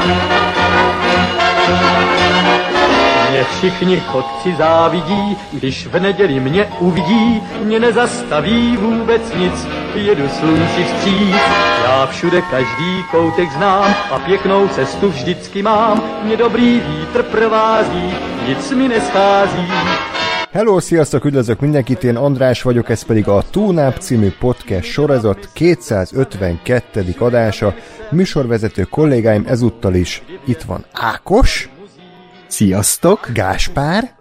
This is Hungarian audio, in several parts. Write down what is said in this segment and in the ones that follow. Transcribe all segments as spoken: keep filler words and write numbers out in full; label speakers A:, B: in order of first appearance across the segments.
A: Mě všichni chodci závidí, když v neděli mě uvidí, mě nezastaví vůbec nic, jedu slunci vstříc. Já všude každý koutek znám a pěknou cestu vždycky mám, mě dobrý vítr provází, nic mi neschází.
B: Hello, sziasztok, üdvözlök mindenkit, én András vagyok, ez pedig a Túnáp című podcast sorozat kétszázötvenkettedik adása. Műsorvezető kollégáim ezúttal is itt van Ákos.
C: Sziasztok!
B: Gáspár.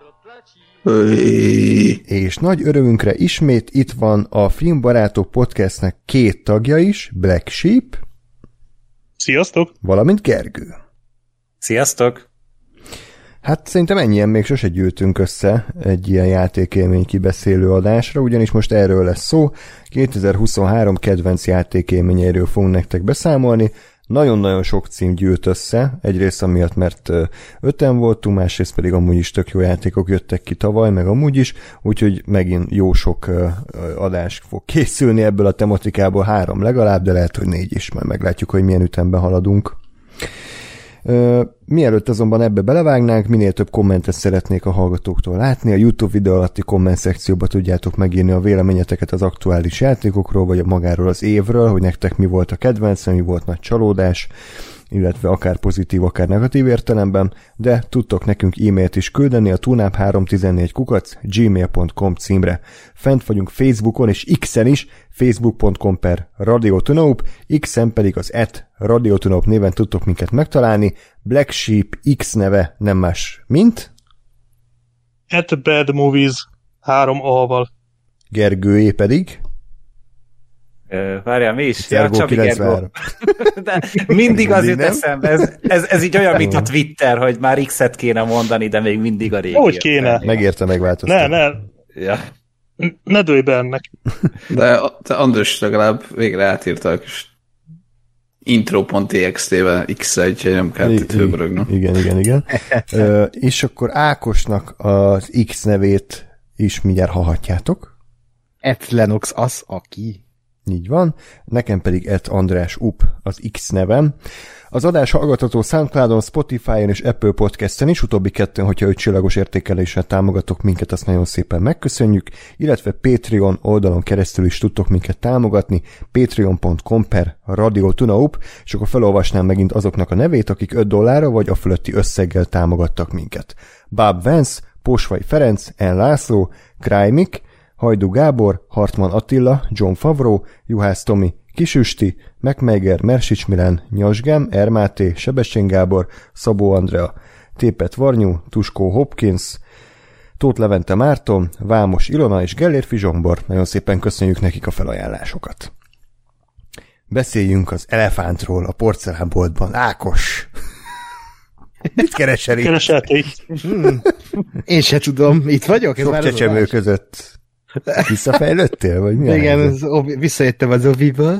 B: És nagy örömünkre ismét itt van a Filmbarátok podcastnek két tagja is, Black Sheep.
D: Sziasztok!
B: Valamint Gergő.
E: Sziasztok!
B: Hát szerintem ennyien még sose gyűltünk össze egy ilyen játékélmény kibeszélő adásra, ugyanis most erről lesz szó. kétezer-huszonhárom kedvenc játékélményeiről fogunk nektek beszámolni. Nagyon-nagyon sok cím gyűlt össze, egyrészt amiatt, mert öten voltunk, másrészt pedig amúgy is tök jó játékok jöttek ki tavaly, meg amúgy is, úgyhogy megint jó sok adás fog készülni ebből a tematikából, három legalább, de lehet, hogy négy is, mert meglátjuk, hogy milyen ütemben haladunk. Uh, mielőtt azonban ebbe belevágnánk, minél több kommentet szeretnék a hallgatóktól látni. A YouTube videó alatti komment szekcióba tudjátok megírni a véleményeteket az aktuális játékokról, vagy a magáról az évről, hogy nektek mi volt a kedvenc, mi volt nagy csalódás, illetve akár pozitív, akár negatív értelemben, de tudtok nekünk e-mailt is küldeni a tunap három tizennégy kukac gmail pont com címre. Fent vagyunk Facebookon és X-en is, facebook pont com per radiotunaup, X-en pedig az at radiotunaup néven tudtok minket megtalálni. Black Sheep X neve nem más, mint?
D: At Bad Movies három A-val.
B: Gergőé pedig?
E: Ö, várjál, mi is?
B: Szergó
E: ja,
B: kilencvenhárom.
E: De mindig az jut eszembe. Ez, ez, ez így olyan, mint a Twitter, hogy már X-et kéne mondani, de még mindig a régi.
D: Hogy kéne?
B: Megérte megváltoztatni.
D: Ne, ne.
E: Ja.
D: Ne dőlj be ennek.
C: De, de András legalább végre átírta a kis intro pont té eksz té-vel X-re, úgyhogy nem kellett itt főbörögnöm.
B: Igen, igen, igen. Ö, és akkor Ákosnak az X nevét is mindjárt hallhatjátok.
C: Et Lenox az, aki.
B: Így van. Nekem pedig et András Up az X nevem. Az adás hallgatható SoundCloudon, Spotify-on és Apple Podcast-en is, utóbbi kettőn, hogyha öt csillagos értékeléssel támogatok minket, azt nagyon szépen megköszönjük, illetve Patreon oldalon keresztül is tudtok minket támogatni, patreon pont com per radiotunaup, és akkor felolvasnám megint azoknak a nevét, akik öt dollárra vagy a fölötti összeggel támogattak minket. Báb Vance, Pósvai Ferenc, N. László, Krajmik, Hajdú Gábor, Hartman Attila, John Favreau, Juhász Tomi, Kisüsti, Megmeiger, Mersics Milen, Nyasgem, Ermáté, Sebestyén Gábor, Szabó Andrea, Tépet Varnyú, Tuskó Hopkins, Tóth Levente Márton, Vámos Ilona és Gellérfi Zsombor. Nagyon szépen köszönjük nekik a felajánlásokat. Beszéljünk az elefántról a porcelánboltban. Ákos! Mit keresel itt?
D: Kereselték.
C: Hmm. Én se tudom, itt vagyok? Ez
B: Sok csecsemő között visszafejlődtél, vagy mi?
C: Igen, az obi, visszajöttem az obiból.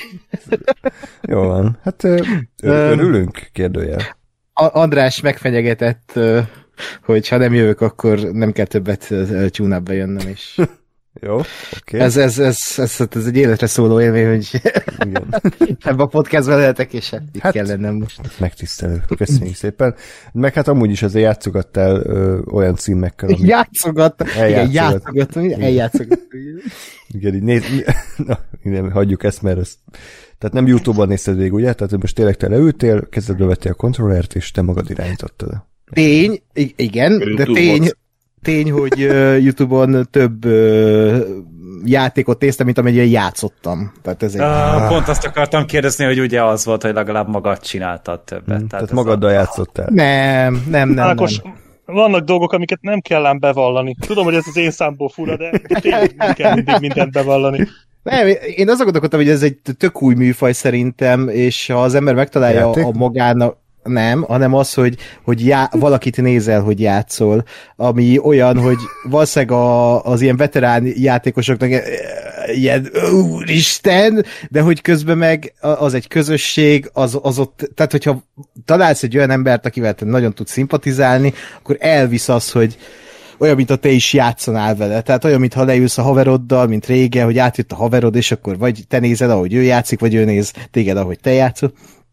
B: Jó van, hát ö, örülünk, kérdőjel.
C: András megfenyegetett, hogy ha nem jövök, akkor nem kell többet Tune-upba jönnöm is.
B: Jó, oké. Okay.
C: Ez, ez, ez, ez, ez egy életre szóló élmény, hogy ebben a podcastban lehetek, és hát itt hát, kell lennem most.
B: Megtisztelő, köszönjük szépen. Meg hát amúgy is azért játszogattál ö, olyan címekkel,
C: amik... Játszogattam, igen, játszogattam, eljátszogattam.
B: Igen, így néz... Na, igen, hagyjuk ezt, mert ezt... Tehát nem YouTube-ban nézted végig, ugye? Tehát most tényleg te leültél, kezedbe vettél a kontrollert, és te magad irányítottad.
C: Tény, igen, de tény... Tény, hogy uh, YouTube-on több uh, játékot néztem, mint amennyire játszottam. Tehát ez egy...
E: uh, pont azt akartam kérdezni, hogy ugye az volt, hogy legalább magad csináltad többet.
B: Hmm, tehát tehát magaddal a... játszottál.
C: Nem, nem, nem.
D: Ákos, nem. Vannak dolgok, amiket nem kell ám bevallani. Tudom, hogy ez az én számból fura, de tényleg nem kell mindig mindent bevallani.
C: Nem, én azon gondolkodtam, hogy ez egy tök új műfaj szerintem, és ha az ember megtalálja Játék? a magának... Nem, hanem az, hogy, hogy já, valakit nézel, hogy játszol, ami olyan, hogy valószínűleg a, az ilyen veterán játékosoknak ilyen úristen, de hogy közben meg az egy közösség, az, az ott, tehát hogyha találsz egy olyan embert, akivel te nagyon tudsz szimpatizálni, akkor elvisz az, hogy olyan, mint a te is játszanál vele. Tehát olyan, mintha leülsz a haveroddal, mint régen, hogy átjött a haverod, és akkor vagy te nézed, ahogy ő játszik, vagy ő néz téged, ahogy te játszol.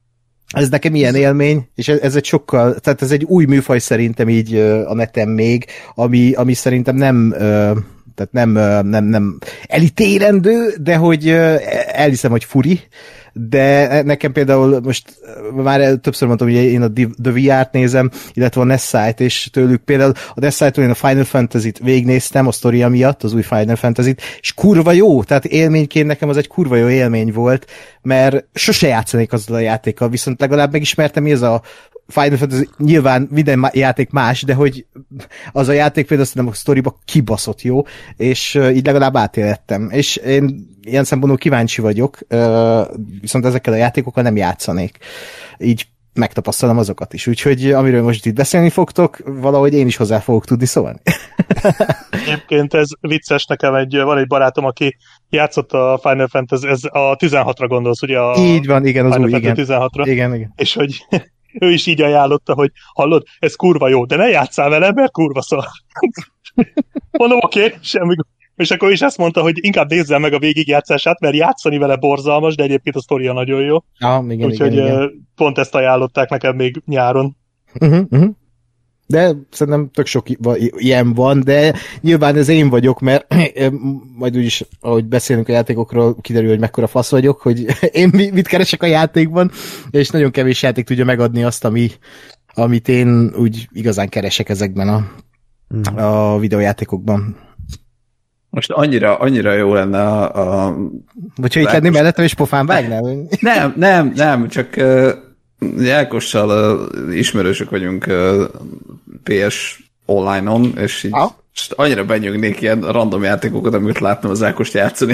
C: ez nekem ilyen élmény, és ez, ez egy sokkal, tehát ez egy új műfaj szerintem így a neten még, ami, ami szerintem nem, tehát nem, nem, nem elítélendő, de hogy elhiszem, hogy furi, de nekem például most már többször mondtam, hogy én a The vé er-t nézem, illetve a Nessite, és tőlük például a Nessite-től én a Final Fantasy-t végignéztem, a sztoria miatt, az új Final Fantasy-t, és kurva jó, tehát élményként nekem az egy kurva jó élmény volt, mert sose játszanék azzal a játékkal, viszont legalább megismertem, mi ez a Final Fantasy, nyilván minden játék más, de hogy az a játék például szerintem a sztoriba kibaszott jó, és így legalább átélettem. És én ilyen szempontból kíváncsi vagyok, viszont ezekkel a játékokkal nem játszanék. Így megtapasztalom azokat is. Úgyhogy amiről most itt beszélni fogtok, valahogy én is hozzá fogok tudni szólni.
D: Egyébként ez vicces, nekem egy, van egy barátom, aki játszott a Final Fantasy, ez a tizenhatra gondolsz, ugye? A
C: így van, igen, az
D: Final
C: új, igen.
D: tizenhatra.
C: Igen, igen.
D: És hogy ő is így ajánlotta, hogy hallod, ez kurva jó, de ne játsszál vele, mert kurva szar. Mondom, oké, okay, semmi. És akkor is ezt mondta, hogy inkább nézzel meg a végigjátszását, mert játszani vele borzalmas, de egyébként a sztoria nagyon jó.
C: Ah, igen,
D: úgyhogy
C: igen, igen.
D: Pont ezt ajánlották nekem még nyáron.
C: Uh-huh, uh-huh. De szerintem tök sok ilyen van, de nyilván ez én vagyok, mert majd úgyis, ahogy beszélünk a játékokról, kiderül, hogy mekkora fasz vagyok, hogy én mit keresek a játékban, és nagyon kevés játék tudja megadni azt, ami, amit én úgy igazán keresek ezekben a, a videójátékokban.
F: Most annyira, annyira jó lenne a... a
C: vagy hogy itt lenni mellettem, és pofán vágnál?
F: Nem, nem, nem, csak uh, Jákossal uh, ismerősök vagyunk uh, pé es online-on, és így ah? annyira benyögnék ilyen random játékokat, amit látnom az Ákost játszani.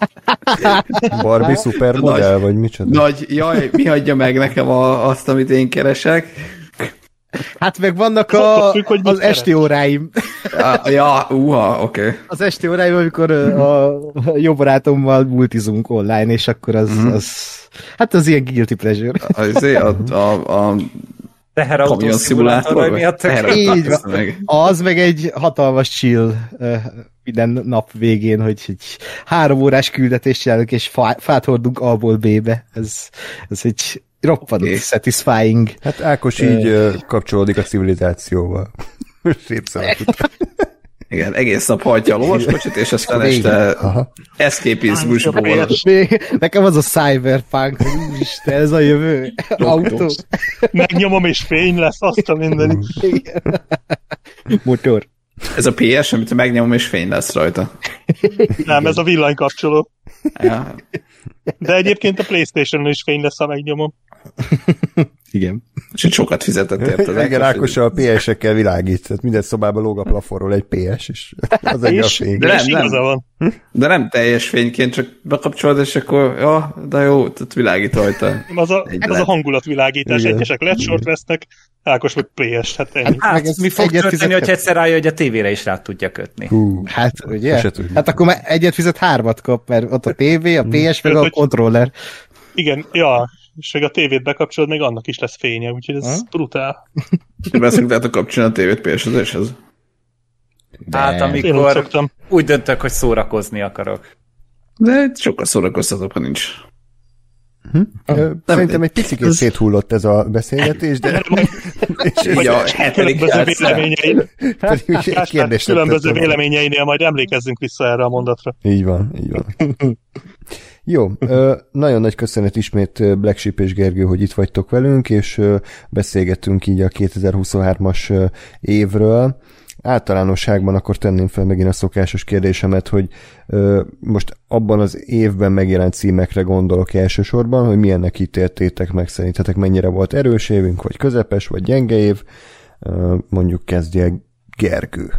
B: Barbie szupermodell, vagy micsoda?
F: Nagy, jaj, mi hagyja meg nekem a, azt, amit én keresek?
C: Hát meg vannak a, függ, az keres. Esti óráim.
F: Ja, ja uha, oké. Okay.
C: Az esti óráim, amikor a jó barátommal multizunk online, és akkor az, mm-hmm. az hát az ilyen guilty pleasure.
F: Az a, a, a
E: teherautó szimulátor miatt.
C: Így van. Meg. Az meg egy hatalmas chill minden nap végén, hogy egy három órás küldetést csinálunk, és fát hordunk A-ból B-be. Ez, ez egy roppant okay. satisfying.
B: Hát Ákos így uh, kapcsolódik a civilizációval.
F: Igen, egész nap hajtja a lovaskocsit, és aztán este eszképizmusból.
C: Nekem az a cyberpunk, úristen, ez a jövő. Autó.
D: Megnyomom, és fény lesz, azt a mindenit.
C: Motor.
F: Ez a pé es, amit megnyomom, és fény lesz rajta.
D: Nem, ez a villanykapcsoló.
F: Ja.
D: De egyébként a PlayStation-on is fény lesz, ha megnyomom.
C: Igen.
F: És itt sokat fizetett érte.
B: Igen, Ákossal a pé es-ekkel világít, tehát minden szobában lóg a plafonról egy pé es, és az egy a fény.
F: De nem, nem, van. de nem teljes fényként, csak bekapcsolod, és akkor, ja, de jó, tehát világít rajta.
D: Az a, az a hangulatvilágítás, egyesek ledsort vesznek, Ákos meg pé es, hát ennyi.
E: Hát, hát mi fog történni, hogy egyszer rájön, hogy a tévére is rá tudja kötni.
B: Hú,
C: hát, ugye? Hát akkor már egyet fizet, hármat kap, mert ott a tévé, a pé es, meg a kontroller.
D: Igen, ja, és még a tévét bekapcsolod, még annak is lesz fénye, úgyhogy ez ha? brutál.
F: Beszélünk, tehát a kapcsolni a tévét pé es-ezéshez?
E: Hát amikor úgy döntök, hogy szórakozni akarok.
F: De sokkal szórakoztatóbb, ha nincs.
B: Hm? Ö, szerintem egy picit ez... széthullott ez a beszélgetés, de...
F: és így a hetedik
D: különböző véleményeinél majd emlékezzünk vissza erre a mondatra.
B: Így van, így van. Jó, nagyon nagy köszönet ismét Black Sheep és Gergő, hogy itt vagytok velünk, és beszélgettünk így a kétezer-huszonhármas évről. Általánosságban akkor tenném fel megint a szokásos kérdésemet, hogy ö, most abban az évben megjelent címekre gondolok elsősorban, hogy milyennek ítéltétek meg, szerintetek mennyire volt erős évünk, vagy közepes, vagy gyenge év, ö, mondjuk kezdje Gergő.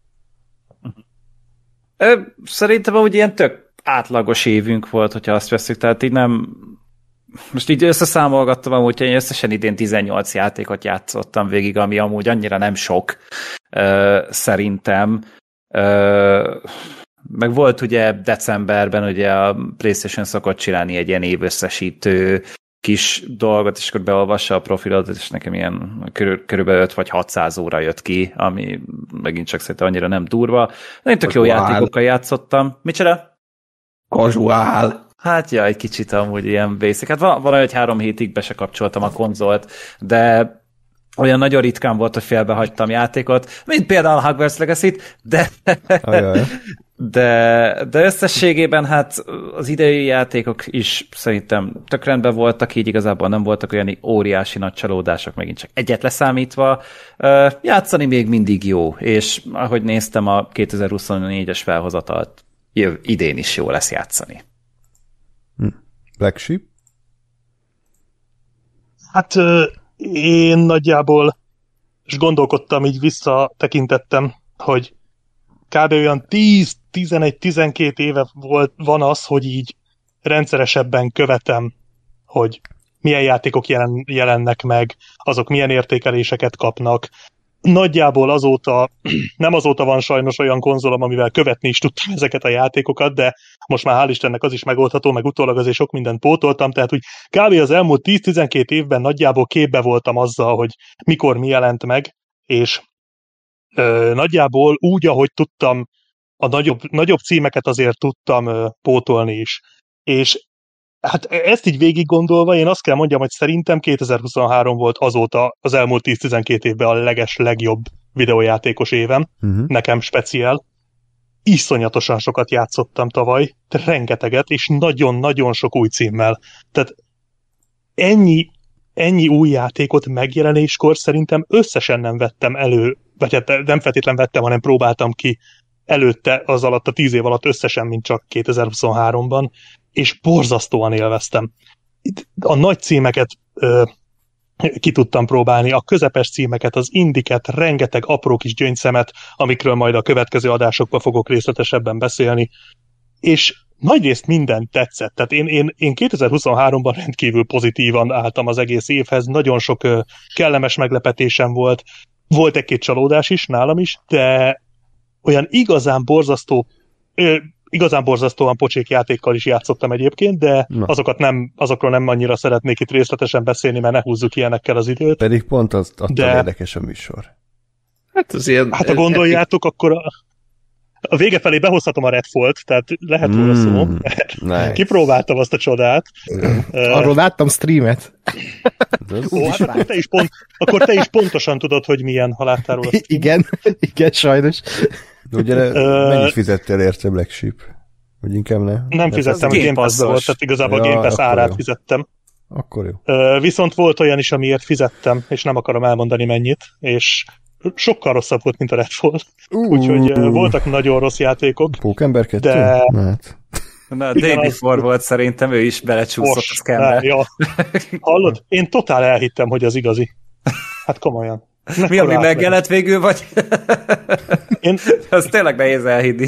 E: Szerintem úgy ilyen tök átlagos évünk volt, hogyha azt veszük, tehát így nem... Most így összeszámolgattam, amúgy, hogy én összesen idén tizennyolc játékot játszottam végig, ami amúgy annyira nem sok, uh, szerintem. Uh, meg volt ugye decemberben, ugye a PlayStation szokott csinálni egy ilyen évösszesítő kis dolgot, és akkor beolvassa a profilodat, és nekem ilyen körül, körülbelül öt vagy hatszáz óra jött ki, ami megint csak szerintem annyira nem durva. De én tök jó játékokkal játszottam. Micsoda?
F: Casual.
E: Hát ja, egy kicsit amúgy ilyen basic. Hát van, van olyan, hogy három hétig be se kapcsoltam a konzolt, de olyan nagyon ritkán volt, hogy félbehagytam játékot, mint például a Hogwarts Legacy-t, de, de, de összességében hát az idei játékok is szerintem tök rendben voltak, így igazából nem voltak olyan óriási nagy csalódások, megint csak egyet leszámítva. Játszani még mindig jó, és ahogy néztem a kétezer-huszonnégyes felhozatalt, jöv, idén is jó lesz játszani.
B: Black Sheep?
D: Hát én nagyjából és gondolkodtam, így visszatekintettem, hogy kb. Olyan tíz, tizenegy, tizenkét éve volt, van az, hogy így rendszeresebben követem, hogy milyen játékok jelen, jelennek meg, azok milyen értékeléseket kapnak. Nagyjából azóta, nem azóta van sajnos olyan konzolom, amivel követni is tudtam ezeket a játékokat, de most már hál' Istennek az is megoldható, meg utólag azért sok mindent pótoltam, tehát úgy kb. Az elmúlt tíz-tizenkét évben nagyjából képbe voltam azzal, hogy mikor mi jelent meg, és ö, nagyjából úgy, ahogy tudtam, a nagyobb, nagyobb címeket azért tudtam ö, pótolni is. És hát ezt így végig gondolva, én azt kell mondjam, hogy szerintem kétezer-huszonhárom volt azóta az elmúlt tíz-tizenkét évben a leges, legjobb videójátékos évem, uh-huh. nekem speciál. Iszonyatosan sokat játszottam tavaly, rengeteget, és nagyon-nagyon sok új címmel. Tehát ennyi, ennyi új játékot megjelenéskor szerintem összesen nem vettem elő, vagy hát nem feltétlen vettem, hanem próbáltam ki előtte, az alatt a tíz év alatt összesen, mint csak kétezer-huszonháromban, és borzasztóan élveztem. Itt a nagy címeket ö, ki tudtam próbálni, a közepes címeket, az indiket, rengeteg apró kis gyöngyszemet, amikről majd a következő adásokban fogok részletesebben beszélni, és nagyrészt minden tetszett. Tehát én, én, én kétezer-huszonháromban rendkívül pozitívan álltam az egész évhez, nagyon sok ö, kellemes meglepetésem volt, volt egy-két csalódás is, nálam is, de olyan igazán borzasztó, ö, igazán borzasztóan pocsék játékkal is játszottam egyébként, de azokat nem, azokról nem annyira szeretnék itt részletesen beszélni, mert ne húzzuk ilyenekkel az időt.
B: Pedig pont az attól de... érdekes a műsor.
F: Hát az ilyen...
D: Hát ha gondoljátok, akkor a, a vége felé behozhatom a Redfall-t, tehát lehet mm, róla szó. Nice. Kipróbáltam azt a csodát.
C: Arról láttam streamet.
D: Ó, hát akkor te, is pont, akkor te is pontosan tudod, hogy milyen, ha láttál róla.
C: Igen, igen, sajnos.
B: De ugye uh, mennyit fizettél érte, Black Sheep? Hogy inkább ne?
D: Nem de fizettem, a Game Pass volt, tehát igazából ja, a Game Pass árát jó. fizettem.
B: Akkor jó.
D: Uh, viszont volt olyan is, amiért fizettem, és nem akarom elmondani mennyit, és sokkal rosszabb volt, mint a Redfall. Uh, Úgyhogy uh, voltak nagyon rossz játékok.
B: Pókember kettő?
D: De...
B: Hát.
E: Na, a Day Before volt szerintem, ő is belecsúszott a scambe.
D: Ja. Hallod? Én totál elhittem, hogy az igazi. Hát komolyan.
E: Mi, ami megjelent végül, vagy?
D: Én...
E: Az tényleg nehéz elhinni.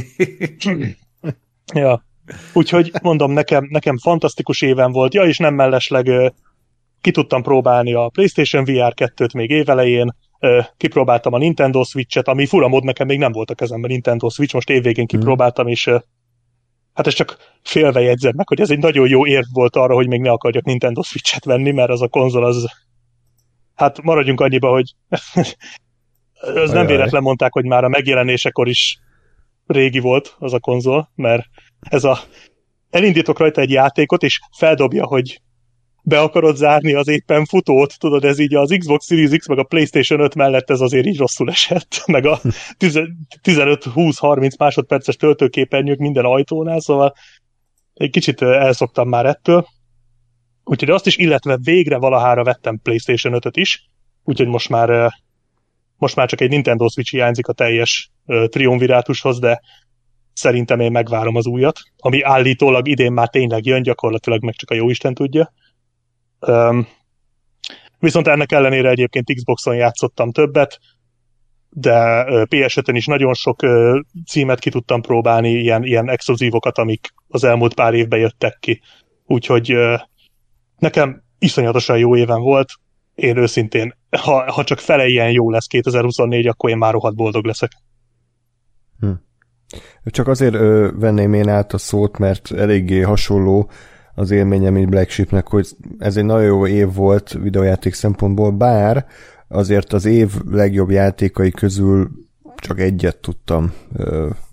D: Ja. Úgyhogy mondom, nekem, nekem fantasztikus éven volt. Ja, és nem mellesleg uh, ki tudtam próbálni a PlayStation vé er kettőt még évelején, uh, kipróbáltam a Nintendo Switch-et, ami fura mód, nekem még nem volt a kezemben Nintendo Switch, most évvégén kipróbáltam, és uh, hát ez csak félve jegyzem meg, hogy ez egy nagyon jó érv volt arra, hogy még ne akarjak Nintendo Switch-et venni, mert az a konzol az... Hát maradjunk annyiba, hogy az nem véletlen mondták, hogy már a megjelenésekor is régi volt az a konzol, mert ez a... elindítok rajta egy játékot, és feldobja, hogy be akarod zárni az éppen futót, tudod, ez így az Xbox Series X meg a PlayStation öt mellett ez azért így rosszul esett, meg a tizenöt-húsz-harminc másodperces töltőképernyők minden ajtónál, szóval egy kicsit elszoktam már ettől. Úgyhogy azt is, illetve végre valahára vettem PlayStation ötöt is, úgyhogy most már, most már csak egy Nintendo Switch hiányzik a teljes triumvirátushoz, de szerintem én megvárom az újat, ami állítólag idén már tényleg jön, gyakorlatilag meg csak a jóisten tudja. Um, viszont ennek ellenére egyébként Xboxon játszottam többet, de pé es ötön is nagyon sok uh, címet ki tudtam próbálni, ilyen, ilyen exkluzívokat, amik az elmúlt pár évben jöttek ki. Úgyhogy uh, nekem iszonyatosan jó éven volt, én őszintén, ha, ha csak fele ilyen jó lesz kétezer-huszonnégy, akkor én már rohadt boldog leszek.
B: Hm. Csak azért ö, venném én át a szót, mert eléggé hasonló az élményem, mint Black Sheepnek, hogy ez egy nagyon jó év volt videójáték szempontból, bár azért az év legjobb játékai közül csak egyet tudtam ö, ma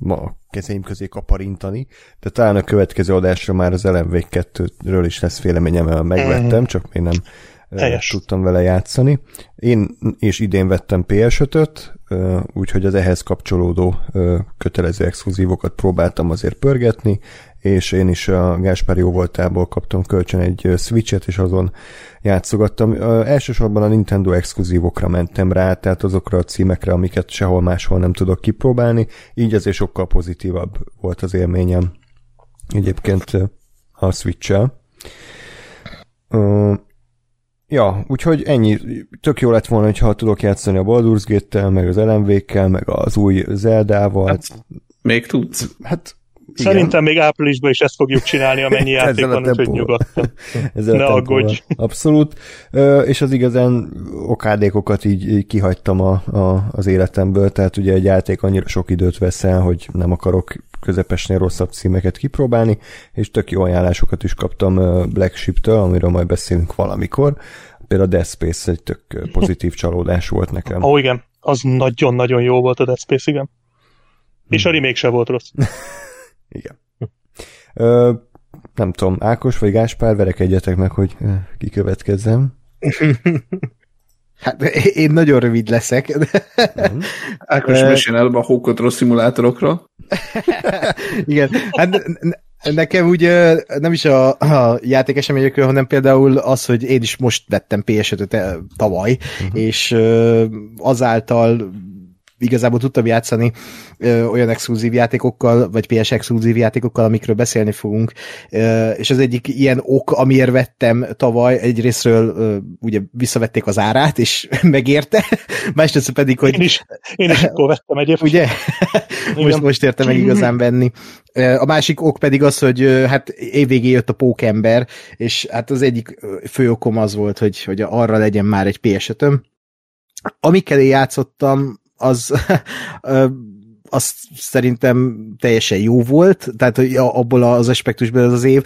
B: kezeim közé kaparintani, de talán a következő adásra már az Alan Wake kettőről is lesz véleményem, mert megvettem, csak még nem Helyes. tudtam vele játszani. Én és idén vettem pé es ötöt, úgyhogy az ehhez kapcsolódó kötelező exkluzívokat próbáltam azért pörgetni, és én is a Gáspár jó voltából kaptam kölcsön egy Switchet, és azon játszogattam. Elsősorban a Nintendo exkluzívokra mentem rá, tehát azokra a címekre, amiket sehol máshol nem tudok kipróbálni, így azért sokkal pozitívabb volt az élményem egyébként a Switch-el. Uh, ja, úgyhogy ennyi. Tök jó lett volna, ha tudok játszani a Baldur's Gate-tel, meg az Alan Wake-kel, meg az új Zeldával.
F: Hát, még tudsz.
B: Hát
D: szerintem igen. Még áprilisban is ezt fogjuk csinálni, amennyi játék van, úgyhogy nyugodtan. Ne aggódj.
B: Abszolút. Ö, és az igazán okádékokat így, így kihagytam a, a, az életemből, tehát ugye egy játék annyira sok időt vesz el, hogy nem akarok közepesnél rosszabb címeket kipróbálni, és tök jó ajánlásokat is kaptam Black Sheep-től, amiről majd beszélünk valamikor. Például a Dead Space egy tök pozitív csalódás volt nekem.
D: Ó, igen. Az nagyon-nagyon jó volt a Dead Space, igen. És a remake se volt rossz.
B: Igen. Ö, nem tudom, Ákos vagy Gáspár, verekedjetek meg, hogy kikövetkezzem.
C: Hát én nagyon rövid leszek.
F: Mm. Ákos, mesélj el a hókotról szimulátorokról.
C: Igen, hát nekem úgy nem is a, a játékeseményekről, hanem például az, hogy én is most vettem pé es ötöt tavaly, uh-huh. és azáltal igazából tudtam játszani ö, olyan exkluzív játékokkal, vagy pé es exkluzív játékokkal, amikről beszélni fogunk, ö, és az egyik ilyen ok, amiért vettem tavaly, egyrésztről ö, ugye visszavették az árát, és megérte, másrészt pedig, hogy...
D: Én is, én is akkor vettem egyébként.
C: Ugye? most, most értem meg igazán venni. A másik ok pedig az, hogy hát évvégén jött a Pókember, és hát az egyik fő okom az volt, hogy, hogy arra legyen már egy pé es ötöm. Amikkel én játszottam, az, az szerintem teljesen jó volt, tehát abból az aspektusból ez az év.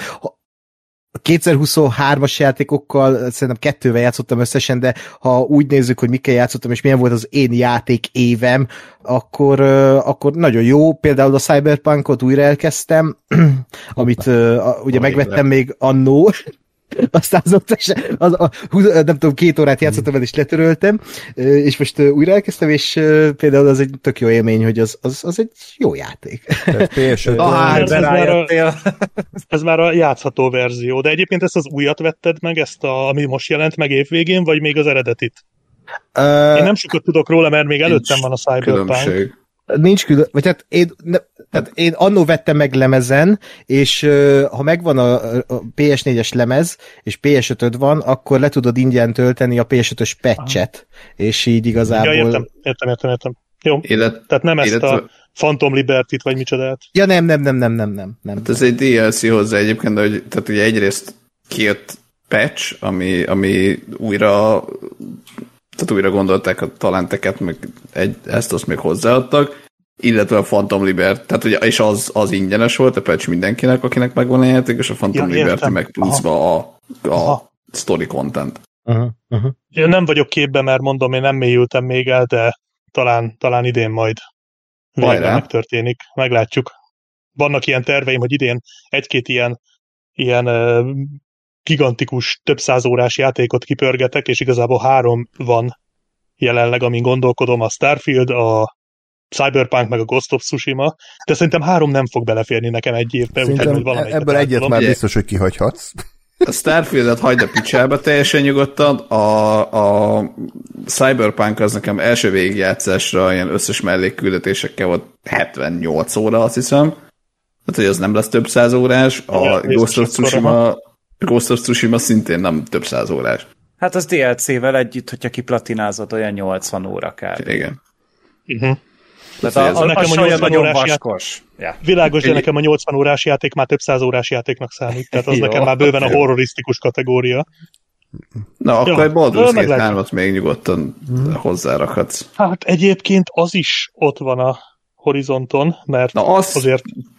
C: A kétezer-huszonhármas játékokkal szerintem kettővel játszottam összesen, de ha úgy nézzük, hogy mikkel játszottam, és milyen volt az én játék évem, akkor, akkor nagyon jó. Például a Cyberpunkot újra elkezdtem, amit ugye megvettem még annó, aztán az ott az, a, nem tudom, két órát játszottam el, és letöröltem, és most újra elkezdtem, és például az egy tök jó élmény, hogy az, az, az egy jó játék.
B: pé es öt
D: ah, ez, ez, már a, ez már a játszható verzió, de egyébként ezt az újat vetted meg, ezt a, ami most jelent meg évvégén, vagy még az eredetit? Uh, Én nem sokat tudok róla, mert még előttem van a Cyberpunk.
F: Különbség.
C: Nincs külön, vagy hát én, ne, tehát én annó vettem meg lemezen, és uh, ha megvan a, a pé es négyes lemez, és pé es ötöd van, akkor le tudod ingyen tölteni a pé es ötös patchet, és így igazából...
D: Ja, értem, értem, értem, értem. Jó,
F: Élet,
D: tehát nem ezt
F: életve...
D: a Phantom Liberty-t, vagy micsodát.
C: Ja, nem, nem, nem, nem, nem, nem. nem.
F: Hát ez egy dé el cé hozzá egyébként, de hogy, tehát ugye egyrészt kijött patch, ami, ami újra tehát újra gondolták a talenteket, meg egy, ezt azt még hozzáadtak, illetve a Phantom Liberty, tehát ugye, és az, az ingyenes volt, a patch mindenkinek, akinek megvan a játék, és a Phantom ja, Liberty meg pluszba a, a story content.
C: Uh-huh, uh-huh.
D: Én nem vagyok képben, mert mondom, én nem mélyültem még el, de talán, talán idén majd végre megtörténik. Meglátjuk. Vannak ilyen terveim, hogy idén egy-két ilyen, ilyen uh, gigantikus, több száz órás játékot kipörgetek, és igazából három van jelenleg, amin gondolkodom, a Starfield, a Cyberpunk, meg a Ghost of Tsushima, de szerintem három nem fog beleférni nekem egy évbe, úgyhogy valamelyiket
B: ebből egyet tudom. Már biztos, hogy kihagyhatsz.
F: A Starfield-et hagyd a picsába teljesen nyugodtan, a, a Cyberpunk az nekem első végigjátszásra ilyen összes mellékküldetésekkel volt hetvennyolc óra, azt hiszem. Tehát, hogy az nem lesz több száz órás. A ja, Ghost of Tsushima, Ghost of Tsushima szintén nem több száz órás.
E: Hát az dé el cé-vel együtt, hogyha kiplatinázod, olyan nyolcvan óra kell.
F: Igen.
D: Uh-huh.
E: Tehát a, a, nekem a nyolcvan órás vaskos.
D: Ja. Világos, de nekem a nyolcvan órás játék már több száz órás játéknak számít, tehát az nekem már bőven a horrorisztikus kategória.
F: Na, akkor ja, egy Baldur's Gate hármat még nyugodtan hmm. hozzárakhatsz.
D: Hát egyébként az is ott van a horizonton, mert
F: Na, az
D: azért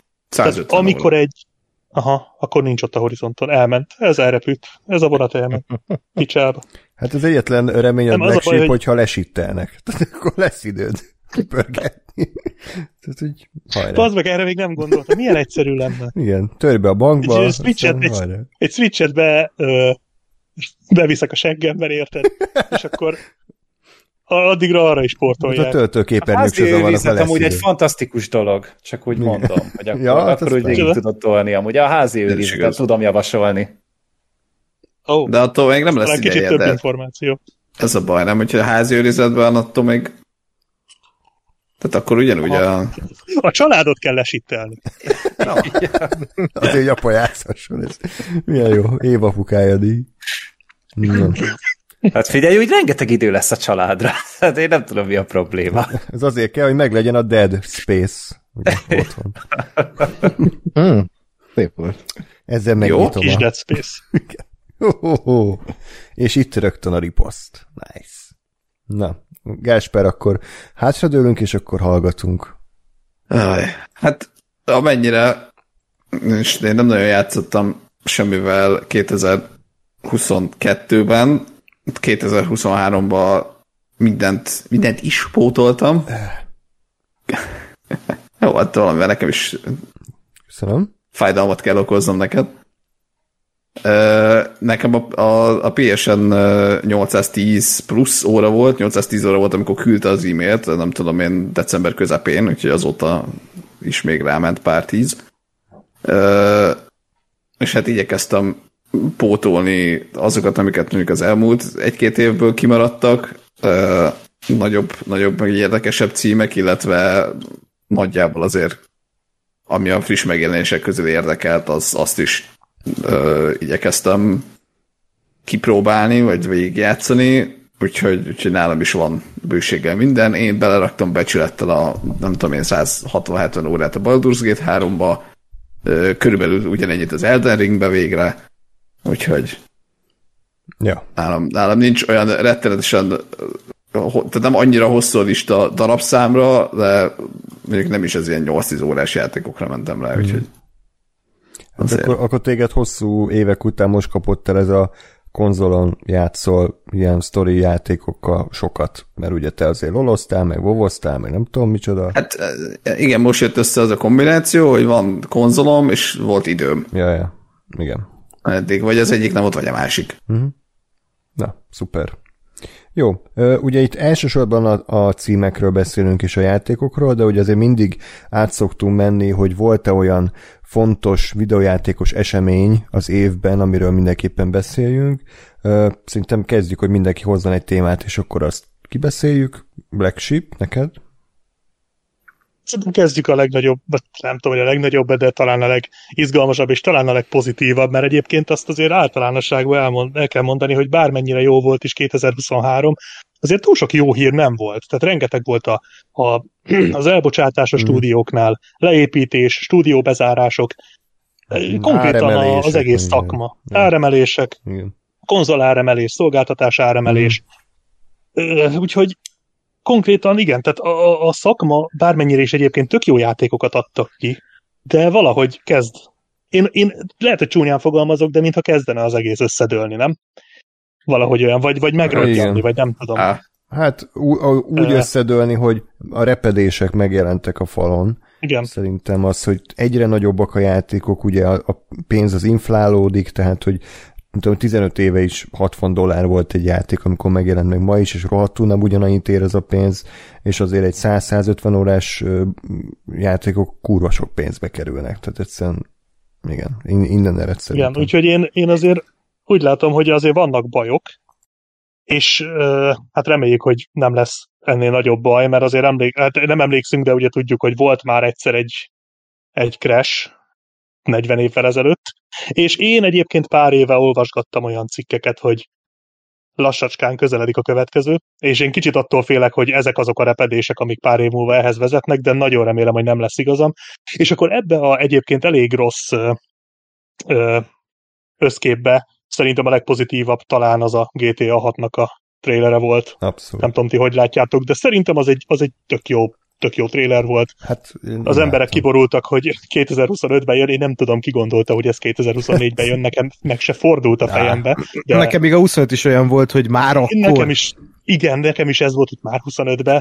D: amikor
F: óra.
D: egy aha, akkor nincs ott a horizonton. Elment. Ez elrepült. Ez a vonat elment. Kicsába.
B: Hát az egyetlen remény a Black Sheep, hogy... hogyha lesittelnek. Akkor lesz időd. kipörgetni. Tehát, hogy
D: Bazd meg, erre még nem gondoltam. Milyen egyszerű lenne.
B: Igen, törj be a bankba.
D: Egy switchet, egy, egy switchet be, ö, beviszek a seggemben, érted? És akkor addigra arra is portolják.
B: A töltőképernyők se zavarnak a
E: amúgy egy fantasztikus dolog, csak úgy mondom, hogy akkor,
B: ja,
E: akkor úgy végig tudod tolni. Amúgy a házi őrizetet tudom javasolni.
D: Oh,
F: de attól még nem lesz
D: kicsit több információ.
F: Ez a baj, nem? Hogyha a házi őrizetben attól még tehát akkor ugyanúgy a... A,
D: a családot kell lesítelni.
B: No. Azért, hogy apa játszhasson. Ez milyen jó. Évapukája díj. No.
E: Hát figyelj, úgy rengeteg idő lesz a családra. Hát én nem tudom, mi a probléma.
B: Ez azért kell, hogy meglegyen a Dead Space. Ugye, otthon.
C: Hmm. Szép volt.
B: Ezzel megnyitom.
D: Jó, kis Dead Space.
B: Oh, oh, oh. És itt rögtön a riposzt. Nice. Na, Gásper, akkor hátradőlünk, és akkor hallgatunk.
F: Aj, hát amennyire, és én nem nagyon játszottam semmivel kétezer-huszonkettőben, kétezer-huszonháromban mindent, mindent is pótoltam. Jó, hát valamivel nekem is
B: Köszönöm.
F: Fájdalmat kell okoznom neked. Nekem a, a, a pé es en nyolcszáztíz plusz óra volt, nyolcszáztíz óra volt, amikor küldte az e-mailt, nem tudom én, december közepén, úgyhogy azóta is még ráment pár tíz. És hát igyekeztem pótolni azokat, amiket mondjuk az elmúlt egy-két évből kimaradtak, nagyobb, nagyobb, meg érdekesebb címek, illetve nagyjából azért, ami a friss megjelenések közül érdekelt, az, azt is Uh, igyekeztem kipróbálni, vagy végigjátszani, úgyhogy, úgyhogy nálam is van bőséggel minden. Én beleraktam becsülettel a, nem tudom én, száz hatvan-hetven órát a Baldur's Gate háromba, uh, körülbelül ugyanennyit az Elden Ringbe végre, úgyhogy
B: ja.
F: nálam, nálam nincs olyan rettenetesen, tehát nem annyira hosszú a lista darabszámra, de mondjuk nem is az ilyen nyolc-tíz órás játékokra mentem rá, úgyhogy
B: mm. Hát akkor, akkor téged hosszú évek után most kapott el ez a konzolon játszol ilyen sztori játékokkal sokat, mert ugye te azért loloztál, meg vovoztál, meg nem tudom micsoda.
F: Hát igen, most jött össze az a kombináció, hogy van konzolom, és volt időm.
B: Ja, ja, igen.
F: Eddig vagy az egyik nem ott, vagy a másik.
B: Uh-huh. Na, szuper. Jó, ugye itt elsősorban a, a címekről beszélünk és a játékokról, de ugye azért mindig át szoktunk menni, hogy volt-e olyan fontos videójátékos esemény az évben, amiről mindenképpen beszéljünk. Szerintem kezdjük, hogy mindenki hozzon egy témát, és akkor azt kibeszéljük. Black Sheep, neked?
D: Szerintem kezdjük a legnagyobb, nem tudom, hogy a legnagyobb, de talán a legizgalmasabb, és talán a legpozitívabb, mert egyébként azt azért általánosságban elmond, el kell mondani, hogy bármennyire jó volt is kétezer-huszonhárom, azért túl sok jó hír nem volt. Tehát rengeteg volt a, a, az elbocsátás a stúdióknál, leépítés, stúdióbezárások, konkrétan a, az egész igen. szakma. Igen. Áremelések, igen. konzoláremelés, szolgáltatás áremelés. Mm. Úgyhogy konkrétan igen, tehát a, a szakma bármennyire is egyébként tök jó játékokat adtak ki, de valahogy kezd. Én, én lehet, hogy csúnyán fogalmazok, de mintha kezdene az egész összedőlni, nem? Valahogy olyan, vagy, vagy megrögyenni, vagy nem tudom.
B: Hát úgy összedőlni, hogy a repedések megjelentek a falon.
D: Igen.
B: Szerintem az, hogy egyre nagyobbak a játékok, ugye a, a pénz az inflálódik, tehát, hogy tudom, tizenöt éve is hatvan dollár volt egy játék, amikor megjelent meg ma is, és rohadtul nem ugyanannyit ér ez a pénz, és azért egy száz-százötven órás játékok kurva sok pénzbe kerülnek, tehát egyszerűen igen, innen ered szerintem.
D: Igen, úgyhogy én, én azért úgy látom, hogy azért vannak bajok, és uh, hát reméljük, hogy nem lesz ennél nagyobb baj, mert azért emlék, hát nem emlékszünk, de ugye tudjuk, hogy volt már egyszer egy, egy crash negyven évvel ezelőtt, és én egyébként pár éve olvasgattam olyan cikkeket, hogy lassacskán közeledik a következő, és én kicsit attól félek, hogy ezek azok a repedések, amik pár év múlva ehhez vezetnek, de nagyon remélem, hogy nem lesz igazam. És akkor ebbe a egyébként elég rossz ö, ö, összképbe szerintem a legpozitívabb talán az a gé té á hatnak a trailere volt.
B: Abszolút.
D: Nem tudom ti, hogy látjátok, de szerintem az egy, az egy tök jó tök jó trailer volt.
B: Hát,
D: az emberek látom. Kiborultak, hogy kétezer-huszonötben jön, én nem tudom, ki gondolta, hogy ez kétezer-huszonnégyben jön, nekem meg se fordult a fejembe.
C: De nekem még a huszonöt is olyan volt, hogy már akkor.
D: Nekem is, igen, nekem is ez volt, hogy már huszonötben.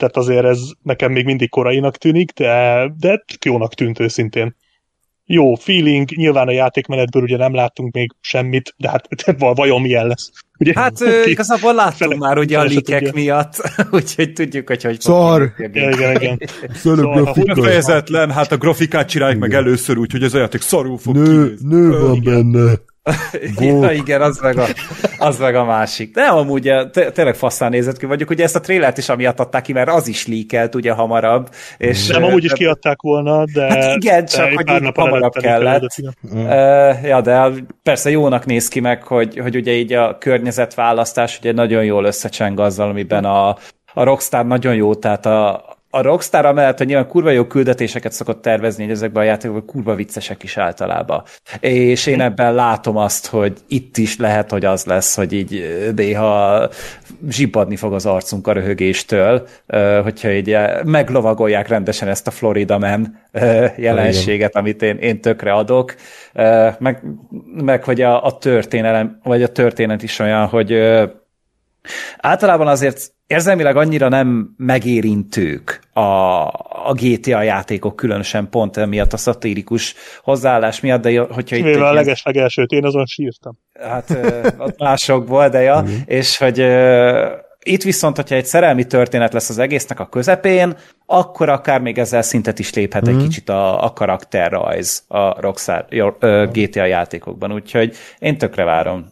D: tehát azért ez nekem még mindig korainak tűnik, de, de jónak tűnt őszintén. Jó feeling, nyilván a játékmenetből ugye nem láttunk még semmit, de hát de vajon milyen lesz. Ugye?
E: Hát ő, igazából láttunk fele, már ugye a líkek miatt, úgyhogy tudjuk, hogy hogy
B: Szar!
D: Igen, igen, igen.
B: Szóval
E: fejezetlen, hát a grafikát csináljuk meg először, úgyhogy ez a játék szarul fog
B: nő,
E: kinézni.
B: Nő van benne.
E: Ja, igen, az meg, a, az meg a másik. De amúgy t- tényleg faszán nézett ki vagyok. Ugye ezt a trailert is amiatt adták ki, mert az is leakelt ugye hamarabb. És,
D: nem, amúgy is kiadták volna, de...
E: Hát igen, csak hogy így hamarabb kellett. Uh, ja, de persze jónak néz ki meg, hogy, hogy ugye így a környezetválasztás ugye nagyon jól összecseng azzal, amiben a, a Rockstar nagyon jó, tehát a A Rockstar amellett, hogy nyilván kurva jó küldetéseket szokott tervezni, hogy ezekben a játékokban kurva viccesek is általában. És én ebben látom azt, hogy itt is lehet, hogy az lesz, hogy így néha zsipadni fog az arcunk a röhögéstől, hogyha így meglovagolják rendesen ezt a Florida Man jelenséget, amit én, én tökre adok. Meg, meg hogy a, a történelem, vagy a történet is olyan, hogy általában azért érzelmileg annyira nem megérintők a, a gé té á játékok, különösen pont emiatt a szatirikus hozzáállás miatt, de hogyha itt...
D: Mivel a leges-legelsőt, én azon sírtam.
E: Hát ott másokból, de ja, és hogy uh, itt viszont, hogyha egy szerelmi történet lesz az egésznek a közepén, akkor akár még ezzel szintet is léphet mm. egy kicsit a, a karakterrajz a Rockstar uh, gé té á játékokban, úgyhogy én tökre várom.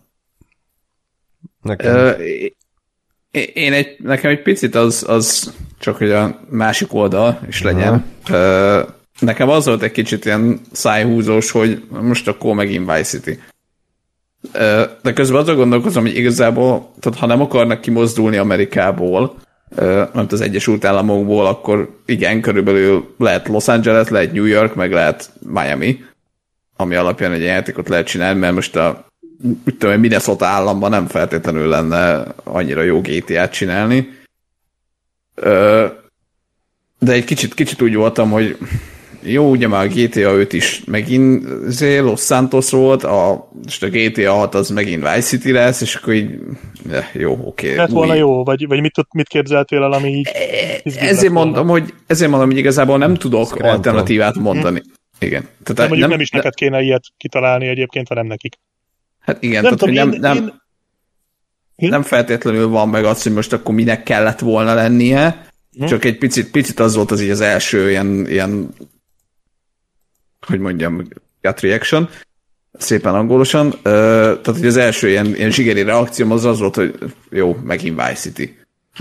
F: Nekem. Uh, én egy, nekem egy picit az, az csak, hogy a másik oldal is legyen. Uh, nekem az volt egy kicsit ilyen szájhúzós, hogy most akkor megint Vice City. Uh, de közben azon gondolkozom, hogy igazából, tehát ha nem akarnak kimozdulni Amerikából, uh, mert az Egyesült Államokból, akkor igen, körülbelül lehet Los Angeles, lehet New York, meg lehet Miami, ami alapján egy játékot lehet csinálni, mert most a úgy tudom, hogy Minnesota államban nem feltétlenül lenne annyira jó gé té á-t csinálni. De egy kicsit, kicsit úgy voltam, hogy jó, ugye már a gé té á öt is megint Los Santos volt, a, most a gé té á hat az megint Vice City lesz, és akkor így jó, oké. Okay,
D: lett volna jó, vagy, vagy mit, mit képzeltél el, ami így...
F: Ezért mondom, hogy, ezért mondom, hogy igazából nem tudok Scranton. alternatívát mondani. Hm. Igen.
D: Tehát nem, mondjuk nem, nem is neked kéne ilyet kitalálni egyébként, ha nem nekik.
F: Hát igen,
D: nem,
F: tehát,
D: tudom,
F: hogy nem,
D: én,
F: nem, én... nem feltétlenül van meg az, hogy most akkor minek kellett volna lennie, hm. csak egy picit, picit az volt az így az első ilyen, ilyen hogy mondjam, gut reaction, szépen angolosan, uh, tehát hogy az első ilyen, ilyen zsigeri reakcióm az az volt, hogy jó, megint Vice City.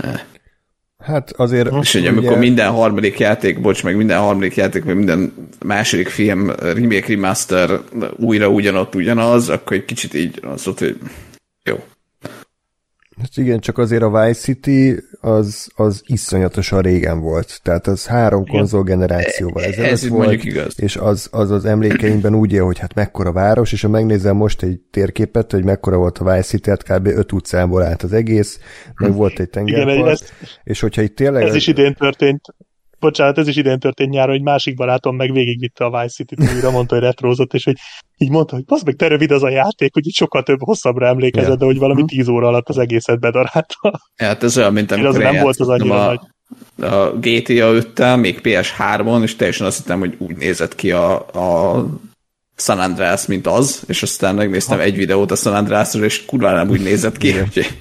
B: Hát azért...
F: És ugye, amikor minden harmadik játék, bocs, meg minden harmadik játék, meg minden második film, remake, remaster, újra ugyanott ugyanaz, akkor egy kicsit így az volt, hogy jó.
B: Hát igen, csak azért a Vice City az, az iszonyatosan régen volt. Tehát az három konzol generációval ezelőtt
F: ez
B: volt, és az, az az emlékeimben úgy él, hogy hát mekkora város, és ha megnézem most egy térképet, hogy mekkora volt a Vice City, hát kb. öt utcából állt az egész, meg volt egy tengerpart, és hogyha itt tényleg...
D: Ez is idén történt. Bocsánat, ez is idén történt nyáron, hogy másik barátom meg végigvitte a Vice City-t, újra mondta, hogy retrózott, és hogy így mondta, hogy basz meg, te rövid az a játék, hogy így sokkal több hosszabbra emlékezett, yeah. de hogy valami tíz óra alatt az egészet bedarálta.
F: Ja, hát ez olyan, mint amikor
D: nem volt az annyira
F: a,
D: nagy.
F: A gé té á öttel, még pé es hármon, és teljesen azt hittem, hogy úgy nézett ki a, a San Andreas, mint az, és aztán megnéztem ha. egy videót a San Andreasról, és kurva nem úgy nézett ki, hogy...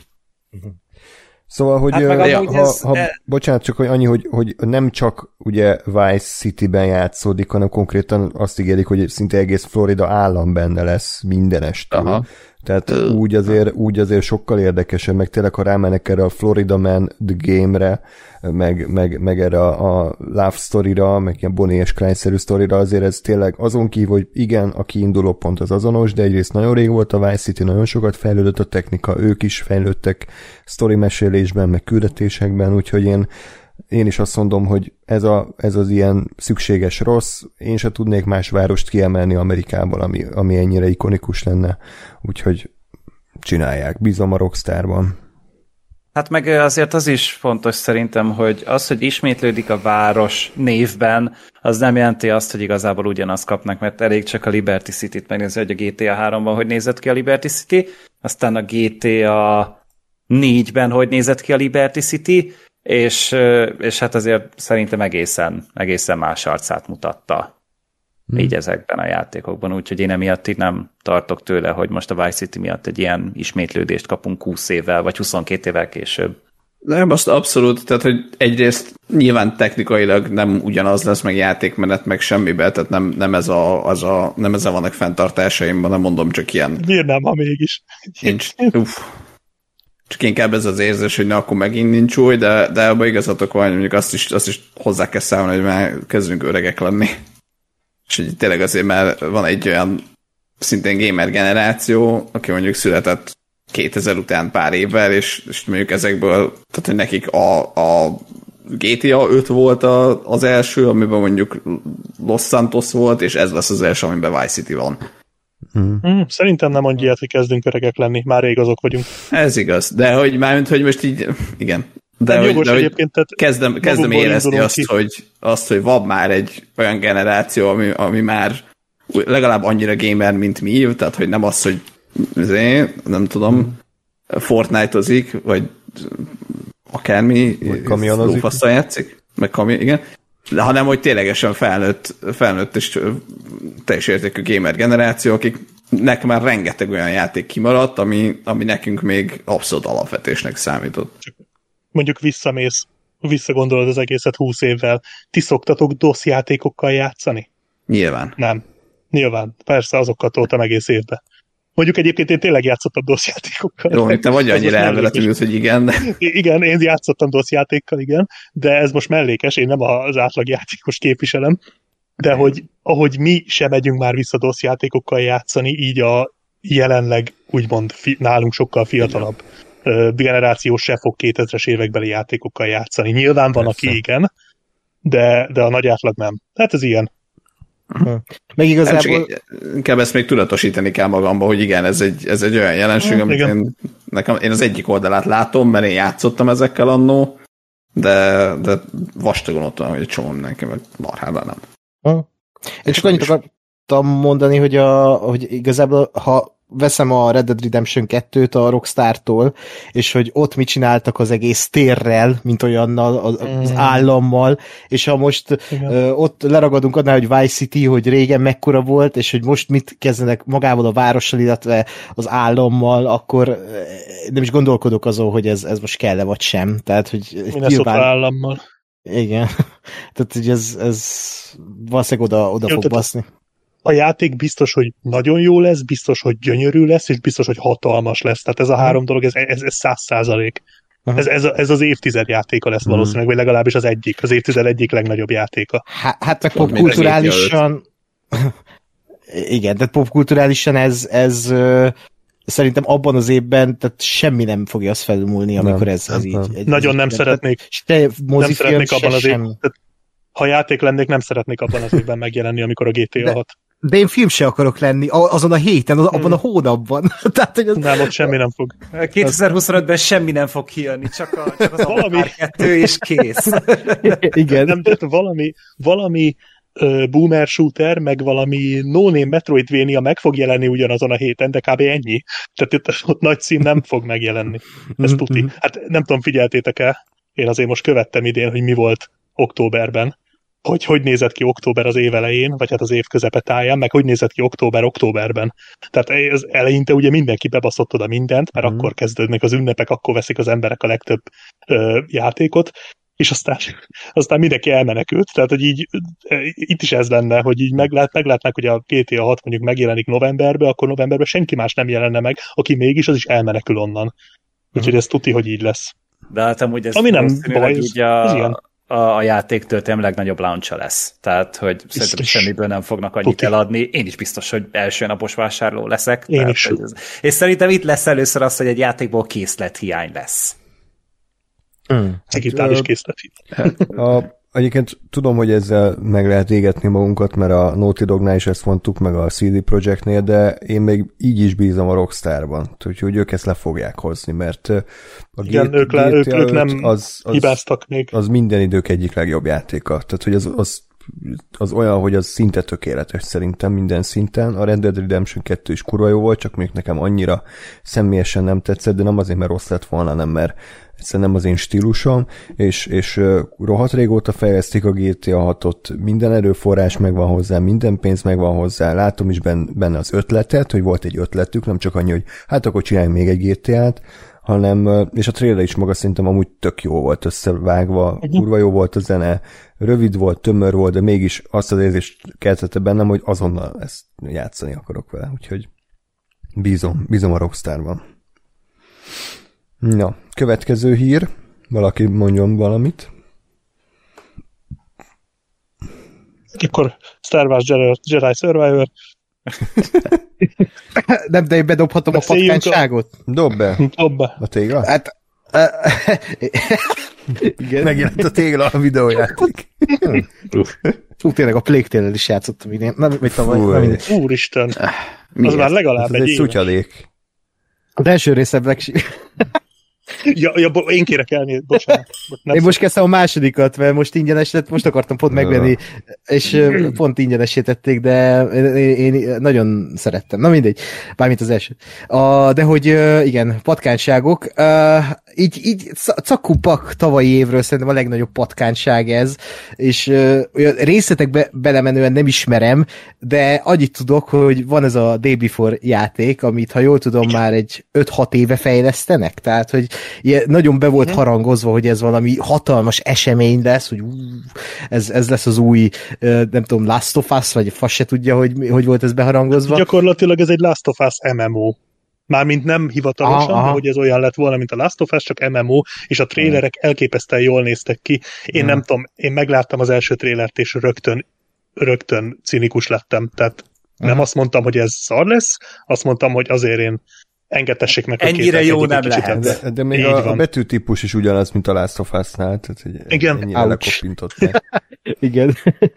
B: Szóval, hogy hát ja, ha, ez, ha, e... bocsánat, csak hogy annyi, hogy, hogy nem csak ugye Vice City-ben játszódik, hanem konkrétan azt ígérik, hogy szinte egész Florida állam benne lesz mindenestől. Aha. Tehát uh. úgy, azért, úgy azért sokkal érdekesebb, meg tényleg, ha rámennek erre a Florida Man The Game-re, meg, meg, meg erre a, a Love Story-ra, meg ilyen Bonnie és Clyde-szerű sztorira, azért ez tényleg azon kívül, hogy igen, a kiinduló pont az azonos, de egyrészt nagyon rég volt a Vice City, nagyon sokat fejlődött a technika, ők is fejlődtek sztori mesélésben, meg küldetésekben, úgyhogy én Én is azt mondom, hogy ez, a, ez az ilyen szükséges rossz, én se tudnék más várost kiemelni Amerikából, ami, ami ennyire ikonikus lenne, úgyhogy csinálják, bízom a Rockstarban.
E: Hát meg azért az is fontos szerintem, hogy az, hogy ismétlődik a város névben, az nem jelenti azt, hogy igazából ugyanazt kapnak, mert elég csak a Liberty City-t megnézni, hogy a gé té á háromban hogy nézett ki a Liberty City, aztán a gé té á négyben hogy nézett ki a Liberty City, és, és hát azért szerintem egészen, egészen más arcát mutatta hmm. így ezekben a játékokban, úgyhogy én emiatt így nem tartok tőle, hogy most a Vice City miatt egy ilyen ismétlődést kapunk húsz évvel, vagy huszonkét évvel később.
F: Nem, azt abszolút, tehát hogy egyrészt nyilván technikailag nem ugyanaz lesz, meg játékmenet, meg semmibe, tehát nem, nem, ez a, az a, nem ezzel vannak fenntartásaimban, nem mondom, csak ilyen.
D: Miért nem, ha mégis?
F: Nincs, uff. Csak inkább ez az érzés, hogy na, akkor megint nincs új, de, de abban igazatok van, mondjuk azt is, azt is hozzá kell számolni, hogy már kezdünk öregek lenni. És hogy tényleg azért már van egy olyan szintén gamer generáció, aki mondjuk született kétezer után pár évvel, és, és mondjuk ezekből, tehát hogy nekik a, a gé té á öt volt a, az első, amiben mondjuk Los Santos volt, és ez lesz az első, amiben Vice City van.
D: Hmm. Hmm, szerintem nem mondja ilyet, hogy kezdünk öregek lenni, már rég azok vagyunk.
F: Ez igaz, de hogy mármint, hogy most így, igen. De,
D: de,
F: hogy,
D: jogos,
F: de hogy
D: tehát
F: kezdem, kezdem érezni azt hogy, azt, hogy van már egy olyan generáció, ami, ami már legalább annyira gamer, mint mi, tehát hogy nem az, hogy azért, nem tudom, Fortnite-ozik, vagy akármi, lófasszal játszik, meg kami, igen, de hanem, hogy ténylegesen felnőtt, felnőtt és teljes értékű gamer generáció, akiknek már rengeteg olyan játék kimaradt, ami, ami nekünk még abszolút alapvetésnek számított.
D: Mondjuk visszamész, visszagondolod az egészet húsz évvel, ti szoktatok DOS játékokkal játszani?
F: Nyilván.
D: Nem. Nyilván. Persze, azokkal toltam egész évben. Mondjuk egyébként én tényleg játszottam DOS játékokkal.
F: Jó, te vagy annyira elveletülőd, hogy igen.
D: Igen, én játszottam DOS játékkal, igen, de ez most mellékes, én nem az átlag játékos képviselem, de hogy ahogy mi sem megyünk már vissza DOS játékokkal játszani, így a jelenleg úgymond fi, nálunk sokkal fiatalabb uh, generáció se fog kétezres évekbeli játékokkal játszani. Nyilván van, Persze. aki igen, de, de a nagy átlag nem. Tehát ez ilyen.
C: Uh-huh. Meg igazából...
F: Inkább ezt még tudatosítani kell magamba, hogy igen, ez egy, ez egy olyan jelenség, uh, amit én, nekem, én az egyik oldalát látom, mert én játszottam ezekkel annó, de, de vastagon ott van, hogy egy csomó mindenki, meg marhában nem.
C: Uh-huh. Én csak annyit akartam mondani, hogy, a, hogy igazából, ha veszem a Red Dead Redemption kettőt a Rockstar-tól, és hogy ott mit csináltak az egész térrel, mint olyannal, az, az állammal, és ha most ö, ott leragadunk annál, hogy Vice City, hogy régen mekkora volt, és hogy most mit kezdenek magával a várossal, illetve az állammal, akkor nem is gondolkodok azon, hogy ez, ez most kell-e vagy sem. Tehát, hogy
D: Minnesota állammal.
C: Igen. Tehát, hogy ez, ez valószínűleg oda, oda
D: Jó,
C: fog baszni.
D: A játék biztos, hogy nagyon jó lesz, biztos, hogy gyönyörű lesz, és biztos, hogy hatalmas lesz. Tehát ez a három dolog, ez, ez, ez száz százalék. Ez, ez, ez az évtized játéka lesz valószínűleg, vagy legalábbis az egyik, az évtized egyik legnagyobb játéka.
C: Hát, hát meg popkulturálisan... Igen, de popkulturálisan ez, ez szerintem abban az évben tehát semmi nem fogja azt felülmúlni, amikor nem, ez, ez így... Egy,
D: nagyon nem szeretnék. Nem szeretnék abban az évben. Ha játék lennék, nem szeretnék abban az évben megjelenni, amikor a gé té á hat.
C: De én film se akarok lenni, azon a héten, az, abban a hónapban. Tehát, hogy az...
D: Nem, ott semmi nem fog.
E: kétezer-huszonötben semmi nem fog kijönni, csak, a, csak az valami kettő és kész.
C: Igen.
D: Nem, de valami, valami uh, boomer shooter, meg valami no-name Metroidvania meg fog jelenni ugyanazon a héten, de kb. Ennyi. Tehát ott, ott nagy cím nem fog megjelenni. Ez tuti. Hát nem tudom, figyeltétek el, én azért most követtem idén, hogy mi volt októberben, hogy hogy nézett ki október az év elején, vagy hát az év közepetáján, meg hogy nézett ki október októberben. Tehát ez eleinte ugye mindenki bebaszott oda mindent, mert mm. akkor kezdődnek az ünnepek, akkor veszik az emberek a legtöbb ö, játékot, és aztán, aztán mindenki elmenekült, tehát hogy így itt is ez lenne, hogy így meglát, meglátnák, hogy a gé té á hat mondjuk megjelenik novemberbe, akkor novemberben senki más nem jelenne meg, aki mégis, az is elmenekül onnan. Úgyhogy ez tuti, hogy így lesz.
E: De hát amúgy ez
D: ami nem baj, ez,
E: a...
D: ez ilyen.
E: a, a játék történelem legnagyobb launcha lesz. Tehát, hogy biztos. Szerintem semmiből nem fognak annyit Puti. eladni. Én is biztos, hogy első napos vásárló leszek.
D: Én
E: tehát,
D: is.
E: Ez, és szerintem itt lesz először az, hogy egy játékból készlethiány lesz.
C: Hmm.
D: Digitális hát, készlethiány.
B: A, egyébként tudom, hogy ezzel meg lehet égetni magunkat, mert a Naughty Dognál is ezt mondtuk, meg a cé dé Projektnél, de én még így is bízom a Rockstarban, úgyhogy ők ezt le fogják hozni, mert a
D: Igen, ők, le, ők, ők nem az, az,
B: hibáztak
D: még.
B: Az minden idők egyik legjobb játéka. Tehát, hogy az, az az olyan, hogy az szinte tökéletes szerintem minden szinten. A Red Dead Redemption kettő is kurva jó volt, csak még nekem annyira személyesen nem tetszett, de nem azért, mert rossz lett volna, nem mert egyszerűen nem az én stílusom, és, és uh, rohadt régóta fejlesztik a gé té á hatot, minden erőforrás megvan hozzá, minden pénz megvan hozzá, látom is benne az ötletet, hogy volt egy ötletük, nem csak annyi, hogy hát akkor csináljunk még egy gé té á-t, hanem, és a trailer is maga szerintem amúgy tök jó volt összevágva, kurva jó volt a zene, rövid volt, tömör volt, de mégis azt az érzést keltette bennem, hogy azonnal ezt játszani akarok vele, úgyhogy bízom, bízom a Rockstarban. Na, következő hír, valaki mondjon valamit.
D: Akkor Star Wars Jedi, Jedi Survivor.
C: Nem, de én bedobhatom a patkányságot.
B: Dob be.
D: Dob be.
B: A tégla?
C: Hát...
B: Igen. Megjelent a tégla a videójáték.
C: Fú, tényleg a Plague Tale-el is játszottam idén. Nem, mit tavaly.
D: Úristen. Az már legalább egy
B: év. Ez egy szutyadék.
C: Az első részem legsi...
D: Ja, ja, én kérek elnézést, bocsánat.
C: Nem én most kezdtem a másodikat, mert most ingyenes lett, most akartam pont megvenni, és pont ingyenesé tették, de én, én nagyon szerettem. Na mindegy, bármint az első. A, de hogy igen, patkányságok, így, így cakupak tavalyi évről szerintem a legnagyobb patkányság ez, és olyan részletekbe belemenően nem ismerem, de annyit tudok, hogy van ez a Day Before játék, amit ha jól tudom már egy öt-hat éve fejlesztenek, tehát hogy ilyen, nagyon be volt harangozva, hogy ez valami hatalmas esemény lesz, hogy ú, ez, ez lesz az új, nem tudom, Last of Us, vagy fasz se tudja, hogy, hogy volt ez beharangozva.
D: Gyakorlatilag ez egy Last of Us em em o. Mármint nem hivatalosan,
C: aha, aha.
D: hogy ez olyan lett volna, mint a Last of Us, csak em em o, és a trélerek elképesztően jól néztek ki. Én hmm. nem tudom, én megláttam az első trélert, és rögtön, rögtön cinikus lettem. Tehát nem hmm. azt mondtam, hogy ez szar lesz, azt mondtam, hogy azért én engedtessék meg, hogy
E: ennyire jó nem lehet.
B: De, de még a, a betűtípus is ugyanaz, mint a Last of Us-nál, tehát hogy
D: igen.
B: ennyire lekopintották.
C: Igen.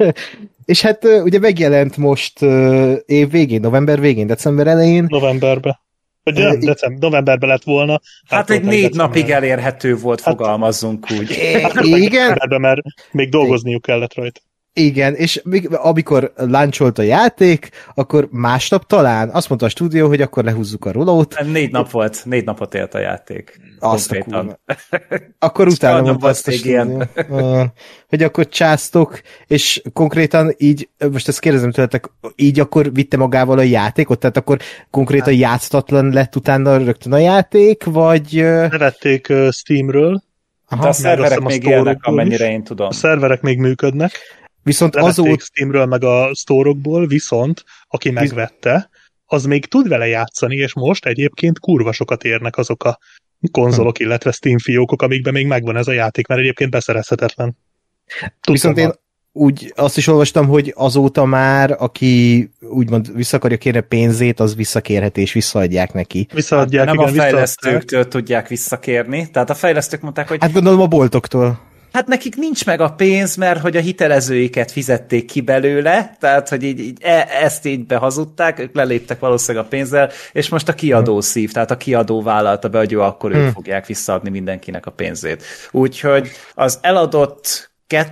C: És hát ugye megjelent most év végén, november végén, december elején.
D: Novemberben. Vagy nem, december, novemberben lett volna.
E: Hát egy négy napig elérhető volt, hát, fogalmazzunk úgy.
C: Hát, igen.
D: Mert még dolgozniuk kellett rajta.
C: Igen, és amikor láncsolt a játék, akkor másnap talán azt mondta a stúdió, hogy akkor lehúzzuk a rolót.
E: Négy nap volt, négy napot élt a játék.
C: Azt a Akkor utána mondta azt a stúdió, hogy akkor császtok, és konkrétan így, most ezt kérdezem tőletek, így akkor vitte magával a játékot? Tehát akkor konkrétan játszatlan lett utána rögtön a játék, vagy...
D: Levették uh, Steamről.
E: Aha, de a szerverek még élnek, amennyire én tudom.
D: A szerverek még működnek.
C: Viszont azóta...
D: Steamről meg a sztórokból, viszont aki megvette, az még tud vele játszani, és most egyébként kurva sokat érnek azok a konzolok, hm. illetve Steam fiókok, amikben még megvan ez a játék, mert egyébként beszerezhetetlen. Tudtam
C: viszont én úgy azt is olvastam, hogy azóta már, aki úgymond vissza akarja kérni pénzét, az visszakérhet és visszaadják neki.
D: Visszaadják,
E: hát,
D: igen,
E: nem a fejlesztőktől tudják visszakérni, tehát a fejlesztők mondták, hogy...
C: Hát gondolom a boltoktól.
E: Hát nekik nincs meg a pénz, mert hogy a hitelezőiket fizették ki belőle, tehát hogy így, így e, ezt így behazudták, ők leléptek valószínűleg a pénzzel, és most a kiadó szív, tehát a kiadó vállalta be, hogy ő akkor hmm. ők fogják visszaadni mindenkinek a pénzét. Úgyhogy az eladott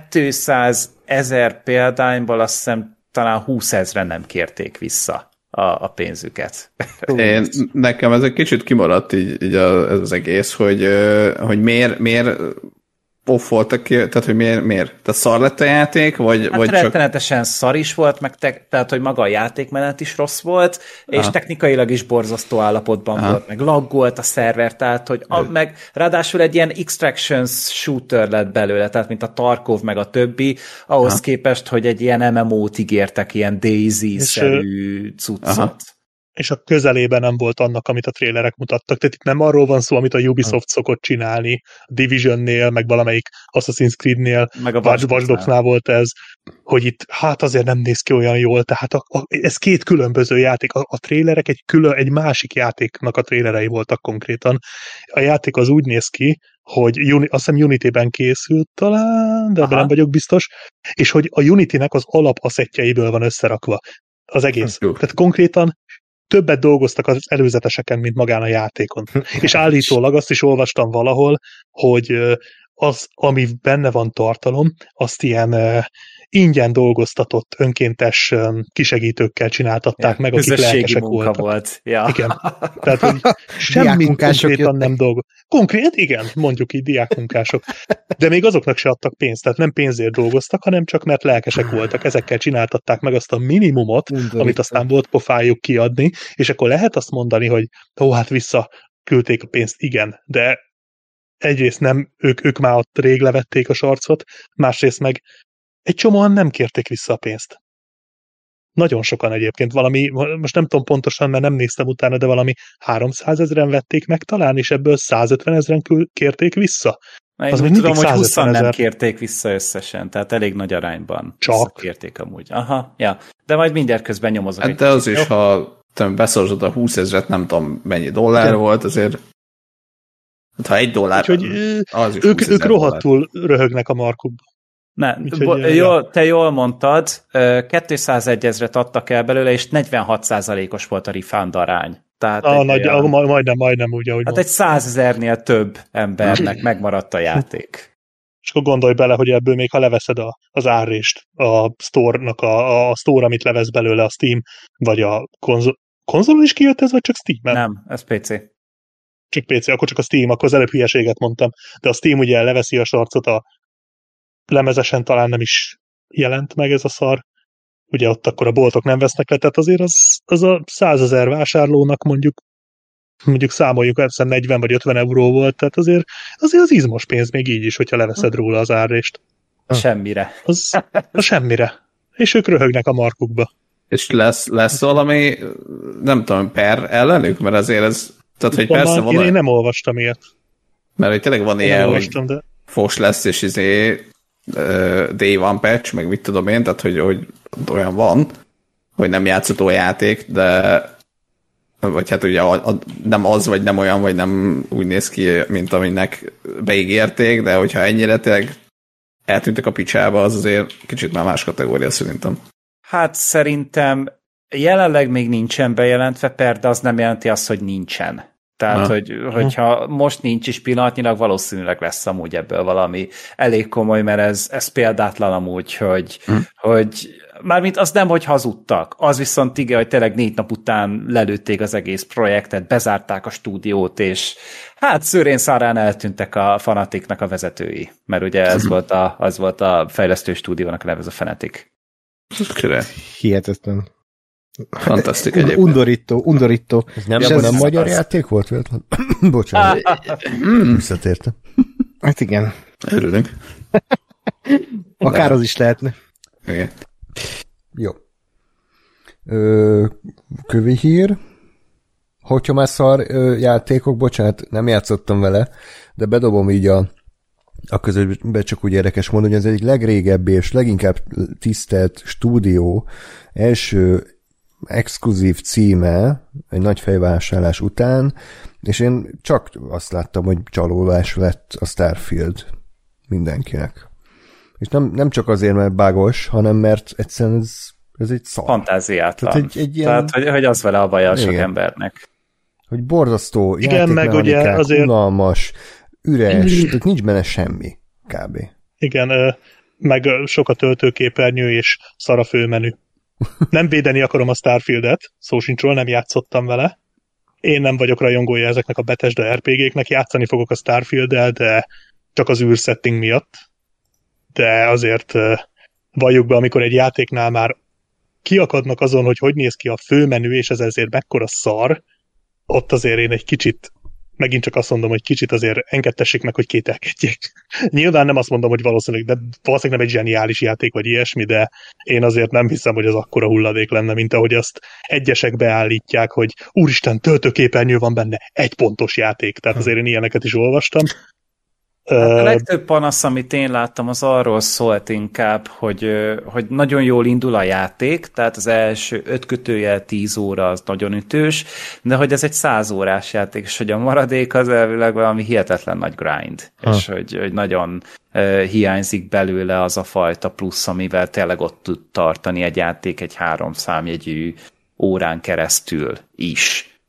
E: kétszázezer példányból azt hiszem talán húszezren nem kérték vissza a, a pénzüket.
F: Én, nekem ez egy kicsit kimaradt így, így a, ez az egész, hogy, hogy miért, miért off voltak ki, tehát hogy miért, miért? Tehát szar lett a játék, vagy,
E: hát
F: vagy
E: rettenetesen csak... szar is volt, meg te, tehát, hogy maga a játékmenet is rossz volt, és aha. technikailag is borzasztó állapotban aha. volt, meg laggolt a szerver, tehát, hogy a, meg ráadásul egy ilyen extraction shooter lett belőle, tehát mint a Tarkov, meg a többi, ahhoz aha. képest, hogy egy ilyen em em o-t ígértek, ilyen DayZ-szerű cuccot. Aha.
D: És a közelében nem volt annak, amit a trélerek mutattak. Tehát itt nem arról van szó, amit a Ubisoft szokott csinálni, a Divisionnél, meg valamelyik Assassin's Creednél, meg a Watch Dogsnál volt ez, hogy itt hát azért nem néz ki olyan jól, tehát a, a, ez két különböző játék. A, a trélerek egy, külön, egy másik játéknak a trélerei voltak konkrétan. A játék az úgy néz ki, hogy Uni, azt hiszem Unity-ben készült talán, de ebben nem vagyok biztos, és hogy a Unity-nek az alapasszettjeiből van összerakva az egész. Hm. Tehát konkrétan többet dolgoztak az előzeteseken, mint magán a játékon. És állítólag azt is olvastam valahol, hogy az, ami benne van tartalom, azt ilyen uh, ingyen dolgoztatott, önkéntes um, kisegítőkkel csináltatták ja, meg, akik lelkesek voltak.
E: Volt. Ja.
D: Igen. Tehát, hogy semmit konkrétan nem dolgoz. Konkrét, igen, mondjuk így diákmunkások. De még azoknak se adtak pénzt, tehát nem pénzért dolgoztak, hanem csak mert lelkesek voltak. Ezekkel csináltatták meg azt a minimumot, Undorító. Amit aztán volt pofájuk kiadni, és akkor lehet azt mondani, hogy ó, hát visszaküldték a pénzt, igen, de egyrészt nem, ők, ők már ott rég levették a sarcot, másrészt meg egy csomóan nem kérték vissza a pénzt. Nagyon sokan egyébként, valami, most nem tudom pontosan, mert nem néztem utána, de valami háromszázezren vették meg talán, és ebből százötvenezren kérték vissza.
E: Én az úgy tudom, hogy húszan nem kérték vissza összesen, tehát elég nagy arányban
D: csak
E: kérték amúgy. Aha, ja. De majd mindjárt közben nyomozok.
F: Hát de az is, jó? Ha te beszorzod a húszezret, nem tudom mennyi dollár de... volt, azért hát ha egy dollár,
D: úgyhogy, az is ők, ők rohadtul röhögnek a markukba.
E: Ne, bo- jó, te jól mondtad, kétszázegy ezret adtak el belőle, és negyvenhat százalékos volt a refund arány. Tehát
D: a, nagy, olyan, majdnem, majdnem úgy, ahogy
E: hát egy százezernél több embernek megmaradt a játék.
D: És akkor gondolj bele, hogy ebből még ha leveszed a, az árrést, a store-nak, a, a store, amit levesz belőle a Steam, vagy a konzol... Konzolon is kijött ez, vagy csak Steam-en?
E: Nem, ez pé cé.
D: Csak pé cé, akkor csak a Steam, akkor az előbb hülyeséget mondtam. De a Steam ugye leveszi a sarcot, a lemezesen talán nem is jelent meg ez a szar. Ugye ott akkor a boltok nem vesznek le, tehát azért az, az a százezer vásárlónak mondjuk mondjuk számoljuk, egyszer negyven vagy ötven euró volt, tehát azért, azért az izmos pénz még így is, hogyha leveszed róla az árrést.
E: Semmire.
D: Az, a semmire. És ők röhögnek a markukba.
F: És lesz, lesz valami, nem tudom, per ellenük? Mert azért ez, tehát hogy
D: Onnan,
F: persze van...
D: Én, én nem olvastam ilyet.
F: Mert hogy tényleg van
D: én
F: ilyen, hogy
D: de...
F: fos lesz, és izé uh, day one patch, meg mit tudom én, tehát hogy, hogy olyan van, hogy nem játszható játék, de vagy hát ugye a, a, nem az, vagy nem olyan, vagy nem úgy néz ki, mint aminek beígérték, de hogyha ennyire tényleg eltűntek a picsába, az azért kicsit már más kategória szerintem.
E: Hát szerintem jelenleg még nincsen bejelentve per, de az nem jelenti azt, hogy nincsen. Tehát, hogy, hogyha most nincs is pillanatnyilag, valószínűleg lesz amúgy ebből valami elég komoly, mert ez, ez példátlan amúgy, hogy, hm. hogy mármint az nem, hogy hazudtak, az viszont igen, hogy tényleg négy nap után lelőtték az egész projektet, bezárták a stúdiót, és hát szőrén szárán eltűntek a Fanaticnak a vezetői, mert ugye ez volt a, az volt a fejlesztő stúdiónak a neve, ez a Fanatic.
C: Hihetetlen.
F: Fantasztik egyébként.
C: Undorító, undorító.
B: Ez nem, ja, nem magyar az... játék volt? Bocsánat. Visszatértem.
C: Hát igen.
F: Örülünk.
C: Akár az is lehetne.
F: Igen.
B: Jó. Ö, kövi hír. Hogyha már szar ö, játékok, bocsánat, nem játszottam vele, de bedobom így a, a közösbe, csak úgy érdekes módon, hogy ez egyik legrégebbi és leginkább tisztelt stúdió első exkluzív címe egy nagy fejvásárlás után, és én csak azt láttam, hogy csalódás lett a Starfield mindenkinek. És nem, nem csak azért, mert bugos, hanem mert egyszerűen ez, ez egy szar.
E: Fantáziátlan.
B: Tehát, egy, egy ilyen...
E: Tehát hogy, hogy az vele a baj a sok embernek.
B: Hogy borzasztó,
D: igen, meg ugye azért...
B: unalmas, üres, tehát nincs benne semmi, kb.
D: Igen, meg sok a töltőképernyő és szar a főmenü. Nem védeni akarom a Starfieldet, szó sincs róla, nem játszottam vele. Én nem vagyok rajongója ezeknek a Bethesda er pé géknek, játszani fogok a Starfielddel, de csak az űrsetting miatt. De azért valljuk be, amikor egy játéknál már kiakadnak azon, hogy hogy néz ki a főmenü, és ez ezért mekkora szar, ott azért én egy kicsit, megint csak azt mondom, hogy kicsit azért engedtessék meg, hogy kételkedjék. Nyilván nem azt mondom, hogy valószínűleg, de valószínűleg nem egy zseniális játék, vagy ilyesmi, de én azért nem hiszem, hogy az akkora hulladék lenne, mint ahogy azt egyesek beállítják, hogy úristen, töltőképernyő van benne, egy pontos játék. Tehát azért én ilyeneket is olvastam.
E: Hát a legtöbb panasz, amit én láttam, az arról szólt inkább, hogy, hogy nagyon jól indul a játék, tehát az első öt kötőjel tíz óra az nagyon ütős, de hogy ez egy száz órás játék, és hogy a maradék az elvileg valami hihetetlen nagy grind, ha. És hogy, hogy nagyon uh, hiányzik belőle az a fajta plusz, amivel tényleg ott tud tartani egy játék egy három számjegyű órán keresztül is.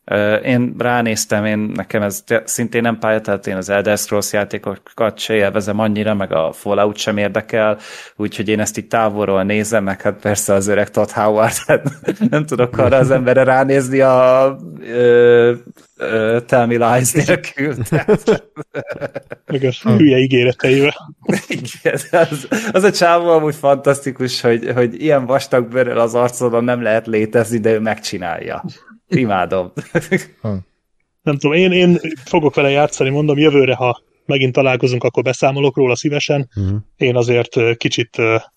E: Én ránéztem, én nekem ez szintén nem pálya, tehát én az Elder Scrolls játékokat se élvezem annyira, meg a Fallout sem érdekel, úgyhogy én ezt így távolról nézem, meg hát persze az öreg Todd Howard, hát nem tudok arra az emberre ránézni a ö, ö, Tell Me Lies nélkül.
D: Meg a hülye ígéreteivel.
E: Igen, az, az a csávó amúgy fantasztikus, hogy, hogy ilyen vastag bőrrel az arcodon nem lehet létezni, de ő megcsinálja. Imádom.
D: Nem tudom, én, én fogok vele játszani, mondom, jövőre, ha megint találkozunk, akkor beszámolok róla szívesen. Uh-huh. Én azért kicsit,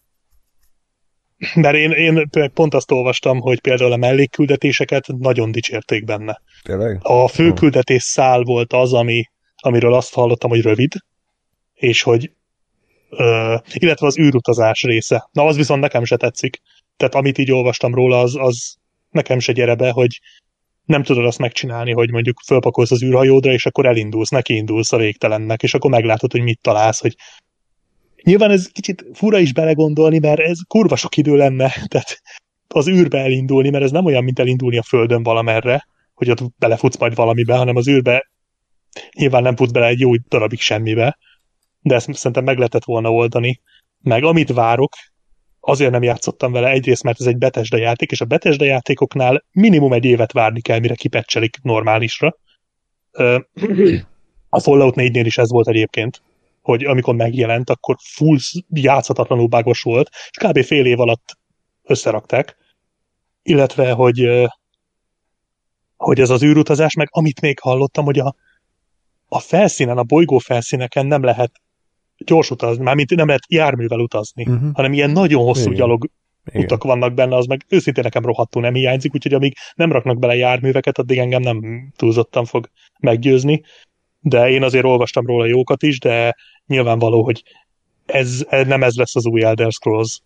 D: mert én, én pont azt olvastam, hogy például a mellékküldetéseket nagyon dicsérték benne.
B: Tényleg?
D: A főküldetés szál volt az, ami, amiről azt hallottam, hogy rövid, és hogy uh, illetve az űrutazás része. Na, az viszont nekem se tetszik. Tehát amit így olvastam róla, az, az nekem se gyere be, hogy nem tudod azt megcsinálni, hogy mondjuk fölpakolsz az űrhajódra, és akkor elindulsz, nekiindulsz a végtelennek, és akkor meglátod, hogy mit találsz, hogy nyilván ez kicsit fura is belegondolni, mert ez kurva sok idő lenne, tehát az űrbe elindulni, mert ez nem olyan, mint elindulni a Földön valamerre, hogy ott belefutsz majd valamibe, hanem az űrbe nyilván nem futsz bele egy jó darabig semmibe, de ezt szerintem meg lehetett volna oldani. Meg amit várok, azért nem játszottam vele, egyrészt, mert ez egy Bethesda játék, és a Bethesda játékoknál minimum egy évet várni kell, mire kipecselik normálisra. A Fallout négynél is ez volt egyébként, hogy amikor megjelent, akkor full játszhatatlanul bugos volt, és kb. Fél év alatt összerakták. Illetve, hogy, hogy ez az űrutazás, meg amit még hallottam, hogy a, a felszínen, a bolygó felszíneken nem lehet gyors utazni, mármint nem lehet járművel utazni, uh-huh. hanem ilyen nagyon hosszú Igen. gyalog Igen. utak vannak benne, az meg őszintén nekem rohadtul nem hiányzik, úgyhogy amíg nem raknak bele járműveket, addig engem nem túlzottan fog meggyőzni, de én azért olvastam róla jókat is, de nyilvánvaló, hogy ez, nem ez lesz az új Elder Scrolls.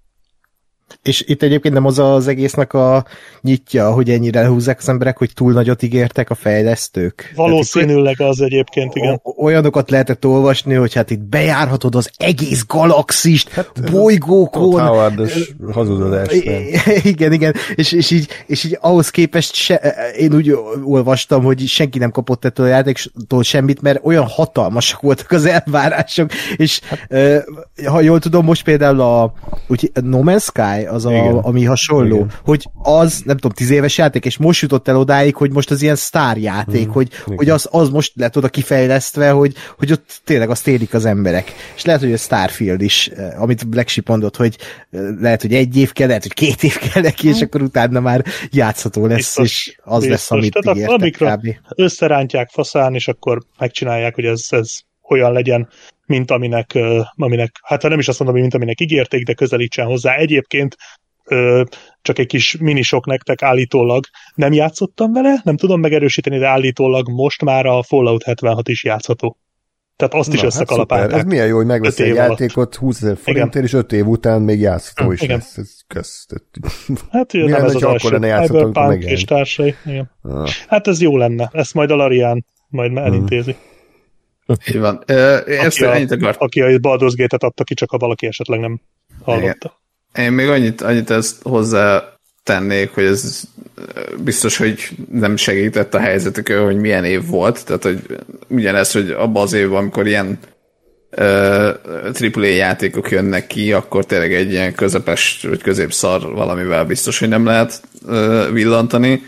C: És itt egyébként nem az az egésznek a nyitja, hogy ennyire húzzák az emberek, hogy túl nagyot ígértek a fejlesztők.
D: Valószínűleg az egyébként, igen.
C: Olyanokat lehetett olvasni, hogy hát itt bejárhatod az egész galaxist, hát, bolygókon.
B: Howardos hazudozás.
C: Igen, igen. És, és, így, és így ahhoz képest se, én úgy olvastam, hogy senki nem kapott ettől a játéktól semmit, mert olyan hatalmasak voltak az elvárások, és hát, ha jól tudom, most például a, úgy, a No Man's Sky az, a, ami hasonló, Igen. hogy az, nem tudom, tíz éves játék, és most jutott el odáig, hogy most az ilyen sztárjáték, mm. hogy, hogy az, az most lett oda kifejlesztve, hogy, hogy ott tényleg azt érik az emberek. És lehet, hogy a Starfield is, amit Black Sheep mondott, hogy lehet, hogy egy év kell, lehet, hogy két év kell neki, és akkor utána már játszható lesz, biztos, és az biztos. Lesz, amit
D: Tehát
C: ígértek kb.
D: Összerántják faszán, és akkor megcsinálják, hogy ez, ez olyan legyen, mint aminek, aminek, hát nem is azt mondom, mint aminek ígérték, de közelítsen hozzá. Egyébként csak egy kis minisok nektek állítólag nem játszottam vele, nem tudom megerősíteni, de állítólag most már a Fallout hetvenhat is játszható. Tehát azt Na, is összekalapálták.
B: Hát ez milyen jó, hogy megvesz egy játékot húszezer forintért, és öt év után még játszható is
D: Igen.
B: lesz. Ez kösz.
D: Hát ugye nem ez az első Cyberpunk és társai. Igen. Ah. Hát ez jó lenne. Ezt majd a Larian majd elintézi. Hmm.
F: Így van. Ezt
D: aki, a, aki a Baldur's Gate-et adta ki, csak ha valaki esetleg nem hallotta.
F: Én, én még annyit, annyit ezt hozzá tennék, hogy ez biztos, hogy nem segített a helyzetükön, hogy milyen év volt. Tehát, hogy ugyanez, hogy abban az évben, amikor ilyen triple A játékok jönnek ki, akkor tényleg egy ilyen közepes, vagy középszar valamivel biztos, hogy nem lehet uh, villantani.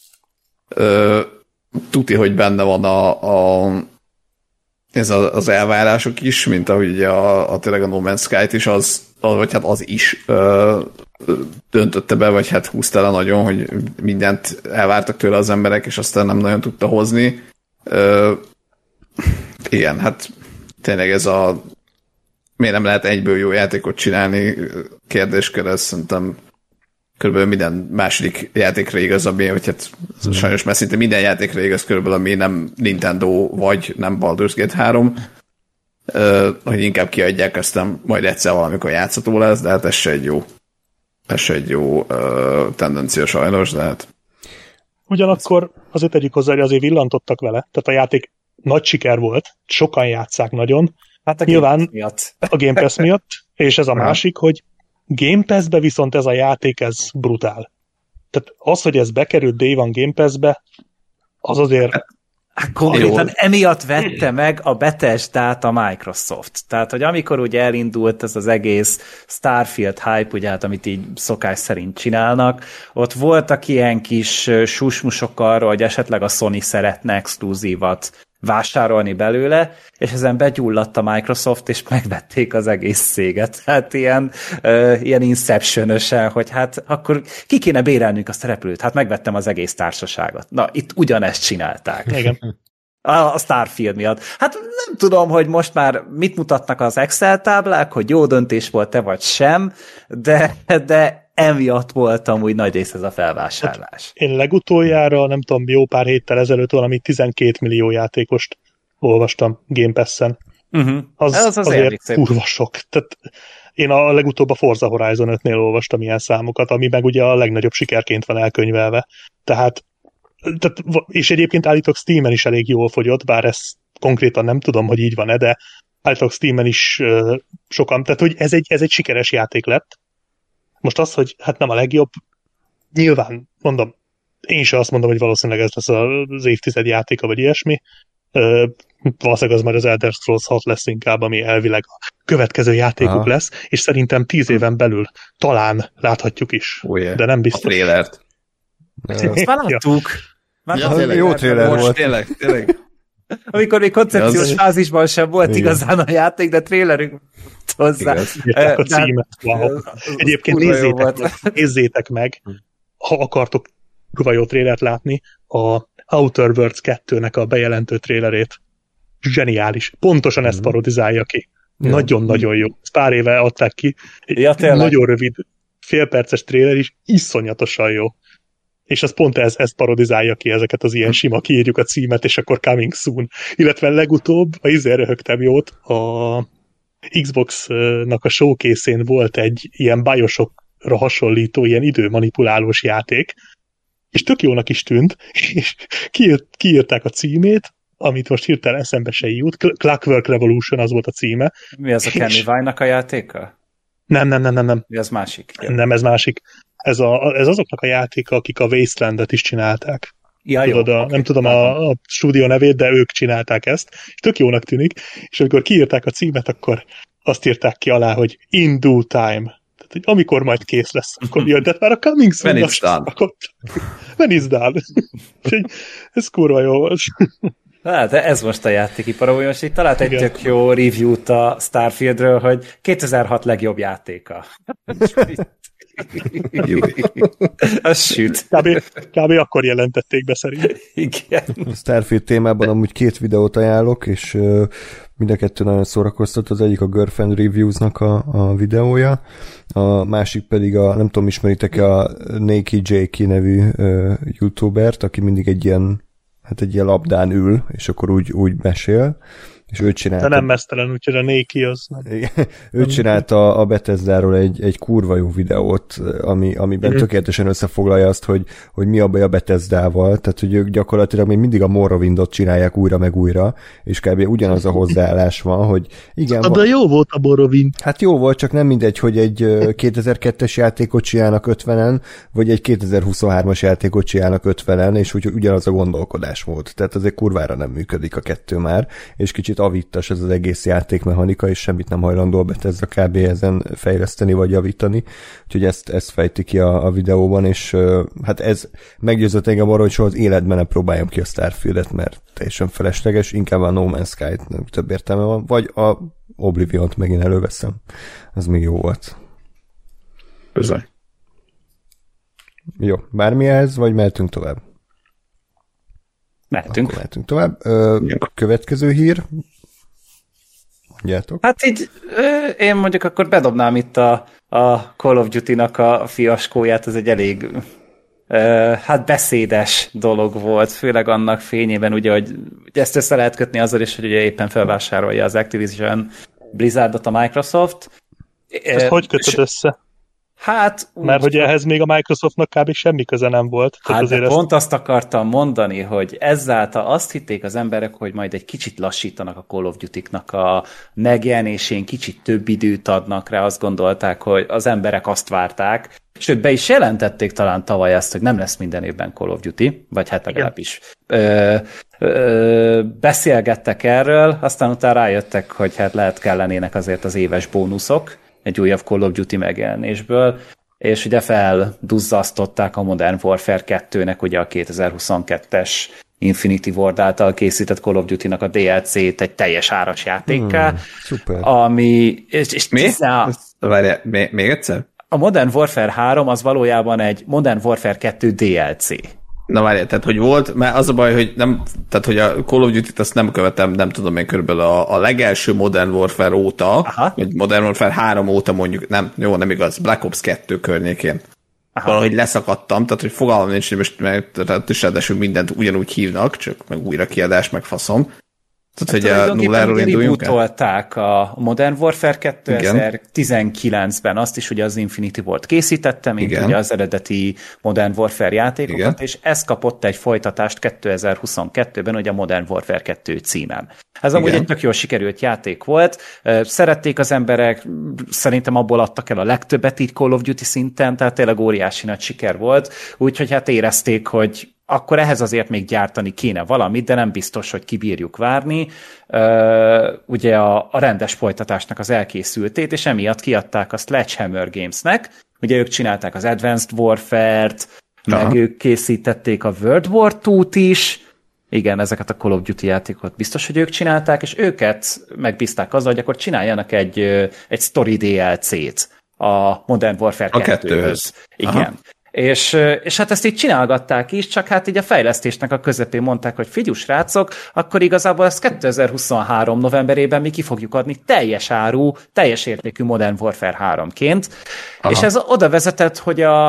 F: Uh, tuti, hogy benne van a, a ez a, az elvárások is, mint ahogy a, a tényleg a No Man's Sky-t is, az, vagy hát az is ö, döntötte be, vagy hát húzta le nagyon, hogy mindent elvártak tőle az emberek, és aztán nem nagyon tudta hozni. Ö, igen, hát tényleg ez a miért nem lehet egyből jó játékot csinálni kérdéskör, ez szerintem körülbelül minden második játékra igaz, ami, vagy hát mm. sajnos már szinte minden játékra igaz körülbelül, ami nem Nintendo, vagy nem Baldur's Gate három, uh, hogy inkább kiadják, aztán majd egyszer valamikor játszható lesz, de hát ez se egy jó, ez se egy jó uh, tendencia sajnos, de hát...
D: Ugyanakkor azért tegyük hozzá, hogy azért villantottak vele, tehát a játék nagy siker volt, sokan játsszák nagyon,
E: hát a
D: nyilván
E: Game Pass miatt.
D: a Game Pass miatt, és ez a másik, hogy Game Pass-be viszont ez a játék, ez brutál. Tehát az, hogy ez bekerült Day One Game Pass-be, Az azért...
E: Hát konkrétan emiatt vette meg a Bethesdát a Microsoft. Tehát, hogy amikor ugye elindult ez az egész Starfield hype, ugye, hát, amit így szokás szerint csinálnak, ott voltak ilyen kis susmusok arra, hogy esetleg a Sony szeretne exkluzívat vásárolni belőle, és ezen begyulladt a Microsoft, és megvették az egész céget. Hát ilyen, uh, ilyen Inception-ösen, hogy hát akkor ki kéne bérelnünk azt a repülőt? Hát megvettem az egész társaságot. Na, itt ugyanezt csinálták.
D: Igen.
E: A Starfield miatt. Hát nem tudom, hogy most már mit mutatnak az Excel táblák, hogy jó döntés volt-e vagy sem, de, de emiatt voltam úgy nagy rész ez a felvásárlás.
D: Hát én legutoljára, nem tudom, jó pár héttel ezelőtt valami tizenkét millió játékost olvastam Game Pass-en. Uh-huh. Az, az, az azért kurva sok. Tehát én a legutóbb a Forza Horizon ötnél olvastam ilyen számokat, ami meg ugye a legnagyobb sikerként van elkönyvelve. Tehát, tehát és egyébként állítok Steamen is elég jól fogyott, bár ezt konkrétan nem tudom, hogy így van-e, de állítok Steamen is uh, sokan. Tehát, hogy ez egy, ez egy sikeres játék lett. Most az, hogy hát nem a legjobb, nyilván, mondom, én sem azt mondom, hogy valószínűleg ez lesz az évtized játéka, vagy ilyesmi. Uh, valószínűleg az majd az Elder Scrolls hat lesz inkább, ami elvileg a következő játékuk Aha. lesz, és szerintem tíz éven belül talán láthatjuk is, oh, yeah. de nem biztos.
F: A trélert.
E: Azt már láttuk. Már
F: ja, tényleg, jó tréler volt. Most tényleg, tényleg.
E: Amikor még koncepciós fázisban sem volt igen. igazán a játék, de trélerünk hozzá.
D: A címet. Wow. Egyébként nézzétek meg, nézzétek meg, ha akartok kurva jó trélert látni, a Outer Worlds kettőnek a bejelentő trélerét. Zseniális. Pontosan mm. ezt parodizálja ki. Ja. Nagyon-nagyon jó. Ezt pár éve adták ki. Egy ja, nagyon rövid, félperces tréler is, iszonyatosan jó. És az pont ez, ez parodizálja ki ezeket az ilyen sima, kiírjuk a címet, és akkor coming soon. Illetve legutóbb, a izé röhögtem jót, a Xbox-nak a showcase-én volt egy ilyen BioShockra hasonlító, ilyen időmanipulálós játék, és tök jónak is tűnt, és kiírt, kiírták a címét, amit most hirtelen eszembe se jut, Clockwork Revolution az volt a címe.
E: Mi az a Kenny Vine-nak a játéka?
D: Nem, nem, nem, nem. nem.
E: Mi az másik?
D: Nem, ez másik. Ez, a, ez azoknak a játéka, akik a Wastelandet is csinálták. Ja, Tudod, jó, a, okay. Nem tudom a, a stúdió nevét, de ők csinálták ezt, és tök jónak tűnik, és amikor kiírták a címet, akkor azt írták ki alá, hogy in due time. Tehát, hogy amikor majd kész lesz, akkor jön, de már a coming soon.
F: When it's done.
D: When it's done. Ez kurva jó volt.
E: Hát, de ez most a játékipar, hogy most itt talált egy tök jó review-t a Starfieldről, hogy kétezer-hat legjobb játéka. Az süt.
D: Kb, kb. Akkor jelentették be szerint.
E: Igen.
B: A Starfield témában amúgy két videót ajánlok, és uh, mind a kettő nagyon szórakoztat. Az egyik a Girlfriend Reviews-nak a, a videója, a másik pedig a, nem tudom, ismeritek a Naked Jakey nevű uh, youtubert, aki mindig egy ilyen, hát egy ilyen labdán ül, és akkor úgy, úgy mesél. És ő csinálta...
D: De nem mesztelen, úgyhogy a Néki az...
B: ő csinálta a Bethesdáról egy, egy kurva jó videót, ami, amiben mm. tökéletesen összefoglalja azt, hogy, hogy mi a baj a Bethesdával, tehát hogy ők gyakorlatilag még mindig a Morrowindot csinálják újra meg újra, és kb. Ugyanaz a hozzáállás van, hogy igen...
D: De van... jó volt a Morrowind.
B: Hát jó volt, csak nem mindegy, hogy egy kétezer-kettes játékot csinálnak ötvenen, vagy egy kétezer-huszonhármas játékot csinálnak ötvenen, és úgy ugyanaz a gondolkodásmód. Tehát azért kurvára nem működik a kettő már, és kicsit avittas ez az egész játékmechanika, és semmit nem hajlandó a Bethesda kb. Ezen fejleszteni vagy javítani. Úgyhogy ezt, ezt fejti ki a, a videóban, és uh, hát ez meggyőzött engem arra, hogy soha az életben nem próbáljam ki a Starfieldet, mert teljesen felesleges, inkább a No Man's Sky-t több értelme van, vagy a Oblivion-t megint előveszem. Az még jó volt.
F: Bizony.
B: Jó, bármi ez, vagy mehetünk tovább?
E: Mehetünk.
B: Akkor mehetünk tovább. Ö, következő hír. Mondjátok.
E: Hát így én mondjuk akkor bedobnám itt a, a Call of Duty-nak a fiaskóját, ez egy elég hát beszédes dolog volt, főleg annak fényében, ugye, hogy ezt össze lehet kötni azzal is, hogy ugye éppen felvásárolja az Activision Blizzardot a Microsoft.
D: Ezt e, hogy kötöd össze?
E: Hát,
D: mert hogy ehhez még a Microsoftnak kb. Semmi köze nem volt.
E: Hát azért pont ezt... azt akartam mondani, hogy ezáltal azt hitték az emberek, hogy majd egy kicsit lassítanak a Call of Duty-knak a megjelenésén, kicsit több időt adnak rá, azt gondolták, hogy az emberek azt várták. Sőt, be is jelentették talán tavaly ezt, hogy nem lesz minden évben Call of Duty, vagy hát legalábbis ö, ö, beszélgettek erről, aztán utána rájöttek, hogy hát lehet kellenének azért az éves bónuszok, egy újabb Call of Duty megjelenésből, és ugye felduzzasztották a Modern Warfare kettőnek ugye a kétezer-huszonkettes Infinity Ward által készített Call of Duty-nak a dé el cét egy teljes áras játékká, hmm,
B: szuper.
E: Ami... És, és
F: Mi? Tisztán... Várjál, még, még egyszer?
E: A Modern Warfare három az valójában egy Modern Warfare kettő dé el cé.
F: Na várjál, tehát hogy volt, mert az a baj, hogy nem, tehát hogy a Call of Duty-t azt nem követem, nem tudom én körülbelül a, a legelső Modern Warfare óta, aha, vagy Modern Warfare három óta mondjuk, nem, jó, nem igaz, Black Ops kettő környékén. Aha. Valahogy leszakadtam, tehát hogy fogalmam nincs, hogy most mert is ráadásul mindent ugyanúgy hívnak, csak meg újra kiadás, meg faszom. Tehát, hát, hogy a nulláról induljunk el?
E: Rebootolták a Modern Warfare kétezer-tizenkilencben, azt is ugye az Infinity Ward készítette, mint igen, ugye az eredeti Modern Warfare játékokat, igen, és ez kapott egy folytatást kétezer-huszonkettőben, ugye a Modern Warfare kettő címen. Ez amúgy igen, egy tök jól sikerült játék volt, szerették az emberek, szerintem abból adtak el a legtöbbet így Call of Duty szinten, tehát tényleg óriási nagy siker volt, úgyhogy hát érezték, hogy akkor ehhez azért még gyártani kéne valamit, de nem biztos, hogy kibírjuk várni. Uh, ugye a, a rendes folytatásnak az elkészültét, és emiatt kiadták a Sledgehammer Gamesnek. Ugye ők csinálták az Advanced Warfare-t, aha, meg ők készítették a World War kettőt is. Igen, ezeket a Call of Duty játékot biztos, hogy ők csinálták, és őket megbízták azzal, hogy akkor csináljanak egy, egy Story dé el cét a Modern Warfare kettőhöz. Igen. Aha. És, és hát ezt így csinálgatták is, csak hát így a fejlesztésnek a közepén mondták, hogy figyelj srácok, akkor igazából ezt kétezer-huszonhárom novemberében mi ki fogjuk adni teljes áru, teljes értékű Modern Warfare háromként. Aha. És ez oda vezetett, hogy a,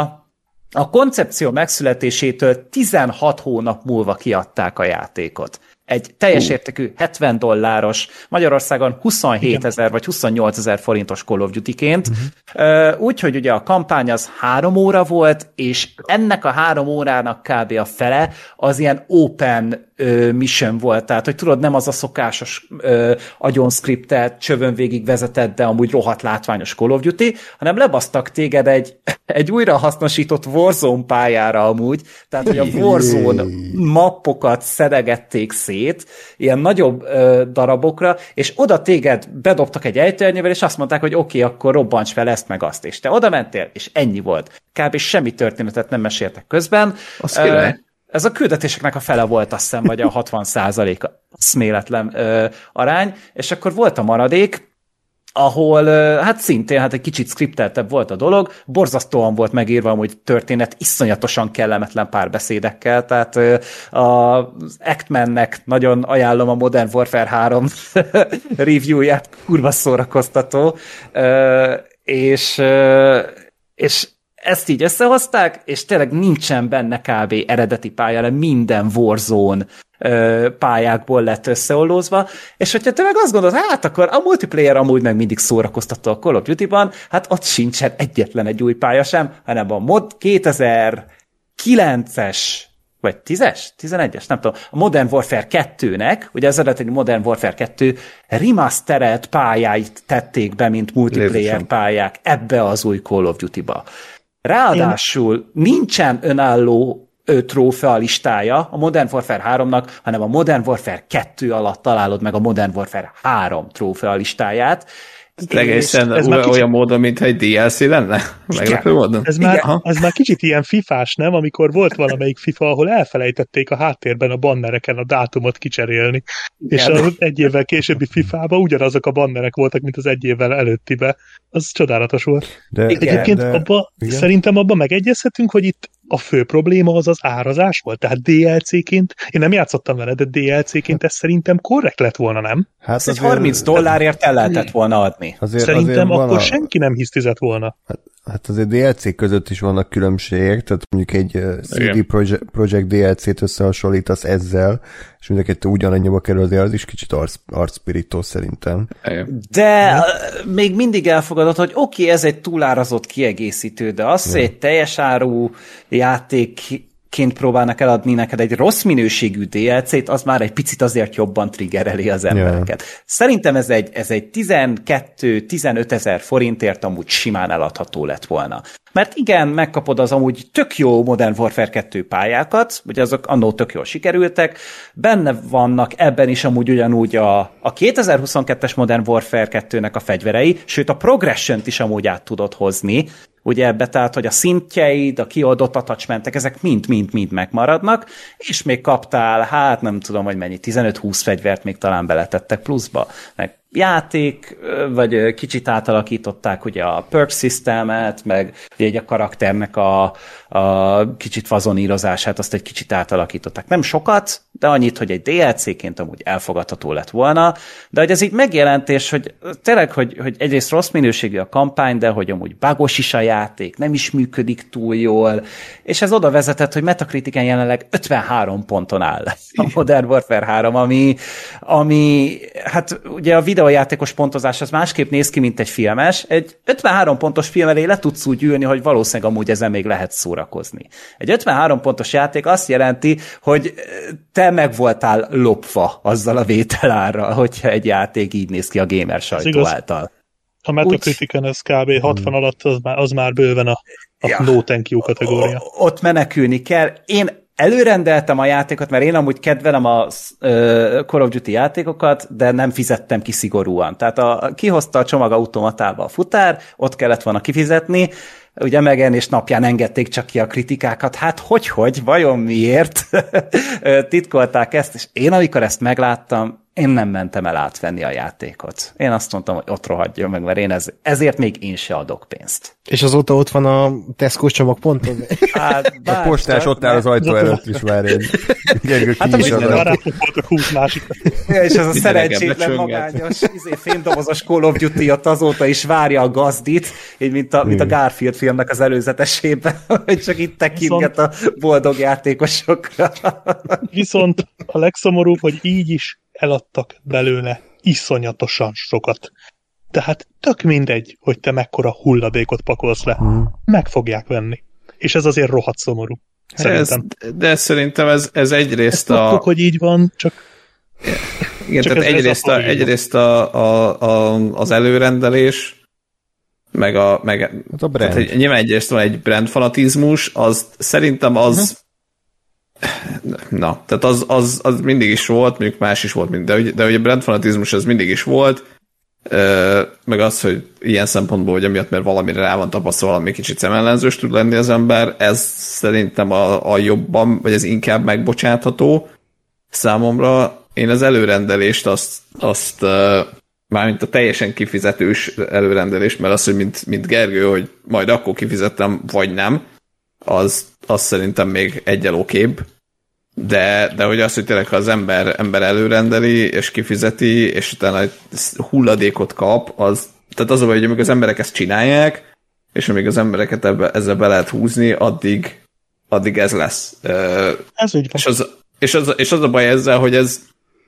E: a koncepció megszületésétől tizenhat hónap múlva kiadták a játékot. Egy teljes értékű hetven dolláros, Magyarországon huszonhétezer vagy huszonnyolcezer forintos Call of Duty-ként. Uh-huh. Úgyhogy ugye a kampány az három óra volt, és ennek a három órának kb. A fele az ilyen open ö, mission volt, tehát hogy tudod, nem az a szokásos ö, agyon scriptet, csövön végig vezetett, de amúgy rohadt látványos Call of Duty, hanem lebasztak téged egy, egy újrahasznosított Warzone pályára amúgy, tehát hogy a Warzone mappokat szedegették szét, ilyen nagyobb ö, darabokra, és oda téged bedobtak egy ejtőernyővel, és azt mondták, hogy oké, okay, akkor robbancs fel ezt meg azt, és te oda mentél, és ennyi volt. Kb. Semmi történetet nem meséltek közben.
F: Azt uh,
E: ez a küldetéseknek a fele volt, azt hiszem, vagy a hatvan százalék eszméletlen uh, arány, és akkor volt a maradék, ahol hát szintén hát egy kicsit skripteltebb volt a dolog, borzasztóan volt megírva amúgy történet, iszonyatosan kellemetlen párbeszédekkel, tehát az Actmannek nagyon ajánlom a Modern Warfare három reviewját, kurva szórakoztató, és, és ezt így összehozták, és tényleg nincsen benne kb. Eredeti pálya, de minden Warzone pályákból lett összeollózva, és hogyha te meg azt gondolod, hát akkor a multiplayer amúgy meg mindig szórakoztató a Call of Duty-ban, hát ott sincsen egyetlen egy új pálya sem, hanem a mod kétezer-kilences vagy tízes? tizenegyes? Nem tudom. A Modern Warfare kettőnek, ugye az eredeti Modern Warfare kettő remasterelt pályáit tették be, mint multiplayer Lézesen. pályák ebbe az új Call of Duty-ba. Ráadásul Én... nincsen önálló trófea listája a Modern Warfare háromnak, hanem a Modern Warfare kettő alatt találod meg a Modern Warfare három trófea listáját.
F: Egészen ez olyan kicsit... módon, mintha egy dé el cé lenne? Meglepő módon?
D: Ez már, ez már kicsit ilyen fifás, nem? Amikor volt valamelyik FIFA, ahol elfelejtették a háttérben a bannereken a dátumot kicserélni. Igen. És az egy évvel későbbi fifában ugyanazok a bannerek voltak, mint az egy évvel előttibe. Az csodálatos volt. De, Egyébként de, abba, szerintem abban megegyezhetünk, hogy itt a fő probléma az az árazás volt, tehát dé el cé-ként, én nem játszottam vele, de dé el cé-ként ez szerintem korrekt lett volna, nem?
E: Hát ez egy harminc dollárért el lehetett volna adni.
D: Azért, szerintem azért akkor a... senki nem hisztizett volna.
B: Hát Hát azért dé el cé között is vannak különbségek, tehát mondjuk egy cé dé Projekt, Projekt dé el cét összehasonlítasz ezzel, és mind a kettő ugyanannyiba kerül, azért az is kicsit arc, arcpirító szerintem.
E: De hmm. még mindig elfogadod, hogy oké, okay, ez egy túlárazott kiegészítő, de az, hogy egy teljes áru játék ként próbálnak eladni neked egy rossz minőségű dé el cét, az már egy picit azért jobban triggereli az embereket. Yeah. Szerintem ez egy, ez egy tizenkettő-tizenöt ezer forintért amúgy simán eladható lett volna. Mert igen, megkapod az amúgy tök jó Modern Warfare kettő pályákat, ugye azok annó tök jól sikerültek, benne vannak ebben is amúgy ugyanúgy a, a kétezer-huszonkettes Modern Warfare kettőnek a fegyverei, sőt a progression-t is amúgy át tudod hozni, ugye ebbe, tehát, hogy a szintjeid, a kioldott attachmentek, ezek mind-mind-mind megmaradnak, és még kaptál, hát nem tudom, hogy mennyi, tizenöt-húsz fegyvert még talán beletettek pluszba, meg játék, vagy kicsit átalakították ugye a perk systemet, meg ugye a karakternek a, a kicsit fazonírozását, azt egy kicsit átalakították. Nem sokat, de annyit, hogy egy dé el cé-ként amúgy elfogadható lett volna, de hogy ez így megjelentés, hogy tényleg, hogy, hogy egyrészt rossz minőségű a kampány, de hogy amúgy bugos is a játék, nem is működik túl jól, és ez oda vezetett, hogy Metacritiken jelenleg ötvenhárom ponton áll a Modern Warfare három, ami, ami hát ugye a videójátékos pontozás az másképp néz ki, mint egy filmes. Egy ötvenhárom pontos film elé le tudsz úgy ülni, hogy valószínűleg amúgy ezen még lehet szórakozni. Egy ötvenhárom pontos játék azt jelenti, hogy te meg voltál lopva azzal a vételárral, hogyha egy játék így néz ki a gamer sajtó által.
D: A Metacritiken ez kb. hatvan hmm. alatt, az már, az már bőven a, a ja. no thank you kategória.
E: O, ott menekülni kell. Én előrendeltem a játékot, mert én amúgy kedvelem a uh, Call of Duty játékokat, de nem fizettem ki szigorúan. Tehát a, kihozta a csomagautomatába a futár, ott kellett volna kifizetni, ugye megjelenés napján engedték csak ki a kritikákat, hát hogy-hogy, vajon miért titkolták ezt, és én amikor ezt megláttam, én nem mentem el átvenni a játékot. Én azt mondtam, hogy ott rohadjon meg, mert én ez, ezért még én se adok pénzt.
C: És azóta ott van a Tesco csomagponton?
B: Hát, a postás ott áll az ajtó előtt is már egy Gergő ki
D: hát,
B: is adott.
D: húsz másik.
E: Ja, és az a szerencsétlen magányos izé, fémdobozos Call of Duty ott azóta is várja a gazdit, így mint a, mint a Garfield filmnek az előzetesében, hogy csak itt tekintget a boldog játékosokra.
D: Viszont a legszomorúbb, hogy így is eladtak belőle iszonyatosan sokat. Tehát tök mindegy, hogy te mekkora hulladékot pakolsz le. Hmm. Meg fogják venni. És ez azért rohadt szomorú. Szerintem.
F: Ez, de szerintem ez, ez egyrészt
D: Ezt
F: a...
D: tudtuk, hogy így van, csak...
F: Igen, csak tehát egyrészt, a, egyrészt a, a, a, az előrendelés, meg a... Meg,
B: hát a brand.
F: Tehát, nyilván egyrészt van egy brand fanatizmus, az szerintem az... Uh-huh. Na, tehát az, az, az mindig is volt, mondjuk más is volt, de, de hogy a brand fanatizmus az mindig is volt, meg az, hogy ilyen szempontból, hogy amiatt, mert valamire rá van tapasztalva, valami kicsit szemellenzős tud lenni az ember, ez szerintem a, a jobban, vagy ez inkább megbocsátható számomra. Én az előrendelést azt, azt mármint a teljesen kifizetős előrendelést, mert az, hogy mint, mint Gergő, hogy majd akkor kifizettem, vagy nem, az, az szerintem még egyel okébb. De, de hogy az, hogy tényleg, ha az ember, ember előrendeli, és kifizeti, és utána egy hulladékot kap, az, tehát az a baj, hogy amíg az emberek ezt csinálják, és amíg az embereket ebbe, ezzel be lehet húzni, addig, addig ez lesz.
D: Ez úgy van.
F: És az, és, az, és az a baj ezzel, hogy ez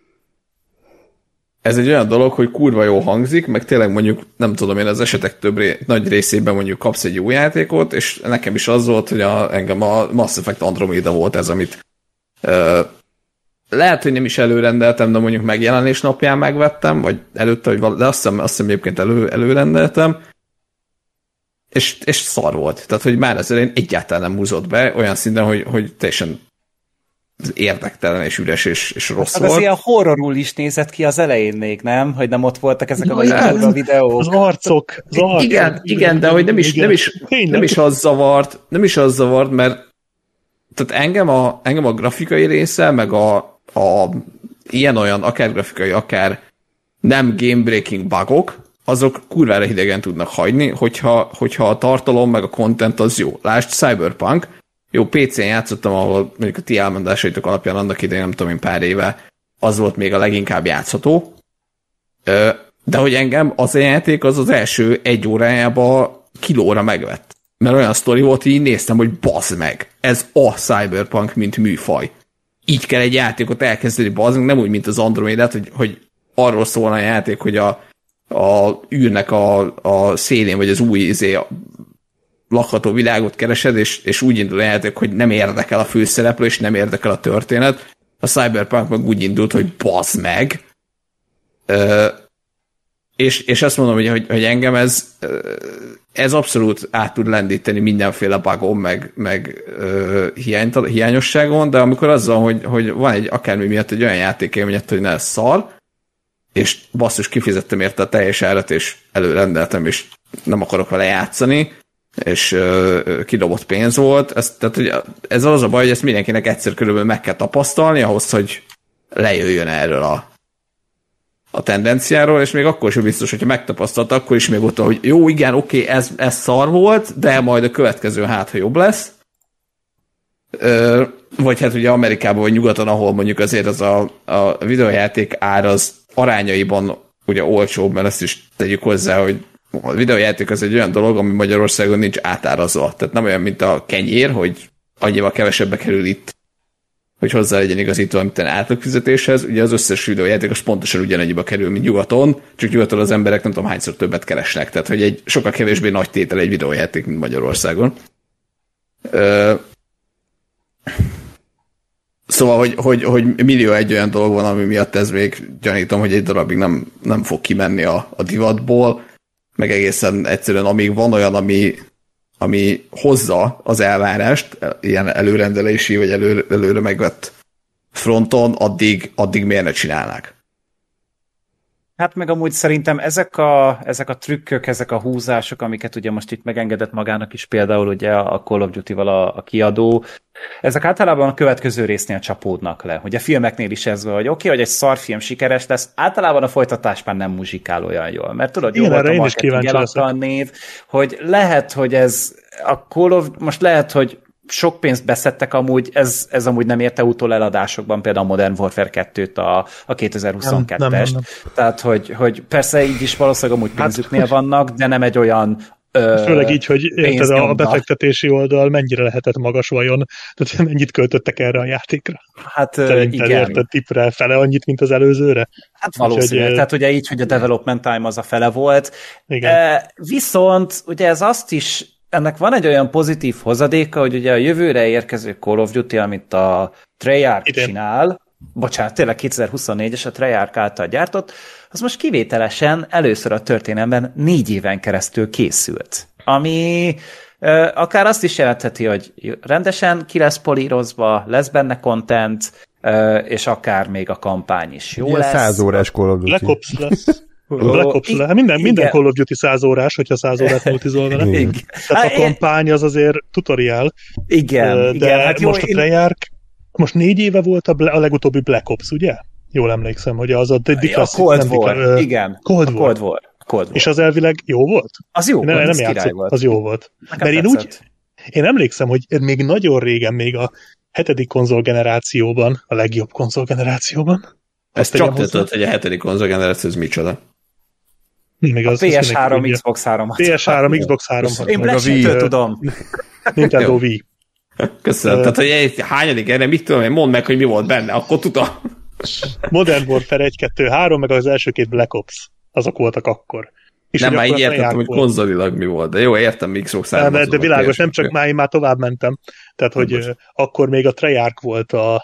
F: ez egy olyan dolog, hogy kurva jó hangzik, meg tényleg mondjuk, nem tudom én, az esetek több ré, nagy részében mondjuk kapsz egy jó játékot, és nekem is az volt, hogy a, engem a Mass Effect Andromeda volt ez, amit uh, lehet, hogy nem is előrendeltem, de mondjuk megjelenés napján megvettem, vagy előtte, vagy val- de azt hiszem, azt hiszem egyébként elő, előrendeltem, és, és szar volt. Tehát, hogy már ezzel én egyáltalán nem húzott be, olyan szinten, hogy, hogy teljesen érdektelen és üres és, és rossz
E: hát
F: volt.
E: Az ilyen horrorul is nézett ki az elején még, nem? Hogy nem ott voltak ezek a YouTube videók.
D: Az arcok. Az arcok.
F: Igen, igen, de hogy nem is, nem is, nem is az zavart, nem is az zavart, mert tehát engem a, engem a grafikai része, meg a, a ilyen-olyan, akár grafikai, akár nem game-breaking bugok, azok kurvára hidegen tudnak hagyni, hogyha, hogyha a tartalom, meg a content az jó. Lásd, Cyberpunk, jó, pé cén játszottam, ahol mondjuk a ti elmondásaitok alapján annak idején, nem tudom én, pár éve, az volt még a leginkább játszható. De hogy engem az a játék az az első egy órájában kilóra megvett. Mert olyan sztori volt, hogy így néztem, hogy bazd meg, ez a Cyberpunk, mint műfaj. Így kell egy játékot elkezdeni, bazd meg, nem úgy, mint az Andromedát, hogy, hogy arról szólna a játék, hogy a, a űrnek a, a szélén, vagy az új izé, a lakható világot keresed, és, és úgy indul a játék, hogy nem érdekel a főszereplő, és nem érdekel a történet. A Cyberpunk meg úgy indult, hogy bazd meg. Ö, és, és azt mondom, hogy, hogy, hogy engem ez, ez abszolút át tud lendíteni mindenféle bugon, meg, meg ö, hiányt, hiányosságon, de amikor azzal, hogy, hogy van egy akármi miatt egy olyan játékélményet, hogy ne lesz szar, és basszus, kifizettem érte a teljes árat, és előrendeltem, és nem akarok vele játszani, és ö, kidobott pénz volt. Ez, tehát, hogy ez az a baj, hogy ezt mindenkinek egyszer körülbelül meg kell tapasztalni, ahhoz, hogy lejöjjön erről a, a tendenciáról, és még akkor sem biztos, hogyha megtapasztalta, akkor is még ott, hogy jó, igen, oké, ez, ez szar volt, de majd a következő hát, ha jobb lesz. Ö, vagy hát ugye Amerikában vagy nyugaton, ahol mondjuk azért az a, a videójáték ár az arányaiban ugye olcsóbb, mert ezt is tegyük hozzá, hogy a videójáték az egy olyan dolog, ami Magyarországon nincs átárazva. Tehát nem olyan, mint a kenyér, hogy annyival kevesebbe kerül itt, hogy hozzá legyen igazítva, mint átlagfizetéshez. Ugye az összes videójáték az pontosan ugyanannyiba kerül, mint nyugaton, csak nyugaton az emberek nem tudom hányszor többet keresnek. Tehát, hogy egy sokkal kevésbé nagy tétel egy videójáték, mint Magyarországon. Ö... Szóval, hogy, hogy, hogy millió egy olyan dolog van, ami miatt ez még gyanítom, hogy egy darabig nem, nem fog kimenni a, a divatból, meg egészen egyszerűen, amíg van olyan, ami, ami hozza az elvárást, ilyen előrendelési, vagy elő, előre megvett fronton, addig, addig miért ne csinálnák?
E: Hát meg amúgy szerintem ezek a, ezek a trükkök, ezek a húzások, amiket ugye most itt megengedett magának is, például ugye a Call of Duty-val a, a kiadó, ezek általában a következő résznél csapódnak le. Ugye a filmeknél is ez van, hogy oké, okay, hogy egy szarfilm sikeres lesz, általában a folytatás már nem muzsikál olyan jól. Mert tudod, jó volt a marketing, eladta a név, hogy lehet, hogy ez a Call of, most lehet, hogy sok pénzt beszedtek amúgy, ez, ez amúgy nem érte utol eladásokban, például a Modern Warfare kettőt, a, a kétezer-huszonkettes. Nem, nem, nem, nem. Tehát, hogy, hogy persze így is valószínűleg amúgy pénzüknél hát, vannak, de nem egy olyan ö,
D: főleg így, hogy érted, a befektetési oldal mennyire lehetett magas vajon, tehát mennyit költöttek erre a játékra. Hát szerinted, igen. Érted, tipre fele annyit, mint az előzőre?
E: Hát valószínűleg, hogy, tehát ugye így, hogy a development time az a fele volt. Igen. E, viszont ugye ez azt is ennek van egy olyan pozitív hozadéka, hogy ugye a jövőre érkező Call of Duty, amit a Treyarch Idén. csinál, bocsánat, tényleg kétezer-huszonnégyes a Treyarch által gyártott, az most kivételesen először a történelemben négy éven keresztül készült. Ami uh, akár azt is jelentheti, hogy rendesen ki lesz polírozva, lesz benne content, uh, és akár még a kampány is jó
B: ilyen
E: lesz.
B: száz órás Call of Duty.
D: Black Ops lesz. Black Ops le. Minden, minden Call of Duty száz órás, hogyha száz órát multizol vele. Igen. Tehát a kampány az azért tutoriál.
E: Igen.
D: De
E: igen, hát
D: most jó, a Treyarch, most négy éve volt a, a legutóbbi Black Ops, ugye? Jól emlékszem, hogy az a
E: Declass, a Cold War, uh, igen.
D: Cold
E: a Cold War. Cold War.
D: És az elvileg jó volt?
E: Az jó,
D: nem,
E: nem
D: játszott,
E: volt.
D: Az jó volt. Nekem Mert én úgy, én emlékszem, hogy még nagyon régen, még a hetedik konzolgenerációban, a legjobb konzolgenerációban.
F: Ezt csak te tudod, hogy a hetedik konzolgeneráció ez micsoda.
D: Még
E: az, a pé es három, Xbox három.
D: pé es három, Xbox három.
E: Én Blast-től tudom.
D: Nintendo Wii.
F: Köszönöm. Uh, Tehát, hogy egy hányadik erre, mit tudom, mondd meg, hogy mi volt benne, akkor tudom.
D: Modern Warfare egy, kettő, három, meg az első két Black Ops. Azok voltak akkor.
F: És nem, már így értettem, hogy konzolilag mi volt, de jó, értem, Xbox három.
D: De, de világos, nem csak már én már tovább mentem. Tehát, hogy most. Akkor még a Treyarch volt a,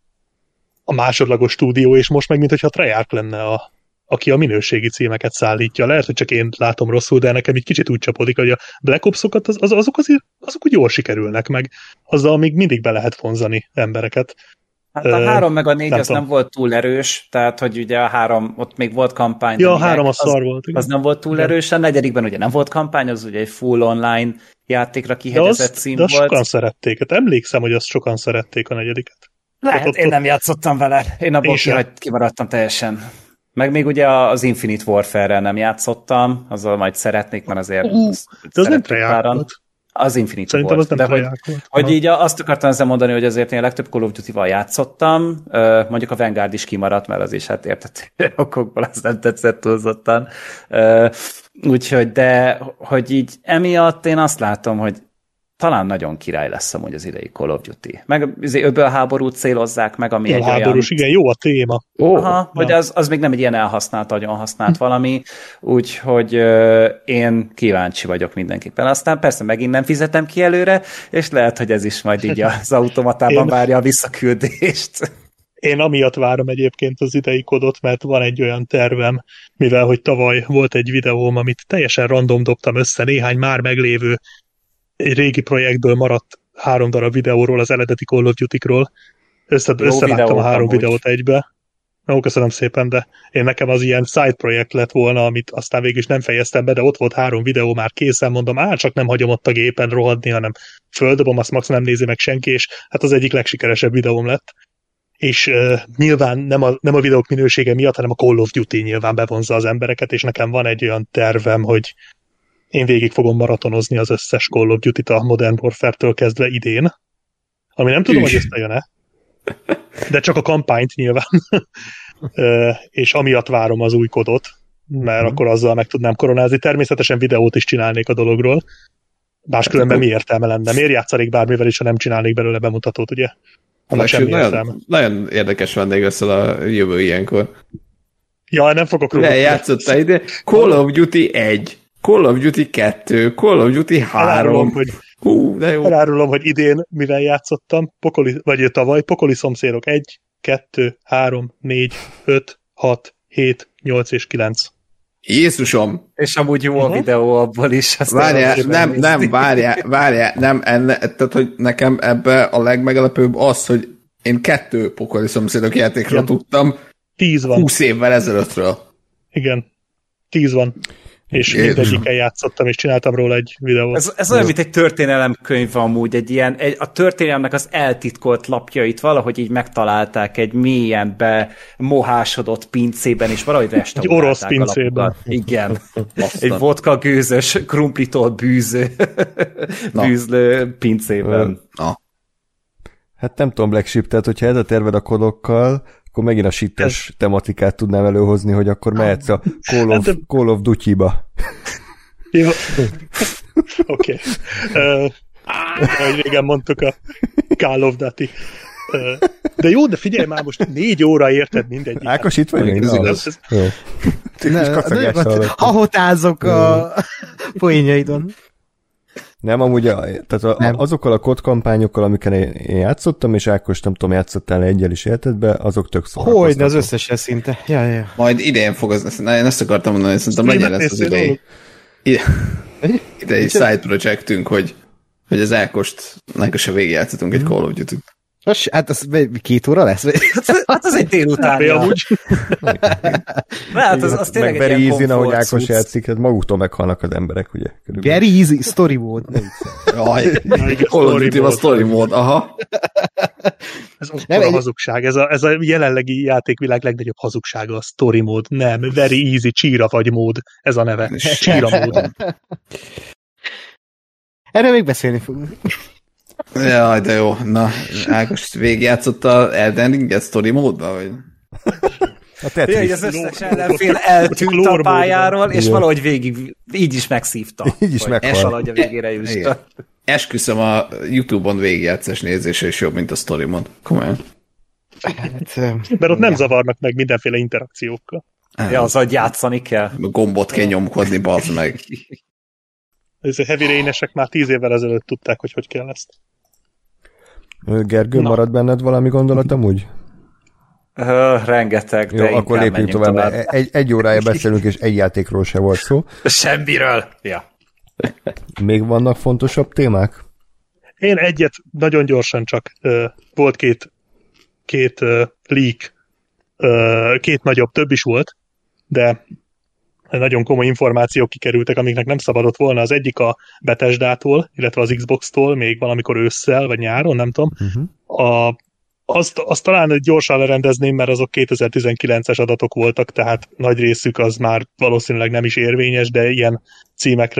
D: a másodlagos stúdió, és most meg, mint hogyha a Treyarch lenne a aki a minőségi címeket szállítja. Lehet, hogy csak én látom rosszul, de nekem így kicsit úgy csapódik, hogy a Black Ops-okat az, az, azok azért azok úgy jól sikerülnek meg. Azzal még mindig be lehet vonzani embereket.
E: Hát a három meg a négy nem az tudom. Nem volt túl erős, tehát hogy ugye a három, ott még volt kampány.
D: Ja, a három az szar volt.
E: Igen. Az nem volt túl igen. erős, a negyedikben ugye nem volt kampány, az ugye egy full online játékra kihegyezett cím volt.
D: De sokan szerették. Hát emlékszem, hogy azt sokan szerették a negyediket.
E: Lehet, ott, én ott... nem játszottam vele. Én abból kimaradtam teljesen. Meg még ugye az Infinite Warfare-rel nem játszottam, azzal majd szeretnék, mert azért...
D: Uh, de az nem Treyarch volt.
E: Az Infinity
D: Szerintem
E: volt.
D: az nem
E: de hogy,
D: volt.
E: hogy így azt akartam ezzel mondani, hogy azért én a legtöbb Call of Duty-val játszottam, mondjuk a Vanguard is kimaradt, mert az is hát értető okokból az nem tetszett túlzottan. Úgyhogy, de hogy így emiatt én azt látom, hogy talán nagyon király lesz amúgy az idei Call of Duty. Meg öbölháborút célozzák meg, ami egy olyan...
D: Háborús, igen, jó a téma.
E: Oh, Aha, hogy az, az még nem egy ilyen elhasznált, nagyon használt valami, úgyhogy uh, én kíváncsi vagyok mindenképpen. Aztán persze megint nem fizetem ki előre, és lehet, hogy ez is majd így az automatában én... várja a visszaküldést.
D: Én amiatt várom egyébként az idei kodot, mert van egy olyan tervem, mivel hogy tavaly volt egy videóm, amit teljesen random dobtam össze, néhány már meglévő egy régi projektből maradt három darab videóról, az eredeti Call of Duty-król. Össze, összevágtam a három amúgy. videót egybe. Ó, köszönöm szépen, de én nekem az ilyen side projekt lett volna, amit aztán végül is nem fejeztem be, de ott volt három videó már készen, mondom, á, csak nem hagyom ott a gépen rohadni, hanem földobom, azt max nem nézi meg senki, és hát az egyik legsikeresebb videóm lett. És uh, nyilván nem a, nem a videók minősége miatt, hanem a Call of Duty nyilván bevonza az embereket, és nekem van egy olyan tervem, hogy én végig fogom maratonozni az összes Call of Duty-t a Modern Warfare-től kezdve idén. Ami nem tudom, Ügy. hogy összejön-e. De csak a kampányt nyilván. És amiatt várom az új kodot, mert mm. akkor azzal meg tudnám koronázni. Természetesen videót is csinálnék a dologról. Máskülönben mi értelme lenne? Miért játszanék bármivel is, ha nem csinálnék belőle bemutatót, ugye?
F: Nagyon, nagyon érdekes vendég leszel a jövő ilyenkor.
D: Ja, nem fogok
F: róla. Lejátszottál ide. Call of Duty egy. Call of Duty kettő, Call of Duty három.
D: Elárulom, hogy,
F: Hú, de jó.
D: elárulom, hogy idén mivel játszottam, pokoli, vagy tavaly, pokoli szomszédok egy, kettő, három, négy, öt, hat, hét, nyolc és kilenc.
F: Jézusom!
E: És amúgy jó uh-huh. a videó abból is.
F: Várjál, nem, nézni. nem, várjál, várjál, nem, enne, tehát, hogy nekem ebbe a legmegelepőbb az, hogy én kettő pokoli szomszédok játékra Igen. tudtam.
D: Tíz van.
F: Húsz évvel ezelőttről.
D: Igen, tíz van. És mindegyikkel játszottam, és csináltam róla egy videót.
E: Ez, ez olyan, mint egy történelemkönyv amúgy, egy ilyen, egy, a történelemnek az eltitkolt lapjait valahogy így megtalálták egy mélyen bemohásodott pincében, és valahogy restaurálták.
D: Egy orosz pincében.
E: Igen. Egy vodka gőzös, krumplitól bűző, bűzlő pincében.
F: Na.
B: Hát nem tudom, Black Sheep, tehát hogyha ez a terved a kodokkal, akkor megint a shittes ez... tematikát tudnám előhozni, hogy akkor mehetsz a Call of, hát, Call of Duty-ba.
D: Jó. Oké. Okay. Uh, ahogy régen mondtuk a Call of Duty. Uh, de jó, de figyelj már, most négy óra érted mindegyik.
B: Ákos, itt vagy?
F: Ez igaz.
C: Hahotázok a poénjaidon.
B: Nem, amúgy a, tehát a, nem. azokkal a kódkampányokkal, amiken én játszottam, és Ákos, nem tudom, játszottál egyel is életedbe, azok tök szórakoztató.
C: Hogy, de az összesen szinte. Ja, ja.
F: Majd idén fog az, én ezt akartam mondani, hogy szerintem legyen lesz az idei. Ide, ide egy side projectünk, hogy, hogy az Ákost, Ákosra végigjátszatunk egy Call of Duty-t.
C: Hát az két óra lesz?
E: Hát az egy délután.
D: amúgy.
E: Hát az, az tényleg
B: meg
E: egy
B: very easy, ahogy Ákos játszik, hát maguktól meghalnak az emberek, ugye?
C: Körülbelül. Very easy, story mode.
F: Jaj, Call of Duty a story mode, aha.
D: Ez nem, a hazugság, ez a, ez a jelenlegi játékvilág legnagyobb hazugsága, a story mode. Nem, very easy, csíra vagy mód, ez a neve. Csíra mód.
C: Erről még beszélni fogunk.
F: Jaj, de jó. Na, Ákos végigjátszotta Elden Ringet story módban, vagy?
E: A Tetris. Az összes ellenfél eltűnt a pályáról, és valahogy végig így is megszívta.
B: Így is meghal.
E: És valahogy a végére jutott.
F: Esküszöm, a YouTube-on végigjátszás nézése is jobb, mint a story mód. Komolyan.
D: Hát, mert ott nem zavarnak meg mindenféle interakciókkal.
E: Ja, az, hogy játszani kell.
F: A gombot kell nyomkodni, bazd meg.
D: Ez a heavy rain-esek már tíz évvel ezelőtt tudták, hogy hogy kell ezt.
B: Gergő, Na. marad benned valami gondolat amúgy?
E: Uh, rengeteg, de
B: Jó, akkor lépjünk tovább. tovább. Egy, egy órája beszélünk, és egy játékról se volt szó.
E: Semmiről! Ja.
B: Még vannak fontosabb témák?
D: Én egyet nagyon gyorsan csak. Uh, volt két, két uh, leak, uh, két nagyobb, több is volt, de nagyon komoly információk kikerültek, amiknek nem szabadott volna. Az egyik a Bethesdától, illetve az Xbox-tól, még valamikor ősszel, vagy nyáron, nem tudom. Uh-huh. A, azt, azt talán gyorsan lerendezném, mert azok kétezer-tizenkilences adatok voltak, tehát nagy részük az már valószínűleg nem is érvényes, de ilyen címekre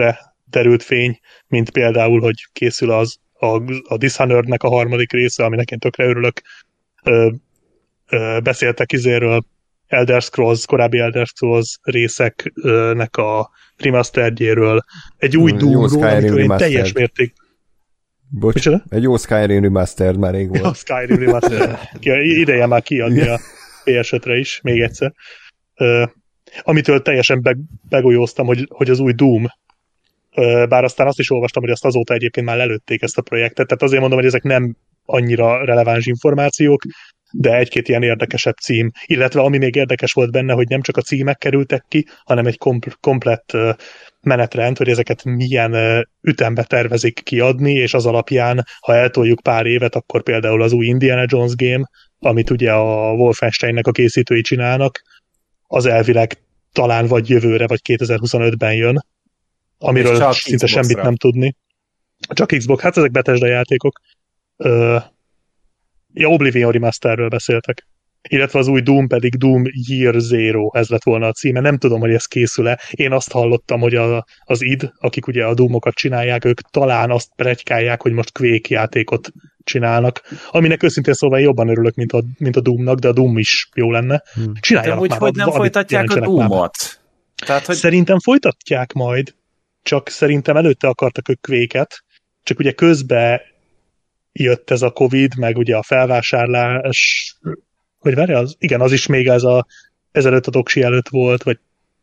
D: derült fény, mint például, hogy készül az a, a Dishonored-nek a harmadik része, aminek én tökre örülök. Ö, ö, beszéltek izéről Elder Scrolls, korábbi Elder Scrolls részeknek a remasteredjéről. Egy új Doom-ról, amitől én teljes mérték.
B: Bocs, Micsoda? Egy jó Skyrim remastered már rég volt.
D: A Skyrim remastered. Ideje már kiadni a pé es ötre is, még egyszer. Uh, amitől teljesen be, begolyóztam, hogy, hogy az új Doom, uh, bár aztán azt is olvastam, hogy azt azóta egyébként már lelőtték ezt a projektet, tehát azért mondom, hogy ezek nem annyira releváns információk, de egy-két ilyen érdekesebb cím, illetve ami még érdekes volt benne, hogy nem csak a címek kerültek ki, hanem egy kompl- komplett uh, menetrend, hogy ezeket milyen uh, ütembe tervezik kiadni, és az alapján, ha eltoljuk pár évet, akkor például az új Indiana Jones game, amit ugye a Wolfensteinnek a készítői csinálnak, az elvileg talán vagy jövőre, vagy kétezer-huszonötben jön, amiről szinte semmit nem tudni. Csak Xbox, hát ezek Bethesda játékok. Uh, ja, Oblivion Remasterről beszéltek. Illetve az új Doom pedig Doom Year Zero, ez lett volna a címe. Nem tudom, hogy ez készül-e. Én azt hallottam, hogy a, az id, akik ugye a Doomokat csinálják, ők talán azt pletykálják, hogy most Quake játékot csinálnak, aminek őszintén szóval jobban örülök, mint a, mint a Doomnak, de a Doom is jó lenne. Hmm. Csináljanak
E: úgy,
D: már.
E: hogy nem folytatják a Doomot?
D: Tehát, hogy... Szerintem folytatják majd, csak szerintem előtte akartak ők Quake-et, csak ugye közben jött ez a Covid, meg ugye a felvásárlás, vagy várja, az, igen, az is még ez a ezelőtt a doksi előtt volt, vagy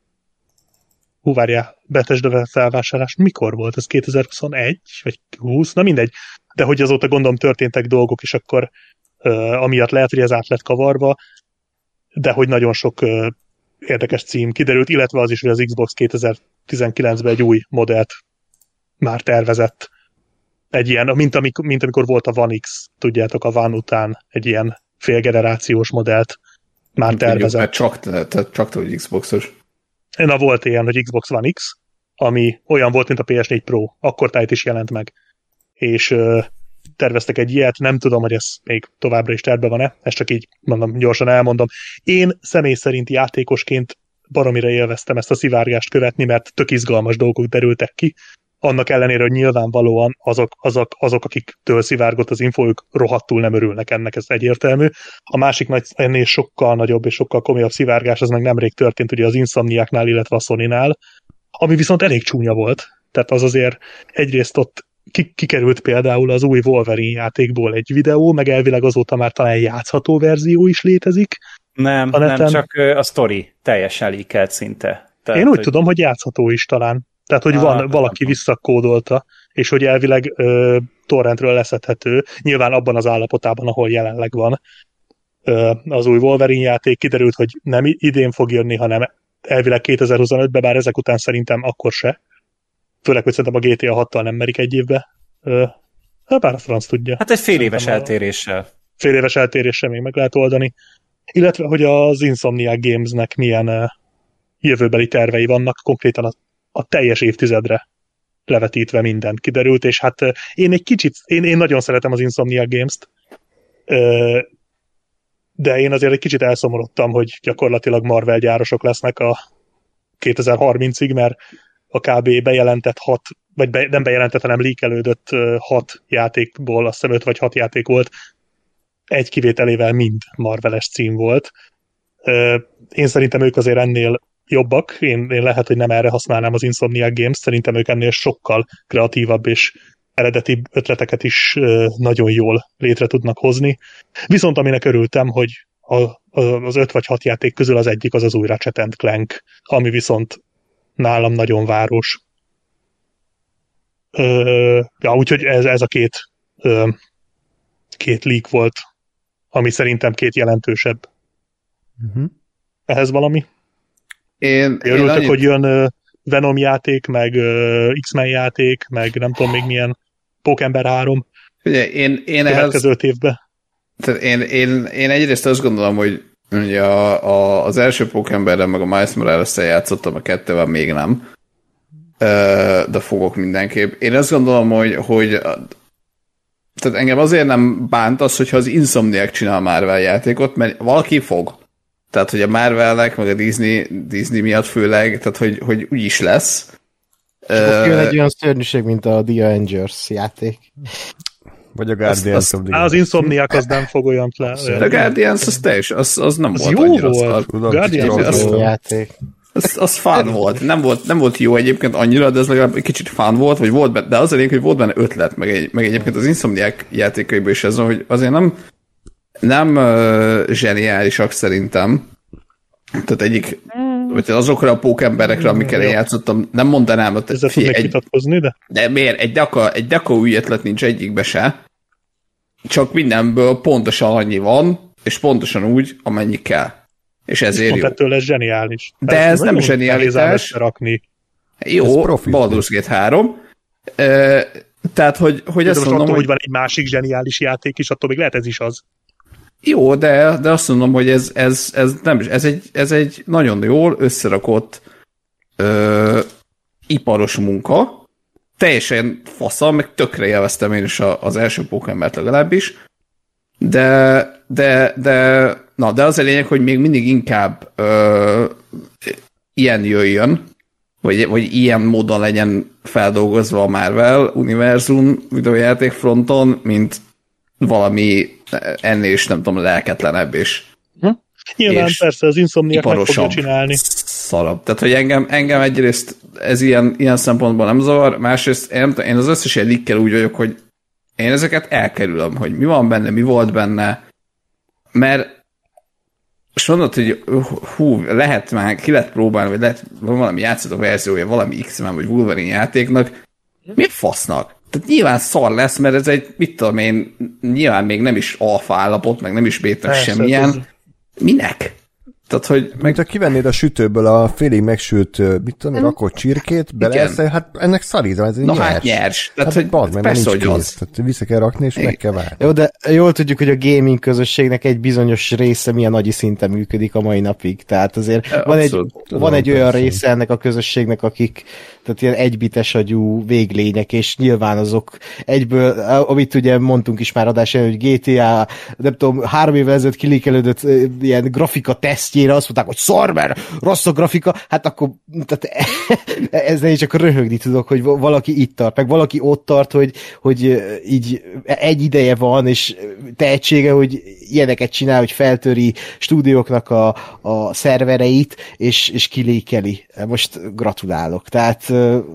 D: hú, várjál, Bethesda felvásárlás mikor volt? Ez kétezer-huszonegy, vagy húsz, na mindegy. De hogy azóta gondolom történtek dolgok, és akkor uh, amiatt lehet, hogy ez át lett kavarva, de hogy nagyon sok uh, érdekes cím kiderült, illetve az is, hogy az Xbox kétezer-tizenkilencben egy új modellt már tervezett. Egy ilyen, mint, amikor, mint amikor volt a One X, tudjátok, a One után egy ilyen félgenerációs modellt már tervezett.
F: Mert csak, tehát csak te, hogy Xboxos.
D: Na, volt ilyen, hogy Xbox One X, ami olyan volt, mint a pé es négy Pro, akkor tájt is jelent meg. És uh, terveztek egy ilyet, nem tudom, hogy ez még továbbra is tervben van-e, ezt csak így mondom, gyorsan elmondom. Én személy szerint játékosként baromira élveztem ezt a szivárgást követni, mert tök izgalmas dolgok derültek ki, annak ellenére, hogy nyilvánvalóan azok, azok, azok akiktől szivárgott az info, ők rohadtul nem örülnek ennek, ez egyértelmű. A másik nagy, ennél sokkal nagyobb és sokkal komolyabb szivárgás, az meg nemrég történt ugye az Insomniáknál, illetve a Sonynál, ami viszont elég csúnya volt. Tehát az azért egyrészt ott kikerült például az új Wolverine játékból egy videó, meg elvileg azóta már talán játszható verzió is létezik.
E: Nem, nem, csak a sztori teljesen leakelt szinte. Tehát,
D: Én úgy
E: hogy...
D: tudom, hogy játszható is talán. Tehát, hogy ah, van, valaki visszakódolta, és hogy elvileg ö, torrentről leszedhető, nyilván abban az állapotában, ahol jelenleg van ö, az új Wolverine játék. Kiderült, hogy nem idén fog jönni, hanem elvileg kétezer-huszonötben, bár ezek után szerintem akkor se. Főleg, hogy szerintem a gé té á hattal nem merik egy évbe. Ö, bár a franc tudja.
E: Hát egy fél éves eltéréssel.
D: Fél éves eltéréssel még meg lehet oldani. Illetve, hogy az Insomniac Gamesnek milyen ö, jövőbeli tervei vannak, konkrétan a a teljes évtizedre levetítve mindent kiderült, és hát én egy kicsit, én, én nagyon szeretem az Insomniac Games-t, de én azért egy kicsit elszomorodtam, hogy gyakorlatilag Marvel gyárosok lesznek a kétezer-harmincig, mert a kb. Bejelentett hat, vagy be, nem bejelentett, hanem leakelődött hat játékból, azt hiszem öt vagy hat játék volt, egy kivételével mind Marveles cím volt. Én szerintem ők azért ennél jobbak, én, én lehet, hogy nem erre használnám az Insomniac Games, szerintem ők ennél sokkal kreatívabb és eredetibb ötleteket is nagyon jól létre tudnak hozni. Viszont aminek örültem, hogy a, az öt vagy hat játék közül az egyik az az új Ratchet and Clank, ami viszont nálam nagyon város. Ö, ja, úgyhogy ez, ez a két ö, két leak volt, ami szerintem két jelentősebb. Uh-huh. Ehhez valami?
F: Én,
D: Örültök,
F: én annyit...
D: hogy jön uh, Venom játék, meg uh, X-Men játék, meg nem tudom még milyen Pókember három.
F: Ugye, én, én
D: következő
F: ehhez...
D: évben.
F: Tehát én, én, én egyrészt azt gondolom, hogy ugye a, a, az első Pókemberrel meg a Miles Morales-szel játszottam, a kettővel még nem. De fogok mindenképp. Én azt gondolom, hogy, hogy tehát engem azért nem bánt az, hogyha az Insomniac csinál Marvel játékot, mert valaki fog. Tehát, hogy a Marvelnek, meg a Disney, Disney miatt főleg, tehát, hogy, hogy úgy is lesz.
C: És akkor jön egy olyan szörnyűség, mint a The Avengers játék.
B: Vagy a Guardians
D: of the Az Insomniac az nem fog olyan le.
F: A Guardians az teljes, az, az nem
D: az
F: volt
D: jó
F: annyira
D: volt.
F: szar.
D: Guardians
C: az jó játék.
F: Az, az fun volt. Nem, volt. nem volt jó egyébként annyira, de ez legalább egy kicsit fun volt, vagy volt benne, de az a lényeg, hogy volt benne ötlet, meg, egy, meg egyébként az Insomniac játékaiban is ez, hogy azért nem nem uh, zseniálisak szerintem. Tehát egyik vagy azokra a pókemberekre, amikkel én játszottam, nem mondanám, hogy
D: ezzel tudnék vitatkozni, de?
F: De miért? Egy deka, egy deka új ötlet nincs egyikbe se. Csak mindenből pontosan annyi van, és pontosan úgy, amennyi kell. És ezért
D: pont
F: jó.
D: ettől lesz zseniális.
F: De ez nem zseniális. Jó, Baldur's Gate három. E, tehát, hogy, hogy ezt mondom,
D: attól,
F: hogy...
D: hogy van egy másik zseniális játék is, attól még lehet ez is az.
F: Jó, de, de azt mondom, hogy ez, ez, ez, nem, ez, egy, ez egy nagyon jól összerakott ö, iparos munka. Teljesen faszal, meg tökre élveztem én is az első Pokémon-t legalábbis. De, de, de, na, de az a lényeg, hogy még mindig inkább ö, ilyen jöjjön, vagy, vagy ilyen módon legyen feldolgozva a Marvel univerzum videójáték fronton, mint valami ennél is, nem tudom, lelketlenebb is.
D: Hm? Nyilván és persze az Insomniac meg fogja csinálni.
F: Szarabb. Tehát, hogy engem, engem egyrészt ez ilyen, ilyen szempontból nem zavar, másrészt én, én az összes ilyen leakkel úgy vagyok, hogy én ezeket elkerülöm, hogy mi van benne, mi volt benne, mert és mondod, hogy hú, lehet már, ki lehet próbálni, vagy lehet valami játszható verziója, valami X-Men vagy Wolverine játéknak, mi fasznak? Tehát nyilván szar lesz, mert ez egy, mit tudom én, nyilván még nem is alfa állapot, meg nem is béta semmilyen. Ez... Minek? Tehát, hogy...
B: Meg ha kivennéd a sütőből a félig megsült, mit tudom, hmm. rakott csirkét, beleeszel, hát ennek szarítva, ez
F: Na
B: nyers.
F: hát nyers. Tehát,
B: hát
F: hogy
B: bad, meg
F: persze,
B: hogy az. Tehát vissza kell rakni, és
F: igen.
B: meg kell várni.
C: Jó, de jól tudjuk, hogy a gaming közösségnek egy bizonyos része milyen nagyi szinten működik a mai napig. Tehát azért ja, van, egy, van egy olyan része ennek a közösségnek, akik tehát ilyen egybites agyú véglények, és nyilván azok egyből, amit ugye mondtunk is már adásán, hogy gé té á, nem tudom, három évvel ezelőtt kilíkelődött ilyen grafika tesztjére, azt mondták, hogy szar, mert rossz a grafika, hát akkor tehát ezzel én csak röhögni tudok, hogy valaki itt tart, meg valaki ott tart, hogy, hogy így egy ideje van, és tehetsége, hogy ilyeneket csinál, hogy feltöri stúdióknak a, a szervereit, és, és kilíkeli. Most gratulálok. Tehát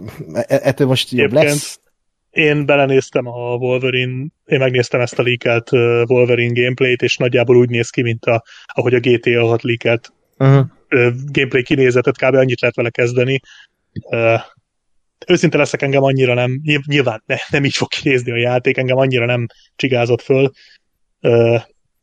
C: ettől most jobb
D: Egyébként
C: lesz.
D: Én belenéztem a Wolverine, én megnéztem ezt a leakelt Wolverine gameplayt, és nagyjából úgy néz ki, mint a, ahogy a gé té á hat leakelt uh-huh. gameplay kinézetet, kb. Annyit lehet vele kezdeni. Uh, őszinte leszek, engem annyira nem, nyilván ne, nem így fog kinézni a játék, engem annyira nem csigázott föl, uh,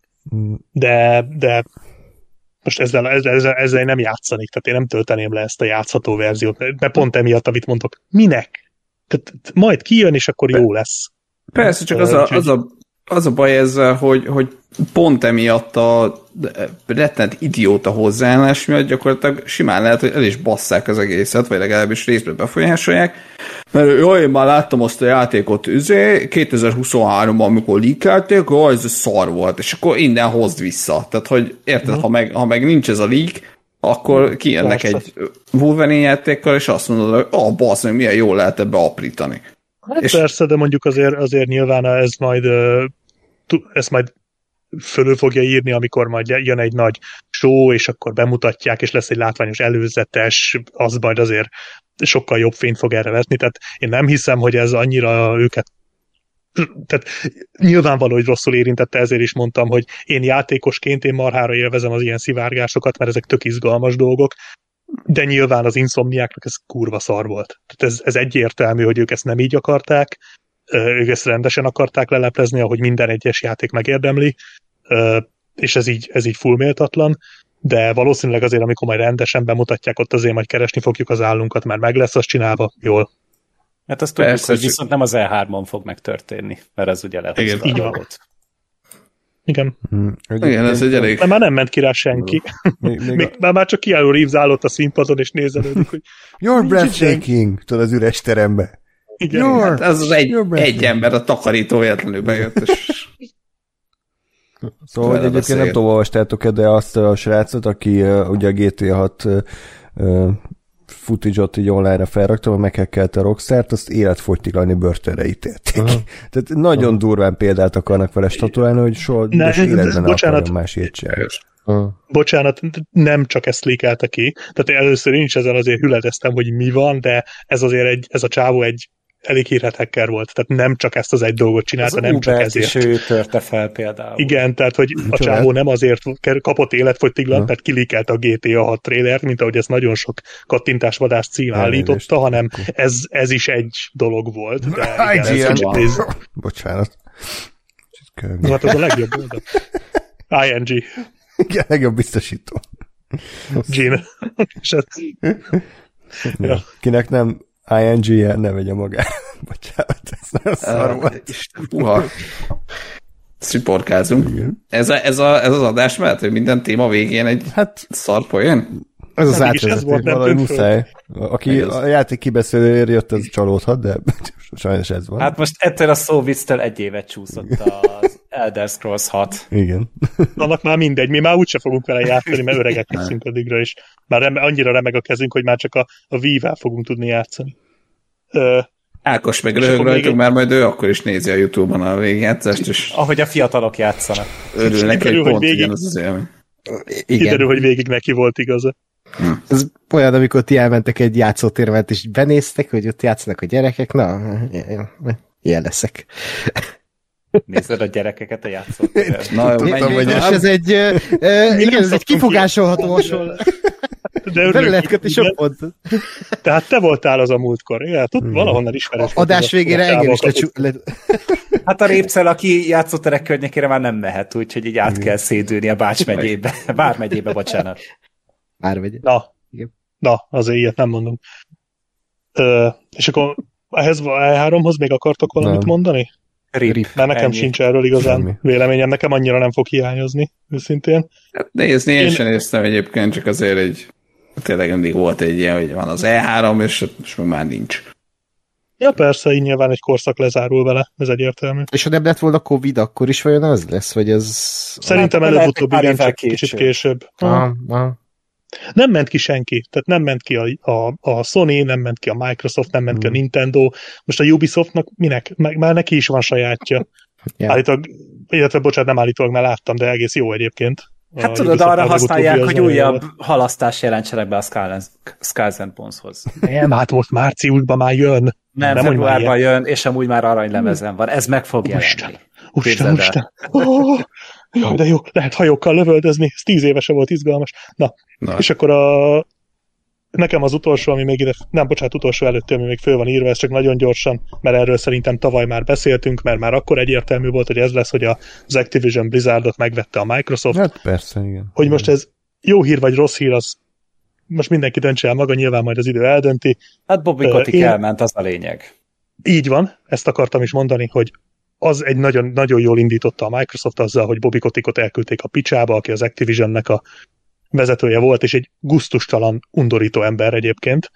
D: de, de most ezzel, ezzel, ezzel nem játszanék, tehát én nem tölteném le ezt a játszható verziót, mert pont emiatt, amit mondok, minek? Tehát majd kijön, és akkor jó lesz.
F: Persze, csak az a, az a, az a baj ezzel, hogy, hogy pont emiatt a rettenet idióta hozzáállás miatt gyakorlatilag simán lehet, hogy el is basszák az egészet, vagy legalábbis részben befolyásolják. Mert jó, én már láttam azt a játékot üzé, kétezer-huszonháromban, amikor leakelték, ó, ez szar volt, és akkor innen hozd vissza. Tehát, hogy érted, uh-huh. ha, meg, ha meg nincs ez a leak, akkor kijönnek persze. egy Wolverine játékkal, és azt mondod, hogy ó, bassz, meg milyen jól lehet ebbe aprítani.
D: Hát és persze, de mondjuk azért, azért nyilván ez majd, ez majd fölül fogja írni, amikor majd jön egy nagy show, és akkor bemutatják, és lesz egy látványos előzetes, az majd azért sokkal jobb fényt fog erre vetni, tehát én nem hiszem, hogy ez annyira őket tehát nyilvánvaló, hogy rosszul érintette, ezért is mondtam, hogy én játékosként én marhára élvezem az ilyen szivárgásokat, mert ezek tök izgalmas dolgok, de nyilván az Insomniáknak ez kurva szar volt. Tehát ez, ez egyértelmű, hogy ők ezt nem így akarták, ők ezt rendesen akarták leleplezni, ahogy minden egyes játék megérdemli, és ez így, ez így full méltatlan, de valószínűleg azért, amikor majd rendesen bemutatják, ott azért majd keresni fogjuk az állunkat, mert meg lesz azt csinálva, jól.
E: Hát azt tudjuk, persze, hogy viszont nem az E hármon fog megtörténni, mert ez ugye lehet,
D: igen, így van. Igen.
F: Hmm. Igen, ez egy elég...
D: Mert már nem ment ki rá senki. Még, még még a... már, már csak Keanu Reeves állott a színpadon, és nézelődik, hogy...
B: You're breathtaking! Tudod, az üres terembe.
F: Igen. You're, hát az az egy, egy ember, a takarító véletlenül bejött, és...
B: Szóval, hogy egyébként nem tudom, olvastátok-e, de azt a srácot, aki uh, ugye a gé té á hat uh, footage-ot így online-ra felraktam, meghekkelte a Rockstart, azt életfogytiglani börtönre ítélték. Uh-huh. Tehát nagyon uh-huh. durván példát akarnak vele statulálni, hogy soha ne, életben ne akarjon más ilyet csinálni.
D: Uh. Bocsánat, nem csak ezt lékelte ki. Tehát először én is ezen azért hüledeztem, hogy mi van, de ez azért egy, ez a csávó egy elég hírhet hacker volt. Tehát nem csak ezt az egy dolgot csinálta, az nem Ubert csak ezért.
E: És ő törte fel például.
D: Igen, tehát hogy a csávó nem azért kapott életfogytiglant, uh. mert kilikelte a gé té á hat trailert, mint ahogy ez nagyon sok kattintásvadász cím állította, hanem ez, ez is egy dolog volt. De igen, ez néz...
B: Bocsánat.
D: Hát az a legjobb oldal. i en gé.
B: Igen, legjobb biztosító.
D: Gin.
B: Ja. Kinek nem i en gé-je, ne vegye magát. Bocsánat, ez nagyon szar volt.
F: Puha. Sziporkázunk. Ez, a, ez, a, ez az adás mellett, hogy minden téma végén egy hát, szar poén?
B: Ez az átvezető, valahogy muszáj. Aki a játék kibeszélőért jött, az csalódhat, de sajnos ez van.
E: Hát most ettől a szóvicctől egy évet csúszott az Elder Scrolls hat.
B: Igen.
D: Annak már mindegy, mi már úgyse fogunk vele játszani, mert öregek leszünk addigra is. Már reme, annyira remeg a kezünk, hogy már csak a, a Wii-vel fogunk tudni játszani. Ö,
F: Ákos meg röhög rajtunk, egy... mert majd ő akkor is nézi a YouTube-on a végigjátszást, és...
E: Ahogy a fiatalok játszanak.
F: Örül neki, hogy pont végig... ugyanaz az élmény.
D: Kiderül, hogy végig neki volt igaza.
C: Hm. Ez olyan, amikor ti elmentek egy játszótérvet, és benéztek, hogy ott játszanak a gyerekek, na, ilyen leszek.
E: Nézed a gyerekeket a játszótérben.
F: Na, jó,
C: menjünk. És ez egy, uh, igen, ez egy kifogásolható hasonló. De lehet kötni sok pont.
D: Tehát te voltál az a múltkor. Ja, tud, valahonnan ismerős.
C: Adás végére engem is lecsú... Le...
E: Hát a Répszel, aki játszóterek környékére már nem mehet, úgyhogy így át igen. kell szédülni a Bács megyébe. Bár megyébe, bocsánat.
C: Bár megye.
D: Na, igen. Na, azért ilyet nem mondunk. Ö, és akkor ehhez a E háromhoz még akartok valamit nem. mondani?
E: Rip.
D: Mert nekem ennyi. Sincs erről igazán Semmi. Véleményem, nekem annyira nem fog hiányozni, őszintén.
F: Hát nézni, én, én sem néztem egyébként, csak azért egy tényleg mindig volt egy ilyen, hogy van az E három, és, és már nincs.
D: Ja persze, így nyilván egy korszak lezárul vele, ez egyértelmű.
C: És ha nem lett volna Covid, akkor is vajon az lesz, vagy ez...
D: Szerintem előbb-utóbb igen, csak kicsit később.
C: Ah, ah.
D: Nem ment ki senki, tehát nem ment ki a, a, a Sony, nem ment ki a Microsoft, nem ment hmm. ki a Nintendo. Most a Ubisoftnak minek? Már neki is van sajátja. Yeah. Állítólag, illetve bocsánat, nem állítólag, mert láttam, de egész jó egyébként.
E: Hát a tudod, arra használják, hogy újabb volt. Halasztás jelentsenek be a Skulls and Boneshoz.
D: Nem, hát most márciusban már jön.
E: Nem, nem februárban jön, és amúgy már aranylemezen van. Ez meg fog jelenni.
D: Isten, Isten, Isten. Oh, jaj, de jó, lehet hajókkal lövöldözni, ez tíz évese volt izgalmas. Na, Na. és akkor a... nekem az utolsó, ami még ide, nem, bocsánat, utolsó előtti, ami még föl van írva, ez csak nagyon gyorsan, mert erről szerintem tavaly már beszéltünk, mert már akkor egyértelmű volt, hogy ez lesz, hogy az Activision Blizzardot megvette a Microsoft.
B: Hát persze, igen.
D: Hogy most ez jó hír vagy rossz hír, az most mindenki döntse el maga, nyilván majd az idő eldönti.
E: Hát Bobby Kotick Én... elment, az a lényeg.
D: Így van, ezt akartam is mondani, hogy az egy nagyon, nagyon jól indította a Microsoft azzal, hogy Bobby Kotickot elküldték a picsába, aki az Activisionnek a vezetője volt, és egy gusztustalan, undorító ember egyébként.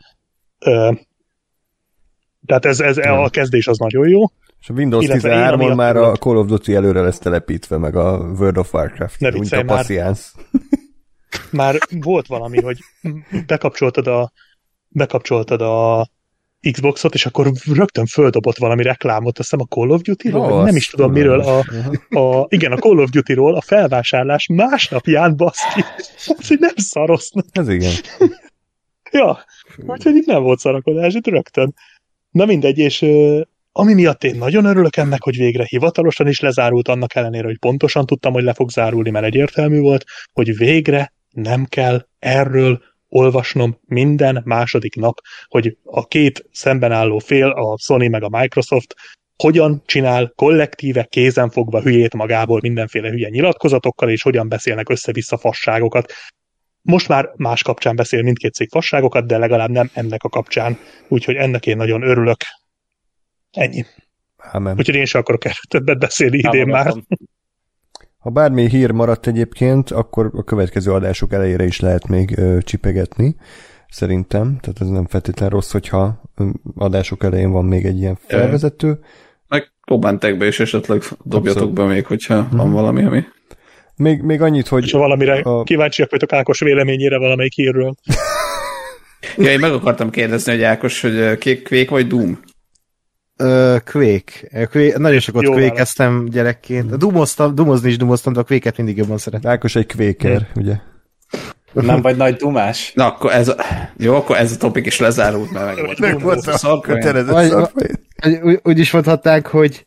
D: Tehát ez, ez a kezdés az nagyon jó.
B: És a Windows tizenhármon már a Call of Duty előre lesz telepítve, meg a World of Warcraft.
D: Ne viccelj, már, már volt valami, hogy bekapcsoltad a bekapcsoltad a Xboxot, és akkor rögtön földobott valami reklámot, azt hiszem a Call of Duty-ról, oh, nem is tudom miről, a, a, igen, a Call of Duty-ról a felvásárlás másnapján baszki. Ez így nem szarosznak.
B: Ez igen.
D: Ja, úgyhogy így nem volt szarakodás, itt rögtön. Na mindegy, és ami miatt én nagyon örülök ennek, hogy végre hivatalosan is lezárult, annak ellenére, hogy pontosan tudtam, hogy le fog zárulni, mert egyértelmű volt, hogy végre nem kell erről olvasnom minden második nap, hogy a két szemben álló fél, a Sony meg a Microsoft, hogyan csinál kollektíve kézenfogva hülyét magából mindenféle hülye nyilatkozatokkal, és hogyan beszélnek össze-vissza fasságokat. Most már más kapcsán beszél mindkét cég fasságokat, de legalább nem ennek a kapcsán. Úgyhogy ennek én nagyon örülök. Ennyi.
B: Amen.
D: Úgyhogy én sem akarok többet beszélni idén már.
B: Ha bármi hír maradt egyébként, akkor a következő adások elejére is lehet még ö, csipegetni, szerintem. Tehát ez nem feltétlenül rossz, hogyha adások elején van még egy ilyen felvezető.
F: Meg kommentekbe is esetleg dobjatok Abszolút. be még, hogyha hmm. van valami, ami...
B: Még, még annyit, hogy...
D: És ha valamire a... kíváncsiak vagytok Ákos véleményére valamelyik hírről.
F: Ja, én meg akartam kérdezni, hogy Ákos, hogy Quake vagy Doom?
C: Uh, Quake. Quake. Nagyon sokat Quake-eztem gyerekként. Doomoztam, Doomozni is Doomoztam, de a Quake-et mindig jobban szeretem.
B: Ákos egy Quaker, hmm. ugye?
E: Nem vagy nagy dumás?
F: Na, akkor ez a... Jó, akkor ez a topik is lezárult, mert meg volt.
B: Meg volt a szarkötelezett szarfajt.
C: Úgy is mondhatnánk, hogy...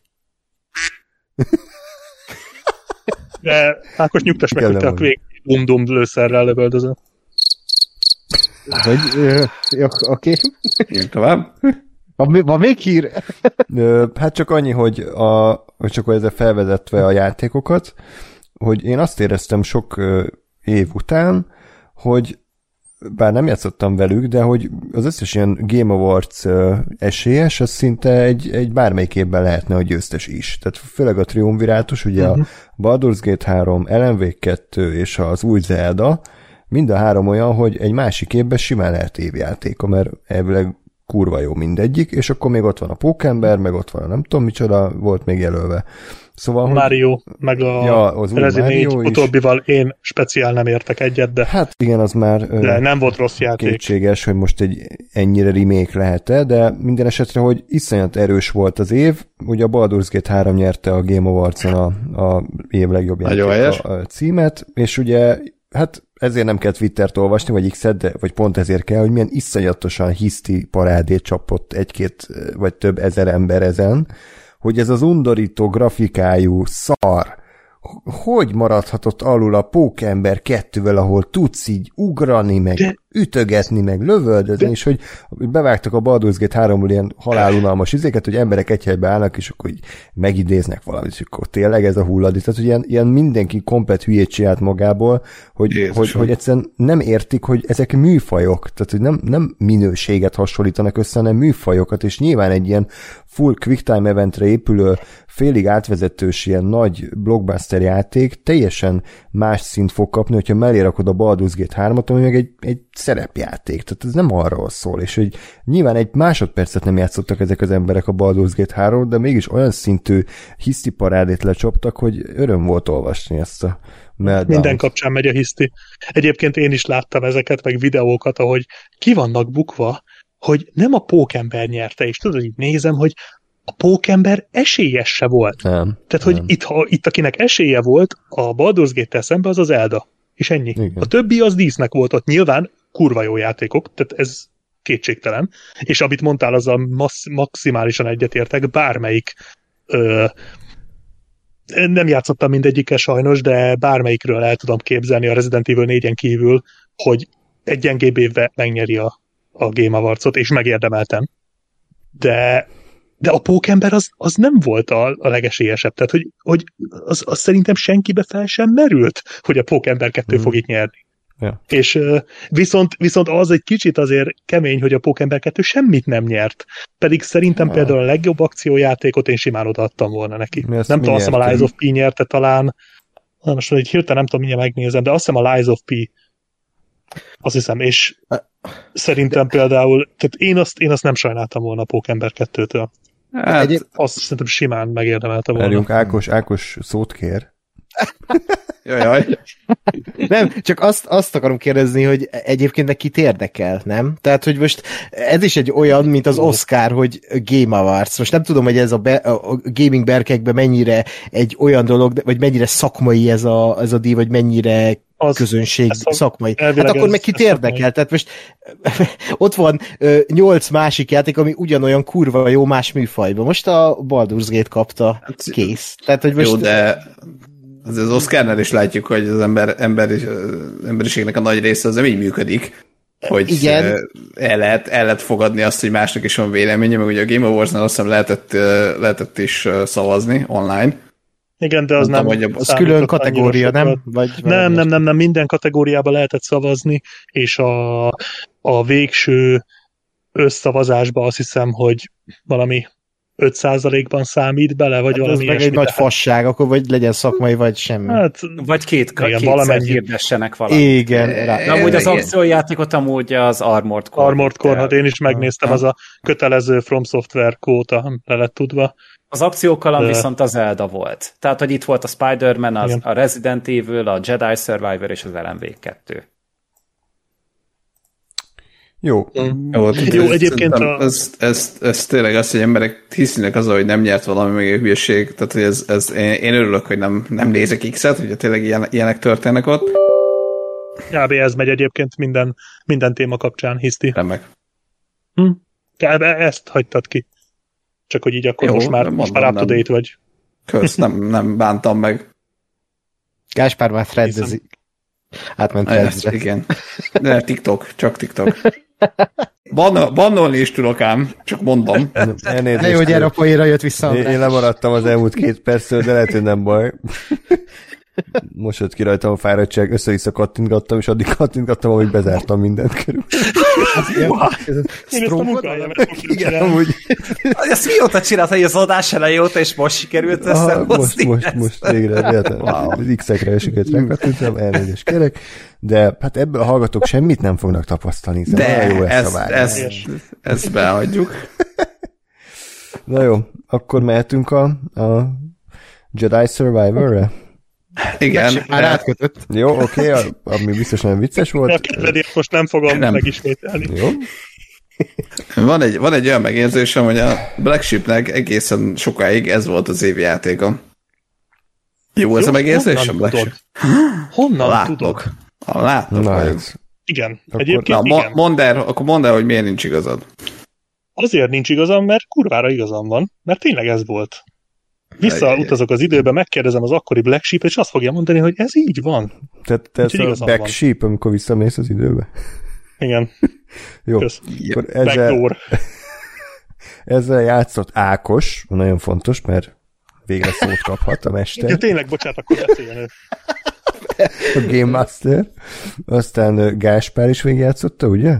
D: De Ákos nyugtass meg, hogy te a Quake Doom-Doom lőszerrel lövöldözöl.
C: Vagy, jó, oké.
F: Jön tovább.
C: Van, van még hír?
B: Hát csak annyi, hogy, a, hogy csak ezzel felvezetve a játékokat, hogy én azt éreztem sok év után, hogy bár nem játszottam velük, de hogy az összes ilyen Game Awards esélyes, az szinte egy, egy bármelyik évben lehetne a győztes is. Tehát főleg a triumvirátus, ugye uh-huh. a Baldur's Gate három, Alan Wake kettő és az új Zelda, mind a három olyan, hogy egy másik évben simán lehet évjátéka, mert elvileg kurva jó mindegyik, és akkor még ott van a Pókember, meg ott van a nem tudom micsoda, volt még jelölve. Szóval,
D: Mario, hogy... meg a
B: ja,
D: Resident négy utóbbival én speciál nem értek egyet, de...
B: Hát igen, az már
D: de nem volt rossz játék.
B: Kétséges, hogy most egy ennyire remake lehet-e, de minden esetre, hogy iszonyat erős volt az év, ugye a Baldur's Gate három nyerte a Game Awards-on a, a év legjobb játék a címet, és ugye hát ezért nem kell Twittert olvasni, vagy X-et, de, vagy pont ezért kell, hogy milyen iszonyatosan hiszti parádét csapott egy-két vagy több ezer ember ezen, hogy ez az undorító grafikájú szar, hogy maradhatott alul a Pókember kettővel, ahol tudsz így ugrani, meg de, ütögetni, meg lövöldözni, de, és hogy bevágtak a Baldur's Gate háromból ilyen halálunalmas izéket, hogy emberek egy helybe állnak, és akkor így megidéznek valamit, és akkor tényleg ez a hulladék. Tehát, hogy ilyen, ilyen mindenki komplet hülyét csinált magából, hogy, hogy, hogy egyszerűen nem értik, hogy ezek műfajok, tehát, hogy nem, nem minőséget hasonlítanak össze, hanem műfajokat, és nyilván egy ilyen full quicktime eventre épülő, félig átvezetős ilyen nagy blockbuster játék teljesen más szint fog kapni, hogyha mellé rakod a Baldur's Gate hármat, ami meg egy, egy szerepjáték. Tehát ez nem arról szól, és hogy nyilván egy másodpercet nem játszottak ezek az emberek a Baldur's Gate háromot, de mégis olyan szintű hiszti parádét lecsaptak, hogy öröm volt olvasni ezt a meltdown.
D: Minden kapcsán megy a hiszti. Egyébként én is láttam ezeket, meg videókat, ahogy ki vannak bukva, hogy nem a Pókember nyerte, és tudod, így nézem, hogy a Pókember esélyes se volt.
B: Nem,
D: Tehát, hogy
B: nem.
D: Itt, ha, itt akinek esélye volt a Baldur's Gate-tel szembe, az az Zelda. És ennyi. Igen. A többi az dísznek volt ott. Nyilván kurva jó játékok, tehát ez kétségtelen. És amit mondtál, azzal massz, maximálisan egyetértek, bármelyik ö, nem játszottam mindegyikkel sajnos, de bármelyikről el tudom képzelni a Resident Evil négyen kívül, hogy egy gyengébb évvel megnyeri a, a Game Awards-ot, és megérdemeltem. De de a Pókember az, az nem volt a, a legesélyesebb. Tehát, hogy, hogy az, az szerintem senkibe fel sem merült, hogy a Pókember kettő mm. fog itt nyerni.
B: Ja.
D: És viszont, viszont az egy kicsit azért kemény, hogy a Pókember kettő semmit nem nyert. Pedig szerintem ja. például a legjobb akciójátékot én simán odaadtam volna neki. Nem tudom, azt hiszem a Lies of P nyerte talán. Na most egy hirtelen nem tudom, mindjárt megnézem, de azt hiszem a Lies of P. Azt hiszem, és szerintem például, tehát én azt, én azt nem sajnáltam volna a Pókember kettőtől. Hát, Egyéb... azt szerintem simán megérdemelte volna.
B: Erjünk, Ákos, Ákos szót kér.
F: Jajjaj.
C: Nem, csak azt, azt akarom kérdezni, hogy egyébként nekit érdekel, nem? Tehát, hogy most ez is egy olyan, mint az Oscar, hogy Game Awards. Most nem tudom, hogy ez a, be, a gaming berkekben mennyire egy olyan dolog, vagy mennyire szakmai ez a, ez a díj, vagy mennyire az, közönség szak, szakmai. Hát akkor ez, meg kit érdekel? Szakmai. Tehát most ott van nyolc másik játék, ami ugyanolyan kurva jó más műfajban. Most a Baldur's Gate kapta, kész. Tehát, hogy most...
F: Jó, de az, az Oscarnál is látjuk, hogy az ember, ember, emberiségnek a nagy része az nem így működik, hogy
C: igen.
F: El, lehet, el lehet fogadni azt, hogy másnak is van véleménye, meg ugye a Game Awards-nál azt hiszem lehetett, lehetett is szavazni online.
D: Igen, de az
F: Mondtam,
D: nem...
C: Az külön kategória, nem? Vagy
D: nem, nem, nem, nem, minden kategóriában lehetett szavazni, és a, a végső összszavazásban azt hiszem, hogy valami öt százalékban számít bele, vagy hát valami
C: ez meg egy nagy fasság, akkor vagy legyen szakmai, vagy semmi.
E: Hát, vagy két, igen, kétszer hirdessenek valamit.
C: Igen.
E: De amúgy az akciójátékot amúgy az Armored Core.
D: Armored Core, hát én is megnéztem, ha. Az a kötelező From Software kóta le lett tudva.
E: Az akciókaland de... viszont az Zelda volt. Tehát, hogy itt volt a Spider-Man, az, a Resident Evil, a Jedi Survivor és az Alan Wake kettő.
B: Jó.
F: Jó,
D: Jó, egyébként a...
F: ez, ez, ez tényleg az, hogy emberek hisznek azzal, hogy nem nyert valami meg egy hülyeség, tehát hogy ez, ez, én, én örülök, hogy nem, nem nézek X-et, hogy tényleg ilyen, ilyenek történnek ott.
D: Kb. Ez megy egyébként minden, minden téma kapcsán, hiszti.
F: Remek.
D: Hm? Kb. Ezt hagytad ki. Csak hogy így akkor
F: Jó,
D: most már, most már up to date vagy.
F: Kösz, nem, nem bántam meg.
C: Gáspár már threadezik. Átment threadre.
F: Igen. De TikTok, csak TikTok. Ban- bannolni is tudok ám, csak mondom.
C: Ne jó, gyere, a poénra jött vissza.
B: Én, én lemaradtam az elmúlt két perctől, de lehet, hogy nem baj. Most jött ki rajtam a fáradtság, össze-vissza kattintgattam, és addig kattintgattam, amíg bezártam mindent körül.
D: Én ezt a munkájában
B: Igen, amúgy.
E: Ezt mióta csinálta, hogy az adás elejé óta, és most sikerült összehozni?
B: Most, most, most végre, wow. Az X-ekre sikerült rákattintam, elnézést kérek, de hát ebből a hallgatók semmit nem fognak tapasztalni.
F: De
B: jó
F: ezt, ezt, ezt beadjuk.
B: Na jó, akkor mehetünk a, a Jedi Survivor-re?
F: Igen.
C: Már átkötött.
B: Jó, oké, okay, ami biztos nagyon vicces volt.
D: A kedvedért most nem fogom
F: nem.
D: megismételni.
B: Jó.
F: Van egy, van egy olyan megérzésem, hogy a Black Sheepnek egészen sokáig ez volt az évi játéka. Jó, Jó ez a megérzésem, Black Sheep?
D: Honnan
F: Látok.
D: tudod?
F: Látok.
B: Nice.
D: Igen.
B: Akkor,
D: Egyébként
F: na,
D: igen.
F: Mondd el, akkor mondd el, hogy miért nincs igazad.
D: Azért nincs igazam, mert kurvára igazam van, mert tényleg ez volt. Visszautazok az időbe, megkérdezem az akkori Black Sheep, és azt fogja mondani, hogy ez így van.
B: Tehát te ez a Black Sheep, amikor visszamész az időbe?
D: Igen.
B: Jó.
D: Kösz.
B: Akkor ezzel, ezzel játszott Ákos, nagyon fontos, mert végre szót kaphat a mester.
D: Ja, tényleg, bocsánat, akkor beszéljen ő.
B: A Game Master. Aztán Gáspár is végigjátszotta, ugye?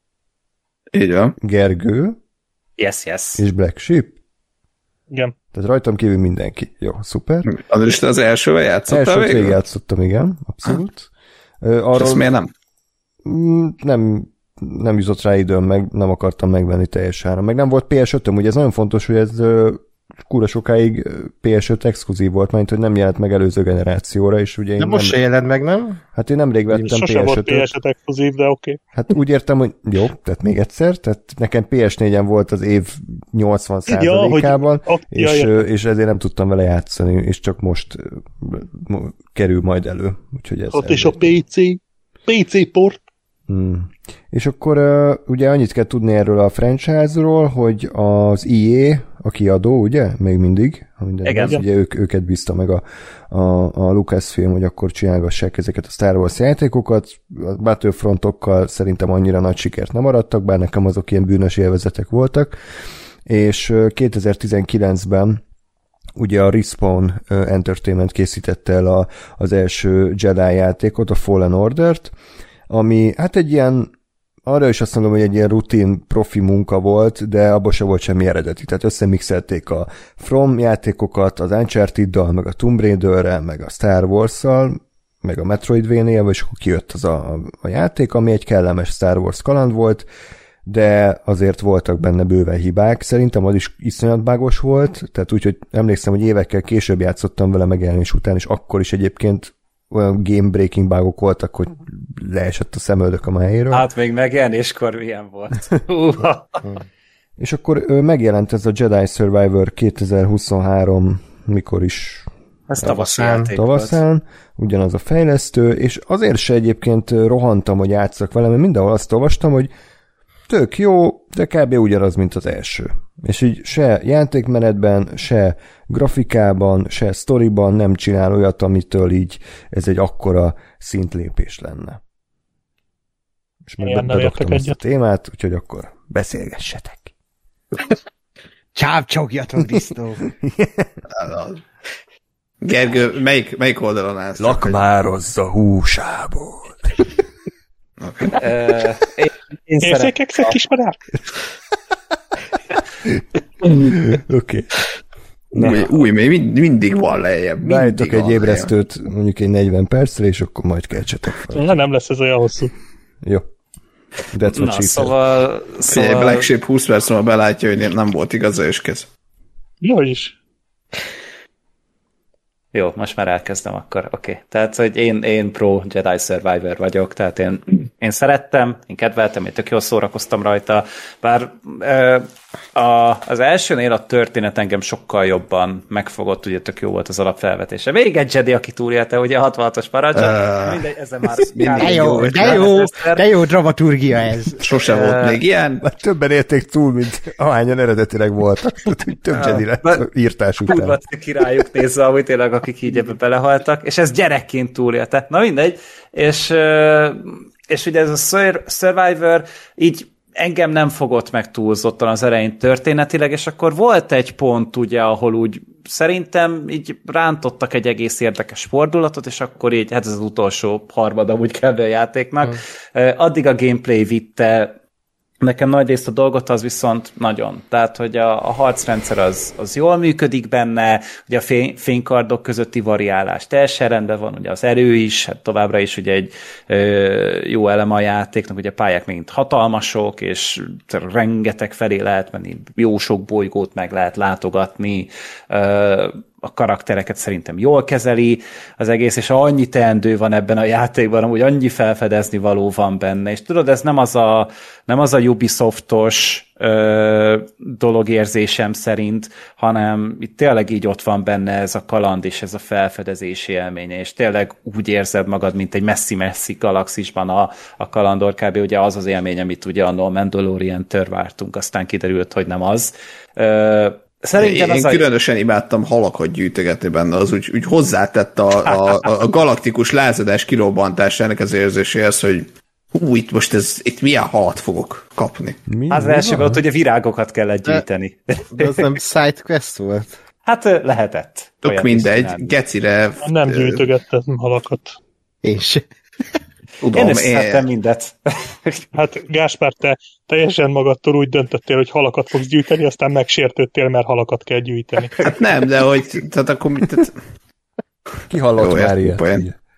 F: Így van.
B: Gergő.
E: Yes, yes.
B: És Black Sheep.
D: Igen.
B: Tehát rajtam kívül mindenki. Jó, szuper.
F: Az az elsővel játszottál
B: Elsőt
F: végül?
B: végigjátszottam, igen, abszolút. Arról,
F: és azt miért nem?
B: Nem, nem jutott rá időm, meg nem akartam megvenni teljes áron. Meg nem volt pé es ötöm, ugye ez nagyon fontos, hogy ez kúra sokáig pé es öt exkluzív volt, mert hogy nem jelent meg előző generációra, és ugye én
C: de most
B: nem...
C: se jelent meg, nem?
B: Hát én nemrég vettem pé es ötöt.
D: Sose volt pé es öt exkluzív, de oké. Okay.
B: Hát úgy értem, hogy jó, tehát még egyszer, tehát nekem pé es négyen volt az év nyolcvan százalékában, ja, és, ja, és ezért nem tudtam vele játszani, és csak most kerül majd elő. Úgyhogy ez
D: ott is a pé cé, pé cé port.
B: Hmm. És akkor uh, ugye annyit kell tudni erről a franchise-ról, hogy az í á, a kiadó, ugye? Még mindig.
E: Igen.
B: Ugye ők, őket bízta meg a, a, a Lucasfilm, hogy akkor csinálgassák ezeket a Star Wars játékokat. A Battlefrontokkal szerintem annyira nagy sikert nem maradtak, bár nekem azok ilyen bűnös élvezetek voltak. És uh, kétezer-tizenkilencben ugye a Respawn Entertainment készítette el a, az első Jedi játékot, a Fallen Ordert, ami hát egy ilyen, arra is azt mondom, hogy egy ilyen rutin profi munka volt, de abban se volt semmi eredeti. Tehát összemixelték a From játékokat, az Uncharted-dal, meg a Tomb Raider-rel, meg a Star Wars-szal, meg a Metroidvania-val, és akkor kijött az a, a játék, ami egy kellemes Star Wars kaland volt, de azért voltak benne bőven hibák. Szerintem az is iszonyat bágos volt, tehát úgy, hogy emlékszem, hogy évekkel később játszottam vele megjelenés után, és akkor is egyébként olyan game-breaking bugok voltak, hogy leesett a szemöldök a helyéről.
E: Hát még megjelenéskor ilyen volt.
B: És akkor megjelent ez a Jedi Survivor kétezer-huszonhárom, mikor is?
E: Ez tavaszán.
B: Tavaszán, ugyanaz a fejlesztő, és azért se egyébként rohantam, hogy játsszak vele, mert mindenhol azt olvastam, hogy tök jó, de kb. Ugyanaz, mint az első. És így se játékmenetben, se grafikában, se sztoriban nem csinál olyat, amitől így ez egy akkora szintlépés lenne. És meg bedobtam ezt a témát, úgyhogy akkor beszélgessetek.
C: Csápcsogjatok, disznó!
F: Gergő, melyik, melyik oldalon állsz?
B: Lakmározza húsából.
E: Okay. Uh, én, én
D: Érzékekszek a... kismerák?
B: Oké.
F: Új, új, még mindig van lejjebb.
B: Beállítok egy ébresztőt, lejjebb. Mondjuk egy negyven percre, és akkor majd keltsetek fel.
D: Na, nem lesz ez olyan hosszú.
B: Jó. That's what
E: Na,
B: she
E: szóval...
F: szóval... Egy Black Sheep húsz perc múlva belátja, hogy nem volt igaza, és kész.
D: Jó is.
E: Jó, most már elkezdem akkor, oké. Okay. Tehát, hogy én, én pro Jedi Survivor vagyok, tehát én, én szerettem, én kedveltem, én tök jól szórakoztam rajta, bár a, az elsőnél a történet engem sokkal jobban megfogott, ugye tök jó volt az alapfelvetése. Még egy Jedi, aki túlélte, ugye hatvanhatos parancsot, uh, mindegy, ezen már...
C: De jó, de jó, de jó dramaturgia ez.
F: Sose uh, volt még ilyen.
B: Már többen érték túl, mint ahányan eredetileg voltak. Több Jedi lett írtás után.
E: Kurva királyuk nézve, ahogy tényleg, akik így ebbe belehaltak, és ez gyerekként túlélte. Na mindegy, és, és ugye ez a Survivor így engem nem fogott meg túlzottan az elején történetileg, és akkor volt egy pont, ugye, ahol úgy szerintem így rántottak egy egész érdekes fordulatot, és akkor így, hát ez az utolsó harmad amúgy kell a játéknak. Hmm. Addig a gameplay vitte nekem nagy részt a dolgot, az viszont nagyon. Tehát, hogy a, a harcrendszer az, az jól működik benne, ugye a fény, fénykardok közötti variálás teljesen rendben van, ugye az erő is, hát továbbra is ugye egy ö, jó eleme a játéknak, ugye a pályák megint hatalmasok, és rengeteg felé lehet menni, jó sok bolygót meg lehet látogatni, ö, a karaktereket szerintem jól kezeli az egész, és annyi teendő van ebben a játékban, amúgy annyi felfedezni való van benne, és tudod, ez nem az a, nem az a Ubisoftos ö, dologérzésem szerint, hanem itt tényleg így ott van benne ez a kaland és ez a felfedezési élménye, és tényleg úgy érzed magad, mint egy messzi-messzi galaxisban a, a kalandor, kb. Ugye az az élmény, amit ugye a Mandalorian-től vártunk, aztán kiderült, hogy nem az. Ö,
F: Szerintem én, én különösen a... imádtam halakat gyűjtögetni benne, az úgy, úgy hozzátett a, a, a galaktikus lázadás kirobbantásának az érzéséhez, hogy hú, itt most ez, itt milyen halat fogok kapni.
E: Mi? Az mi első volt, hogy a virágokat kellett gyűjteni.
C: De, de az nem sidequest volt?
E: Hát lehetett.
F: Tök mindegy, gecire...
D: Nem gyűjtögettem halakat.
C: Én sem.
E: Tudom, én összeszedtem én... mindet.
D: Hát Gáspár, te teljesen magadtól úgy döntöttél, hogy halakat fogsz gyűjteni, aztán megsértődtél, mert halakat kell gyűjteni.
F: Hát nem, de hogy tehát akkor mit... Tehát...
B: Ki hallott jó, már ilyet?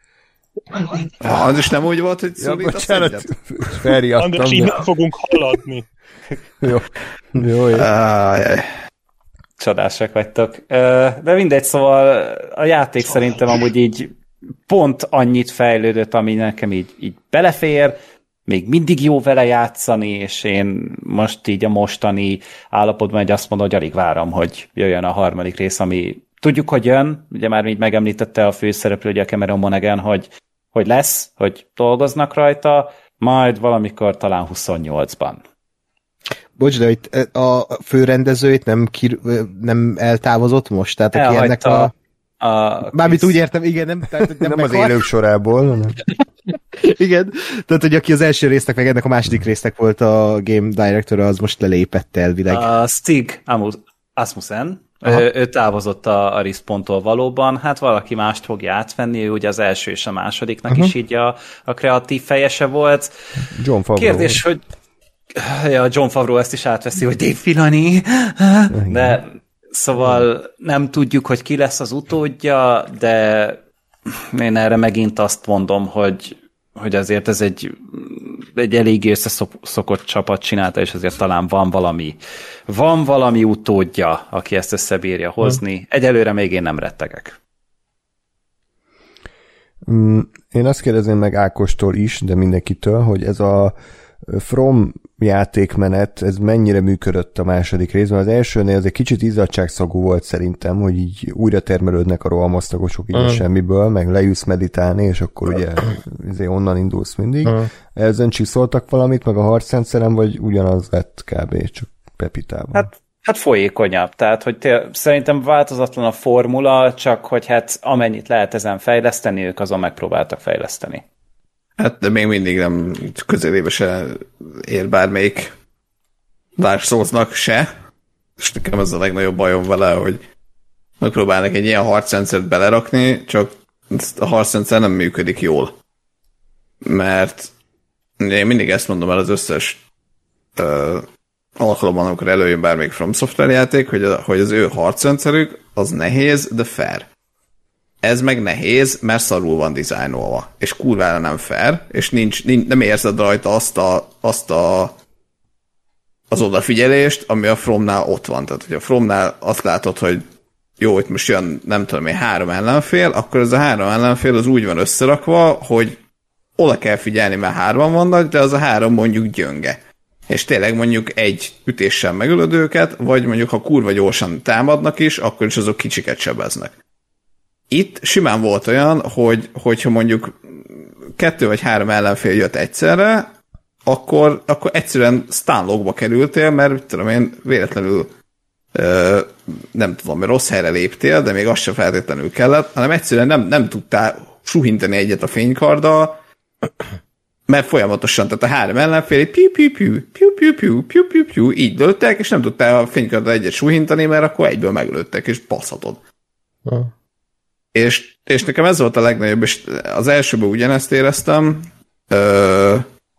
F: Ah, az is nem úgy volt, hogy szólítasz
B: ja,
F: egyet?
D: András, így nem fogunk haladni.
B: Jó. Jó, jó.
F: Ah,
E: csodásak vagytok. De mindegy, szóval a játék Csodás. Szerintem amúgy így pont annyit fejlődött, ami nekem így, így belefér, még mindig jó vele játszani, és én most így a mostani állapotban egy azt mondom, hogy alig várom, hogy jöjjön a harmadik rész, ami tudjuk, hogy jön, ugye már így megemlítette a főszereplő, ugye a Cameron Monaghan, hogy, hogy lesz, hogy dolgoznak rajta, majd valamikor talán huszonnyolcban.
C: Bocs, de itt a főrendezőit nem, kir, nem eltávozott most? Tehát aki ennek a... a Mármint úgy értem, igen, nem, tehát,
B: nem, nem az élők sorából. Nem.
C: Igen, tehát hogy aki az első résznek, meg ennek a második résznek volt a game director, az most lelépett elvileg.
E: A Stig Asmussen, ő, ő távozott a, a Respawn-tól valóban, hát valaki mást fogja átvenni, ő ugye az első és a másodiknak uh-huh. is így a, a kreatív fejese volt.
B: John Favreau.
E: Kérdés, hogy ja, John Favreau ezt is átveszi, hogy Dave Filoni, de szóval nem tudjuk, hogy ki lesz az utódja, de én erre megint azt mondom, hogy, hogy azért ez egy, egy eléggé összeszokott csapat csinálta, és azért talán van valami, van valami utódja, aki ezt összebírja hozni. Egyelőre még én nem rettegek.
B: Én azt kérdezném meg Ákostól is, de mindenkitől, hogy ez a From játékmenet, ez mennyire működött a második részben. Az elsőnél ez egy kicsit izzadságszagú volt szerintem, hogy így újra termelődnek a rohamosztagosok így uh. a semmiből, meg leülsz meditálni, és akkor ugye azért onnan indulsz mindig. Uh. Ezen csiszoltak valamit, meg a harcrendszerem, vagy ugyanaz lett kb. Csak pepitában?
E: Hát, hát folyékonyabb, tehát hogy te, szerintem változatlan a formula, csak hogy hát amennyit lehet ezen fejleszteni, ők azon megpróbáltak fejleszteni.
F: Hát, de még mindig nem közelébe se ér bármelyik Dark Souls-nak se. És nekem ez a legnagyobb bajom vele, hogy megpróbálnak egy ilyen harcrendszert belerakni, csak a harcrendszer nem működik jól. Mert én mindig ezt mondom el az összes uh, alkalommal, amikor előjön bármelyik From Software játék, hogy, a, hogy az ő harcrendszerük az nehéz, de fair. Ez meg nehéz, mert szarul van dizájnolva, és kurvára nem fair, és nincs, nincs, nem érzed rajta azt, a, azt a, az odafigyelést, ami a Fromnál ott van. Tehát, hogy a Fromnál azt látod, hogy jó, itt most jön, nem tudom én, három ellenfél, akkor ez a három ellenfél az úgy van összerakva, hogy oda kell figyelni, mert hárman vannak, de az a három mondjuk gyönge. És tényleg mondjuk egy ütéssel megölöd őket, vagy mondjuk ha kurva gyorsan támadnak is, akkor is azok kicsiket sebeznek. Itt simán volt olyan, hogy, hogyha mondjuk kettő vagy három ellenfél jött egyszerre, akkor, akkor egyszerűen stánlogba kerültél, mert mit tudom én, véletlenül ö, nem tudom, mert rossz helyre léptél, de még az sem feltétlenül kellett, hanem egyszerűen nem, nem tudtál suhintani egyet a fénykarddal, mert folyamatosan, tehát a három ellenfél egy piu piu piu, piu piu piu, piu piu piu, így lőttek, és nem tudtál a fénykarddal egyet suhintani, mert akkor egyből meglőttek, és baszhatod. Ha. És, és nekem ez volt a legnagyobb, és az elsőben ugyanezt éreztem, ö,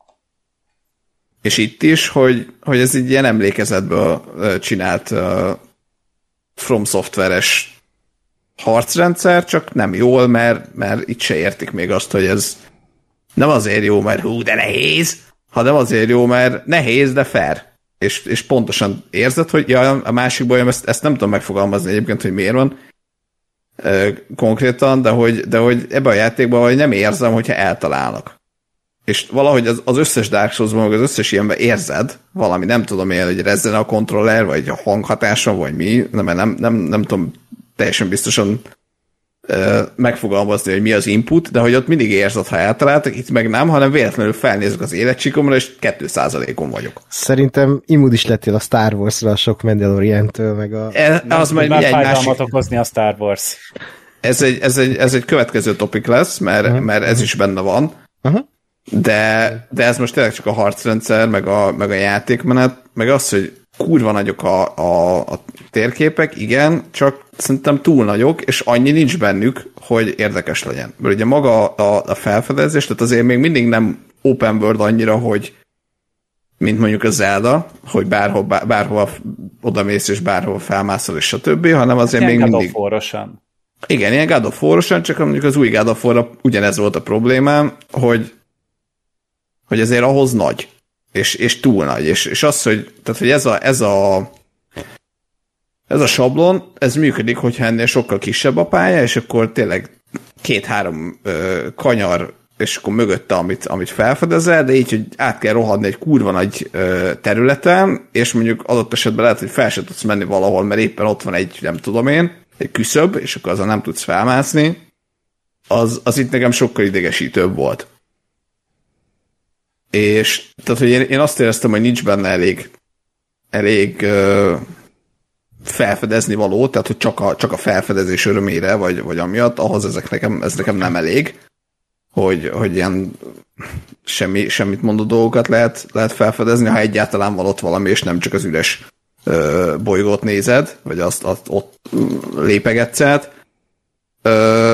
F: és itt is, hogy, hogy ez egy ilyen emlékezetből csinált ö, From Software-es harcrendszer, csak nem jól, mert, mert itt se értik még azt, hogy ez nem azért jó, mert hú, de nehéz, hanem azért jó, mert nehéz, de fair. És, és pontosan érzed, hogy ja, a másik bajom, ezt, ezt nem tudom megfogalmazni egyébként, hogy miért van e, konkrétan, de hogy, de hogy ebben a játékban hogy nem érzem, hogyha eltalálnak. És valahogy az, az összes Dark Souls-ban, meg az összes ilyenben érzed valami, nem tudom én, hogy rezzen a kontroller, vagy a hanghatáson, vagy mi, nem, nem, nem, nem tudom teljesen biztosan megfogalmazni, hogy mi az input, de hogy ott mindig érzed, ha eltaláltak, itt meg nem, hanem véletlenül felnézek az életcsikomra, és két százalékon vagyok.
C: Szerintem immun is lettél a Star Wars-ra, a sok Mandalorian-től, meg a...
F: E, az
E: nem
F: majd egy
E: másik... okozni a Star Wars.
F: Ez egy, ez egy, ez egy következő topik lesz, mert, uh-huh. mert ez is benne van, uh-huh. de, de ez most tényleg csak a harcrendszer, meg a, meg a játékmenet, meg az, hogy kurva nagyok a, a, a térképek, igen, csak szerintem túl nagyok, és annyi nincs bennük, hogy érdekes legyen. Mert ugye maga a, a felfedezés, tehát azért még mindig nem open world annyira, hogy mint mondjuk a Zelda, hogy bárhol, bár, bárhova odamész, és bárhol felmászol, és stb., hanem azért
E: ilyen
F: még mindig...
E: God of War-osan.
F: Igen, ilyen God of War-osan, csak mondjuk az új God of War-ra ugyanez volt a problémám, hogy, hogy azért ahhoz nagy. És, és túl nagy, és, és az, hogy, tehát, hogy ez a, ez a ez a sablon, ez működik, hogyha ennél sokkal kisebb a pálya, és akkor tényleg két-három ö, kanyar, és akkor mögötte, amit, amit felfedezel, de így, hogy át kell rohadni egy kurva nagy ö, területen, és mondjuk adott esetben lehet, hogy fel se tudsz menni valahol, mert éppen ott van egy, nem tudom én, egy küszöb, és akkor azon nem tudsz felmászni, az, az itt nekem sokkal idegesítőbb volt. És tehát, hogy én, én azt éreztem, hogy nincs benne elég elég ö, felfedezni való, tehát, hogy csak a, csak a felfedezés örömére, vagy, vagy amiatt, ahhoz ezek nekem, ez nekem nem elég, hogy, hogy ilyen semmi, semmit mondó dolgokat lehet, lehet felfedezni, ha egyáltalán van ott valami, és nem csak az üres ö, bolygót nézed, vagy azt, azt ott lépegetsz át. Ö,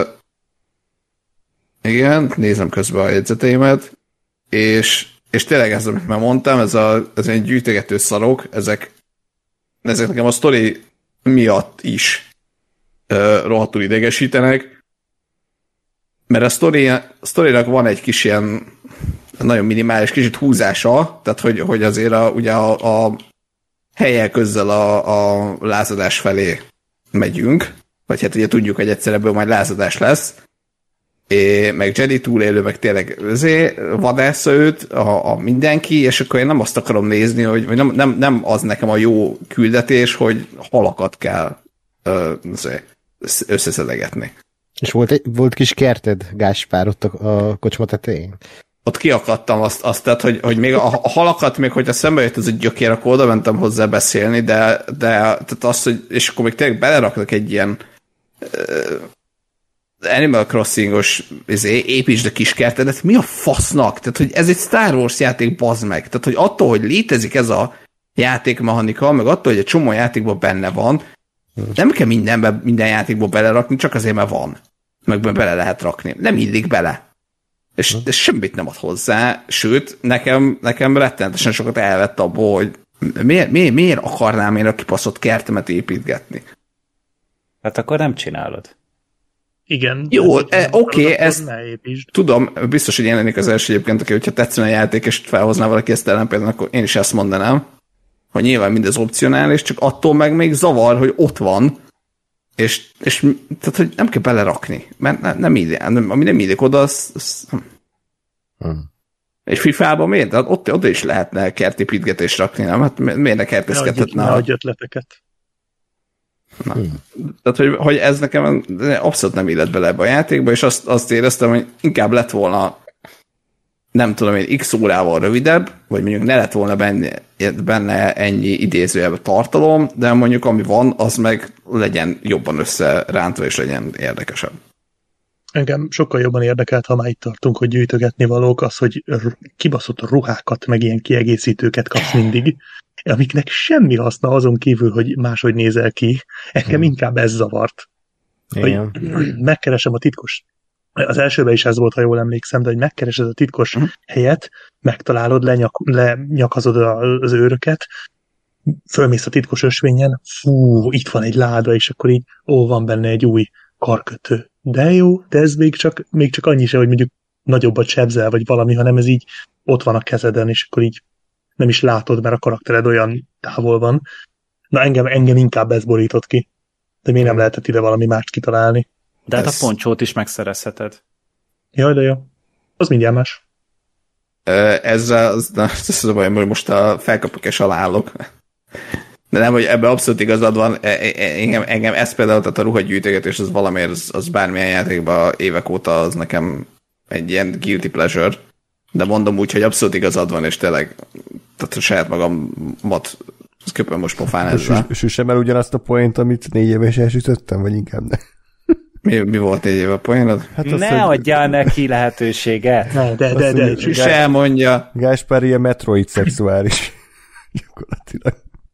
F: igen, nézem közben a jegyzeteimet, és, és tényleg ez, amit már mondtam, ez, a, ez egy gyűjtögető szarok, ezek, ezek nekem a sztori miatt is uh, rohadtul idegesítenek, mert a, sztori, a sztorinak van egy kis ilyen nagyon minimális kicsit húzása, tehát hogy, hogy azért a, ugye a, a helyek közzel a, a lázadás felé megyünk, vagy hát ugye tudjuk, hogy egyszer ebből majd lázadás lesz, É, meg Jedi túlélő, meg tényleg azért vadásza őt a, a mindenki, és akkor én nem azt akarom nézni, hogy vagy nem, nem, nem az nekem a jó küldetés, hogy halakat kell ö, összeszedegetni.
C: És volt, egy, volt kis kerted, Gáspár, ott a, a kocsma tetején?
F: Ott kiakadtam azt, azt tehát, hogy, hogy még a, a halakat, még hogyha szembe jött ez a gyökér, akkor oda mentem hozzá beszélni, de, de tehát azt, hogy, és akkor még tényleg beleraknak egy ilyen ö, Animal Crossing-os építsd a kis kertedet, mi a fasznak? Tehát, hogy ez egy Star Wars játék, bazd meg. Tehát, hogy attól, hogy létezik ez a játékmechanika, meg attól, hogy egy csomó játékban benne van, nem kell mindenbe, minden játékba belerakni, csak azért, mert van. Meg bele lehet rakni. Nem illik bele. És ez semmit nem ad hozzá, sőt, nekem, nekem rettenetesen sokat elvett abból, hogy miért, miért, miért akarnám én a kipaszott kertemet építgetni?
E: Hát akkor nem csinálod.
D: Igen.
F: Jó, e, oké, okay, ezt tudom, biztos, hogy én lennék az első egyébként, aki, hogyha tetszene a játék, és felhozná valaki ezt ellen például, akkor én is ezt mondanám, hogy nyilván mindez opcionális, csak attól meg még zavar, hogy ott van, És, és tehát, hogy nem kell belerakni, mert nem, nem ide, nem, ami nem illik oda, az, az... Hmm. És fifában miért? Hát ott, ott is lehetne kertépítgetést rakni, nem? Hát miért ne kertészkedhetne?
D: Ne adj ötleteket.
F: Na. Hmm. Tehát, hogy, hogy ez nekem abszolút nem illet bele ebbe a játékba, és azt, azt éreztem, hogy inkább lett volna nem tudom én, x órával rövidebb, vagy mondjuk ne lett volna benne, benne ennyi idézőjelben tartalom, de mondjuk ami van, az meg legyen jobban összerántva, és legyen érdekesebb.
D: Engem sokkal jobban érdekelt, ha már itt tartunk, hogy gyűjtögetni valók, az, hogy kibaszott ruhákat, meg ilyen kiegészítőket kapsz mindig, amiknek semmi haszna azon kívül, hogy máshogy nézel ki. Engem hmm. inkább ez zavart. Hogy megkeresem a titkos. Az elsőben is ez volt, ha jól emlékszem, de hogy megkeresed a titkos hmm. helyet, megtalálod, lenyak, lenyakazod az őröket, fölmész a titkos ösvényen, fú, itt van egy láda, és akkor így, ó, van benne egy új karkötő. De jó, de ez még csak, még csak annyi se, hogy mondjuk nagyobbat sebzel, vagy valami, hanem ez így ott van a kezeden, és akkor így nem is látod, mert a karaktered olyan távol van. Na engem, engem inkább ez borított ki. De még nem lehetett ide valami mást kitalálni.
E: De hát
F: ez...
E: a poncsót is megszerezheted.
D: Jaj, de jó. Az mindjárt más.
F: Ezzel az, na, az a bajom, hogy most a felkapok és alállok. De nem, hogy ebben abszolút igazad van. Engem, engem ez például, tehát a ruhagyűjtögetés, az valamiért, az, az bármilyen játékban évek óta az nekem egy ilyen guilty pleasure. De mondom úgy, hogy abszolút igazad van, és tényleg tehát a saját magamat köpöm most pofán ezzel.
B: Süssem el ugyanazt a point, amit négy éve is elsütöttem, vagy inkább ne?
F: Mi, mi volt négy éve a poénod?
E: Hát ne hogy... adjál neki lehetőséget.
D: Ne, de, de, de. de
F: se mondja.
B: Gáspár ilyen Metroid szexuális. Gyakorlatilag.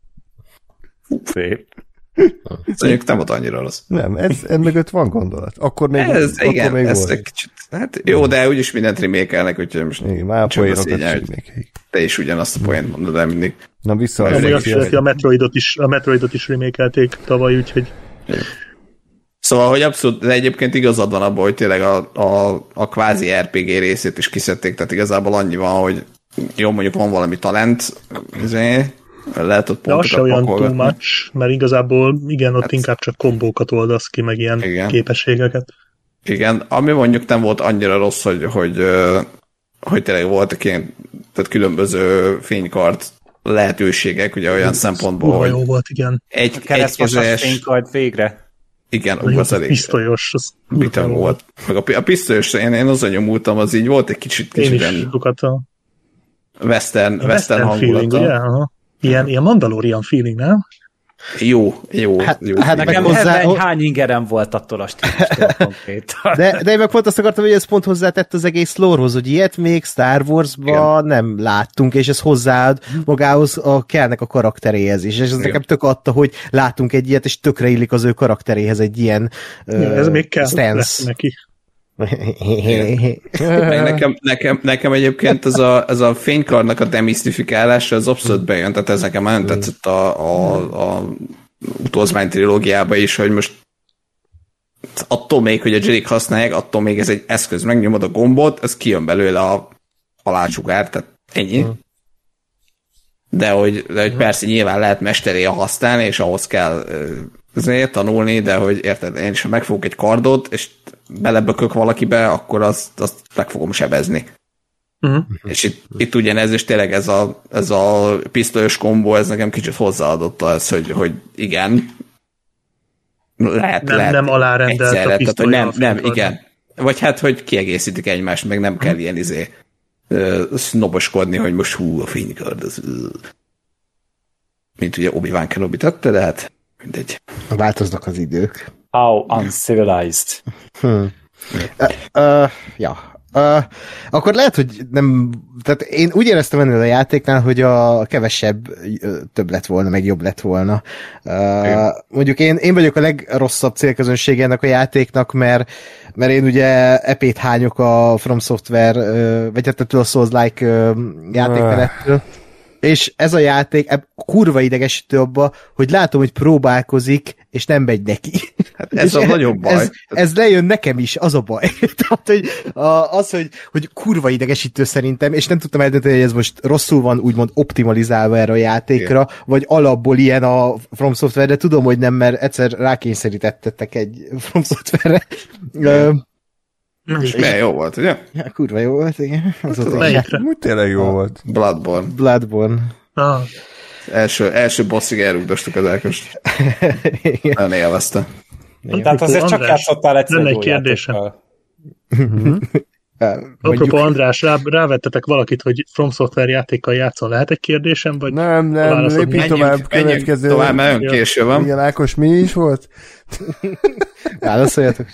E: Szép.
F: Mondjuk nem volt annyira rossz.
B: Nem, ez, ez mögött van gondolat. Akkor még,
F: ez,
B: akkor
F: igen,
B: még
F: ez
B: volt.
F: egy kicsit, hát jó, de úgyis mindent remékelnek, úgyhogy most
B: igen, már a poénokat remékeljük.
F: Te is ugyanazt a poént mondod el mindig.
B: Na vissza.
D: A, a Metroidot is, a Metroidot is remékelték tavaly, úgyhogy...
F: Szóval, hogy abszolút, de egyébként igazad van abban, hogy tényleg a, a, a kvázi er pé gé részét is kiszedték, tehát igazából annyi van, hogy jó, mondjuk van valami talent, azért lehet ott pontokat
D: pakolgatni. De az se olyan too much, mert igazából igen, ott hát, inkább csak kombókat oldasz ki, meg ilyen igen. képességeket.
F: Igen, ami mondjuk nem volt annyira rossz, hogy, hogy, hogy tényleg voltak ilyen tehát különböző fénykart lehetőségek, ugye olyan szempontból, hogy
D: jó volt, igen.
F: Egy, egy kezes
E: fénykart végre.
F: Igen, úgy az elég.
D: Pisztolyos. Az
F: Bitem volt. Meg a, a pisztolyos, én, én azon nyomultam, az így volt egy kicsit kicsit
D: én is lukatta.
F: Western, western,
D: western
F: hangulata.
D: Feeling, ilyen, ilyen Mandalorian feeling, nem?
F: Jó, jó.
E: Hát,
F: jó
E: hát nekem hozzá... Ebben hány ingerem volt attól a stílustól konkrétan.
C: De, de én meg pont azt akartam, hogy ez pont hozzátett az egész lore-hoz, hogy ilyet még Star Wars-ban nem láttunk, és ez hozzáad magához a kellnek a karakteréhez is. És ez igen. nekem tök adta, hogy látunk egy ilyet, és tökre illik az ő karakteréhez egy ilyen uh, ja,
D: ez még kell
C: stance.
D: Neki.
F: nekem, nekem, nekem egyébként ez a, ez a fénykarnak a demisztifikálása az abszolút bejön, tehát ez nekem nagyon tetszett a, a, a utózmány trilógiába is, hogy most attól még, hogy a Jedik használják, attól még ez egy eszköz, megnyomod a gombot, ez kijön belőle a halálcsugár, tehát ennyi. De hogy, de hogy persze nyilván lehet mesteréje használni, és ahhoz kell azért tanulni, de hogy érted, én is ha megfogok egy kardot, és belebökök valakibe, akkor azt, azt meg fogom sebezni. Uh-huh. És itt, itt ugyanez, és tényleg ez a, ez a pisztolyos kombó, ez nekem kicsit hozzáadott az, hogy, hogy igen, lehet,
D: nem,
F: lehet
D: nem alárendelt
F: egyszerre,
D: a pisztoly.
F: Tehát, hogy nem, nem, igen. Vagy hát, hogy kiegészítik egymást, meg nem kell ilyen izé uh, sznoboskodni, hogy most hú, a fénykard, az, uh, mint ugye Obi-Wan Kenobi tette, de hát mindegy.
C: Változnak az idők.
E: How uncivilized.
C: Hmm. Uh, uh, ja. Uh, akkor lehet, hogy nem... Tehát én úgy éreztem ennél a játéknál, hogy a kevesebb uh, több lett volna, meg jobb lett volna. Uh, mondjuk én, én vagyok a legrosszabb célközönség ennek a játéknak, mert, mert én ugye epét hányok a From Software, uh, vagy hát ettől a Souls-like uh, játékmenettől. És ez a játék kurva idegesítő abba, hogy látom, hogy próbálkozik, és nem megy neki.
F: Hát ez a nagyobb baj.
C: Ez, ez lejön nekem is, az a baj. Tehát, hogy az, hogy, hogy kurva idegesítő szerintem, és nem tudtam eldönteni, hogy ez most rosszul van úgymond optimalizálva erre a játékra, igen. vagy alapból ilyen a From Software, de tudom, hogy nem, mert egyszer rákényszerítettetek egy From Software-re.
F: És milyen jó volt, ugye?
C: Ja, kurva jó volt, igen.
B: Úgy tényleg jó volt.
F: Bloodborne.
C: Bloodborne.
D: Ah.
F: Első, első bosszig elrugdostuk az Ákost. Nagyon élvezte.
E: Tehát azért csak játszottál egyszer
D: egy kérdésem. Apropó, András, rá, rávettetek valakit, hogy From Software játékkal játszol. Lehet egy kérdésem? Vagy
B: nem, nem, lépjünk tovább. Következő.
F: Tovább, nagyon késő van.
B: Igen, Ákos, mi is volt?
C: Válaszoljatok.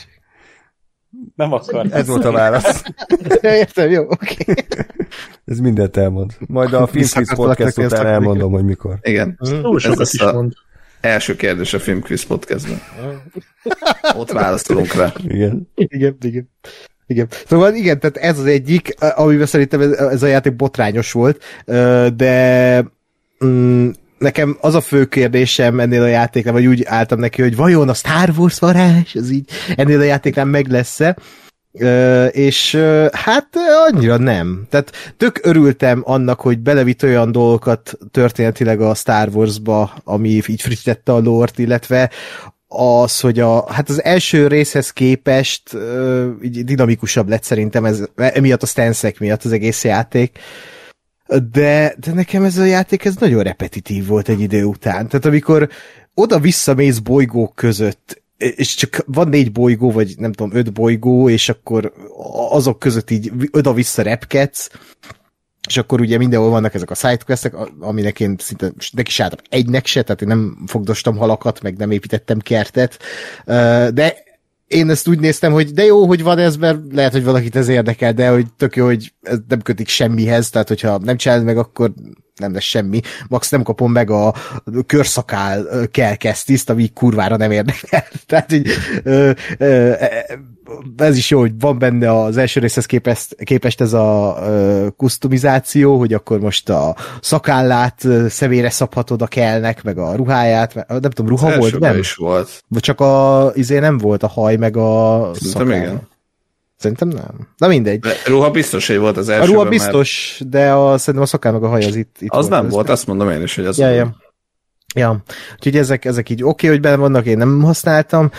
E: Nem akar.
B: Ez volt a válasz.
C: Értem, jó, oké. Okay.
B: Ez mindent elmond. Majd a Filmquiz podcast után elmondom, hogy mikor.
F: Igen.
D: Túl sokat is mond.
F: Első kérdés a Filmquiz podcastben. Ott válaszolunk rá.
B: Igen.
C: Igen, igen. Igen. Szóval igen, tehát ez az egyik, amiben szerintem ez, ez a játék botrányos volt, de mm, nekem az a fő kérdésem ennél a játéknál, vagy úgy álltam neki, hogy vajon a Star Wars varázs, az így ennél a játéknál meg lesz-e, Uh, és uh, hát annyira nem. Tehát tök örültem annak, hogy belevitt olyan dolgokat történetileg a Star Wars-ba, ami így frissítette a lore-t, illetve az, hogy a, hát az első részhez képest uh, így dinamikusabb lett szerintem, ez, emiatt a stance-ek miatt az egész játék. De, de nekem ez a játék ez nagyon repetitív volt egy idő után. Tehát amikor oda-visszamész bolygók között, és csak van négy bolygó, vagy nem tudom, öt bolygó, és akkor azok között így oda-vissza repkedsz, és akkor ugye mindenhol vannak ezek a sidequestek, aminek én szinte neki se álltam egynek se, tehát én nem fogdostam halakat, meg nem építettem kertet, de én ezt úgy néztem, hogy de jó, hogy van ez, mert lehet, hogy valakit ez érdekel, de hogy tök jó, hogy ez nem kötik semmihez, tehát hogyha nem csinálod meg, akkor nem lesz semmi. Max nem kapom meg a körszakál kelkesztiszt, ami kurvára nem érdekel. Tehát így, ö, ö, ez is jó, hogy van benne az első részhez képest, képest ez a kusztumizáció, hogy akkor most a szakállát személyre szabhatod a kellnek, meg a ruháját, nem tudom, ruha volt, nem?
F: Is volt.
C: Vagy csak a, izé nem volt a haj, meg a szakáll. Szerintem nem. Na mindegy.
F: De ruha biztos, hogy volt az első.
C: A ruha biztos, mert... de a, szerintem a szakál meg a haj az itt, itt
F: az
C: volt.
F: nem volt, azt mondom én is, hogy az
C: ja, ja. ja. Úgyhogy ezek, ezek így oké, okay, hogy benne vannak, én nem használtam,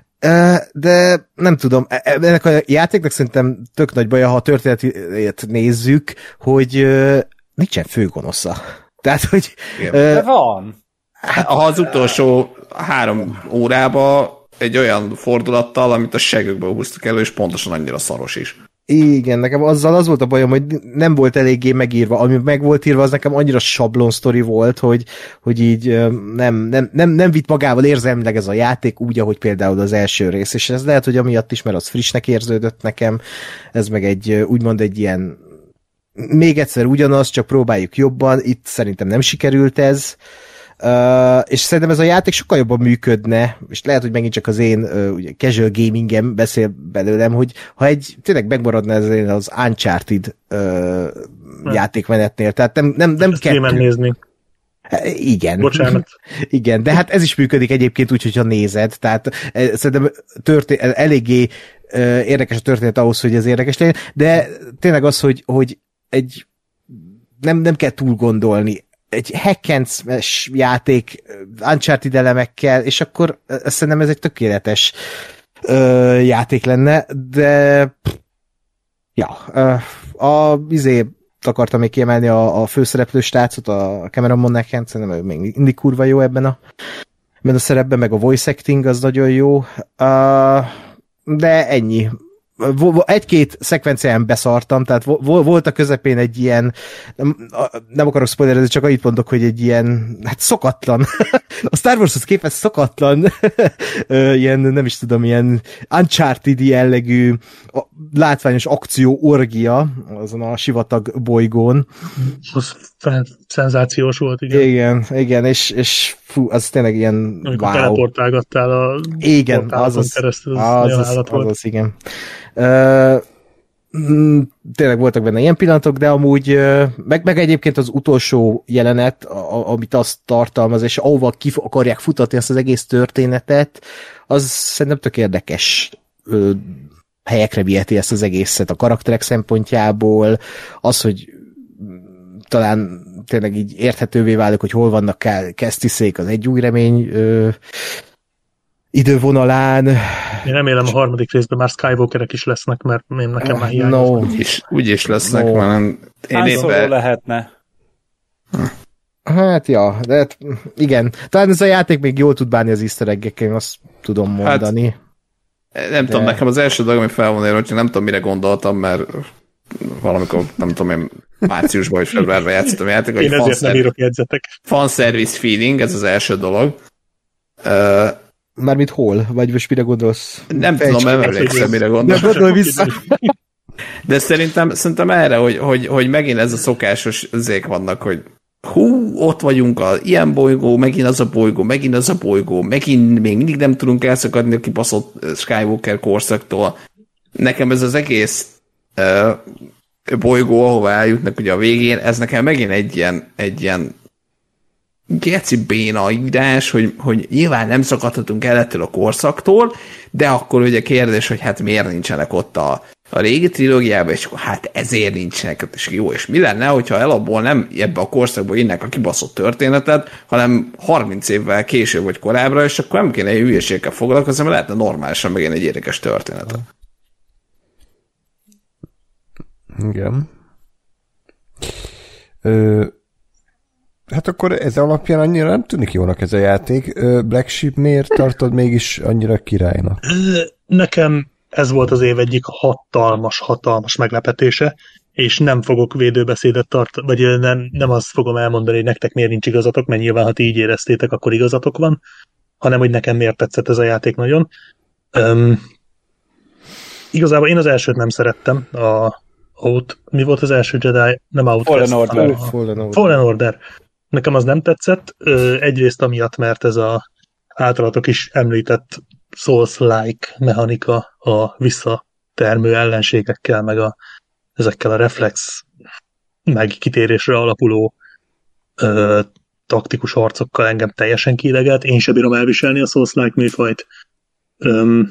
C: de nem tudom, ennek a játéknak szerintem tök nagy baja, ha a történetét nézzük, hogy nincsen főgonosza. Tehát, hogy...
E: De van.
F: Hát, ha az utolsó három órába egy olyan fordulattal, amit a segükből húztuk elő, és pontosan annyira szaros is.
C: Igen, nekem azzal az volt a bajom, hogy nem volt eléggé megírva. Ami meg volt írva, az nekem annyira sablon sztori volt, hogy, hogy így nem, nem, nem, nem vitt magával érzelmileg ez a játék úgy, ahogy például az első rész. És ez lehet, hogy amiatt is, mert az frissnek érződött nekem. Ez meg egy, úgymond egy ilyen még egyszer ugyanaz, csak próbáljuk jobban. Itt szerintem nem sikerült ez. Uh, és szerintem ez a játék sokkal jobban működne, és lehet, hogy megint csak az én uh, ugye, casual gamingem beszél belőlem, hogy ha egy tényleg megmaradna ez az Uncharted uh, játékmenetnél, tehát nem, nem, nem
D: kell... nézni.
C: Igen.
D: Bocsánat.
C: Igen, de hát ez is működik egyébként úgy, hogyha nézed, tehát szerintem történ- eléggé uh, érdekes a történet ahhoz, hogy ez érdekes legyen, de tényleg az, hogy, hogy egy nem, nem kell túl gondolni, egy hack and smash játék Uncharted elemekkel, és akkor szerintem ez egy tökéletes ö, játék lenne, de ja, ö, a izé akartam még kiemelni a, a főszereplő stácot, a Cameron Monaghan, szerintem ő még mindig kurva jó ebben a, ebben a szerepben, meg a voice acting az nagyon jó, ö, de ennyi. Egy-két szekvencián beszartam, tehát volt a közepén egy ilyen, nem, nem akarok spoilerezni, csak annyit mondok, hogy egy ilyen, hát szokatlan, a Star Warshoz képest szokatlan, ilyen, nem is tudom, ilyen Uncharted jellegű látványos akció orgia azon a sivatag bolygón.
D: Az szenzációs volt, igen.
C: Igen, igen, és, és fú, az tényleg ilyen
D: amikor
C: wow.
D: teleportálgattál a
C: igen, azaz,
D: keresztül,
C: az, az, az, az, igen. Uh, tényleg voltak benne ilyen pillanatok, de amúgy meg, meg egyébként az utolsó jelenet, a, amit azt tartalmaz, és ahova ki akarják futatni ezt az egész történetet, az szerintem tök érdekes ö, helyekre viheti ezt az egészet a karakterek szempontjából, az, hogy talán tényleg így érthetővé válik, hogy hol vannak Kesztiszék az Egy új remény ö, idővonalán.
D: Én remélem a harmadik részben már Skywalkerek is lesznek, mert én nekem már hiányzik.
F: No. Úgy, is, úgy is lesznek, no. Már én
E: éppen... lehetne.
C: Hát ja, de hát, igen. Talán ez a játék még jól tud bánni az easter egg-ekkel, én azt tudom mondani.
F: Hát, nem
C: de...
F: tudom, nekem az első dolog, ami fel van érve, hogy nem tudom, mire gondoltam, mert valamikor, nem tudom én, márciusban vagy februárban játszottam a játék,
D: én ezért nem írok jegyzetek.
F: Fanservice feeling, ez az első dolog. Uh,
C: Mármint hol? Vagy most mire gondolsz?
F: Nem Fejts tudom, nem emlékszem, mire gondolsz.
C: De gondolj vissza.
F: De szerintem, szerintem erre, hogy, hogy, hogy megint ez a szokásos zék vannak, hogy hú, ott vagyunk, a ilyen bolygó, megint az a bolygó, megint az a bolygó, megint még mindig nem tudunk elszakadni a kibaszott Skywalker korszaktól. Nekem ez az egész uh, bolygó, ahova eljutnak ugye a végén, ez nekem megint egy ilyen, egy ilyen geci béna írás, hogy, hogy nyilván nem szakadhatunk el ettől a korszaktól, de akkor ugye kérdés, hogy hát miért nincsenek ott a, a régi trilógiában, és akkor hát ezért nincsenek, és jó, és mi lenne, hogyha el abból nem ebbe a korszakból innek a kibaszott történetet, hanem harminc évvel később vagy korábbra, és akkor nem kéne egy hülyeségkel foglalkozni, mert lehetne normálisan megint egy érdekes történetet.
B: Igen. Ö... Hát akkor ez alapján annyira nem tűnik jónak ez a játék. Black Sheep miért tartod mégis annyira királynak?
D: Nekem ez volt az év egyik hatalmas, hatalmas meglepetése, és nem fogok védőbeszédet tartani, vagy nem, nem azt fogom elmondani, hogy nektek miért nincs igazatok, mert nyilván, ha ti így éreztétek, akkor igazatok van, hanem, hogy nekem miért tetszett ez a játék nagyon. Um, igazából én az elsőt nem szerettem, a Out, mi volt az első Jedi? Nem Outcast.
E: Fallen Order.
D: A, Fallen Order. Fallen Order. Nekem az nem tetszett, egyrészt amiatt, mert ez a általatok is említett Souls-like mechanika a visszatermő ellenségekkel, meg a, ezekkel a reflex meg kitérésre alapuló ö, taktikus harcokkal engem teljesen kiidegelt. Én sem bírom elviselni a Souls-like műfajt. Öm,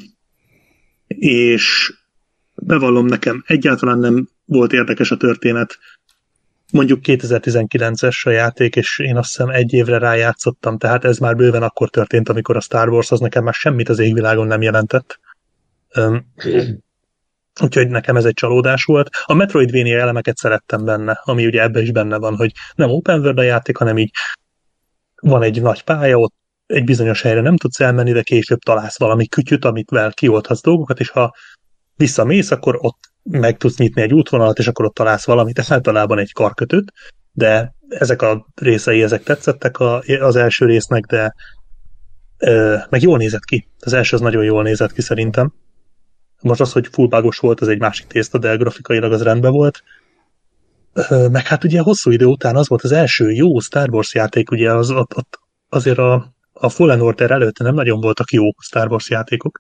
D: és bevallom, nekem egyáltalán nem volt érdekes a történet. Mondjuk kétezer-tizenkilences a játék, és én azt hiszem egy évre rájátszottam, tehát ez már bőven akkor történt, amikor a Star Wars az nekem már semmit az égvilágon nem jelentett. Um, úgyhogy nekem ez egy csalódás volt. A Metroidvania elemeket szerettem benne, ami ugye ebben is benne van, hogy nem open world a játék, hanem így van egy nagy pálya, ott egy bizonyos helyre nem tudsz elmenni, de később találsz valami kütyüt, amitvel kiolthatsz dolgokat, és ha visszamész, akkor ott meg tudsz nyitni egy útvonalat, és akkor ott találsz valamit, ez általában egy karkötőt, de ezek a részei, ezek tetszettek a, az első résznek, de ö, meg jól nézett ki. Az első az nagyon jól nézett ki szerintem. Most az, hogy full bugos volt, az egy másik tészta, de grafikailag az rendben volt. Ö, meg hát ugye hosszú idő után az volt az első jó Star Wars játék, ugye az, ott, ott azért a, a Fallen Order előtt nem nagyon voltak jó Star Wars játékok.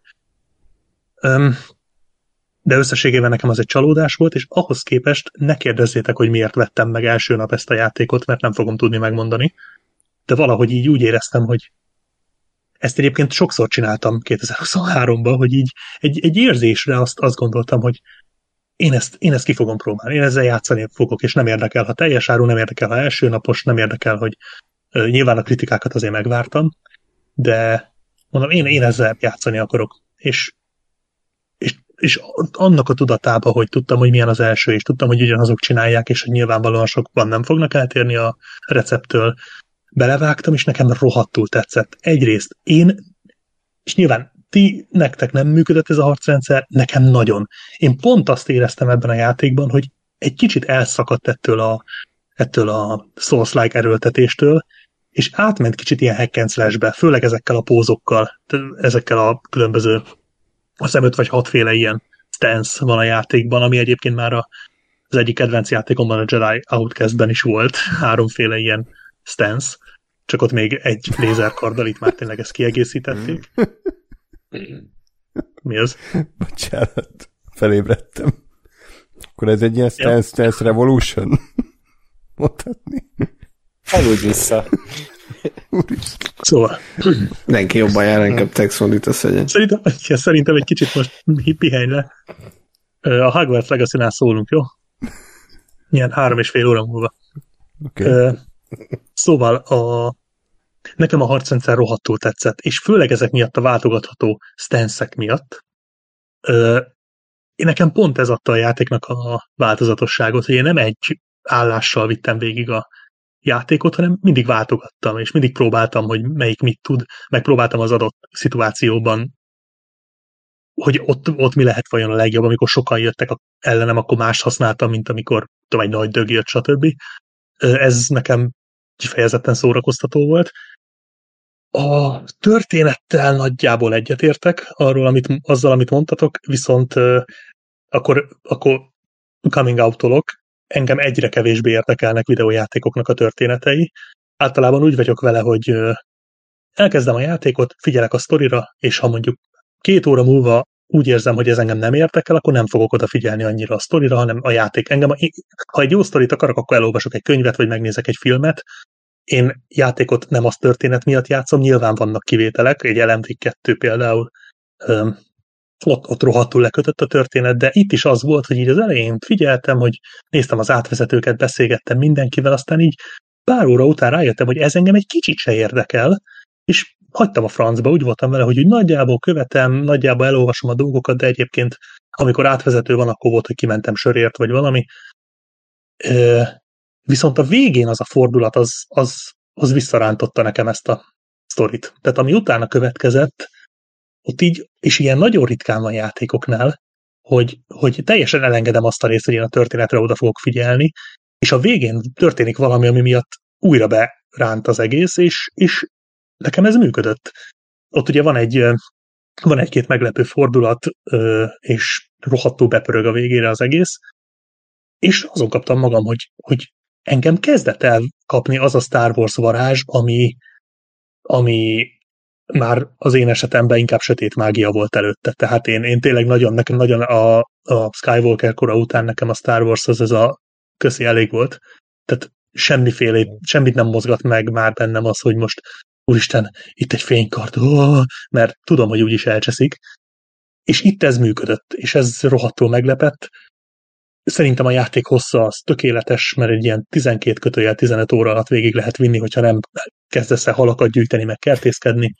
D: Ö, de összességében nekem az egy csalódás volt, és ahhoz képest ne kérdezzétek, hogy miért vettem meg első nap ezt a játékot, mert nem fogom tudni megmondani. De valahogy így úgy éreztem, hogy ezt egyébként sokszor csináltam kétezer-huszonháromban, hogy így egy, egy érzésre azt, azt gondoltam, hogy én ezt, én ezt ki fogom próbálni, én ezzel játszani fogok, és nem érdekel, ha teljes áru, nem érdekel, ha első napos, nem érdekel, hogy uh, nyilván a kritikákat azért megvártam, de mondom, én, én ezzel játszani akarok. És És, és annak a tudatába, hogy tudtam, hogy milyen az első, és tudtam, hogy ugyanazok csinálják, és hogy nyilvánvalóan sokban nem fognak eltérni a recepttől, belevágtam, és nekem rohadtul tetszett. Egyrészt én, és nyilván ti, nektek nem működött ez a harcrendszer, nekem nagyon. Én pont azt éreztem ebben a játékban, hogy egy kicsit elszakadt ettől a, ettől a Souls-like erőltetéstől, és átment kicsit ilyen hack and slash-be, főleg ezekkel a pózokkal, ezekkel a különböző azt hiszem öt vagy hatféle ilyen stance van a játékban, ami egyébként már a, az egyik kedvenc játékomban, a Jedi Outcastben is volt háromféle ilyen stance, csak ott még egy lézerkarddal, itt már tényleg ezt kiegészítették. Mi az?
B: Bocsánat, felébredtem. Akkor ez egy ilyen Stealth, Stealth Revolution? Mondhatni.
E: Aludj vissza.
D: Szóval.
F: Mindenki jobban jár, inkább Texondit a szegyen.
D: Szerintem, szerintem egy kicsit most pihenj le. A Hogwarts Legacy-nál szólunk, jó? Ilyen három és fél óra múlva. Okay. Szóval a, nekem a harcrendszer rohadtul tetszett, és főleg ezek miatt a váltogatható stance-ek miatt. Én nekem pont ez adta a játéknak a változatosságot, hogy én nem egy állással vittem végig a játékot, hanem mindig váltogattam, és mindig próbáltam, hogy melyik mit tud, megpróbáltam az adott szituációban, hogy ott, ott mi lehet vajon a legjobb, amikor sokan jöttek ellenem, akkor mást használtam, mint amikor tudom, egy nagy dög jött, stb. Ez nekem kifejezetten szórakoztató volt. A történettel nagyjából egyetértek arról, amit, azzal, amit mondtatok, viszont akkor, akkor coming out-olok, engem egyre kevésbé érdekelnek videójátékoknak a történetei. Általában úgy vagyok vele, hogy elkezdem a játékot, figyelek a sztorira, és ha mondjuk két óra múlva úgy érzem, hogy ez engem nem érdekel, akkor nem fogok odafigyelni annyira a sztorira, hanem a játék engem. Ha egy jó sztorit akarok, akkor elolvasok egy könyvet, vagy megnézek egy filmet. Én játékot nem az történet miatt játszom, nyilván vannak kivételek, egy el em vé kettő például, öm, ott, ott rohadtul lekötött a történet, de itt is az volt, hogy így az elején figyeltem, hogy néztem az átvezetőket, beszélgettem mindenkivel, aztán így pár óra után rájöttem, hogy ez engem egy kicsit se érdekel, és hagytam a francba, úgy voltam vele, hogy úgy nagyjából követem, nagyjából elolvasom a dolgokat, de egyébként amikor átvezető van, akkor volt, hogy kimentem sörért, vagy valami. Viszont a végén az a fordulat, az, az, az visszarántotta nekem ezt a sztorit. Tehát ami utána következett, ott így, és ilyen nagyon ritkán van játékoknál, hogy, hogy teljesen elengedem azt a részt, hogy én a történetre oda fogok figyelni, és a végén történik valami, ami miatt újra beránt az egész, és, és nekem ez működött. Ott ugye van egy van egy-két meglepő fordulat, és rohadtul bepörög a végére az egész, és azon kaptam magam, hogy, hogy engem kezdett el kapni az a Star Wars varázs, ami, ami már az én esetemben inkább sötét mágia volt előtte. Tehát én, én tényleg nagyon, nekem nagyon a, a Skywalker kora után nekem a Star Wars az ez a köszi elég volt. Tehát semmiféle, semmit nem mozgat meg már bennem az, hogy most úristen, itt egy fénykard, oh, mert tudom, hogy úgyis elcseszik. És itt ez működött, és ez rohadtul meglepett. Szerintem a játék hossza az tökéletes, mert egy ilyen tizenkét kötőjel tizenöt óra alatt végig lehet vinni, hogyha nem kezdesz el halakat gyűjteni, meg kertészkedni.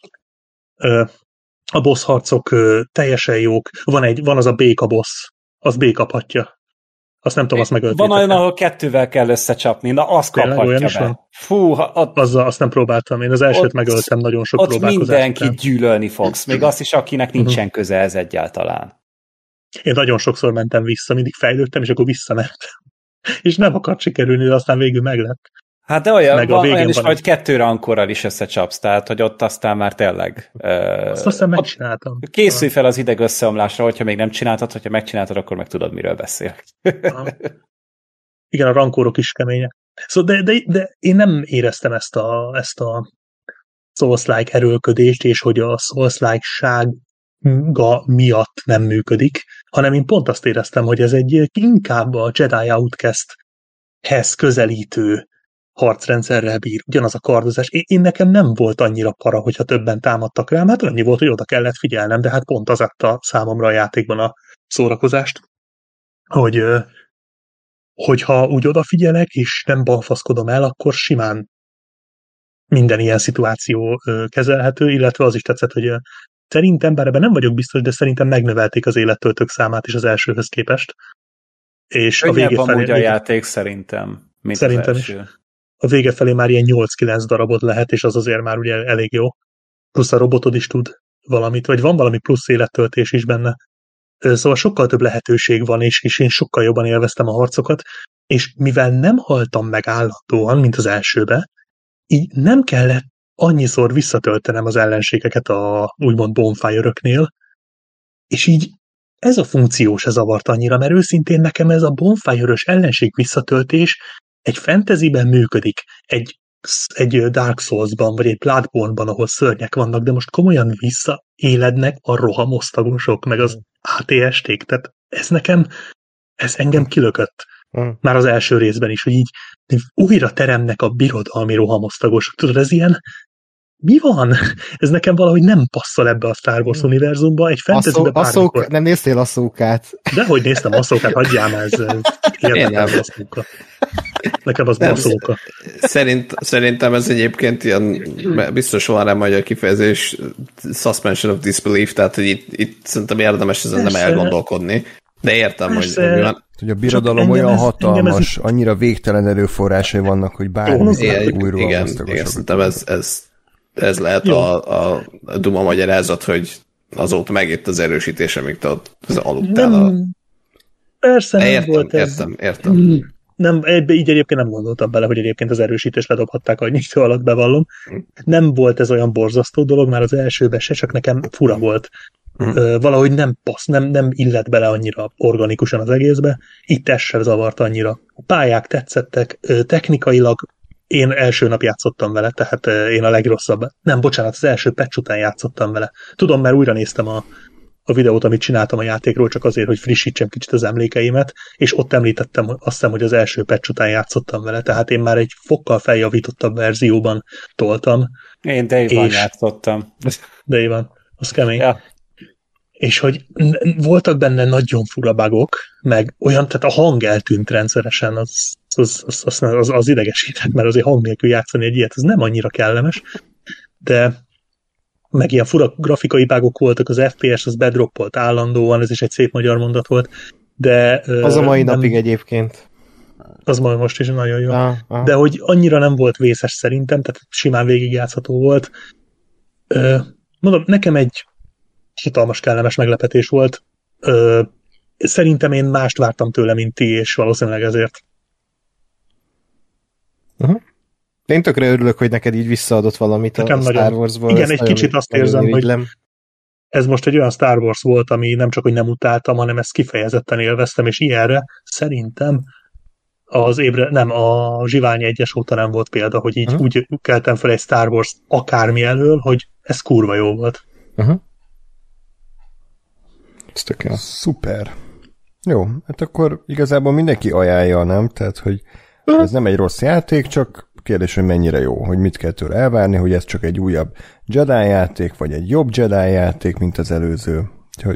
D: A boss harcok teljesen jók. Van, egy, van az a béka boss, az békaphatja. Azt nem tudom, azt megöltétek.
E: Van olyan, ahol kettővel kell összecsapni, na azt kaphatja be. Fú, ha, ott,
D: Azzal azt nem próbáltam. Én az elsőt ott, megöltem nagyon sok próbálkozást.
E: Ott mindenkit gyűlölni fogsz, még azt is, akinek nincsen köze ez egyáltalán.
D: Én nagyon sokszor mentem vissza, mindig fejlődtem, és akkor visszamentem. És nem akart sikerülni, de aztán végül meg lett.
E: Hát de olyan, van, olyan is, hogy kettő rankorral is összecsapsz, tehát hogy ott aztán már tényleg...
D: Azt aztán megcsináltam.
E: Készülj fel az ideg összeomlásra, hogyha még nem csináltad, hogyha megcsináltad, akkor meg tudod, miről beszélek.
D: Igen, a rankórok is kemények. Szóval, de, de, de én nem éreztem ezt a, ezt a Souls-like erőlködést, és hogy a Souls-like-sága miatt nem működik, hanem én pont azt éreztem, hogy ez egy inkább a Jedi Outcast-hez közelítő harcrendszerrel bír, ugyanaz a kardozás. Én, én nekem nem volt annyira para, hogyha többen támadtak rám, hát annyi volt, hogy oda kellett figyelnem, de hát pont az adta számomra a játékban a szórakozást, hogy hogyha úgy odafigyelek, és nem balfaszkodom el, akkor simán minden ilyen szituáció kezelhető, illetve az is tetszett, hogy szerintem, bár ebben nem vagyok biztos, de szerintem megnövelték az élettöltők számát is az elsőhöz képest. És
E: Könnyebb
D: a vége felé...
E: a játék szerintem, mint
D: szerintem
E: az első.
D: Is. A vége felé már ilyen nyolc-kilenc darabot lehet, és az azért már ugye elég jó. Plusz a robotod is tud valamit, vagy van valami plusz élettöltés is benne. Szóval sokkal több lehetőség van, és, és én sokkal jobban élveztem a harcokat, és mivel nem haltam meg állandóan, mint az elsőbe, így nem kellett annyiszor visszatöltenem az ellenségeket a úgymond bonfire-öknél, és így ez a funkció se zavart annyira, mert őszintén nekem ez a bonfire-ös ellenség visszatöltés egy fantasyben működik, egy, egy Dark Souls-ban, vagy egy Bloodborne-ban, ahol szörnyek vannak, de most komolyan visszaélednek a rohamosztagosok, meg az á té es-ték, tehát ez nekem ez engem kilökött. Mm. Már az első részben is, hogy így újra teremnek a birodalmi rohamosztagosok. Tudod, ez ilyen, mi van? Ez nekem valahogy nem passzol ebbe a Star Wars univerzumba, egy fantasybe bármikor.
C: Nem néztél Ahsoka-t?
D: Dehogy néztem Ahsoka-t, hagyjál már, ez érdekel Ahsoka. Nekem az Ahsoka.
F: Szerint, szerintem ez egyébként ilyen, biztos van rá magyar kifejezés, suspension of disbelief, tehát hogy itt, itt szerintem érdemes ezen nem elgondolkodni. De értem, hogy, hogy van.
B: Hogy a birodalom olyan ez, hatalmas, ez... annyira végtelen erőforrásai vannak, hogy bármi újról
F: igen, igen, szerintem ez, ez, ez lehet a, a, a duma magyarázat, hogy azóta megért az erősítés, amíg te ott aludtál.
D: Nem,
F: a...
D: Persze nem
F: értem,
D: volt ez.
F: Értem, értem.
D: Nem, így egyébként nem gondoltam bele, hogy egyébként az erősítést ledobhatták annyi idő alatt, bevallom. Nem volt ez olyan borzasztó dolog, már az elsőben se, csak nekem fura volt. Uh, valahogy nem passz, nem, nem illett bele annyira organikusan az egészbe, itt ez sem zavart annyira. A pályák tetszettek, technikailag én első nap játszottam vele, tehát én a legrosszabb. Nem, bocsánat, az első patch után játszottam vele. Tudom, mert újra néztem a, a videót, amit csináltam a játékról, csak azért, hogy frissítsem kicsit az emlékeimet, és ott említettem azt hiszem, hogy az első patch után játszottam vele, tehát én már egy fokkal feljavítottabb verzióban toltam.
E: Én Dave-ban és... játszottam.
D: Dave-ban, az kemény.
E: Ja.
D: És hogy voltak benne nagyon fura bugok, meg olyan, tehát a hang eltűnt rendszeresen, az, az, az, az, az, az idegesített, mert azért hang nélkül játszani egy ilyet, az nem annyira kellemes, de meg ilyen fura grafikai bugok voltak, az ef pé es az bedroppolt állandóan, ez is egy szép magyar mondat volt, de...
C: Az a mai nem, napig egyébként.
D: Az majd most is nagyon jó.
C: Ah, ah.
D: De hogy annyira nem volt vészes szerintem, tehát simán végigjátszható volt. Mondom, nekem egy hatalmas kellemes meglepetés volt. Ö, szerintem én mást vártam tőle, mint ti, és valószínűleg ezért.
C: Uh-huh. Én tökre örülök, hogy neked így visszaadott valamit nekem a Star nagyon... Warsból.
D: Igen, egy kicsit azt érzem, hogy ez most egy olyan Star Wars volt, ami nem csak, hogy nem utáltam, hanem ezt kifejezetten élveztem, és ilyenre szerintem az ébre, nem, a Zsiványi egyes óta nem volt példa, hogy így uh-huh. úgy keltem fel egy Star Wars akármi elől, hogy ez kurva jó volt.
C: Uh-huh.
B: Szuper. Jó, hát akkor igazából mindenki ajánlja, nem? Tehát, hogy ez nem egy rossz játék, csak kérdés, hogy mennyire jó, hogy mit kell tőle elvárni, hogy ez csak egy újabb Jedi játék, vagy egy jobb Jedi játék, mint az előző. Hogy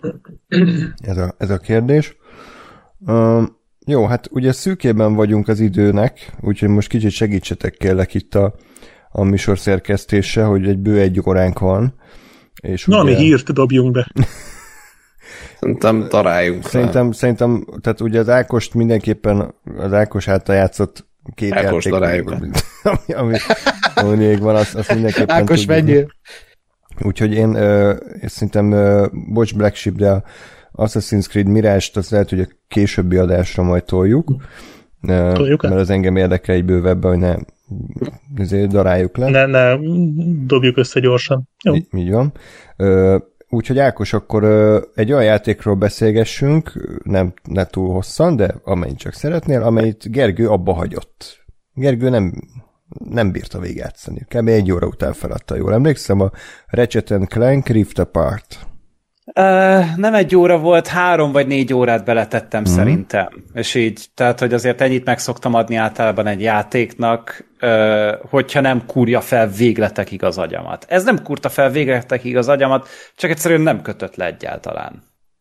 B: ez a, ez a kérdés. Um, jó, hát ugye szűkében vagyunk az időnek, úgyhogy most kicsit segítsetek kérlek itt a, a műsor szerkesztése, hogy egy bő egy óránk van. És
D: Na, ugye... mi hírt dobjunk be.
F: Szerintem találjunk.
B: Szerintem, szerintem, tehát ugye az Ákost mindenképpen az Ákos által játszott két
F: Ákos
B: játék, ami, ami, ami még van, azt, azt mindenképpen
C: Ákos menjél.
B: Úgyhogy én, ö, én szerintem, ö, bocs Black Sheep, de a Assassin's Creed Mirage-t azt lehet, hogy a későbbi adásra majd toljuk. Toljuk mert az engem érdekel egy bővebben, hogy ne ezért daráljuk le.
D: Ne, ne dobjuk össze gyorsan. Jó.
B: Így, így van. Ö, Úgyhogy Ákos, akkor ö, egy olyan játékról beszélgessünk, nem, ne túl hosszan, de amennyit csak szeretnél, amelyet Gergő abba hagyott. Gergő nem, nem bírta végigjátszani. Kb. egy óra után feladta, jól emlékszem, a Ratchet and Clank Rift Apart.
E: Uh, nem egy óra volt, három vagy négy órát beletettem mm. szerintem. És így, tehát, hogy azért ennyit meg szoktam adni általában egy játéknak, uh, hogyha nem kúrja fel végletekig az agyamat. Ez nem kúrta fel végletekig az agyamat, csak egyszerűen nem kötött le egyáltalán.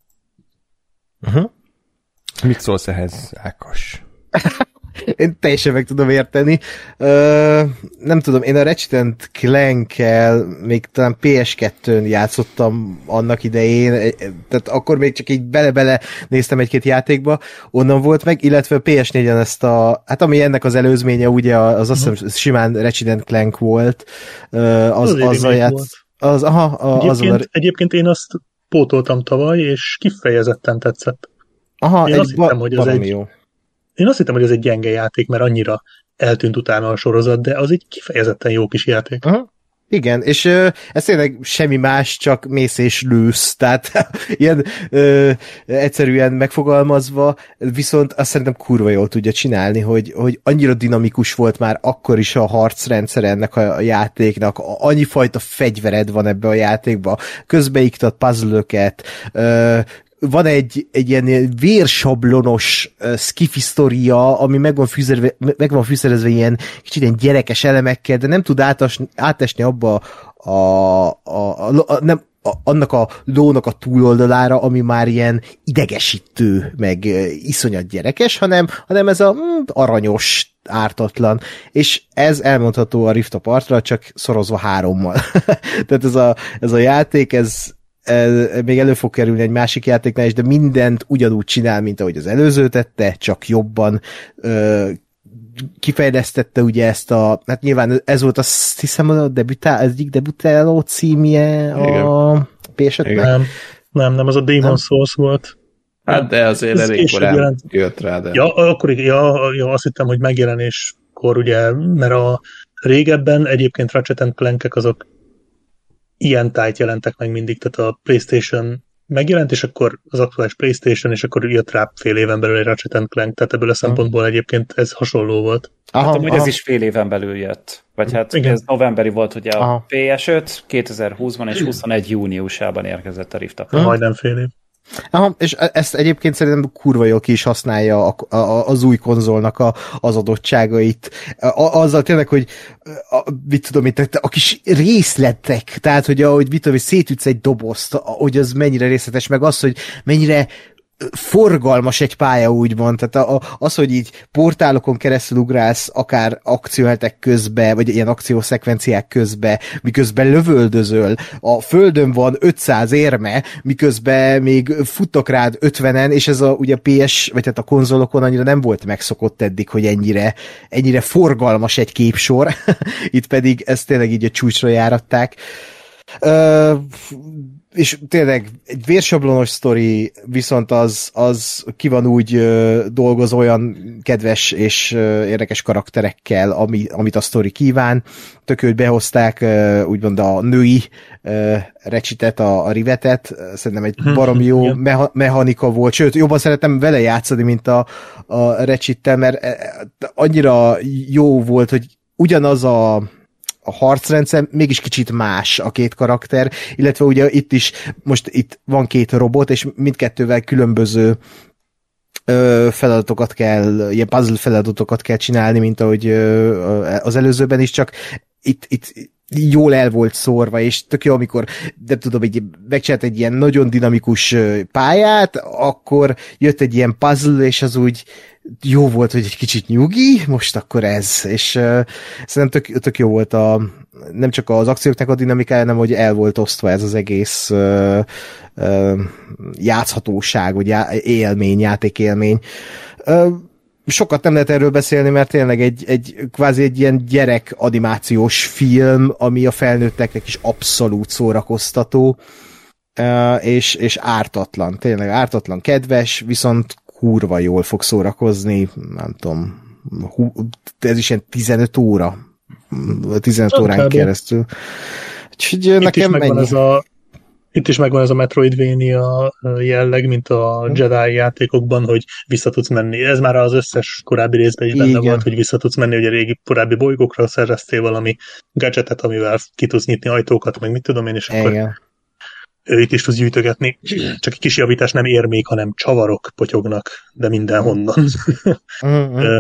B: Uh-huh. Mit szólsz ehhez, Ákos?
C: Én teljesen meg tudom érteni. Ö, nem tudom, én a Ratchet and Clank-kel még talán pé es kettőn játszottam annak idején, tehát akkor még csak így bele-bele néztem egy-két játékba, onnan volt meg, illetve pé es négyen ezt a, hát ami ennek az előzménye, ugye az azt hiszem simán Ratchet and Clank volt, az, az azzal játsz... Az, aha, a,
D: egyébként,
C: a...
D: egyébként én azt pótoltam tavaly, és kifejezetten tetszett.
C: Aha,
D: én
C: egy
D: azt hittem, hogy az egy...
C: jó.
D: Én azt hittem, hogy ez egy gyenge játék, mert annyira eltűnt utána a sorozat, de az egy kifejezetten jó kis játék.
C: Aha. Igen, és ö, ez tényleg semmi más, csak mész és lősz, tehát ilyen ö, egyszerűen megfogalmazva, viszont azt szerintem kurva jól tudja csinálni, hogy, hogy annyira dinamikus volt már akkor is a harcrendszer ennek a játéknak, annyi fajta fegyvered van ebbe a játékba, közbeiktat puzzle-öket, ö, van egy, egy ilyen vérsablonos uh, skifi sztoria, ami meg van, fűzerve, meg van fűszerezve ilyen kicsit ilyen gyerekes elemekkel, de nem tud átas, átesni abba a, a, a, a, a nem, a, annak a lónak a túloldalára, ami már ilyen idegesítő, meg uh, iszonyat gyerekes, hanem, hanem ez a mm, aranyos, ártatlan, és ez elmondható a Rift Apartra, csak szorozva hárommal. Tehát ez a, ez a játék, ez, ez még elő fog kerülni egy másik játéknál is, de mindent ugyanúgy csinál, mint ahogy az előző tette, csak jobban ö, kifejlesztette ugye ezt a, hát nyilván ez volt azt hiszem a debütál, ez egyik debütáló címje a pé es ötnek.
D: Nem, nem, nem, az a Demon's Souls volt.
F: Hát de azért
D: ez
F: elég korán jött rá, de...
D: Ja, akkor ja, ja, azt hittem, hogy megjelenéskor ugye, mert a régebben egyébként Ratchet and Clank-ek azok ilyen tájt jelentek meg mindig, tehát a PlayStation megjelent, és akkor az aktuális PlayStation, és akkor jött rá fél éven belül egy Ratchet and Clank, tehát ebből a szempontból egyébként ez hasonló volt.
E: Aha, hát amúgy ez is fél éven belül jött. Vagy hát igen. Ez novemberi volt ugye a aha. pé es öt, kétezer-húszban és huszonegy júniusában érkezett a Rift Apart.
D: Majdnem fél év.
C: Aha, és ezt egyébként szerintem kurva jól ki is használja a, a, az új konzolnak a, az adottságait. A, azzal tényleg, hogy a, mit tudom itt, a kis részletek, tehát, hogy ahogy mit tudom, hogy szétütsz egy dobozt, hogy az mennyire részletes, meg az, hogy mennyire forgalmas egy pálya, úgymond. Tehát a, az, hogy így portálokon keresztül ugrálsz, akár akcióhetek közbe, vagy ilyen akciószekvenciák közbe, miközben lövöldözöl, a földön van ötszáz érme, miközben még futtok rád ötvenen, és ez a ugye a pé es, vagy tehát a konzolokon annyira nem volt megszokott eddig, hogy ennyire, ennyire forgalmas egy képsor. Itt pedig ezt tényleg így a csúcsra járatták. Uh, és tényleg egy vérsablonos sztori, viszont az, az ki van úgy uh, dolgoz olyan kedves és uh, érdekes karakterekkel, ami, amit a sztori kíván. Tök őt behozták, uh, úgymond a női uh, recsitet, a, a rivetet. Szerintem egy baromi jó meha- mechanika volt, sőt, jobban szeretem vele játszani, mint a, a recsittel, mert annyira jó volt, hogy ugyanaz a a harcrendszer mégis kicsit más a két karakter, illetve ugye itt is, most itt van két robot, és mindkettővel különböző ö, feladatokat kell, ilyen puzzle feladatokat kell csinálni, mint ahogy ö, az előzőben is, csak itt, itt jól el volt szórva, és tök jó, amikor nem tudom, így megcsinált egy ilyen nagyon dinamikus pályát, akkor jött egy ilyen puzzle, és az úgy jó volt, hogy egy kicsit nyugi, most akkor ez, és uh, szerintem tök, tök jó volt a, nem csak az akcióknak a dinamikája, hanem hogy el volt osztva ez az egész uh, uh, játszhatóság, vagy já- élmény, játékélmény. Uh, sokat nem lehet erről beszélni, mert tényleg egy, egy kvázi egy ilyen gyerek animációs film, ami a felnőtteknek is abszolút szórakoztató, uh, és, és ártatlan, tényleg ártatlan, kedves, viszont kurva jól fog szórakozni, nem tudom, ez is ilyen tizenöt óra, tizenöt órán keresztül. Úgyhogy
D: itt
C: nekem
D: is
C: mennyi?
D: Ez a, itt is megvan ez a Metroidvania jelleg, mint a Jedi játékokban, hogy vissza tudsz menni. Ez már az összes korábbi részben is benne igen. volt, hogy vissza tudsz menni, hogy a régi korábbi bolygókra szereztél valami gadgetet, amivel ki tudsz nyitni ajtókat, meg mit tudom én, és akkor igen. itt is tudsz gyűjtögetni. Csak egy kis javítás, nem érmék, hanem csavarok potyognak, de mindenhonnan. Mm-hmm.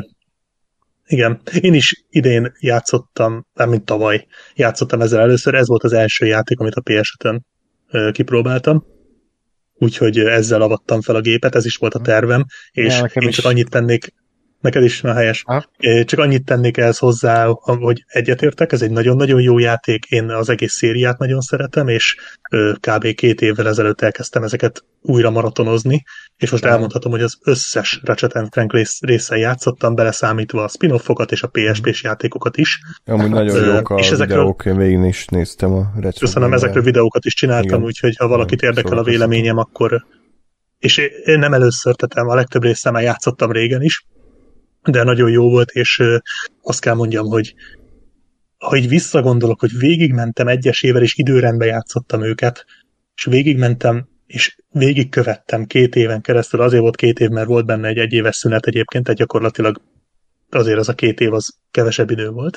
D: Igen. Én is idén játszottam, nem mint tavaly, játszottam ezzel először. Ez volt az első játék, amit a pé es ötön kipróbáltam. Úgyhogy ezzel avattam fel a gépet, ez is volt a tervem, és ja, én csak annyit tennék, neked is na helyes. Ha? Csak annyit tennék ehhez hozzá, hogy egyetértek, ez egy nagyon-nagyon jó játék, én az egész szériát nagyon szeretem, és kb. Két évvel ezelőtt elkezdtem ezeket újra maratonozni, és most elmondhatom, hogy az összes Ratchet and Clank résszel játszottam, beleszámítva a spin-offokat és a pé es pés játékokat is.
B: Amúgy nagyon jók a videók, én végig is néztem a Ratchet.
D: Köszönöm, ezekről videókat is csináltam, úgyhogy ha valakit érdekel a véleményem, akkor és én nem először, tehát a legtöbb résszel már játszottam régen is, de nagyon jó volt, és azt kell mondjam, hogy ha így visszagondolok, hogy végigmentem egyesével, és időrendben játszottam őket, és végigmentem, és végigkövettem két éven keresztül, azért volt két év, mert volt benne egy egyéves szünet egyébként, tehát gyakorlatilag azért az a két év az kevesebb idő volt.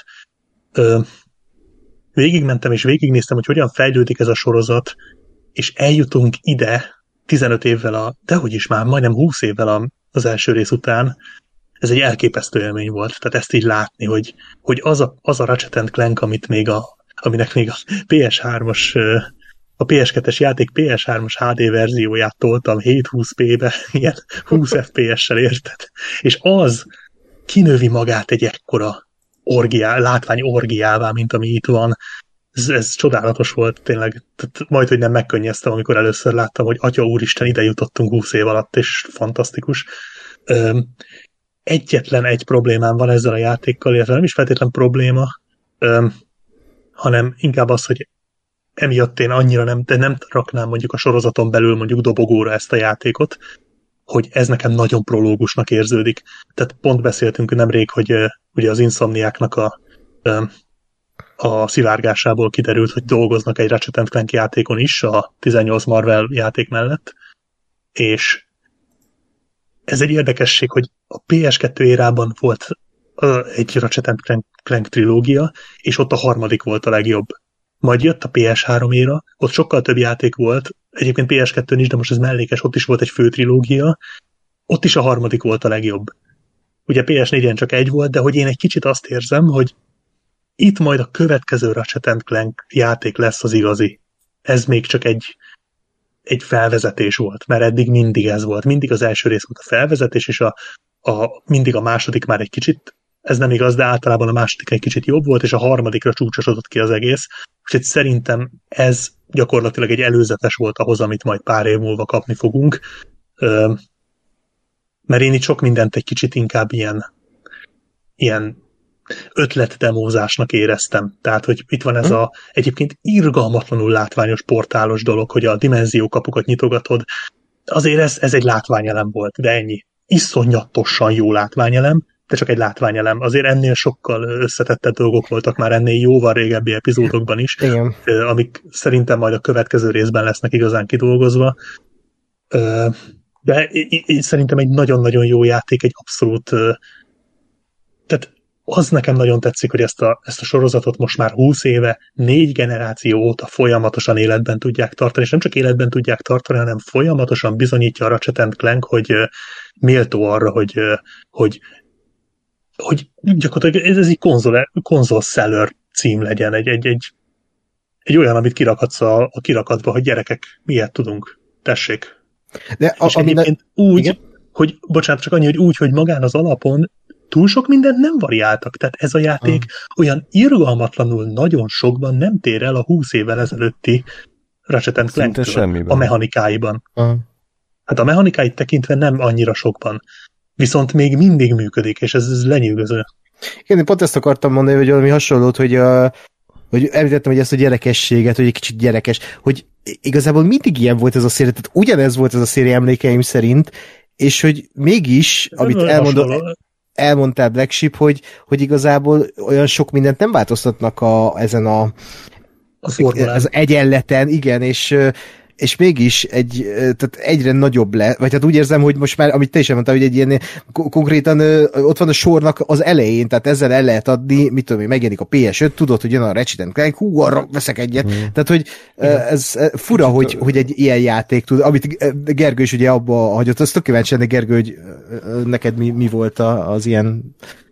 D: Végigmentem, és végignéztem, hogy hogyan fejlődik ez a sorozat, és eljutunk ide, tizenöt évvel a, dehogy is már, majdnem húsz évvel a, az első rész után, ez egy elképesztő élmény volt. Tehát ezt így látni, hogy, hogy az, a, az a Ratchet and Clank, amit még a, aminek még a pé es hármas, a pé es kettes játék pé es hármas há dé verzióját toltam hétszázhúsz pé-be, ilyen húsz ef pé es-sel érted. És az kinövi magát egy ekkora orgiá, látvány orgiává, mint ami itt van. Ez, ez csodálatos volt, tényleg. Tehát majd, hogy nem megkönnyeztem, amikor először láttam, hogy atya úristen, ide jutottunk húsz év alatt, és fantasztikus. Öm, egyetlen egy problémám van ezzel a játékkal, illetve nem is feltétlen probléma, öm, hanem inkább az, hogy emiatt én annyira nem, de nem raknám mondjuk a sorozaton belül mondjuk dobogóra ezt a játékot, hogy ez nekem nagyon prológusnak érződik. Tehát pont beszéltünk nemrég, hogy uh, ugye az Insomniáknak a, uh, a szivárgásából kiderült, hogy dolgoznak egy Ratchet and Clank játékon is, a tizennyolc Marvel játék mellett, és ez egy érdekesség, hogy a pé es kettő érában volt uh, egy Ratchet and Clank, Clank trilógia, és ott a harmadik volt a legjobb. Majd jött a pé es három éra, ott sokkal több játék volt, egyébként pé es kettőn is, de most ez mellékes, ott is volt egy fő trilógia, ott is a harmadik volt a legjobb. Ugye pé es négyen csak egy volt, de hogy én egy kicsit azt érzem, hogy itt majd a következő Ratchet and Clank játék lesz az igazi. Ez még csak egy, egy felvezetés volt, mert eddig mindig ez volt. Mindig az első rész volt a felvezetés, és a, a, mindig a második már egy kicsit, ez nem igaz, de általában a második egy kicsit jobb volt, és a harmadikra csúcsosodott ki az egész. Úgyhogy szerintem ez gyakorlatilag egy előzetes volt ahhoz, amit majd pár év múlva kapni fogunk. Mert én itt sok mindent egy kicsit inkább ilyen, ilyen ötletdemózásnak éreztem. Tehát, hogy itt van ez a egyébként irgalmatlanul látványos portálos dolog, hogy a dimenziókapukat nyitogatod. Azért ez, ez egy látványelem volt, de ennyi. Iszonyatosan jó látványelem, de csak egy látványelem. Azért ennél sokkal összetettebb dolgok voltak már ennél jóval régebbi epizódokban is, igen, amik szerintem majd a következő részben lesznek igazán kidolgozva. De szerintem egy nagyon-nagyon jó játék, egy abszolút... Tehát az nekem nagyon tetszik, hogy ezt a, ezt a sorozatot most már húsz éve, négy generáció óta folyamatosan életben tudják tartani, és nem csak életben tudják tartani, hanem folyamatosan bizonyítja a Ratchet and Clank, hogy méltó arra, hogy, hogy hogy gyakorlatilag ez, ez egy konzol, konzol seller cím legyen, egy, egy, egy, egy olyan, amit kirakhatsz a, a kirakatba, hogy gyerekek, miért tudunk, tessék. De a, és egyébként ne... úgy, igen? Hogy, bocsánat, csak annyi, hogy úgy, hogy magán az alapon túl sok mindent nem variáltak, tehát ez a játék ah. olyan irgalmatlanul nagyon sokban nem tér el a húsz évvel ezelőtti Ratchet and Clank-től a mechanikáiban. Ah. Hát a mechanikáit tekintve nem annyira sokban. Viszont még mindig működik, és ez, ez lenyűgöző.
C: Igen, én pont ezt akartam mondani, hogy valami hasonlót, hogy, a, hogy említettem, hogy ezt a gyerekességet, hogy egy kicsit gyerekes, hogy igazából mindig ilyen volt ez a széria, tehát ugyanez volt ez a széria emlékeim szerint, és hogy mégis, ez amit elmondom, elmondtál Black Sheep, hogy, hogy igazából olyan sok mindent nem változtatnak a, ezen a, a az egyenleten, igen, és és mégis egy, tehát egyre nagyobb le, vagy hát úgy érzem, hogy most már, amit te is elmondtál, hogy egy ilyen konkrétan ott van a sornak az elején, tehát ezzel el lehet adni, mit tudom én, megjelenik a pé es öt, tudod, hogy jön a Ratchet and Clank, hú, arra veszek egyet, mm. tehát hogy ez fura, hogy, hogy egy ilyen játék tud, amit Gergő is ugye abba hagyott, azt tök kíváncsi ennek, Gergő, hogy neked mi, mi volt az ilyen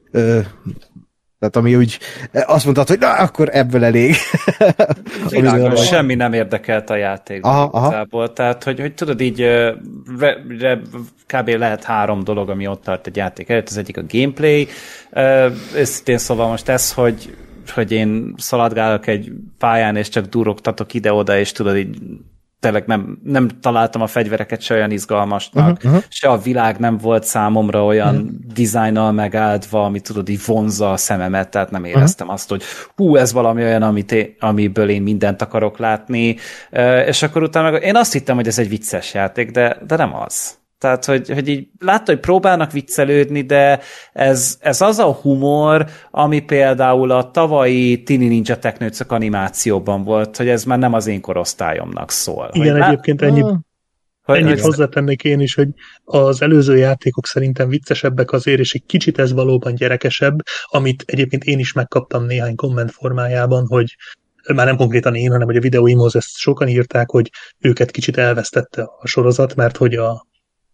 C: tehát ami úgy azt mondtad, hogy na, akkor ebből elég.
E: Világos, semmi nem érdekelt a játékban igazából. Tehát, hogy, hogy tudod így, re, re, kb. Lehet három dolog, ami ott tart egy játék előtt. Az egyik a gameplay. Őszintén szóval most ez, hogy, hogy én szaladgálok egy pályán, és csak durogtatok ide-oda, és tudod így tényleg nem, nem találtam a fegyvereket se olyan izgalmasnak, uh-huh, uh-huh. se a világ nem volt számomra olyan uh-huh. dizájnnal megáldva, ami tudod, így vonzza a szememet, tehát nem éreztem uh-huh. azt, hogy hú, ez valami olyan, amit én, amiből én mindent akarok látni, és akkor utána meg én azt hittem, hogy ez egy vicces játék, de, de nem az. Tehát, hogy, hogy így látta, hogy próbálnak viccelődni, de ez, ez az a humor, ami például a tavalyi Tini Ninja Teknőcök animációban volt, hogy ez már nem az én korosztályomnak szól.
D: Igen, hogy egyébként ennyi, ah, ennyit hogy hozzátennék én is, hogy az előző játékok szerintem viccesebbek azért, és egy kicsit ez valóban gyerekesebb, amit egyébként én is megkaptam néhány komment formájában, hogy már nem konkrétan én, hanem hogy a videóimhoz ezt sokan írták, hogy őket kicsit elvesztette a sorozat, mert hogy a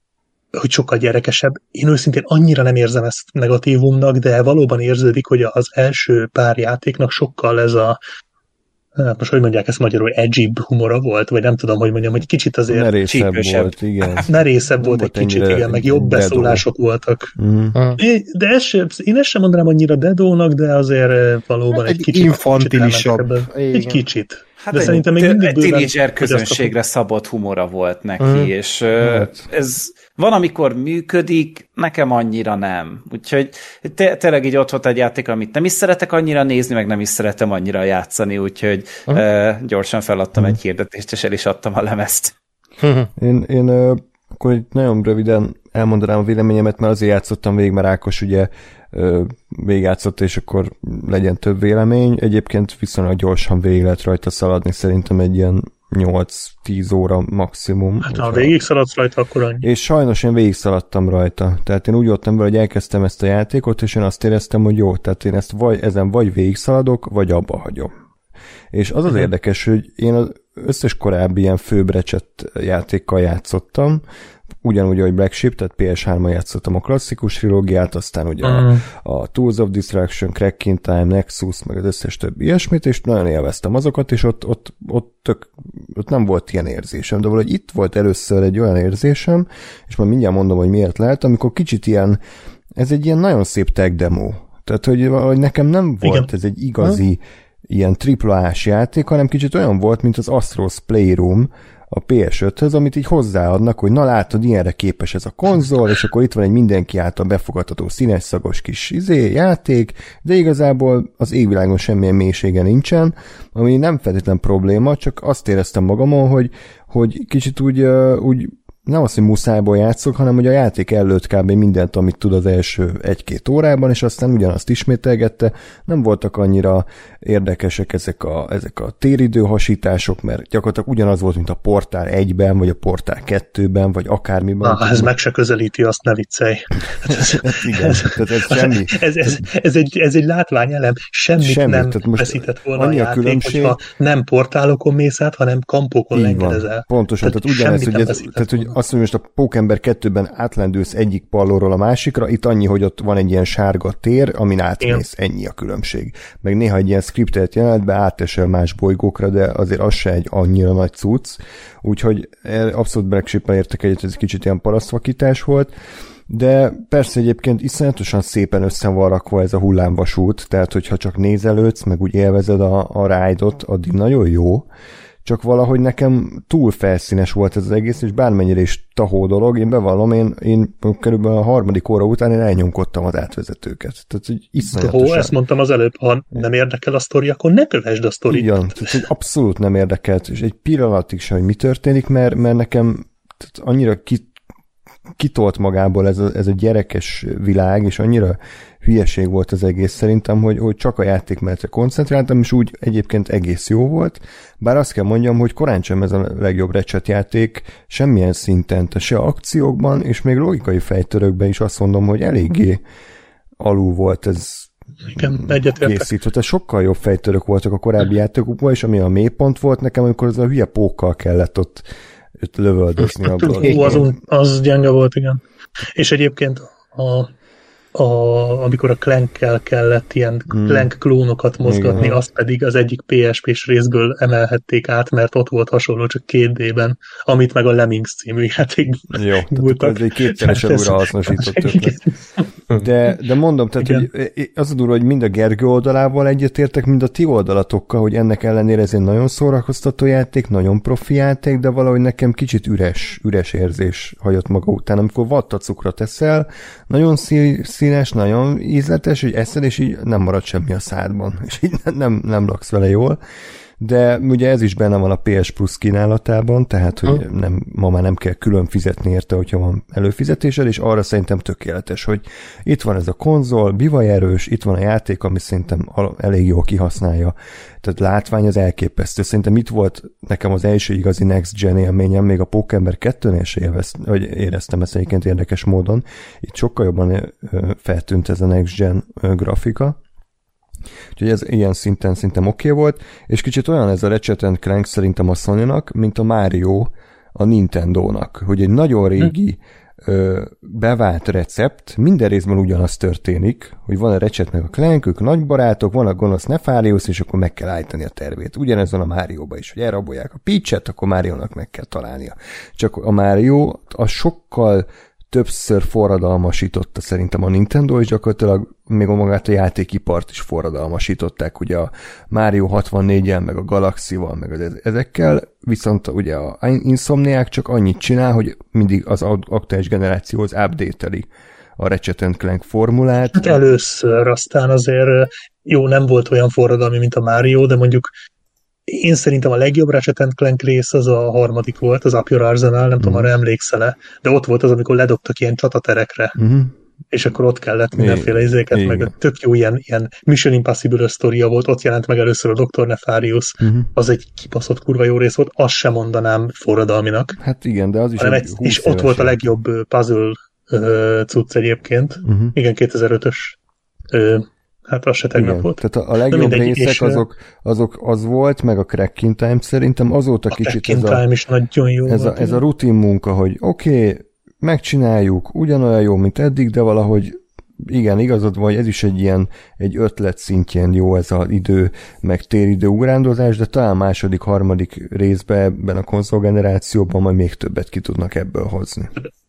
D: hogy sokkal gyerekesebb. Én őszintén annyira nem érzem ezt negatívumnak, de valóban érződik, hogy az első pár játéknak sokkal ez a hát most hogy mondják ezt magyarul, edgibb humora volt, vagy nem tudom, hogy mondjam, hogy kicsit azért
B: merészebb volt, igen.
D: Merészebb volt egy kicsit, igen, meg jobb beszólások voltak. Mm. De ez sem, én ezt sem mondanám annyira dedónak, de azért valóban hát egy, egy kicsit
C: infantilisabb.
D: Egy kicsit.
E: Hát
D: de
E: egy,
D: szerintem még mindig
E: egy tínédzser közönségre szabott humora volt neki, uh-huh. és hát. ez van, amikor működik, nekem annyira nem. Úgyhogy te, tényleg így ott volt egy játék, amit nem is szeretek annyira nézni, meg nem is szeretem annyira játszani, úgyhogy uh-huh. uh, gyorsan feladtam uh-huh. egy hirdetést, és el is adtam a lemezt.
B: Uh-huh. Én, én uh, akkor itt nagyon röviden elmondanám a véleményemet, mert azért játszottam végig, mert Ákos ugye végigjátszott, és akkor legyen több vélemény. Egyébként viszonylag gyorsan végig lehet rajta szaladni, szerintem egy ilyen nyolc-tíz óra maximum.
D: Hát ha végig szaladsz rajta, akkor annyi.
B: És sajnos én végig szaladtam rajta. Tehát én úgy voltam vele, hogy elkezdtem ezt a játékot, és én azt éreztem, hogy jó, tehát én ezt vagy, ezen vagy végig szaladok, vagy abba hagyom. És az az uh-huh. érdekes, hogy én az összes korábbi ilyen főbb Ratchet játékkal játszottam, ugyanúgy, ahogy Black Sheep, tehát pé es hárman játszottam a klasszikus trilógiát, aztán ugye uh-huh. a, a Tools of Destruction, Crack in Time, Nexus, meg az összes több ilyesmit, és nagyon élveztem azokat, és ott, ott, ott, tök, ott nem volt ilyen érzésem, de valahogy itt volt először egy olyan érzésem, és majd mindjárt mondom, hogy miért lehet, amikor kicsit ilyen, ez egy ilyen nagyon szép tech demo. Tehát, hogy, hogy nekem nem volt igen. ez egy igazi uh-huh. ilyen tripla á-s játék, hanem kicsit olyan volt, mint az Astro's Playroom a pé es öthöz, amit így hozzáadnak, hogy na látod, ilyenre képes ez a konzol, és akkor itt van egy mindenki által befogadható színes szagos kis izé, játék, de igazából az égvilágon semmilyen mélysége nincsen, ami nem feltétlen probléma, csak azt éreztem magamon, hogy, hogy kicsit úgy, úgy nem azt, hogy muszájból játszok, hanem hogy a játék előtt kb. Mindent, amit tud az első egy-két órában, és aztán ugyanazt ismételgette. Nem voltak annyira érdekesek ezek a, ezek a téridőhasítások, mert gyakorlatilag ugyanaz volt, mint a Portál egyben, vagy a Portál kettőben, vagy akármiben.
D: Na, ez meg se közelíti, azt ne viccelj.
B: Ez, igen, ez, ez semmi.
D: Ez, ez, ez, egy, ez egy látványelem, semmit semmi, nem veszített volna a játék, különbség, hogyha nem portálokon mész át, hanem kampókon lengedezel.
B: Pontosan, tehát, tehát ugyanez, hogy, ez, tehát, hogy azt, hogy most a Pókember kettőben átlendülsz egyik pallóról a másikra, itt annyi, hogy ott van egy ilyen sárga tér, amin átmész, igen. Ennyi a különbség. Meg néha egy ilyen scriptelt jelenetbe átesel más bolygókra, de azért az se egy annyira nagy cucc, úgyhogy abszolút Black Sheep-el értek egyet, ez egy kicsit ilyen parasztvakítás volt, de persze egyébként iszonyatosan szépen össze van rakva ez a hullámvasút, tehát hogyha csak nézelődsz, meg úgy élvezed a, a ride-ot, addig nagyon jó, csak valahogy nekem túl felszínes volt ez az egész, és bármennyire is tahó dolog, én bevallom, én, én körülbelül a harmadik óra után én elnyomkodtam az átvezetőket. Tehát, hogy iszonyatosan.
D: Ó, ezt mondtam az előbb, ha nem érdekel a sztori, akkor ne kövesd a sztorit.
B: Igen, tehát, hogy abszolút nem érdekelt, és egy pillanatig sem, hogy mi történik, mert, mert nekem annyira ki, kitolt magából ez a, ez a gyerekes világ, és annyira hülyeség volt az egész szerintem, hogy, hogy csak a játékmenetre koncentráltam, és úgy egyébként egész jó volt, bár azt kell mondjam, hogy korán sem ez a legjobb Ratchet játék semmilyen szinten, se akciókban, és még logikai fejtörökben is azt mondom, hogy eléggé alul volt ez
D: igen, egyetértek.
B: Tehát sokkal jobb fejtörök voltak a korábbi játékokban, és ami a mélypont volt nekem, amikor az a hülye pókkal kellett ott lövöldözni abból.
D: Ó, az, az gyenge volt, igen. És egyébként a, a, amikor a Clank-kel kellett ilyen hmm. Clank klónokat mozgatni, igen. Azt pedig az egyik pé es pés részből emelhették át, mert ott volt hasonló, csak két dé-ben, amit meg a Lemmings című játékban
B: jó, tehát ez egy kétszeresen újra hasznosított ötlet. De, de mondom, tehát hogy az a durva, hogy mind a Gergő oldalával egyetértek, mind a ti oldalatokkal, hogy ennek ellenére ez egy nagyon szórakoztató játék, nagyon profi játék, de valahogy nekem kicsit üres, üres érzés hagyott maga után. Amikor vattacukrot eszel, nagyon színes, nagyon ízletes, hogy eszed, és így nem marad semmi a szádban, és így nem, nem laksz vele jól. De ugye ez is benne van a pé es Plus kínálatában, tehát hogy nem, ma már nem kell külön fizetni érte, hogyha van előfizetésed, és arra szerintem tökéletes, hogy itt van ez a konzol, bivajerős, itt van a játék, ami szerintem elég jól kihasználja. Tehát látvány az elképesztő. Szerintem itt volt nekem az első igazi Next Gen élményem, még a Pókember kettőnél se élvez, hogy éreztem ezt egyébként érdekes módon. Itt sokkal jobban feltűnt ez a Next Gen grafika. Úgyhogy ez ilyen szinten szerintem oké okay volt, és kicsit olyan ez a Ratchet and Clank szerintem a Sony-nak, mint a Mario a Nintendónak, hogy egy nagyon régi hm. ö, bevált recept, minden részben ugyanaz történik, hogy van a Ratchet meg a Clank, ők nagy barátok, van a gonosz Nefarius, és akkor meg kell állítani a tervét. Ugyanez van a Márióban is, hogy elrabolják a Peach-et, akkor Máriónak meg kell találnia. Csak a Mario a sokkal többször forradalmasította szerintem a Nintendo, és gyakorlatilag még a magát a játékipart is forradalmasították, ugye a Mario hatvannéggyel, meg a Galaxy-val, meg az ezekkel, viszont ugye a Insomniac csak annyit csinál, hogy mindig az aktuális generációhoz update-eli a Ratchet and Clank formulát.
D: Hát először, aztán azért jó, nem volt olyan forradalmi, mint a Mario, de mondjuk én szerintem a legjobb Ratchet and Clank rész az a harmadik volt, az Up Your Arsenal, nem mm. tudom, arra emlékszel-e, de ott volt az, amikor ledobtak ilyen csataterekre, mm. és akkor ott kellett mindenféle izéket, igen. meg tök jó ilyen, ilyen Mission Impossible sztoria volt, ott jelent meg először a doktor Nefarius, mm. az egy kibaszott kurva jó rész volt, azt sem mondanám forradalminak.
B: Hát igen, de az is
D: egy és ott volt a legjobb puzzle uh, cucc egyébként, mm. igen, kétezer-ötös uh, hát az se tegnap
B: igen,
D: volt.
B: Tehát a, a legjobb részek azok, azok az volt, meg a Crack in Time szerintem azóta
D: a
B: kicsit
D: ez a,
B: is nagyon
D: jó
B: ez,
D: volt,
B: a, ez a rutin munka, hogy oké, okay, megcsináljuk, ugyanolyan jó, mint eddig, de valahogy igen, igazad van, hogy ez is egy ilyen egy ötlet szintjén jó ez az idő, meg téridő ugrándozás, de talán második, harmadik részben ebben a konzolgenerációban majd még többet ki tudnak ebből hozni.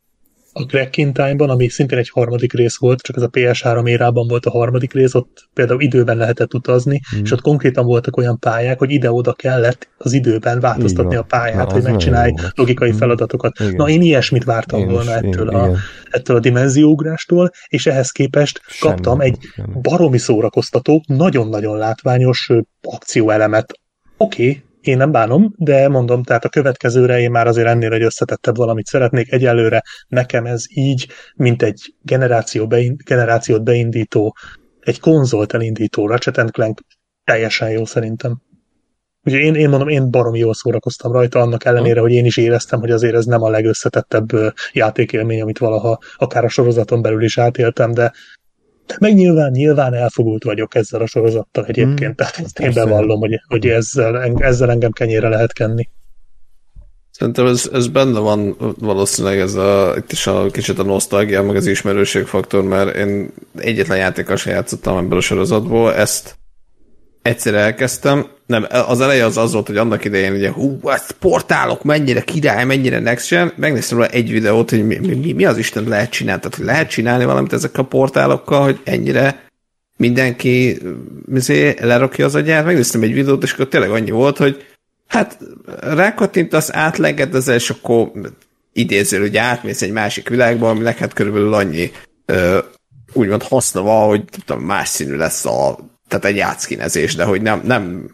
D: A Crack in Time-ban, ami szintén egy harmadik rész volt, csak ez a pé es három érában volt a harmadik rész, ott például időben lehetett utazni, mm. és ott konkrétan voltak olyan pályák, hogy ide-oda kellett az időben változtatni a pályát, na, hogy megcsinálj logikai mm. feladatokat. Igen. Na, én ilyesmit vártam én volna is, ettől, én, a, ettől a dimenzióugrástól, és ehhez képest semmi kaptam egy semmi. baromi szórakoztató, nagyon-nagyon látványos akcióelemet. Oké, okay, én nem bánom, de mondom, tehát a következőre én már azért ennél egy összetettebb valamit szeretnék. Egyelőre nekem ez így, mint egy generáció bein- generációt beindító, egy konzolt elindító Ratchet and Clank teljesen jó szerintem. Ugye én, én mondom, én baromi jól szórakoztam rajta, annak ellenére, hogy én is éreztem, hogy azért ez nem a legösszetettebb játékélmény, amit valaha akár a sorozaton belül is átéltem, de meg nyilván, nyilván elfogult vagyok ezzel a sorozattal egyébként, hmm, tehát ezt én bevallom, hogy, hogy ezzel, ezzel engem kenyére lehet kenni.
F: Szerintem ez, ez benne van valószínűleg ez a, itt is a kicsit a nosztalgia, meg az ismerőségfaktor, mert én egyetlen játékkal sem játszottam ebből a sorozatból, ezt egyszer elkezdtem, nem, az eleje az az volt, hogy annak idején ugye, hú, ezt portálok, mennyire király, mennyire next gen, megnéztem róla egy videót, hogy mi, mi, mi az Isten lehet csinálni, tehát lehet csinálni valamit ezekkel a portálokkal, hogy ennyire mindenki mizé, lerakja az agyát, megnéztem egy videót, és akkor tényleg annyi volt, hogy hát rákattintasz, átlegedezzel, és akkor idézől, hogy átmész egy másik világba, aminek hát körülbelül annyi ö, úgymond haszna van, hogy tudom, más színű lesz a tehát egy játszkinezés, de hogy nem, nem,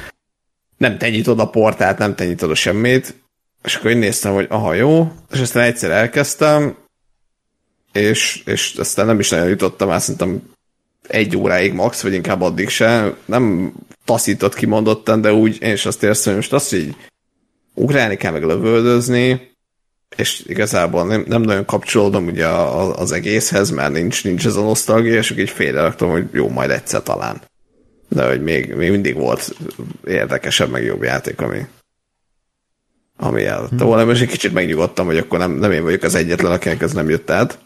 F: nem te nyitod a portált, nem te nyitod a semmit, és akkor én néztem, hogy aha, jó, és aztán egyszer elkezdtem, és, és aztán nem is nagyon jutottam, azt szerintem egy óráig max, vagy inkább addig se, nem taszított kimondottan, de úgy én is azt érzem, hogy most azt, hogy ugrálni kell meg lövöldözni, és igazából nem, nem nagyon kapcsolódom ugye az egészhez, mert nincs, nincs ez a nosztalgia, és így félreraktam, hogy jó, majd egyszer talán. De hogy még, még mindig volt érdekesebb, meg jobb játék, ami, ami előtte volna, hmm. és egy kicsit megnyugodtam, hogy akkor nem, nem én vagyok az egyetlen, akinek ez nem jött át.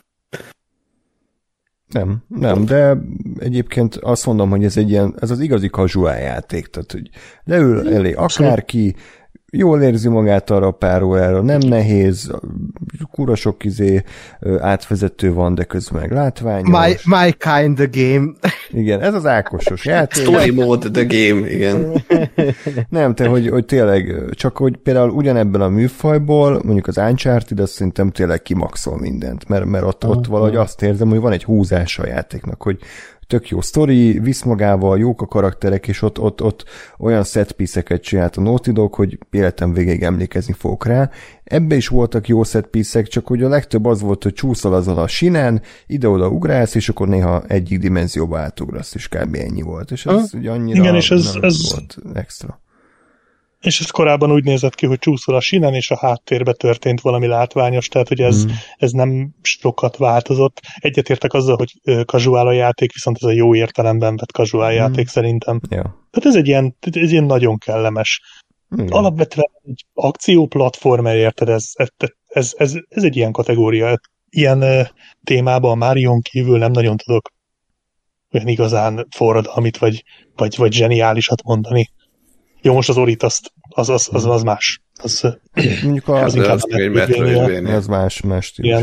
B: Nem, nem, de egyébként azt mondom, hogy ez egy ilyen, ez az igazi casual játék, tehát hogy leül elé akárki, jól érzi magát arra a pár órára, nem nehéz, kurva sok izé átvezető van, de közben meg látványos.
C: My, my kind of game.
B: Igen, ez az Ákosos játék.
F: Story mode the game, igen.
B: Nem, te, hogy, hogy tényleg, csak hogy például ugyanebben a műfajból, mondjuk az Uncharted, azt szerintem tényleg kimaxol mindent, mert, mert ott, ott valahogy azt érzem, hogy van egy húzás a játéknak, hogy tök jó sztori, visz magával, jók a karakterek, és ott, ott, ott olyan setpiece-eket csinált a Naughty Dog, hogy életem végéig emlékezni fogok rá. Ebbe is voltak jó setpiece-ek, csak hogy a legtöbb az volt, hogy csúszol azon a sinen, ide-oda ugrálsz, és akkor néha egyik dimenzióba átugrasz, és kb. Ennyi volt. És ez ugye annyira
D: igen, és ez,
B: nem
D: ez...
B: volt extra.
D: És ez korábban úgy nézett ki, hogy csúszol a sínen, és a háttérbe történt valami látványos, tehát hogy ez, mm. ez nem sokat változott. Egyetértek azzal, hogy casual a játék, viszont ez a jó értelemben vett casual mm. játék szerintem.
B: Ja.
D: Tehát ez egy ilyen, ez ilyen nagyon kellemes. Igen. Alapvetően egy akcióplatformer, érted, ez, ez, ez, ez, ez egy ilyen kategória. Ilyen uh, témában a Marion kívül nem nagyon tudok olyan igazán forradalmit, vagy, vagy, vagy zseniálisat mondani. Jó, most az Orit, azt, az, az, az, az más. Az,
B: mondjuk a,
D: az,
B: az, az más, más stílus.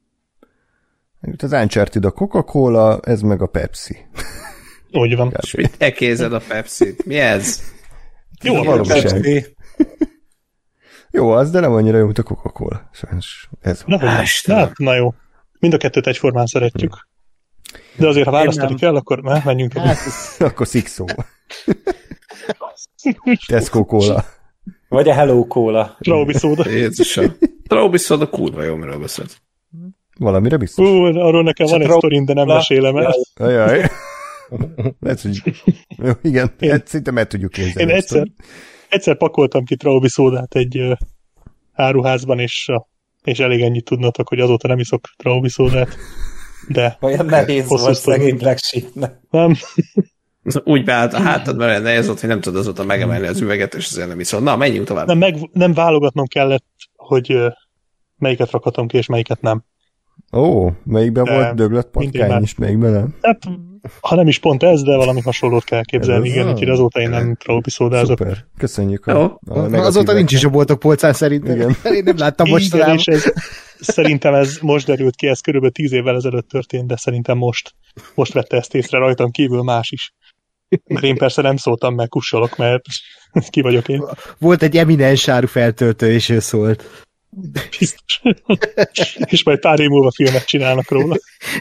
B: Az Uncharted a Coca-Cola, ez meg a Pepsi.
D: Úgy van.
F: És mit ekézed a Pepsi-t? Mi ez?
D: Jó, a Pepsi.
B: Jó az, de nem annyira jó, mint a Coca-Cola. Sajnos ez
D: na, na, na, na jó. Mind a kettőt egyformán szeretjük. De azért, ha választani kell, akkor ne, menjünk tovább.
B: Akkor Szikszó. Tesco Cola.
E: Vagy a Hello Cola.
D: Traubi szóda.
F: Jézusom. Traubi szóda kurva jó, miről beszélt.
B: Valamire biztos.
D: Ú, arról nekem van egy sztorim, de nem mesélem el.
B: Ajaj. Lehet, hogy... Jó, igen, én, szinte meg tudjuk képzelni.
D: Én egyszer, egyszer pakoltam ki Traubi szódát egy uh, áruházban, és, uh, és elég ennyit tudnatok, hogy azóta nem iszok Traubi szódát. De
E: olyan nehéz volt szegény Black Sheep-nek.
D: Nem.
F: Úgy beállt a hátad, mert nehéz volt, hogy nem tudod azóta megemelni az üveget, és azért nem iszol. Na, menjünk tovább.
D: Nem, meg, nem válogatnom kellett, hogy uh, melyiket rakhatom ki, és melyiket nem.
B: Ó, melyikben de volt döglött patkány is, melyikben nem?
D: Hát, ha nem is pont ez, de valami hasonlót kell képzelni, igen, úgyhogy azóta én nem Traubi szódázok.
B: Szuper, köszönjük.
C: A, a azóta nincs is a boltok polcán szerintem. Igen. Én nem láttam most
D: igen, és ez, szerintem ez most derült ki, ez körülbelül tíz évvel ezelőtt történt, de szerintem most, most vette ezt észre rajtam kívül más is. Mert én persze nem szóltam meg, kussolok, mert ki vagyok én.
C: Volt egy eminens áru feltöltő, és ő szólt.
D: Biztos. És majd pár év múlva filmet csinálnak róla.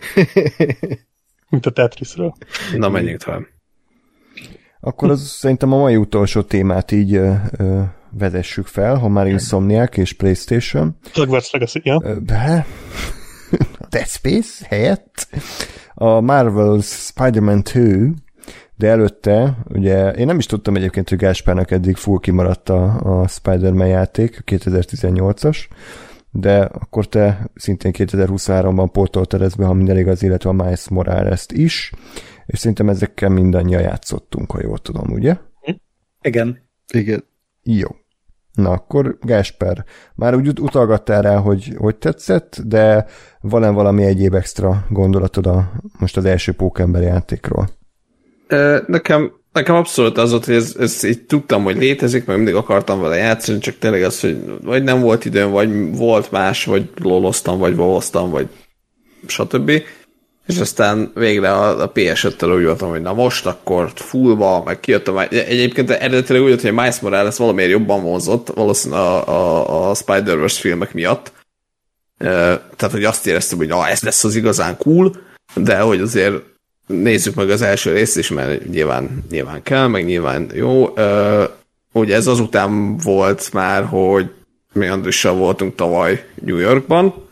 D: Mint a Tetrisről.
F: Na, menjünk tovább.
B: Akkor az szerintem a mai utolsó témát így ö, ö, vezessük fel, ha már Insomniac és PlayStation.
D: Hogwarts Legacy, ja.
B: De a Dead Space helyett a Marvel's Spider-Man kettő, de előtte, ugye én nem is tudtam egyébként, hogy Gáspárnak eddig full kimaradt a, a Spider-Man játék, a kétezer-tizennyolcas, de akkor te szintén kétezer-huszonháromban pótoltad ezt be, ha minden igaz, illetve a Miles Morales-t is, és szerintem ezekkel mindannyian játszottunk, ha jól tudom, ugye?
E: Igen.
C: Igen.
B: Jó. Na akkor Gáspár, már úgy utalgattál rá, hogy, hogy tetszett, de van valami egyéb extra gondolatod a, most az első Pókember játékról?
F: Nekem, nekem abszolút az volt, hogy ez, ez így tudtam, hogy létezik, mert mindig akartam vele játszani, csak tényleg az, hogy vagy nem volt időm, vagy volt más, vagy loloztam, vagy voloztam, vagy stb. És aztán végre a, a pé es öttel úgy voltam, hogy na most akkor fullba, meg kijöttem. Egyébként eredetileg úgy volt, hogy a Miles Morales valamiért jobban vonzott, valószínűleg a, a, a Spider-Verse filmek miatt. Tehát, hogy azt éreztem, hogy na, ez lesz az igazán cool, de hogy azért nézzük meg az első részt is, mert nyilván, nyilván kell, meg nyilván jó. Uh, ugye ez azután volt már, hogy mi Andrissal voltunk tavaly New Yorkban,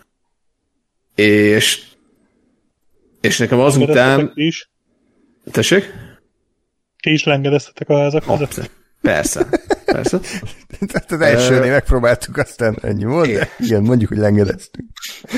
F: és és nekem azután...
D: is?
F: Tessék?
D: Ti is lengedeztetek a házak között?
F: Persze, persze.
B: Tehát az elsőnél uh, megpróbáltuk, aztán ennyi volt, de igen, mondjuk, hogy lengedeztünk.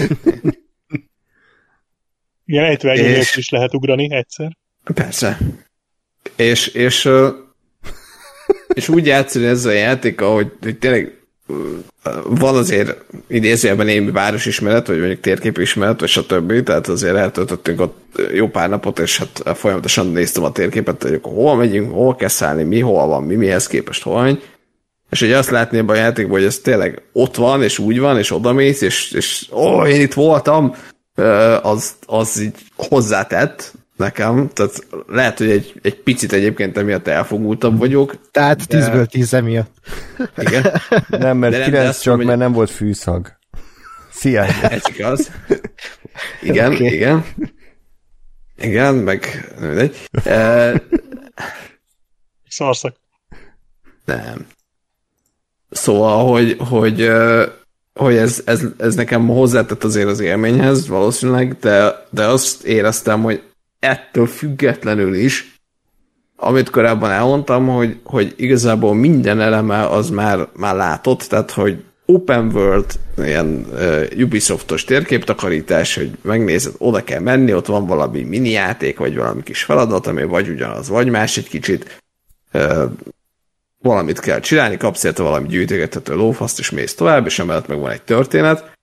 D: Igen, ejtőernyőnél és... is lehet ugrani egyszer.
F: Persze. És, és, és úgy játszani ezzel a játékkal, hogy, hogy tényleg van azért idézőjelben némi városismeret, vagy mondjuk térképismeret, vagy stb. Tehát azért eltöltöttünk ott jó pár napot, és hát folyamatosan néztem a térképet, hogy akkor hol megyünk, hol kell szállni, mi hol van, mi mihez képest hol megy. És hogy azt látni ebben a játékban, hogy ez tényleg ott van, és úgy van, és odamész, és, és ó, én itt voltam, az, az így hozzátett nekem, tehát lehet, hogy egy, egy picit egyébként emiatt elfogultabb vagyok.
C: Tehát de... tízből tíz emiatt.
F: Igen.
B: Nem, mert kilenc csak, mondom, mert nem volt fűszag. Szia!
F: Ez igaz. Igen, okay. igen. Igen, meg mindegy.
D: Szarszak.
F: Nem. Szóval, hogy, hogy hogy ez, ez, ez nekem hozzátett azért az élményhez valószínűleg, de, de azt éreztem, hogy ettől függetlenül is amit korábban elmondtam, hogy, hogy igazából minden eleme az már, már látott, tehát hogy open world, ilyen uh, Ubisoftos térképtakarítás, hogy megnézed, oda kell menni, ott van valami mini játék, vagy valami kis feladat, ami vagy ugyanaz, vagy más egy kicsit. Uh, valamit kell csinálni, kapsz érte valami gyűjtögethető lófaszt, és mész tovább, és emellett meg van egy történet.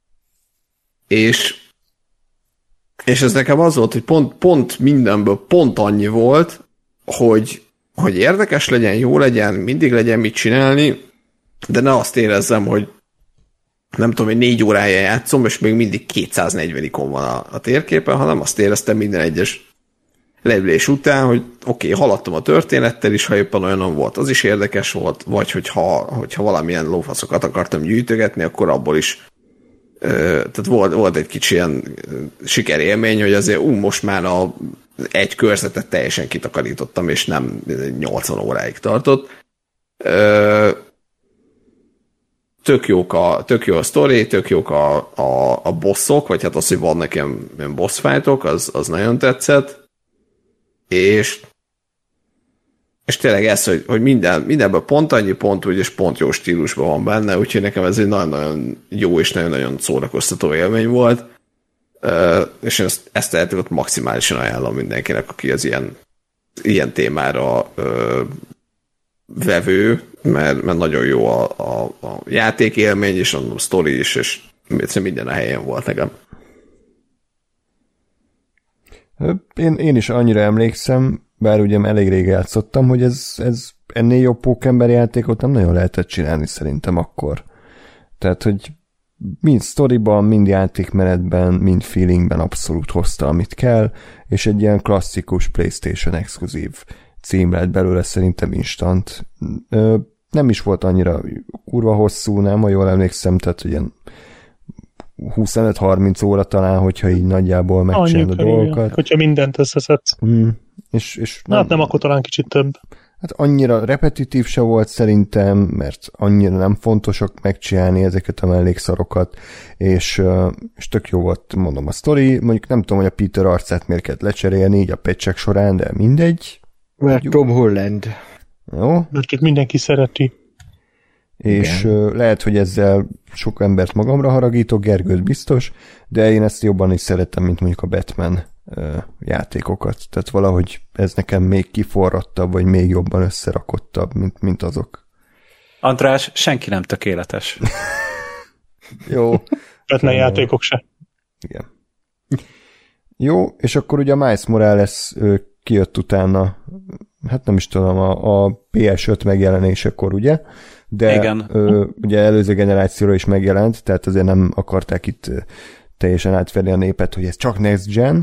F: És és ez nekem az volt, hogy pont, pont mindenből pont annyi volt, hogy, hogy érdekes legyen, jó legyen, mindig legyen mit csinálni, de ne azt érezzem, hogy nem tudom, hogy négy órája játszom, és még mindig kétszáznegyven ikon van a, a térképen, hanem azt éreztem minden egyes leülés után, hogy oké, okay, haladtam a történettel is, ha éppen olyan volt, az is érdekes volt, vagy hogyha, hogyha valamilyen lófaszokat akartam gyűjtögetni, akkor abból is tehát volt, volt egy kicsi ilyen sikerélmény, hogy azért ú, most már a, egy körzetet teljesen kitakarítottam, és nem nyolcvan óráig tartott. Tök jók a, tök jó a sztori, tök jók a, a, a bosszok, vagy hát az, hogy vannak ilyen, ilyen boss fightok, az, az nagyon tetszett. És és tényleg ez, hogy, hogy minden, mindenben pont annyi pont, úgy, és pont jó stílusban van benne, úgyhogy nekem ez egy nagyon-nagyon jó és nagyon-nagyon szórakoztató élmény volt, uh, és én ezt, ezt lehet, hogy maximálisan ajánlom mindenkinek, aki az ilyen, ilyen témára uh, vevő, mert, mert nagyon jó a, a, a játékélmény, és a sztori is, és minden a helyén volt nekem.
B: Én, én is annyira emlékszem, bár ugye elég rég játszottam, hogy ez, ez ennél jobb pókember játékot nem nagyon lehetett csinálni szerintem akkor. Tehát, hogy mind sztoriban, mind játékmenetben, mind feelingben abszolút hozta, amit kell, és egy ilyen klasszikus PlayStation exkluzív cím lett belőle szerintem instant. Nem is volt annyira kurva hosszú, nem, ha jól emlékszem, tehát ilyen huszonöt-harminc óra talán, hogyha így nagyjából megcsinálod a dolgokat.
D: Hogyha mindent összeszedsz.
B: Mm. És, és
D: nem, hát nem, akkor talán kicsit több.
B: Hát annyira repetitív se volt szerintem, mert annyira nem fontosak megcsinálni ezeket a mellékszarokat, és, és tök jó volt, mondom, a sztori. Mondjuk nem tudom, hogy a Peter arcát miért kellett lecserélni így a patchek során, de mindegy.
C: Mert Tom Holland.
B: Jó.
D: Mert csak mindenki szereti.
B: És igen. Lehet, hogy ezzel sok embert magamra haragítok, Gergőt biztos, de én ezt jobban is szeretem, mint mondjuk a Batman játékokat. Tehát valahogy ez nekem még kiforrottabb, vagy még jobban összerakottabb, mint, mint azok.
E: András, senki nem tökéletes.
B: Jó.
D: Batman játékok se.
B: Igen. Jó, és akkor ugye a Miles Morales kijött utána, hát nem is tudom, a, a pé es öt megjelenésekor, ugye? De
E: igen.
B: Ö, ugye előző generációra is megjelent, tehát azért nem akarták itt teljesen átvenni a népet, hogy ez csak next gen,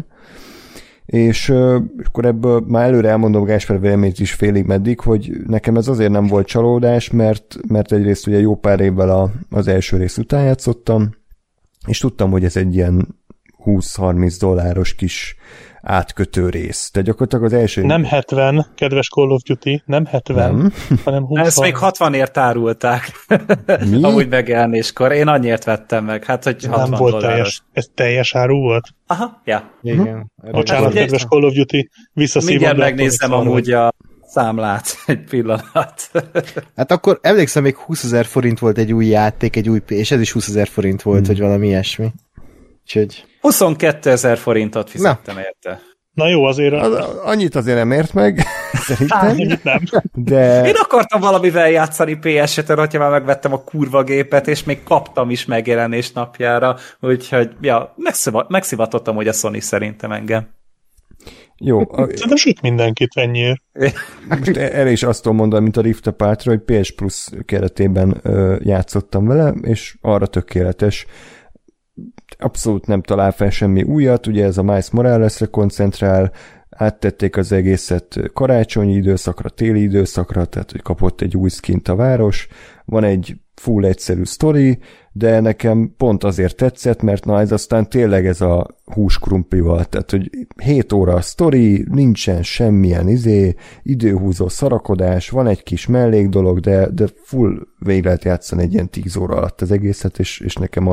B: és ö, akkor ebből már előre elmondom Gásper véleményt is félig meddig, hogy nekem ez azért nem volt csalódás, mert, mert egyrészt ugye jó pár évvel a, az első rész után játszottam, és tudtam, hogy ez egy ilyen húsz-harminc dolláros kis átkötő rész. Tehát gyakorlatilag az első...
D: Nem hetven, kedves Call of Duty, nem hetven, nem. hanem húsz.
E: Ezt még hatvanért árulták.
B: Mi?
E: Amúgy megjelenéskor. Én annyiért vettem meg. Hát, hogy hatvan
D: nem volt
E: dolláros.
D: teljes. Ez teljes áru volt?
E: Aha, ja.
C: Igen.
D: Bocsánat,
E: hát,
D: kedves Call of Duty, visszaszívom.
E: Mindjárt megnézem amúgy a számlát egy pillanat.
C: Hát akkor emlékszem, még húszezer forint volt egy új játék, egy új, és ez is húszezer forint volt, hmm. vagy valami ilyesmi. Úgyhogy...
E: huszonkétezer forintot fizettem Na. érte.
D: Na jó, azért...
B: Az, annyit azért nem ért meg, szerintem.
D: Annyit nem.
B: De...
E: Én akartam valamivel játszani pé es ötön, hogyha már megvettem a kurva gépet, és még kaptam is megjelenés napjára, úgyhogy ja, megszivat, megszivatottam, hogy a Sony szerintem engem.
B: Jó. A...
D: Szerintem süt mindenkit ennyiért.
B: Most erre is azt tudom mondani, mint a Rift Apart-ra, hogy pé es Plus keretében ö, játszottam vele, és arra tökéletes. Abszolút nem talál fel semmi újat, ugye ez a Miles Moralesre koncentrál, áttették az egészet karácsonyi időszakra, téli időszakra, tehát hogy kapott egy új skint a város, van egy full egyszerű sztori, de nekem pont azért tetszett, mert na ez aztán tényleg ez a húskrumplival, tehát hogy hét óra a sztori, nincsen semmilyen izé, időhúzó szarakodás, van egy kis mellék dolog, de, de full végig lehet játszani egy ilyen tíz óra alatt az egészet, és, és nekem arra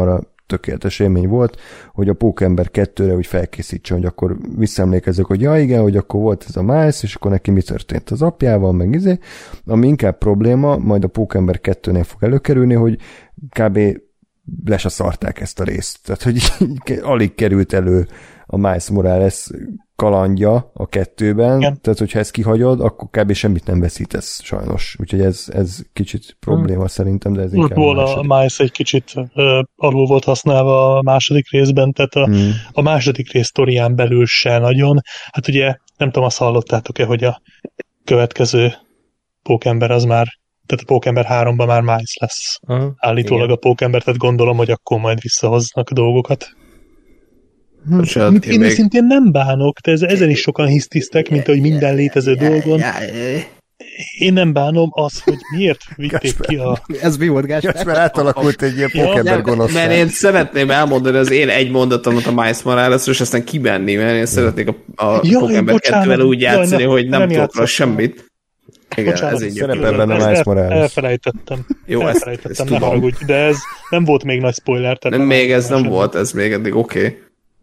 B: tökéletes élmény volt, hogy a Pókember kettőre úgy felkészítsen, hogy akkor visszaemlékezzek, hogy ja igen, hogy akkor volt ez a Miles, és akkor neki mi történt az apjával, meg izé. Ami inkább probléma, majd a Pókember kettőnél fog előkerülni, hogy kb. Le se szarták ezt a részt. Tehát, hogy alig került elő a Miles Morales kalandja a kettőben, igen. Tehát, hogyha ezt kihagyod, akkor kb. Semmit nem veszítesz, sajnos. Úgyhogy ez, ez kicsit probléma hmm. szerintem, de ez
D: Úgy
B: inkább
D: volna a Miles egy kicsit uh, alul volt használva a második részben, tehát a, hmm. a második rész sztorián belül se nagyon. Hát ugye, nem tudom, azt hallottátok-e, hogy a következő Pókember az már, tehát a Pókember háromban már Miles lesz. Uh-huh. Állítólag igen. A Pókember, tehát gondolom, hogy akkor majd visszahoznak dolgokat. Bocsánat, én még... szintén nem bánok, de ezen is sokan hisztisztek, mint ahogy minden létező dolgon. Én nem bánom az, hogy miért vitték Gáspár. Ki a...
C: Ez mi volt, Gáspár?
B: Gáspár átalakult egy ilyen Pókember gonoszán.
F: Mert én szeretném elmondani az én egy mondatomat a Miles Morales-ről, és aztán kibenni, mert én szeretnék a, a Pókember kettővel úgy játszani, Jaj, hogy nem, nem tudok rá semmit. Igen,
B: bocsánat, ez így szerepel benne a Miles Morales.
D: Elfelejtettem. Jó, elfelejtettem, ezt, ezt ne haragudj, de ez nem volt még nagy spoiler.
F: Nem, még ez nem volt, ez még eddig oké. Okay.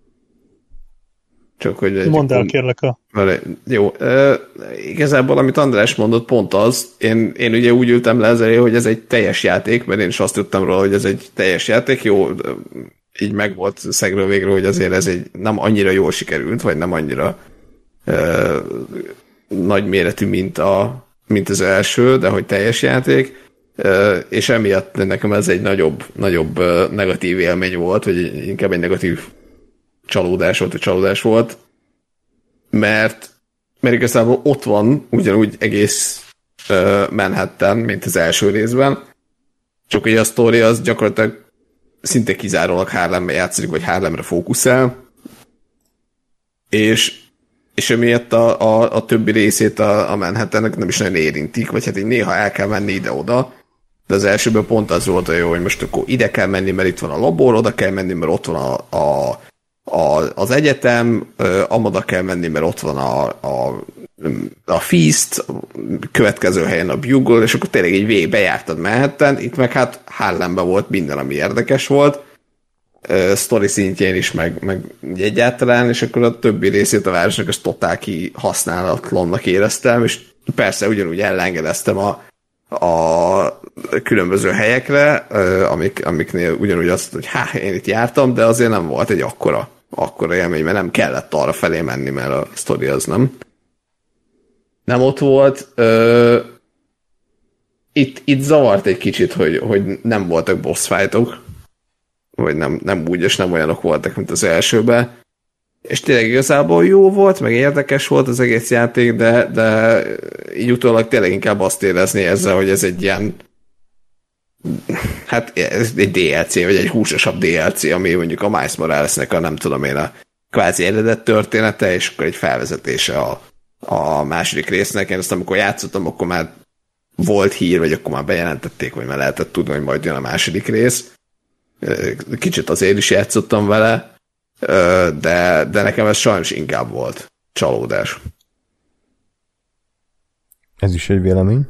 F: Csak hogy...
D: Mondd el, kérlek a...
F: Vele, jó, e, igazából amit András mondott, pont az, én, én ugye úgy ültem le ezzel, hogy ez egy teljes játék, mert én is azt tudtam róla, hogy ez egy teljes játék, jó, így meg volt szegről végre, hogy azért ez egy nem annyira jól sikerült, vagy nem annyira e, nagy méretű, mint, a, mint az első, de hogy teljes játék, e, és emiatt nekem ez egy nagyobb, nagyobb negatív élmény volt, vagy inkább egy negatív csalódás volt, vagy csalódás volt, mert, mert igazából ott van ugyanúgy egész uh, Manhattan, mint az első részben, csak hogy a sztori az gyakorlatilag szinte kizárólag Harlembe játszik, vagy Harlemre fókuszál, és, és emiatt a, a, a többi részét a, a Manhattannek nem is nagyon érintik, vagy hát így néha el kell menni ide-oda, de az elsőben pont az volt a jó, hogy most akkor ide kell menni, mert itt van a labor, oda kell menni, mert ott van a, a A, az egyetem, amoda kell menni, mert ott van a, a, a Feast, következő helyen a Bugle, és akkor tényleg így végig bejártad Manhattan, itt meg hát Harlemben volt minden, ami érdekes volt, uh, sztori szintjén is, meg, meg egyáltalán, és akkor a többi részét a városnak ezt totál kihasználatlannak éreztem, és persze ugyanúgy ellengeleztem a, a különböző helyekre, uh, amik, amiknél ugyanúgy azt, hogy há, én itt jártam, de azért nem volt egy akkora, akkora élmény, mert nem kellett arra felé menni, mert a sztori az nem. Nem ott volt. Uh, itt, itt zavart egy kicsit, hogy, hogy nem voltak boss fightok, vagy nem, nem úgy, és nem olyanok voltak, mint az elsőben. És tényleg igazából jó volt, meg érdekes volt az egész játék, de, de így utólag tényleg inkább azt érezni ezzel, hogy ez egy ilyen hát ez egy dé el cé, vagy egy húsosabb dé el cé, ami mondjuk a Miles Moralesnek a nem tudom én a kvázi eredet története, és akkor egy felvezetése a, a második résznek. Én azt amikor játszottam, akkor már volt hír, vagy akkor már bejelentették, vagy már lehetett tudni, hogy majd jön a második rész. Kicsit azért is játszottam vele, de, de nekem ez sajnos inkább volt csalódás.
B: Ez is egy vélemény.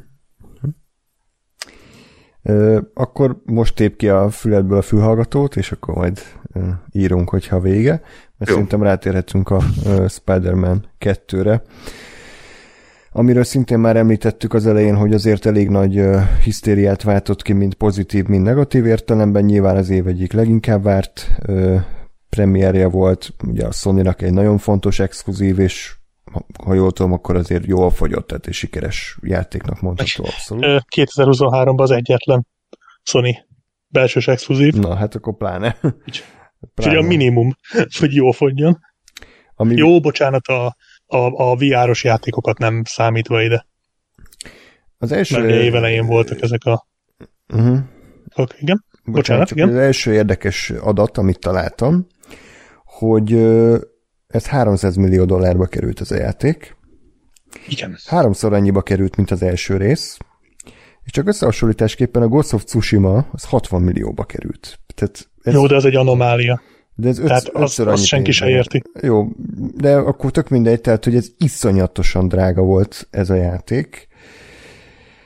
B: Akkor most tép ki a füledből a fülhallgatót, és akkor majd írunk, hogyha vége. Mert Jó. Szerintem rátérhetünk a Spider-Man kettőre. Amiről szintén már említettük az elején, hogy azért elég nagy hisztériát váltott ki, mind pozitív, mind negatív értelemben. Nyilván az év egyik leginkább várt premierje volt. Ugye a Sony-nak egy nagyon fontos exkluzív, és ha jól tudom, akkor azért jól fogyott, tehát egy sikeres játéknak mondható abszolút.
D: kétezer-huszonháromban az egyetlen Sony belsős exkluzív.
B: Na, hát akkor pláne.
D: Úgyhogy a minimum, hogy jól fogjon. Ami... Jó, bocsánat, a, a, a vé er-os játékokat nem számítva ide.
B: Az első...
D: Mert évelején voltak ezek a...
B: Uh-huh.
D: Okay, igen. Bocsánat, bocsánat igen.
B: Az első érdekes adat, amit találtam, hogy ez háromszáz millió dollárba került ez a játék.
D: Igen.
B: Háromszor annyiba került, mint az első rész. És csak összehasonlításképpen a Ghost of Tsushima az hatvan millióba került. Tehát ez,
D: jó, de ez egy anomália.
B: De ez öt,
D: tehát azt az senki se érti.
B: Jó, de akkor tök mindegy, tehát hogy ez iszonyatosan drága volt ez a játék.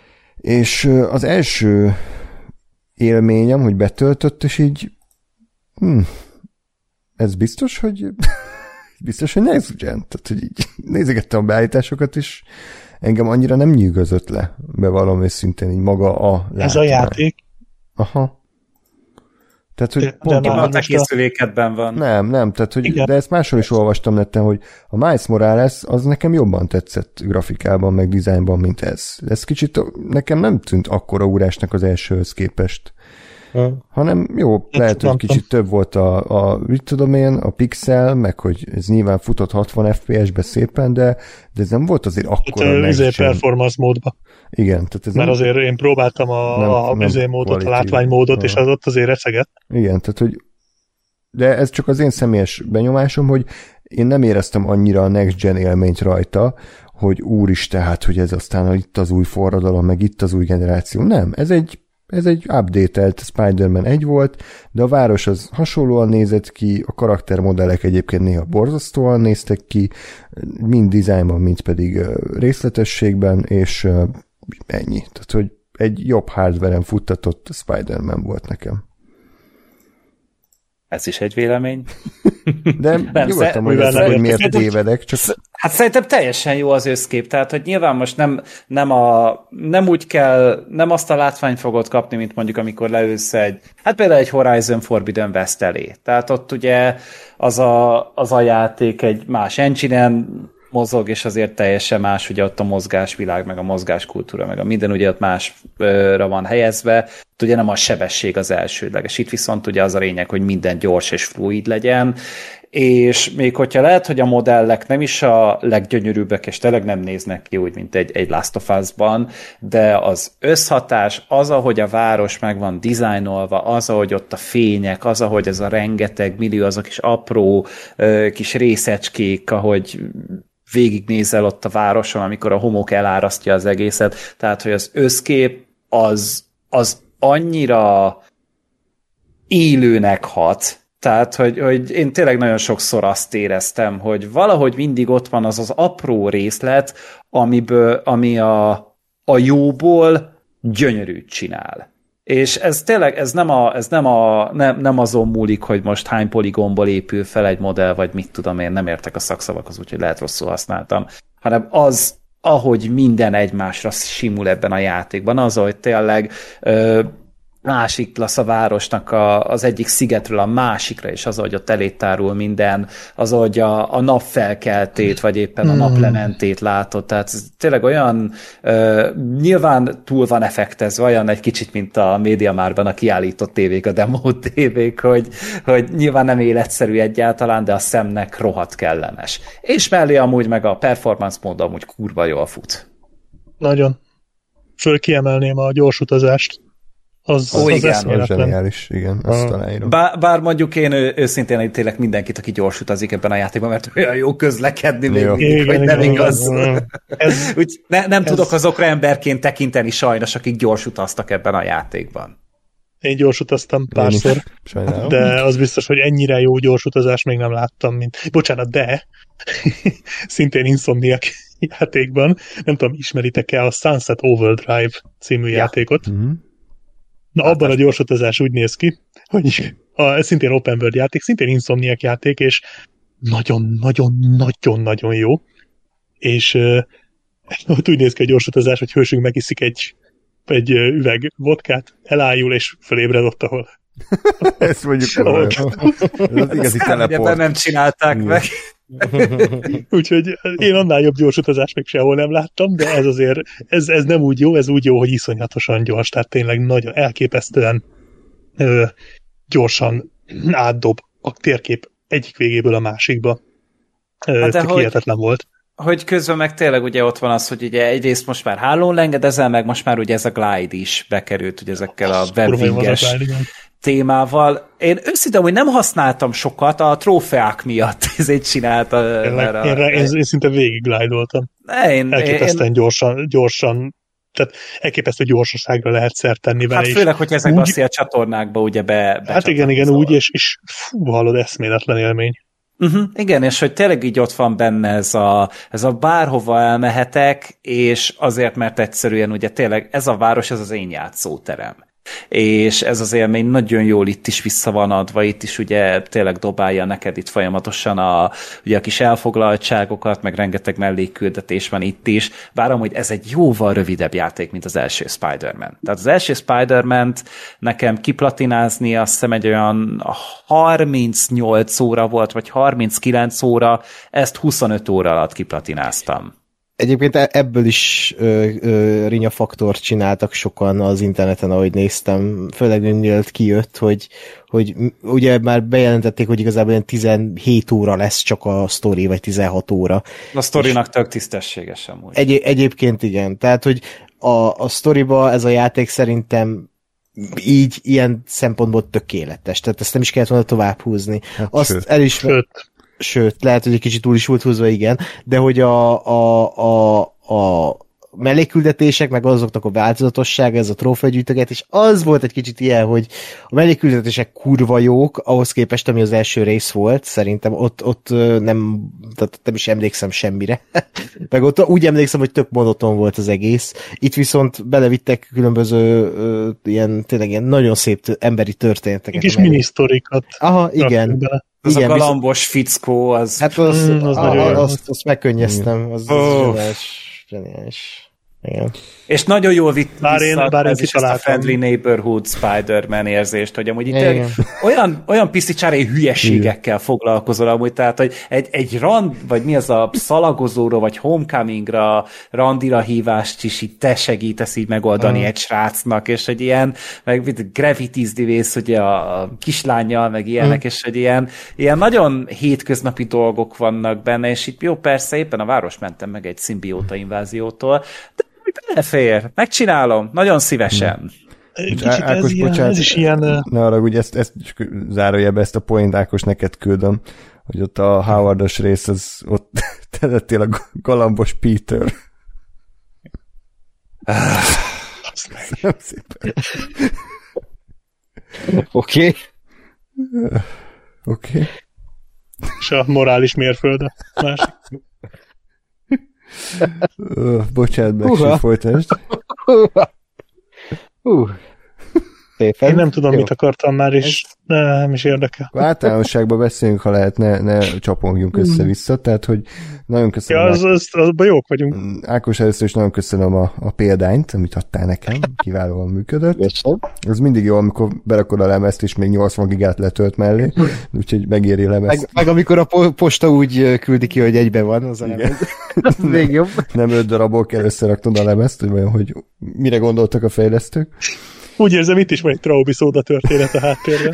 B: És az első élményem, hogy betöltött, és így hm, ez biztos, hogy biztos, hogy next gen. Tehát, hogy így nézegettem a beállításokat is, engem annyira nem nyűgözött le, bevallom őszintén, így maga a látvány.
D: Ez a játék?
B: Aha. Tehát, hogy
E: de, pont de a készülékedben van.
B: Nem, nem, tehát, hogy, de ezt máshol is olvastam netten, hogy a Miles Morales az nekem jobban tetszett grafikában, meg dizájnban, mint ez. Ez kicsit nekem nem tűnt akkora órásnak az elsőhöz képest. Hmm. Hanem jó, lehet, hogy kicsit több volt a, a mit tudom én, a pixel, meg hogy ez nyilván futott hatvan ef pé es-be szépen, de, de ez nem volt azért akkora
D: next gen. Performance módba.
B: Igen. Tehát ez
D: Mert
B: nem,
D: azért én próbáltam a,
B: nem,
D: a nem módot, a látványmódot, és az ott azért recegett.
B: Igen, tehát hogy de ez csak az én személyes benyomásom, hogy én nem éreztem annyira a next gen élményt rajta, hogy úristen, hát, hogy ez aztán itt az új forradalom, meg itt az új generáció. Nem, ez egy Ez egy update-elt Spider-Man egy volt, de a város az hasonlóan nézett ki, a karaktermodellek egyébként néha borzasztóan néztek ki, mind dizájnban, mind pedig részletességben, és ennyi. Tehát, hogy egy jobb hardware-en futtatott Spider-Man volt nekem.
E: Ez is egy vélemény.
B: De nyugodtan mondjam, hogy miért tévedek. Csak...
E: Hát szerintem teljesen jó az összkép, tehát hogy nyilván most nem, nem, a, nem úgy kell, nem azt a látványt fogod kapni, mint mondjuk amikor leülsz egy, hát például egy Horizon Forbidden West elé. Tehát ott ugye az a, az a játék egy más engine-en mozog, és azért teljesen más, ugye ott a mozgásvilág, meg a mozgáskultúra, meg a minden ugye ott másra van helyezve. Ugye nem a sebesség az elsődleges. Itt viszont ugye az a lényeg, hogy minden gyors és fluid legyen, és még hogyha lehet, hogy a modellek nem is a leggyönyörűbbek, és tényleg nem néznek ki úgy, mint egy, egy Last of Us-ban, de az összhatás, az, ahogy a város meg van dizájnolva, az, ahogy ott a fények, az, ahogy ez a rengeteg millió, azok is apró ö, kis részecskék, ahogy végignézel ott a városon, amikor a homok elárasztja az egészet, tehát, hogy az összkép az, az annyira élőnek hat, tehát, hogy, hogy én tényleg nagyon sokszor azt éreztem, hogy valahogy mindig ott van az az apró részlet, amiből, ami a, a jóból gyönyörűt csinál. És ez tényleg, ez nem, a, ez nem, a, nem, nem azon múlik, hogy most hány poligonból épül fel egy modell, vagy mit tudom én, nem értek a szakszavakhoz, úgyhogy lehet rosszul használtam, hanem az, ahogy minden egymásra simul ebben a játékban, az, hogy tényleg ö, másik lesz a városnak a, az egyik szigetről a másikra, és az, hogy ott elét tárul minden, az, hogy a, a napfelkeltét, vagy éppen a naplementét látod, tehát ez tényleg olyan, uh, nyilván túl van effektezve, olyan egy kicsit, mint a MediaMarktban a kiállított tévék, a demo tévék, hogy, hogy nyilván nem életszerű egyáltalán, de a szemnek rohadt kellemes. És mellé amúgy meg a performance mód amúgy kurva jól fut.
D: Nagyon. Föl kiemelném a gyors utazást. Az,
E: Ó,
D: az
E: igen,
D: eszméletlen.
B: Zseniális, igen, azt találom.
E: Bár, bár mondjuk én őszintén ítélek mindenkit, aki gyors utazik ebben a játékban, mert olyan jó közlekedni még
B: jó.
E: mindig,
D: Igen,
E: hogy nem
D: igen,
E: igaz.
D: ez,
E: Úgy ne, nem
D: ez...
E: tudok azokra emberként tekinteni sajnos, akik gyors utaztak ebben a játékban.
D: Én gyors utaztam párszor, de az biztos, hogy ennyire jó gyors utazás még nem láttam, mint... Bocsánat, de szintén Insomniac játékban, nem tudom, ismeritek-e a Sunset Overdrive című ja. játékot? Mm-hmm. Na, hát abban a gyors utazás úgy néz ki, hogy a, szintén open world játék, szintén Insomniac játék, és nagyon-nagyon-nagyon-nagyon jó. És uh, ott úgy néz ki a gyors utazás, hogy hősünk megiszik egy, egy üveg vodkát, elájul, és fölébred ott, ahol.
B: Ezt mondjuk olyan. Ez igazi teleport.
E: Nem csinálták meg.
D: Úgyhogy én annál jobb gyors utazást még sehol nem láttam, de ez azért, ez, ez nem úgy jó, ez úgy jó, hogy iszonyatosan gyors, tehát tényleg nagyon elképesztően ö, gyorsan átdob a térkép egyik végéből a másikba. Ö, hát de hihetetlen hogy, volt.
E: Hogy közben meg tényleg ugye ott van az, hogy ugye egyrészt most már hálón lengedezel, meg most már ugye ez a glide is bekerült, ugye ezekkel a webwinges témával. Én őszintén, hogy nem használtam sokat, a trófeák miatt ezért csinálta.
D: Én, a, én, én, én szinte végig glide-oltam.
E: Én,
D: Elképesztően
E: én,
D: gyorsan, gyorsan, tehát elképesztő gyorsaságra lehet szert tenni vele.
E: Hát főleg, hogy ezekben úgy, a szélcsatornákba ugye be...
D: Hát igen, igen, úgy, és, és fú, hallod, eszméletlen élmény.
E: Uh-huh, igen, és hogy tényleg így ott van benne ez a, ez a bárhova elmehetek, és azért, mert egyszerűen ugye tényleg ez a város, ez az én játszóterem. és ez az élmény nagyon jól itt is vissza van adva, itt is ugye tényleg dobálja neked itt folyamatosan a, ugye a kis elfoglaltságokat, meg rengeteg mellékküldetés van itt is. Várom, hogy ez egy jóval rövidebb játék, mint az első Spider-Man. Tehát az első Spider-Man-t nekem kiplatinázni, azt hiszem egy olyan harmincnyolc óra volt, vagy harminckilenc óra, ezt huszonöt óra alatt kiplatináztam.
C: Egyébként ebből is ö, ö, Rinya faktort csináltak sokan az interneten, ahogy néztem, főleg miért kijött, hogy, hogy ugye már bejelentették, hogy igazából ilyen tizenhét óra lesz csak a sztori, vagy tizenhat óra.
E: A sztorinak tök tisztességes amúgy.
C: Egy, egyébként igen, tehát hogy a, a sztoriba ez a játék szerintem így ilyen szempontból tökéletes, tehát ezt nem is kellett volna tovább húzni. Hát, azt sőt. elismer... Sőt, lehet, hogy egy kicsit túl is volt húzva, igen, de hogy a, a, a, a mellékküldetések, meg azoknak a változatossága, ez a trófeagyűjtögetés, az volt egy kicsit ilyen, hogy a mellékküldetések kurva jók, ahhoz képest, ami az első rész volt, szerintem ott, ott nem, tehát nem is emlékszem semmire. Meg ott úgy emlékszem, hogy tök monoton volt az egész. Itt viszont belevittek különböző ilyen, tényleg ilyen nagyon szép emberi történeteket.
D: Kis minisztorikat.
C: Aha, igen.
E: Az
C: igen,
E: a galambos viszont... fickó, az...
C: Hát az, mm, az a, a, azt, azt megkönnyeztem, az, az oh. zseniális, zseniális. Igen.
E: És nagyon jól vitt
D: bár
E: vissza
D: én, bár
E: ez is ezt a Friendly Neighborhood Spider-Man érzést, hogy amúgy itt olyan, olyan piszicsári hülyeségekkel foglalkozol amúgy, tehát, hogy egy, egy rand, vagy mi az a szalagozóra, vagy homecomingra, randira hívást is így te segítesz így megoldani uh. egy srácnak, és egy ilyen, meg Gravity's Device, ugye a kislánnyal, meg ilyenek, uh. és egy ilyen, ilyen nagyon hétköznapi dolgok vannak benne, és itt jó, persze éppen a város mentem meg egy szimbióta inváziótól, de belefér, megcsinálom, nagyon szívesen.
D: Kicsit Ákos, ez, ilyen, bocsánat, ez is ilyen...
B: Ne arra, hogy ezt, ezt zárójelbe ezt a point, Ákos, neked küldöm, hogy ott a Howardos rész, az ott te lettél a galambos Peter. Nem szépen.
C: Oké.
B: Oké.
D: És a morális mérfölde. Másik.
B: Uh, bocsánat, meg folytasd.
C: Uh.
D: Én nem tudom, jó. Mit akartam már, és nem is érdekel.
B: Általánosságban beszéljünk, ha lehet, ne, ne csapongjunk össze-vissza, tehát, hogy nagyon köszönöm.
D: Ja, az, az, azban jók vagyunk.
B: Ákos, először is nagyon köszönöm a, a példányt, amit adtál nekem, kiválóan működött. Ez mindig jó, amikor berakod a lemezt, és még nyolcvan gigát letölt mellé, úgyhogy megéri lemezt.
C: Meg, meg amikor a posta úgy küldi ki, hogy egyben van az a lemez. Az még jobb.
B: Nem öt darabból kell összeraktod a lemezt, hogy vajon, hogy mire gondoltak a fejlesztők.
D: Úgy érzem, itt is van egy Traubi szóda történet a háttérben.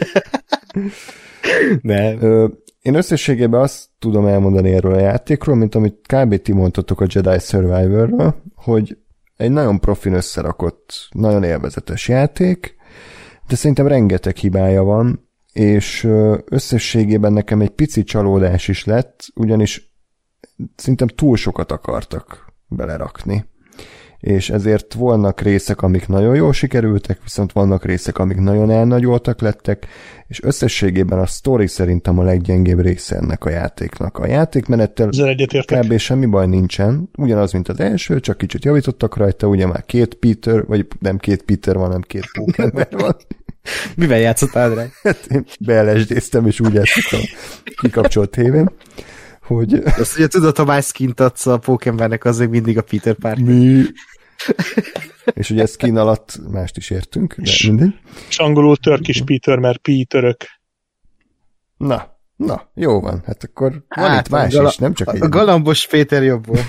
C: Nem.
B: Ö, én összességében azt tudom elmondani erről a játékról, mint amit kb. Ti mondtatok a Jedi Survivorról, hogy egy nagyon profin összerakott, nagyon élvezetes játék, de szerintem rengeteg hibája van, és összességében nekem egy pici csalódás is lett, ugyanis szerintem túl sokat akartak belerakni. És ezért vannak részek, amik nagyon jól sikerültek, viszont vannak részek, amik nagyon elnagyoltak lettek, és összességében a sztori szerintem a leggyengébb része ennek a játéknak. A játékmenettel kb. Semmi baj nincsen, ugyanaz, mint az első, csak kicsit javítottak rajta, ugye már két Peter, vagy nem két Peter van, nem két pókember van.
C: Mivel játszottál rá?
B: Hát én beelesdéztem, és úgy játszottam kikapcsolt tévén. Hogy...
C: Azt ugye tudod, ha más skint adsz a Pókembernek, az még mindig a Peter Parker.
B: Mi? És ugye skin alatt mást is értünk, de mindegy.
D: És angolul Turkish Peter, mert Peterök.
B: Na, na, jó van. Hát akkor hát, van itt más gala- is, nem csak
C: a,
B: egy.
C: A galambos Péter jobb volt.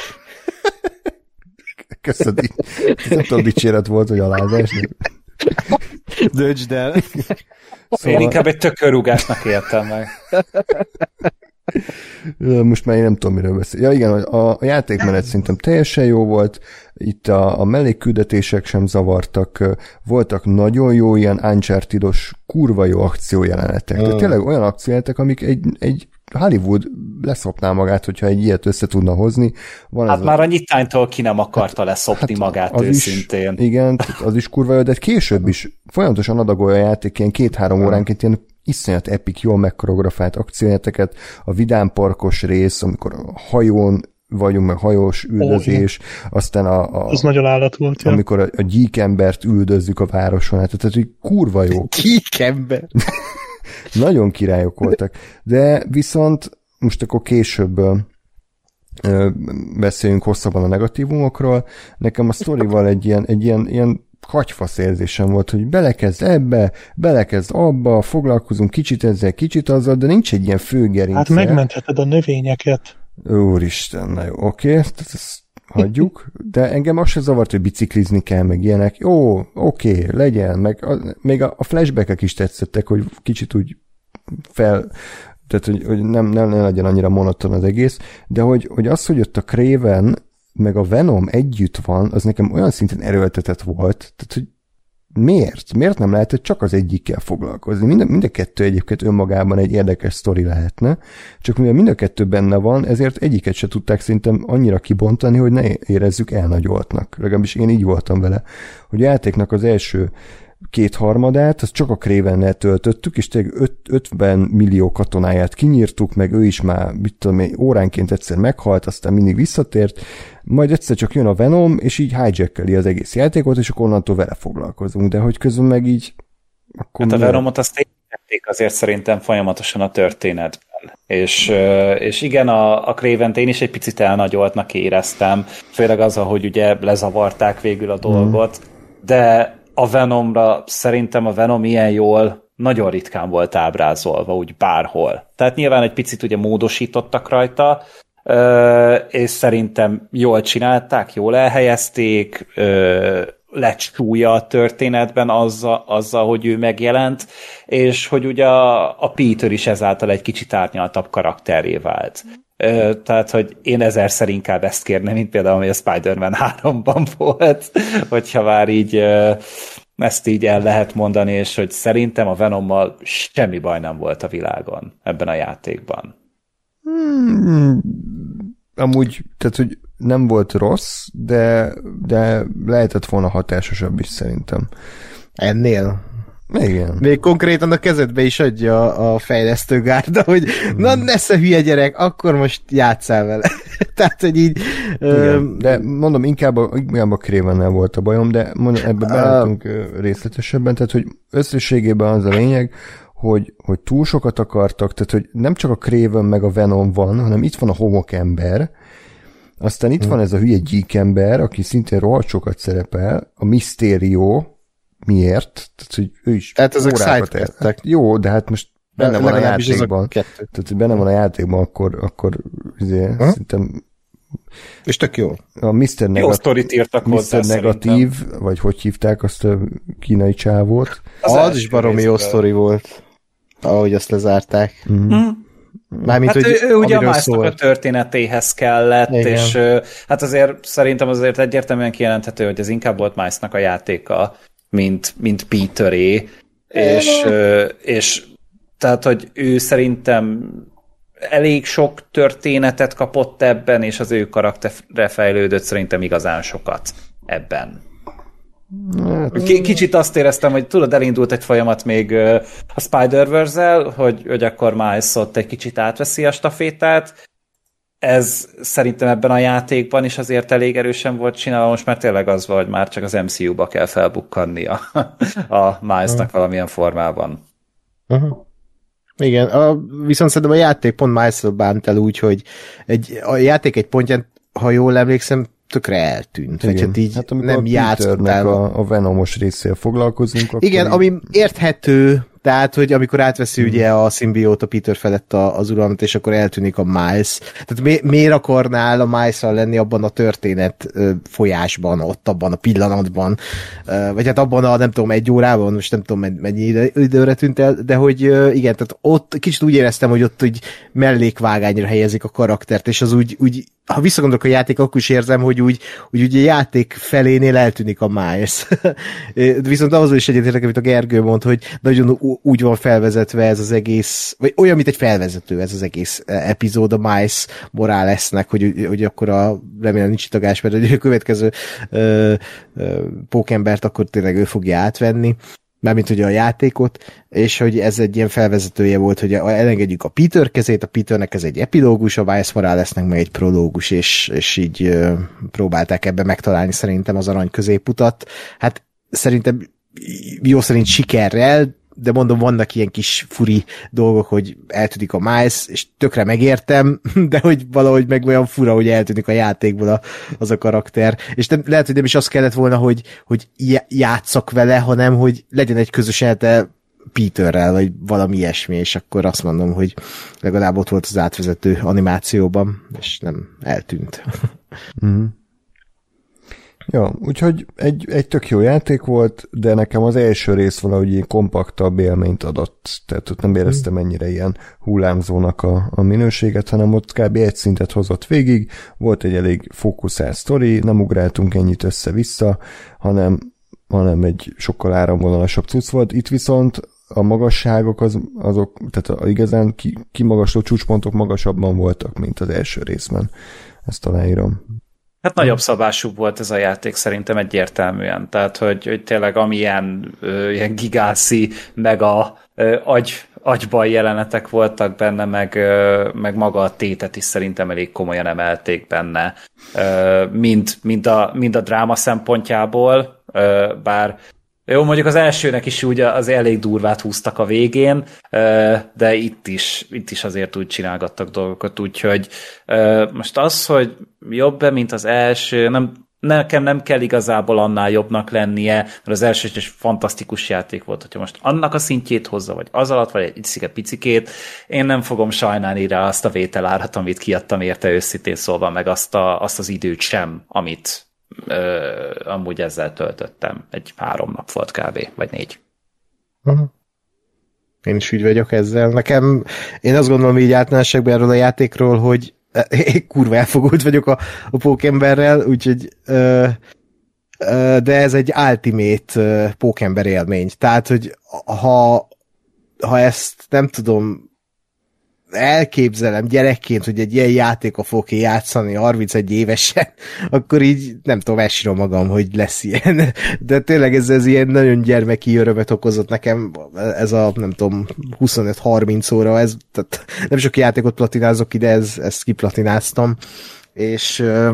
B: Köszönöm. Nem tudom, dicséret volt, hogy alázás.
C: Döntsd el.
E: Szóval... Én inkább egy tökörrúgásnak éltem meg.
B: Most már én nem tudom, miről beszél. Ja igen, a, a játékmenet szerintem teljesen jó volt, itt a, a mellékküldetések sem zavartak, voltak nagyon jó ilyen Uncharted-os kurva jó akciójelenetek. De tényleg olyan akciójelenetek, amik egy, egy Hollywood leszopná magát, hogyha egy ilyet össze tudna hozni. Van
E: hát már a nyitánytól ki nem akarta hát, leszopni hát magát őszintén.
B: Is, igen, az is kurva jó, de később is folyamatosan adagolja a játék ilyen két-három óránként ilyen iszonyat epic, jól megkoreografált akciójáteket, a vidámparkos rész, amikor a hajón vagyunk, meg hajós üldözés, oh, aztán a, a...
D: Az nagyon állat volt, ja.
B: Amikor a, a gyíkembert üldözzük a városon, hát tehát, hogy kurva jó.
C: Gyíkember?
B: Nagyon királyok voltak. De viszont most akkor később ö, beszéljünk hosszabban a negatívumokról. Nekem a sztorival egy ilyen, egy ilyen, ilyen katyfasz érzésem volt, hogy belekezd ebbe, belekezd abba, foglalkozunk kicsit ezzel, kicsit azzal, de nincs egy ilyen főgerince.
D: Hát megmentheted a növényeket.
B: Úristen, na jó, oké, tehát ezt hagyjuk, de engem az se zavart, hogy biciklizni kell, meg ilyenek. Jó, oké, legyen, meg a, még a, a flashbackek is tetszettek, hogy kicsit úgy fel, tehát hogy, hogy nem, nem, nem legyen annyira monoton az egész, de hogy, hogy az, hogy ott a Kraven meg a Venom együtt van, az nekem olyan szinten erőltetett volt, tehát hogy miért? Miért nem lehetett csak az egyikkel foglalkozni? Mind, mind a kettő egyébként önmagában egy érdekes sztori lehetne, csak mivel mind a kettő benne van, ezért egyiket se tudták szerintem annyira kibontani, hogy ne érezzük elnagyoltnak. Legalábbis én így voltam vele, hogy a játéknak az első kétharmadát, azt csak a Kravennel töltöttük, és tényleg ötven millió katonáját kinyírtuk, meg ő is már, mit tudom én, óránként egyszer meghalt, aztán mindig visszatért, majd egyszer csak jön a Venom, és így hijackeli az egész játékot, és akkor onnantól vele foglalkozunk, de hogy közben meg így...
E: Akkor hát a Venomot azt tették azért szerintem folyamatosan a történetben. És, és igen, a, a Cravent én is egy picit elnagyoltnak éreztem, főleg az, hogy ugye lezavarták végül a dolgot, mm. de a Venomra szerintem a Venom ilyen jól nagyon ritkán volt ábrázolva, úgy bárhol. Tehát nyilván egy picit ugye módosítottak rajta, és szerintem jól csinálták, jól elhelyezték, lett súlya a történetben azzal, azzal, hogy ő megjelent, és hogy ugye a, a Peter is ezáltal egy kicsit árnyaltabb karakterré vált. Tehát, hogy én ezerszer inkább ezt kérném, mint például, hogy a Spider-Man háromban volt, hogyha már így ezt így el lehet mondani, és hogy szerintem a Venommal semmi baj nem volt a világon ebben a játékban.
B: Hmm, amúgy, tehát, hogy nem volt rossz, de, de lehetett volna hatásosabb is szerintem.
C: Ennél?
B: Igen.
C: Még konkrétan a kezedbe is adja a fejlesztőgárda, hogy hmm. na nesze hülye gyerek, akkor most játsszál vele. Tehát, hogy így...
B: Öm... De mondom, inkább a, inkább a Cravennel volt a bajom, de mondom, ebbe beálltunk részletesebben, tehát, hogy összességében az a lényeg, hogy, hogy túl sokat akartak, tehát, hogy nem csak a Craven meg a Venom van, hanem itt van a homokember, aztán itt hmm. van ez a hülye gyíkember, aki szintén rohadt sokat szerepel, a Mysterio. Miért? Tehát, hogy ő is
C: hát ezek szájtvettek.
B: Jó, de hát most benne van a játékban. Tehát, hogy benne van a játékban, akkor, akkor azért, uh-huh. szerintem
C: és tök jó.
B: A miszter Negatív,
E: jó sztorit írtak hozzá,
B: miszter Negatív, vagy hogy hívták azt a kínai csávót.
C: Az, az is baromi jó sztori volt, ahogy azt lezárták. Mm.
E: Mármint, hát hogy ő, ő ugye a Miles-nak a történetéhez kellett, igen. És hát azért szerintem azért egyértelműen kijelenthető, hogy ez inkább volt Miles-nak a játéka, mint, mint Peteré, és, és tehát, hogy ő szerintem elég sok történetet kapott ebben, és az ő karakterre fejlődött szerintem igazán sokat ebben. Hát, K- kicsit azt éreztem, hogy tudod, elindult egy folyamat még a Spider-Verse-el, hogy, hogy akkor Miles ott egy kicsit átveszi a stafétát. Ez szerintem ebben a játékban is azért elég erősen volt csinálva, most már tényleg az van, hogy már csak az em cé u-ba kell felbukkannia a Milesnak uh-huh. valamilyen formában.
C: Uh-huh. Igen, a, viszont szerintem a játék pont Miles-ről bánt el úgy, hogy egy, a játék egy pontján, ha jól emlékszem, tökre eltűnt. Vagy hát így hát, nem játszottál.
B: A, a Venomos részével foglalkozunk.
C: Igen, ami érthető, tehát, hogy amikor átveszi hmm. ugye a szimbióta Peter felett a, az uralmat, és akkor eltűnik a Miles. Tehát mi, miért akarnál a Miles-szal lenni abban a történet folyásban, ott abban a pillanatban, vagy hát abban a nem tudom, egy órában, most nem tudom mennyi időre tűnt el, de hogy igen, tehát ott kicsit úgy éreztem, hogy ott úgy mellékvágányra helyezik a karaktert, és az úgy, úgy ha visszagondolok a játék, akkor is érzem, hogy úgy, úgy, úgy a játék felénél eltűnik a Miles. Viszont ahhoz is egyetértek, amit a Gergő mond, hogy nagyon úgy van felvezetve ez az egész, vagy olyan, mint egy felvezető ez az egész epizód a Miles Moralesnek, hogy, hogy akkor a, remélem nincs itt a Gásper, hogy a következő ö, ö, pókembert akkor tényleg ő fogja átvenni. mármint ugye a játékot, és hogy ez egy ilyen felvezetője volt, hogy elengedjük a Peter kezét, a Peternek ez egy epilógus, a Miles Moralesnek meg egy prológus, és, és így ö, próbálták ebbe megtalálni szerintem az arany középutat. Hát szerintem jó szerint sikerrel, de mondom, vannak ilyen kis furi dolgok, hogy eltűnik a Miles, és tökre megértem, de hogy valahogy meg olyan fura, hogy eltűnik a játékból a, az a karakter. És nem, lehet, hogy nem is az kellett volna, hogy, hogy játsszak vele, hanem hogy legyen egy közös élete Peterrel, vagy valami ilyesmi, és akkor azt mondom, hogy legalább ott volt az átvezető animációban, és nem eltűnt.
B: Mm. Ja, úgyhogy egy, egy tök jó játék volt, de nekem az első rész valahogy ilyen kompaktabb élményt adott, tehát ott nem éreztem ennyire ilyen hullámzónak a, a minőséget, hanem ott kb. Egy szintet hozott végig, volt egy elég fókuszált sztori, nem ugráltunk ennyit össze-vissza, hanem, hanem egy sokkal áramvonalasabb cucc volt. Itt viszont a magasságok az, azok, tehát a igazán ki, kimagasló csúcspontok magasabban voltak, mint az első részben. Ezt aláírom.
E: Hát nagyobb szabású volt ez a játék szerintem egyértelműen. Tehát, hogy, hogy tényleg amilyen ö, ilyen gigászi, meg a ö, agy, agyban jelenetek voltak benne, meg, ö, meg maga a tétet is szerintem elég komolyan emelték benne. Ö, mind, mind, a, mind a dráma szempontjából, ö, bár jó, mondjuk az elsőnek is úgy az elég durvát húztak a végén, de itt is, itt is azért úgy csinálgattak dolgokat, úgyhogy most az, hogy jobb-e, mint az első, nem, nekem nem kell igazából annál jobbnak lennie, mert az első is fantasztikus játék volt, hogyha most annak a szintjét hozza, vagy az alatt, vagy egy szike picikét, én nem fogom sajnálni rá azt a vételárat, amit kiadtam érte őszintén szólva, meg azt, a, azt az időt sem, amit Ö, amúgy ezzel töltöttem. Egy három nap volt kb. Vagy négy.
C: Uh-huh. Én is úgy vagyok ezzel. Nekem, én azt gondolom így általánosságban erről a játékról, hogy én kurva elfogult vagyok a, a Pókemberrel, úgyhogy ö, ö, de ez egy ultimate ö, Pókember élmény. Tehát, hogy ha, ha ezt nem tudom elképzelem gyerekként, hogy egy ilyen játéka fogok játszani harmincegy évesen, akkor így nem tudom, elsírom magam, hogy lesz ilyen. De tényleg ez, ez ilyen nagyon gyermeki örömet okozott nekem, ez a nem tudom, huszonöt-harminc óra, ez, tehát nem sok játékot platinázok ide, ez, ezt kiplatináztam, és uh,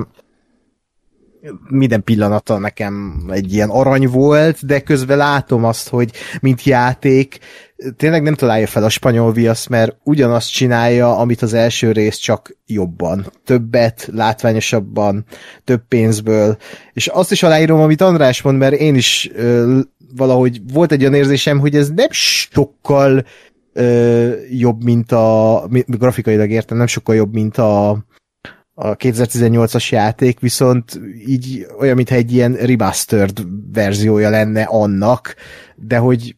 C: minden pillanata nekem egy ilyen arany volt, de közben látom azt, hogy mint játék tényleg nem találja fel a spanyol viaszt, mert ugyanazt csinálja, amit az első rész, csak jobban. Többet, látványosabban, több pénzből. És azt is aláírom, amit András mond, mert én is ö, valahogy volt egy olyan érzésem, hogy ez nem sokkal ö, jobb, mint a grafikailag értem, nem sokkal jobb, mint a a kétezer-tizennyolcas játék, viszont így olyan, mintha egy ilyen remastered verziója lenne annak, de hogy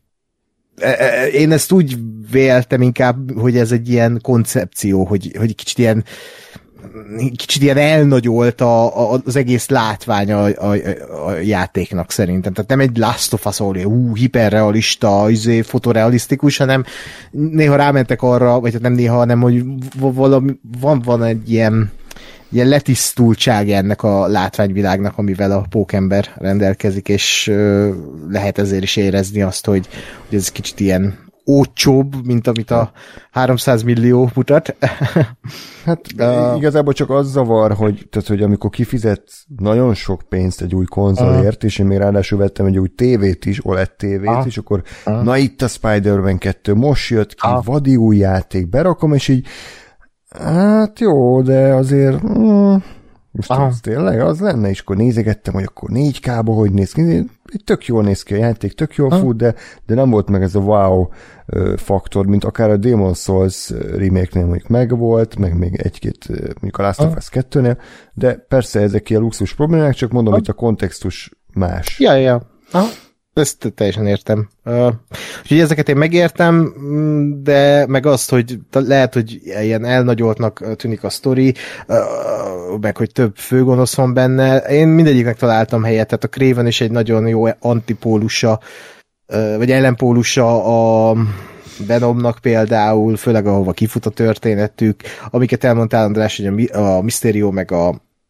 C: én ezt úgy véltem inkább, hogy ez egy ilyen koncepció, hogy, hogy kicsit ilyen kicsit ilyen elnagyolt a, a, az egész látvány a, a, a játéknak szerintem. Tehát nem egy Last of Us, ahol ú, hiperrealista, izé, fotorealisztikus, hanem néha rámentek arra, vagy nem néha, hanem hogy valami, van, van egy ilyen ilyen letisztultság ennek a látványvilágnak, amivel a Pókember rendelkezik, és ö, lehet ezért is érezni azt, hogy, hogy ez kicsit ilyen ócsóbb, mint amit a háromszáz millió mutat.
B: Hát uh, igazából csak az zavar, hogy, tehát, hogy amikor kifizet nagyon sok pénzt egy új konzolért, uh, és én még ráadásul vettem egy új tévét is, o el e dé tévét, uh, és akkor uh, na itt a Spider-Man kettő, most jött ki, uh, vadi új játék, berakom, és így hát jó, de azért mm, most az tényleg az lenne, és akkor nézegettem, hogy akkor négy ká-ba hogy néz ki, tök jól néz ki a játék, tök jól fut, de, de nem volt meg ez a wow faktor, mint akár a Demon's Souls remake-nél mondjuk megvolt, meg még egy-két, mondjuk a Last of Us kettőnél, de persze ezek ilyen luxus problémák, csak mondom, itt a kontextus más.
C: Ja, ja. Aha. Ezt teljesen értem. Uh, úgyhogy ezeket én megértem, de meg azt, hogy lehet, hogy ilyen elnagyoltnak tűnik a sztori, uh, meg hogy több főgonosz van benne. Én mindegyiknek találtam helyet, tehát a Craven is egy nagyon jó antipólusa, uh, vagy ellenpólusa a Venomnak például, főleg ahova kifut a történetük. Amiket elmondtál, András, hogy a Mysterio meg a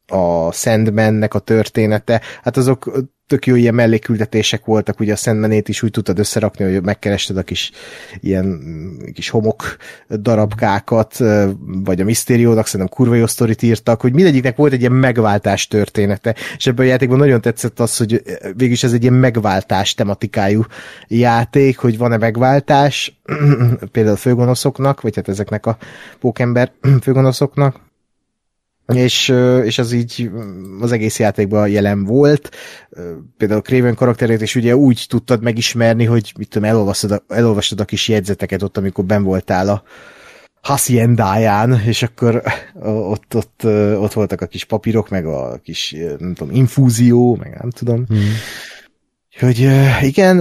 C: a Sandmannek a története, hát azok tök jó ilyen mellékküldetések voltak, ugye a Sandmanét is úgy tudtad összerakni, hogy megkerested a kis ilyen kis homok darabkákat, vagy a Mysteriónak szerintem kurva jó sztorit írtak, hogy mindegyiknek volt egy ilyen megváltás története, és ebben a játékban nagyon tetszett az, hogy végülis ez egy ilyen megváltás tematikájú játék, hogy van-e megváltás, például a főgonoszoknak, vagy hát ezeknek a pókember főgonoszoknak, és, és az így az egész játékban jelen volt. Például Craven karakterét is ugye úgy tudtad megismerni, hogy mit tudom, elolvastad a, elolvastad a kis jegyzeteket ott, amikor benn voltál a Haciendáján, és akkor ott, ott, ott voltak a kis papírok, meg a kis, nem tudom, infúzió, meg nem tudom. Hmm. Hogy igen,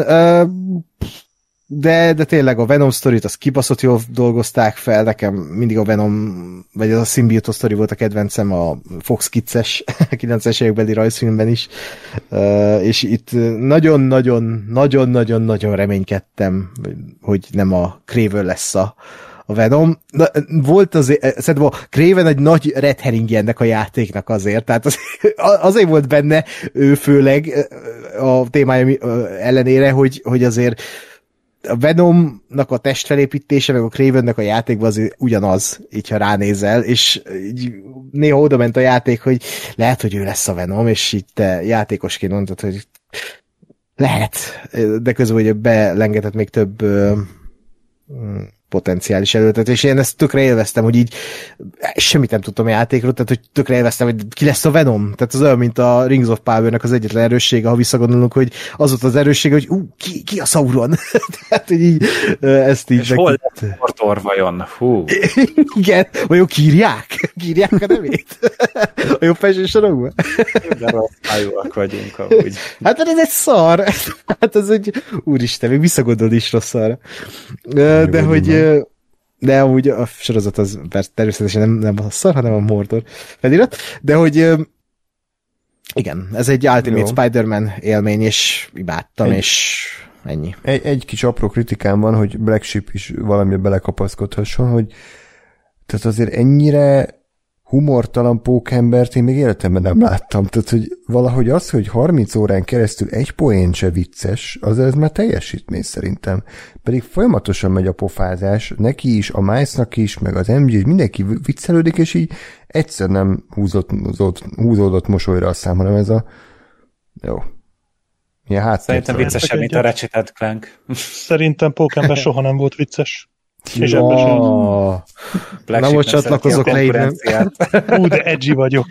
C: De, de tényleg a Venom sztorit, az kibaszott jól dolgozták fel, nekem mindig a Venom, vagy az a Symbiote sztori volt a kedvencem a Fox Kids-es kilencvenes évekbeli rajzfilmben is, uh, és itt nagyon-nagyon-nagyon-nagyon-nagyon reménykedtem, hogy nem a Kraven lesz a, a Venom. Na, volt azért, szerintem a Kraven egy nagy red herring ennek a játéknak azért, tehát az, azért volt benne ő főleg a témája ellenére, hogy, hogy azért a Venomnak a testfelépítése, meg a Kravennek a játékban az ugyanaz, így ha ránézel, és így néha oda ment a játék, hogy lehet, hogy ő lesz a Venom, és így te játékosként mondtad, hogy lehet, de közben ugye belengetett még több ö, potenciális előtet, és én ezt tökre élveztem, hogy így semmit nem tudtam a játékról, tehát hogy tökre élveztem, hogy ki lesz a Venom. Tehát az olyan, mint a Rings of Power-nek az egyetlen erőssége, ha visszagondolunk, hogy az volt az erőssége, hogy ú, ki, ki a Sauron? Tehát, hogy így ezt így...
E: És meg... hol lesz Mordor vajon? Hú.
C: Igen, vajon kírják? Kírják a nevét? A jobb felső sorokban?
E: De rossz ájúak vagyunk amúgy.
C: Hát ez egy szar. Hát ez egy... Úristen, még visszagondol is rossz arra. De hogy... De amúgy a sorozat az természetesen nem, nem a szar, hanem a Mordor felirat, de hogy igen, ez egy Ultimate Jó. Spider-Man élmény, és imádtam, egy, és ennyi.
B: Egy, egy kis apró kritikám van, hogy Black Sheep is valamivel belekapaszkodhasson, hogy tehát azért ennyire humortalan pókembert én még életemben nem láttam. Tehát, hogy valahogy az, hogy harminc órán keresztül egy poén se vicces, az ez már teljesítmény szerintem. Pedig folyamatosan megy a pofázás, neki is, a Miles-nak is, meg az em gé, mindenki viccelődik, és így egyszer nem húzott, húzott, húzódott mosolyra a szám, hanem ez a jó. Ilyen háttér.
E: Szerintem viccesebb, mint a Ratchet Clank.
D: Szerintem pókember soha nem volt vicces. És
C: ja. ebben sem. Na most csatlakozok le innen.
D: Ú, de edgy vagyok.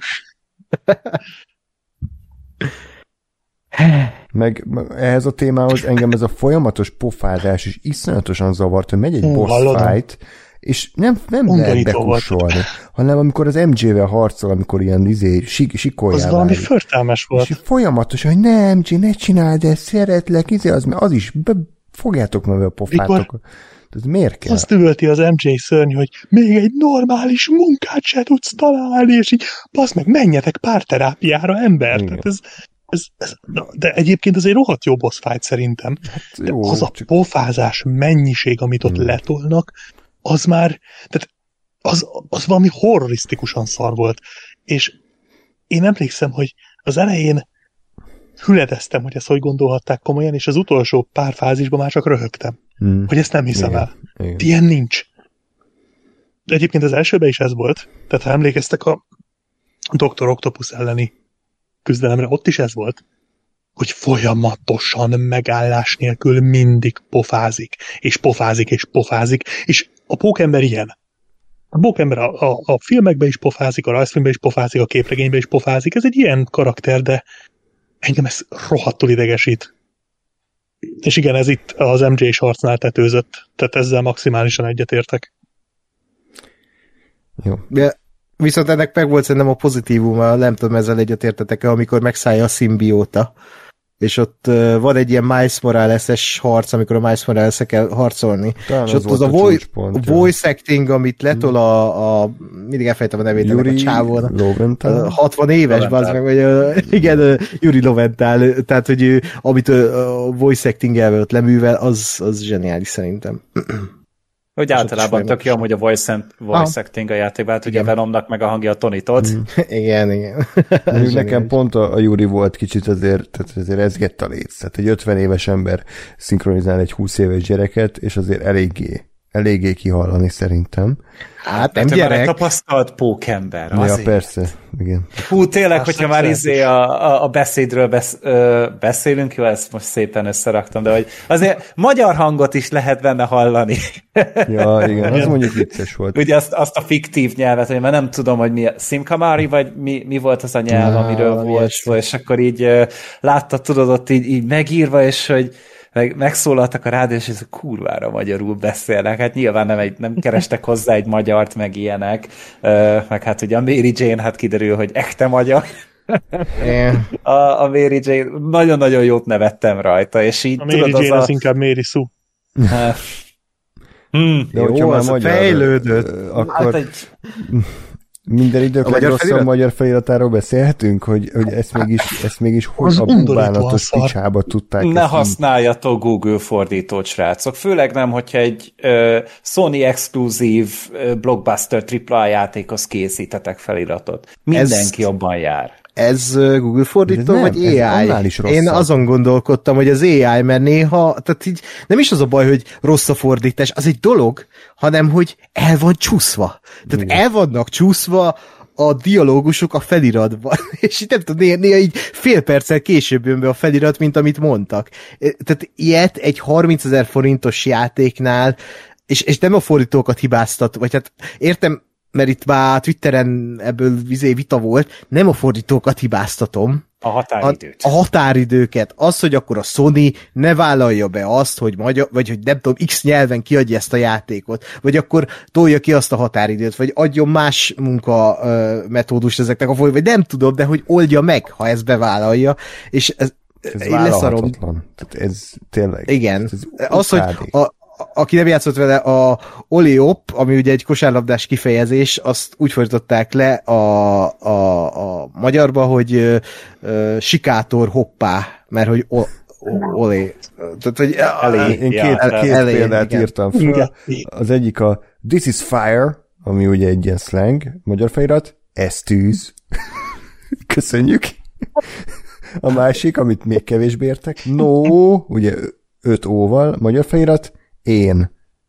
B: Meg ehhez a témához engem ez a folyamatos pofázás is iszonyatosan zavart, hogy megy egy
D: Hú,
B: boss
D: hallodom.
B: fight, és nem, nem lehet bekussolni, hanem amikor az em gé-vel harcol, amikor ilyen izé, sik, sikoljál.
D: Az valami förtelmes volt.
B: És folyamatosan, hogy nem, em gé, ne csináld ezt, szeretlek, izé, az, az is, be, fogjátok meg a pofátok. Mikor... Ez miért kell?
D: Azt üvölti az em jé szörny, hogy még egy normális munkát se tudsz találni, és így, bassz meg, menjetek párterápiára, ember. Tehát ez, ez, ez, de egyébként ez egy rohadt jó boss fight szerintem. Hát jó, az a csak... pofázás mennyiség, amit ott hmm. letolnak, az már, tehát az, az valami horrorisztikusan szar volt. És én emlékszem, hogy az elején hüledeztem, hogy ezt hogy gondolhatták komolyan, és az utolsó pár fázisban már csak röhögtem. Hmm. Hogy ezt nem hiszem igen, el. Igen. Ilyen nincs. De egyébként az elsőben is ez volt. Tehát ha emlékeztek a doktor Octopus elleni küzdelemre, ott is ez volt, hogy folyamatosan megállás nélkül mindig pofázik, és pofázik, és pofázik, és a pókember ilyen. A pókember a, a, a filmekben is pofázik, a rajzfilmben is pofázik, a képregényben is pofázik. Ez egy ilyen karakter, de engem ez rohadtul idegesít. És igen, ez itt az em jé-s harcnál tetőzött, tehát ezzel maximálisan egyetértek.
C: Jó. De viszont ennek meg volt szerintem a pozitívuma, nem tudom, ezzel egyetértetek-e, amikor megszállja a szimbióta, és ott uh, van egy ilyen Miles Morales-es harc, amikor a Miles Morales-e kell harcolni. Talán és az ott az a, voice, a voice acting, amit letol a, a mindig elfejtem a nevét ennek a csávon. Uh, hatvan éves, bazd meg, vagy uh, igen, uh, Yuri Lowenthal, tehát, hogy uh, amit uh, a voice acting-elvel ott leművel, az, az zseniális szerintem.
E: Hogy általában tök jó, hogy a voice, and, voice acting a játékban, hát ugye Venomnak meg a hangja a Tony Todd.
C: Mm. Igen, igen.
B: Nekem pont a, a Yuri volt kicsit azért, tehát azért ezgett a léc. Tehát egy ötven éves ember szinkronizál egy húsz éves gyereket, és azért eléggé, eléggé kihallani szerintem.
C: Hát nem gyerek.
E: Egy tapasztalt pókember.
B: Ja, persze. Igen.
E: Hú, tényleg, azt hogyha már izé a, a, a beszédről besz, ö, beszélünk, jó, ezt most szépen összeraktam, de hogy azért magyar hangot is lehet benne hallani.
B: Ja, igen, az mondjuk vicces volt.
E: Ugye azt, azt a fiktív nyelvet, hogy már nem tudom, hogy mi a Simkamari, vagy mi, mi volt az a nyelv, Na, amiről volt szó, és akkor így uh, láttad, tudod, ott így, így megírva, és hogy meg, megszólaltak a rádió, és ez kurvára magyarul beszélnek. Hát nyilván nem, egy, nem kerestek hozzá egy magyart, meg ilyenek. Uh, meg hát ugye a Mary Jane, hát kiderül, hogy ekte magyar. Yeah. A, a Mary Jane, nagyon-nagyon jót nevettem rajta, és így
D: a Mary
E: tudod,
D: Jane
E: az,
D: az a... inkább Mary Sue.
E: Hmm.
B: De hogyha már magyar, fejlődött, akkor hát egy... minden idők legrosszabb magyar feliratáról beszélhetünk, hogy, hogy ezt mégis, ezt mégis hogy a bubánatos picsába tudták.
E: Ne használjatok Google fordítót, srácok. Főleg nem, hogyha egy uh, Sony exkluzív uh, blockbuster tripla á játékhoz készítetek feliratot. Mindenki ez... abban jár.
C: Ez Google fordító, nem, vagy á i? Én azon gondolkodtam, hogy az á i, mert néha, tehát így nem is az a baj, hogy rossz a fordítás, az egy dolog, hanem, hogy el van csúszva. Tehát igen. El vannak csúszva a dialógusok a feliratban, és így nem tudom, néha, néha így fél perccel később jön be a felirat, mint amit mondtak. Tehát ilyet egy harmincezer forintos játéknál, és, és nem a fordítókat hibáztat, vagy hát értem, mert itt már Twitteren ebből vizé vita volt, nem a fordítókat hibáztatom.
E: A határidőt.
C: A, a határidőket. Az, hogy akkor a Sony ne vállalja be azt, hogy magyar, vagy hogy nem tudom, X nyelven kiadja ezt a játékot, vagy akkor tolja ki azt a határidőt, vagy adjon más munka uh, metódust ezeknek a folyamatokat, vagy nem tudom, de hogy oldja meg, ha ezt bevállalja, és ez,
B: ez én leszarom. Tehát ez tényleg.
C: Igen. Ez az, hogy a, aki nem játszott vele, a Oliop, ami ugye egy kosárlabdás kifejezés, azt úgy fordították le a, a, a magyarba, hogy ö, ö, sikátor hoppá, mert hogy o, o, olé. Tehát, hogy
B: elé. Én két, ja, két elé, példát igen. írtam fel. Az egyik a This is fire, ami ugye egy ilyen slang, magyar felirat, ez tűz. Köszönjük. A másik, amit még kevésbé értek, no, ugye öt óval, magyar felirat, én.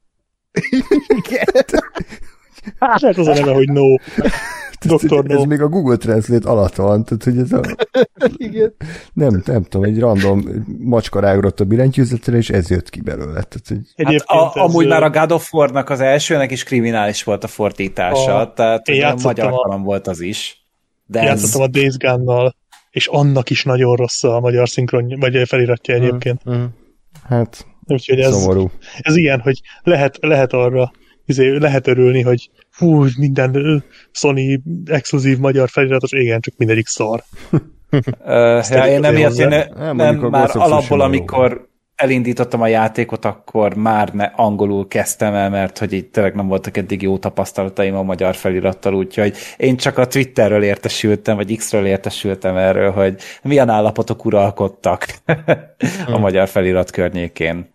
D: Hát lehet az a neve, hogy no. doktor No.
B: Ez még a Google Translate alatt van, tehát hogy ez a...
C: Igen.
B: Nem, nem tudom, egy random macska ráugrott a billentyűzetre, és ez jött ki belőle. Tehát, hogy...
E: hát a, amúgy ez... már a God of War-nak az elsőnek is kriminális volt a fordítása, a... tehát a magyar kalam volt az is.
D: De játszottam ez... a Days Gone-nal, és annak is nagyon rossz a magyar szinkron, vagy feliratja egyébként.
B: Mm, mm. Hát...
D: Úgyhogy ez,
B: szomorú.
D: Ez ilyen, hogy lehet, lehet arra, lehet örülni, hogy hú, minden Sony exkluzív magyar feliratos, igen, csak mindegyik szar.
E: uh, ja, én nem ilyet, én ne, nem, nem már alapból, amikor jó. elindítottam a játékot, akkor már ne angolul kezdtem el, mert hogy itt tényleg nem voltak eddig jó tapasztalataim a magyar felirattal, úgyhogy én csak a Twitterről értesültem, vagy X-ről értesültem erről, hogy milyen állapotok uralkodtak a hmm. magyar felirat környékén.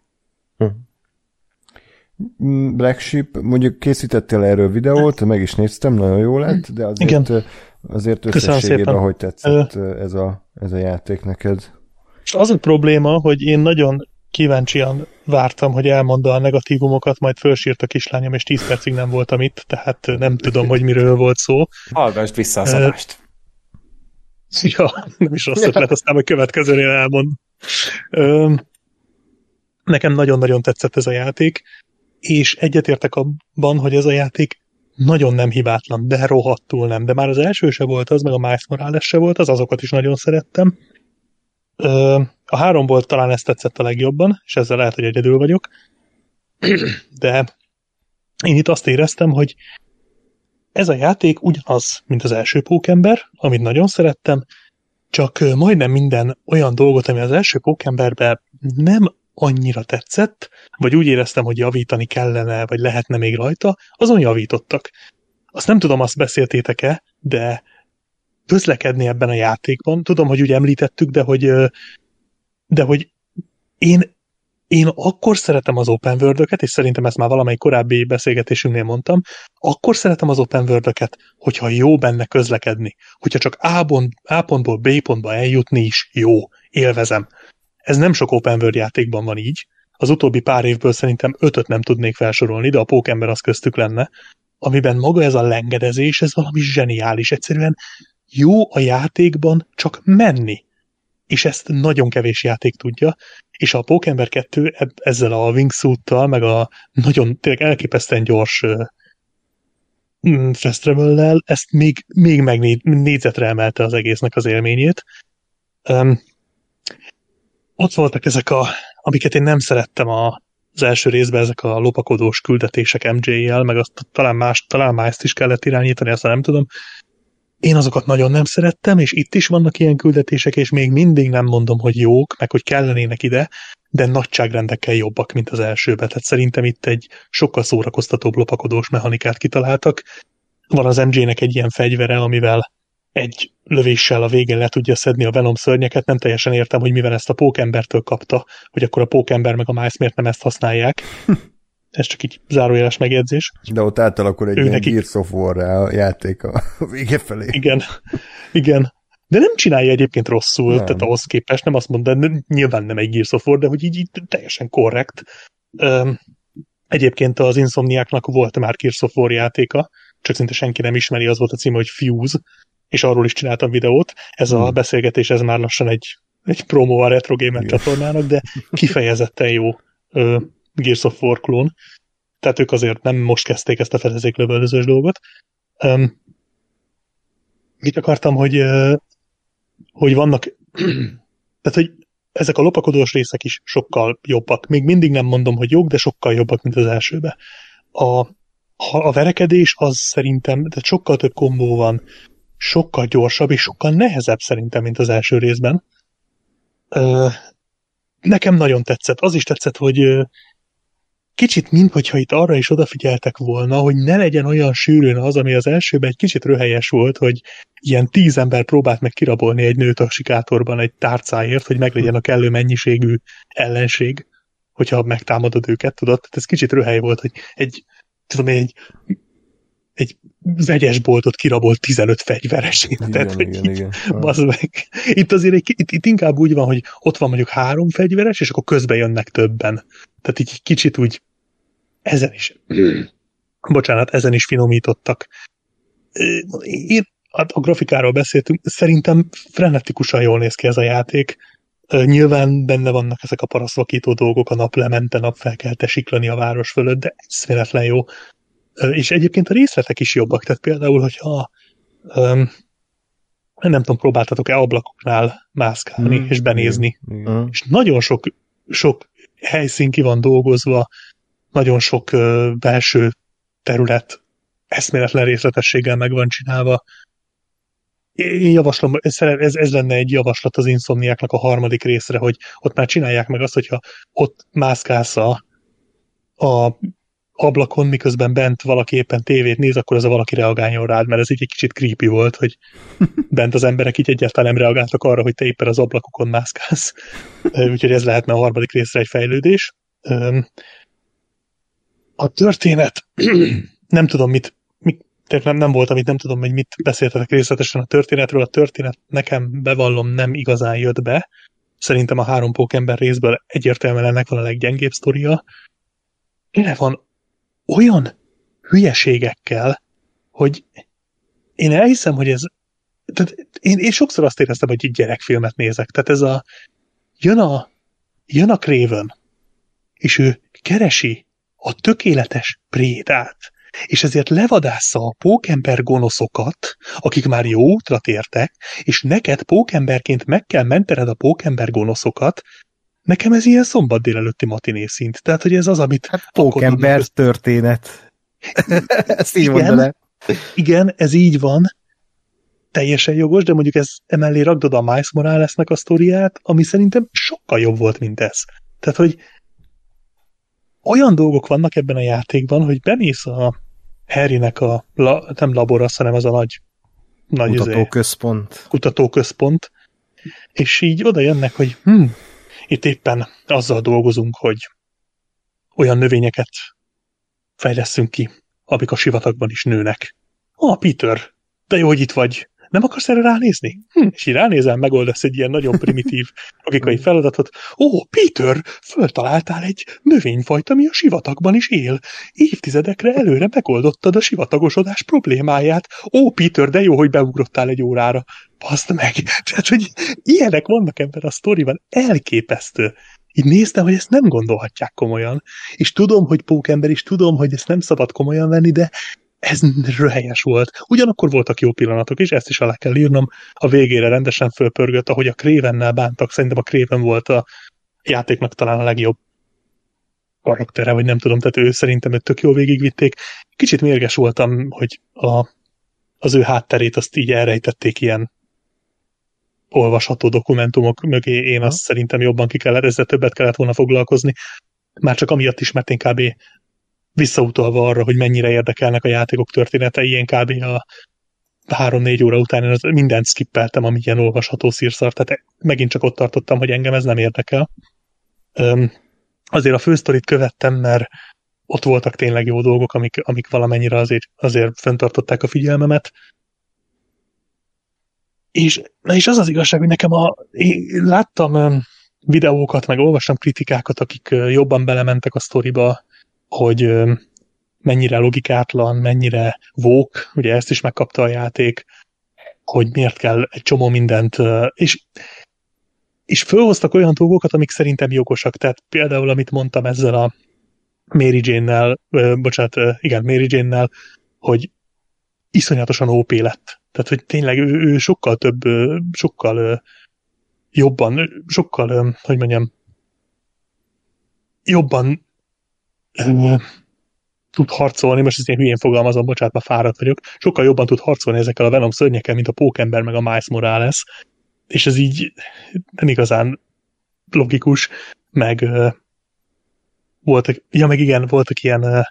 B: Black Sheep, mondjuk készítettél erről videót, meg is néztem, nagyon jó lett, de azért, igen. azért összességében, hogy tetszett ez a, ez a játék neked.
D: És az a probléma, hogy én nagyon kíváncsian vártam, hogy elmondta a negatívumokat, majd fölsírt a kislányom, és tíz percig nem voltam itt, tehát nem tudom, hogy miről volt szó.
E: Hallgassd vissza az adást.
D: Ja, nem is rossz ötlet, aztán a következőnél elmond. Nekem nagyon-nagyon tetszett ez a játék, és egyetértek abban, hogy ez a játék nagyon nem hibátlan, de rohadtul nem. De már az első se volt az, meg a Miles Morales se volt az, azokat is nagyon szerettem. A háromból talán ezt tetszett a legjobban, és ezzel lehet, hogy egyedül vagyok. De én itt azt éreztem, hogy ez a játék ugyanaz, mint az első Pókember, amit nagyon szerettem, csak majdnem minden olyan dolgot, ami az első Pókemberben nem annyira tetszett, vagy úgy éreztem, hogy javítani kellene, vagy lehetne még rajta, azon javítottak. Azt nem tudom, azt beszéltétek-e, de közlekedni ebben a játékban, tudom, hogy úgy említettük, de hogy, de hogy én én akkor szeretem az open world-öket, és szerintem ezt már valamelyik korábbi beszélgetésünknél mondtam, akkor szeretem az open world-öket, hogyha jó benne közlekedni. Hogyha csak A-pont, A pontból B pontba eljutni is jó, élvezem. Ez nem sok open world játékban van így. Az utóbbi pár évből szerintem ötöt nem tudnék felsorolni, de a Pókember az köztük lenne, amiben maga ez a lengedezés, ez valami zseniális. Egyszerűen jó a játékban csak menni. És ezt nagyon kevés játék tudja, és a Pókember kettő ezzel a wingsuit-tal, meg a nagyon tényleg elképesztően gyors uh, fast travel-lel, ezt még, még meg négyzetre emelte az egésznek az élményét. Um, ott voltak ezek a, amiket én nem szerettem a, az első részben, ezek a lopakodós küldetések em jé-jel, meg azt talán más, talán mást is kellett irányítani, azt nem tudom. Én azokat nagyon nem szerettem, és itt is vannak ilyen küldetések, és még mindig nem mondom, hogy jók, meg hogy kellenének ide, de nagyságrendekkel jobbak, mint az elsőben. Tehát szerintem itt egy sokkal szórakoztatóbb lopakodós mechanikát kitaláltak. Van az em jé-nek egy ilyen fegyvere, amivel egy lövéssel a végén le tudja szedni a Venom szörnyeket. Nem teljesen értem, hogy mivel ezt a Pókembertől kapta, hogy akkor a Pókember meg a Miles miért nem ezt használják. Ez csak így zárójeles megjegyzés.
B: De ott átalakul egy ő ilyen neki... Gears of War-ra a játék a vége felé.
D: Igen, igen. De nem csinálja egyébként rosszul, nem. Tehát ahhoz képest nem azt mondom, de nyilván nem egy Gears of War, de hogy így, így teljesen korrekt. Um, egyébként az Insomniáknak volt már Gears of War játéka, csak szinte senki nem ismeri, az volt a címe, hogy Fuse, és arról is csináltam videót. Ez hmm. a beszélgetés, ez már lassan egy, egy promo a Retro Gamer csatornának, de kifejezetten jó uh, Gears of War klón. Tehát ők azért nem most kezdték ezt a fedezéklövöldözős dolgot. Um, mit akartam, hogy, uh, hogy vannak tehát, hogy ezek a lopakodós részek is sokkal jobbak. Még mindig nem mondom, hogy jók, de sokkal jobbak, mint az elsőben. A, a verekedés az szerintem, tehát sokkal több kombó van, sokkal gyorsabb, és sokkal nehezebb szerintem, mint az első részben. Uh, nekem nagyon tetszett. Az is tetszett, hogy uh, kicsit minthogyha itt arra is odafigyeltek volna, hogy ne legyen olyan sűrűn az, ami az elsőben egy kicsit röhelyes volt, hogy ilyen tíz ember próbált meg kirabolni egy nőt a sikátorban egy tárcáért, hogy meglegyen a kellő mennyiségű ellenség, hogyha megtámadod őket, tudod? Tehát ez kicsit röhely volt, hogy egy, tudom én, egy, egy vegyes boltot kirabolt tizenöt fegyveres.
B: Igen,
D: Tehát,
B: igen,
D: hogy így,
B: igen.
D: meg. Itt azért egy, itt, itt inkább úgy van, hogy ott van mondjuk három fegyveres, és akkor közben jönnek többen. Tehát így kicsit úgy ezen is, bocsánat, ezen is finomítottak. Én, a grafikáról beszéltünk, szerintem frenetikusan jól néz ki ez a játék. Nyilván benne vannak ezek a parasztvakító dolgok, a naplemente, napfelkelte siklani a város fölött, de eszméletlen jó. És egyébként a részletek is jobbak, tehát például, hogyha um, nem tudom, próbáltatok-e ablakoknál mászkálni mm, és benézni. Mm. És nagyon sok, sok helyszín ki van dolgozva, nagyon sok uh, belső terület eszméletlen részletességgel meg van csinálva. Én javaslom, ez, ez, ez lenne egy javaslat az Insomniáknak a harmadik részre, hogy ott már csinálják meg azt, hogyha ott mászkálsz a, a ablakon, miközben bent valaki éppen tévét néz, akkor az a valaki reagáljon rád, mert ez így egy kicsit creepy volt, hogy bent az emberek így egyáltalán nem reagáltak arra, hogy te éppen az ablakokon mászkálsz. Úgyhogy ez lehetne a harmadik részre egy fejlődés. A történet, nem tudom mit, mit nem, nem volt, amit nem tudom, hogy mit beszéltetek részletesen a történetről. A történet nekem, bevallom, nem igazán jött be. Szerintem a három Pókember részből egyértelműen ennek van a leggyengébb sztoria. Tényleg van olyan hülyeségekkel, hogy én elhiszem, hogy ez tehát én, én sokszor azt éreztem, hogy gyerekfilmet nézek. Tehát ez a jön a jön a Craven, és ő keresi a tökéletes prédát, és ezért levadásza a pókember gonoszokat, akik már jó útra tértek, és neked pókemberként meg kell mentened a pókember gonoszokat. Nekem ez ilyen szombat délelőtti matiné szint. Tehát, hogy ez az, amit...
C: Hát pókember történet. Ezt így mondaná.
D: Igen, ez így van. Teljesen jogos, de mondjuk ez emellé ragdod a Miles Moralesnek a sztoriát, ami szerintem sokkal jobb volt, mint ez. Tehát, hogy olyan dolgok vannak ebben a játékban, hogy bemész a Harrynek a, la, nem laborasz, hanem az a nagy, nagy
C: kutatóközpont.
D: Kutatóközpont, és így oda jönnek, hogy hm, itt éppen azzal dolgozunk, hogy olyan növényeket fejleszünk ki, amik a sivatagban is nőnek. Ó, Peter, de jó, hogy itt vagy. Nem akarsz erre ránézni? Hm, és így ránézel, megoldasz egy ilyen nagyon primitív logikai feladatot. Ó, Peter, föltaláltál egy növényfajt, ami a sivatagban is él. Évtizedekre előre megoldottad a sivatagosodás problémáját. Ó, Peter, de jó, hogy beugrottál egy órára. Baszd meg! Tehát, hogy ilyenek vannak ebben a sztoriban. Elképesztő. Így néztem, hogy ezt nem gondolhatják komolyan. És tudom, hogy pókember, és tudom, hogy ezt nem szabad komolyan venni, de ez röhelyes volt. Ugyanakkor voltak jó pillanatok, és ezt is alá kell írnom. A végére rendesen fölpörgött, ahogy a Cravennel bántak. Szerintem a Craven volt a játéknak talán a legjobb karaktere, vagy nem tudom, tehát ő szerintem őt tök jól végigvitték. Kicsit mérges voltam, hogy a, az ő hátterét azt így elrejtették ilyen olvasható dokumentumok mögé. Én azt szerintem jobban ki kellett, ezzel többet kellett volna foglalkozni. Már csak amiatt is, mert én kb. Visszautalva arra, hogy mennyire érdekelnek a játékok történetei, én kb. A három-négy óra után én mindent skippeltem, ami ilyen olvasható szírszar, tehát megint csak ott tartottam, hogy engem ez nem érdekel. Öm, azért a fősztorit követtem, mert ott voltak tényleg jó dolgok, amik, amik valamennyire azért, azért fenntartották a figyelmemet. És, na és az az igazság, hogy nekem a, én láttam öm, videókat, meg olvastam kritikákat, akik jobban belementek a sztoriba, hogy mennyire logikátlan, mennyire woke, ugye ezt is megkapta a játék, hogy miért kell egy csomó mindent, és, és fölhoztak olyan dolgokat, amik szerintem jogosak, tehát például, amit mondtam ezzel a Mary Jane-nel, bocsánat, igen, Mary Jane-nel, hogy iszonyatosan ó pé lett. Tehát, hogy tényleg ő, ő sokkal több, sokkal jobban, sokkal, hogy mondjam, jobban Uh, tud harcolni, most ezt ilyen hülyén fogalmazom, bocsánat, már fáradt vagyok, sokkal jobban tud harcolni ezekkel a Venom szörnyekkel, mint a Pókember meg a Miles Morales, és ez így nem igazán logikus, meg uh, voltak, ja meg igen, voltak ilyen uh,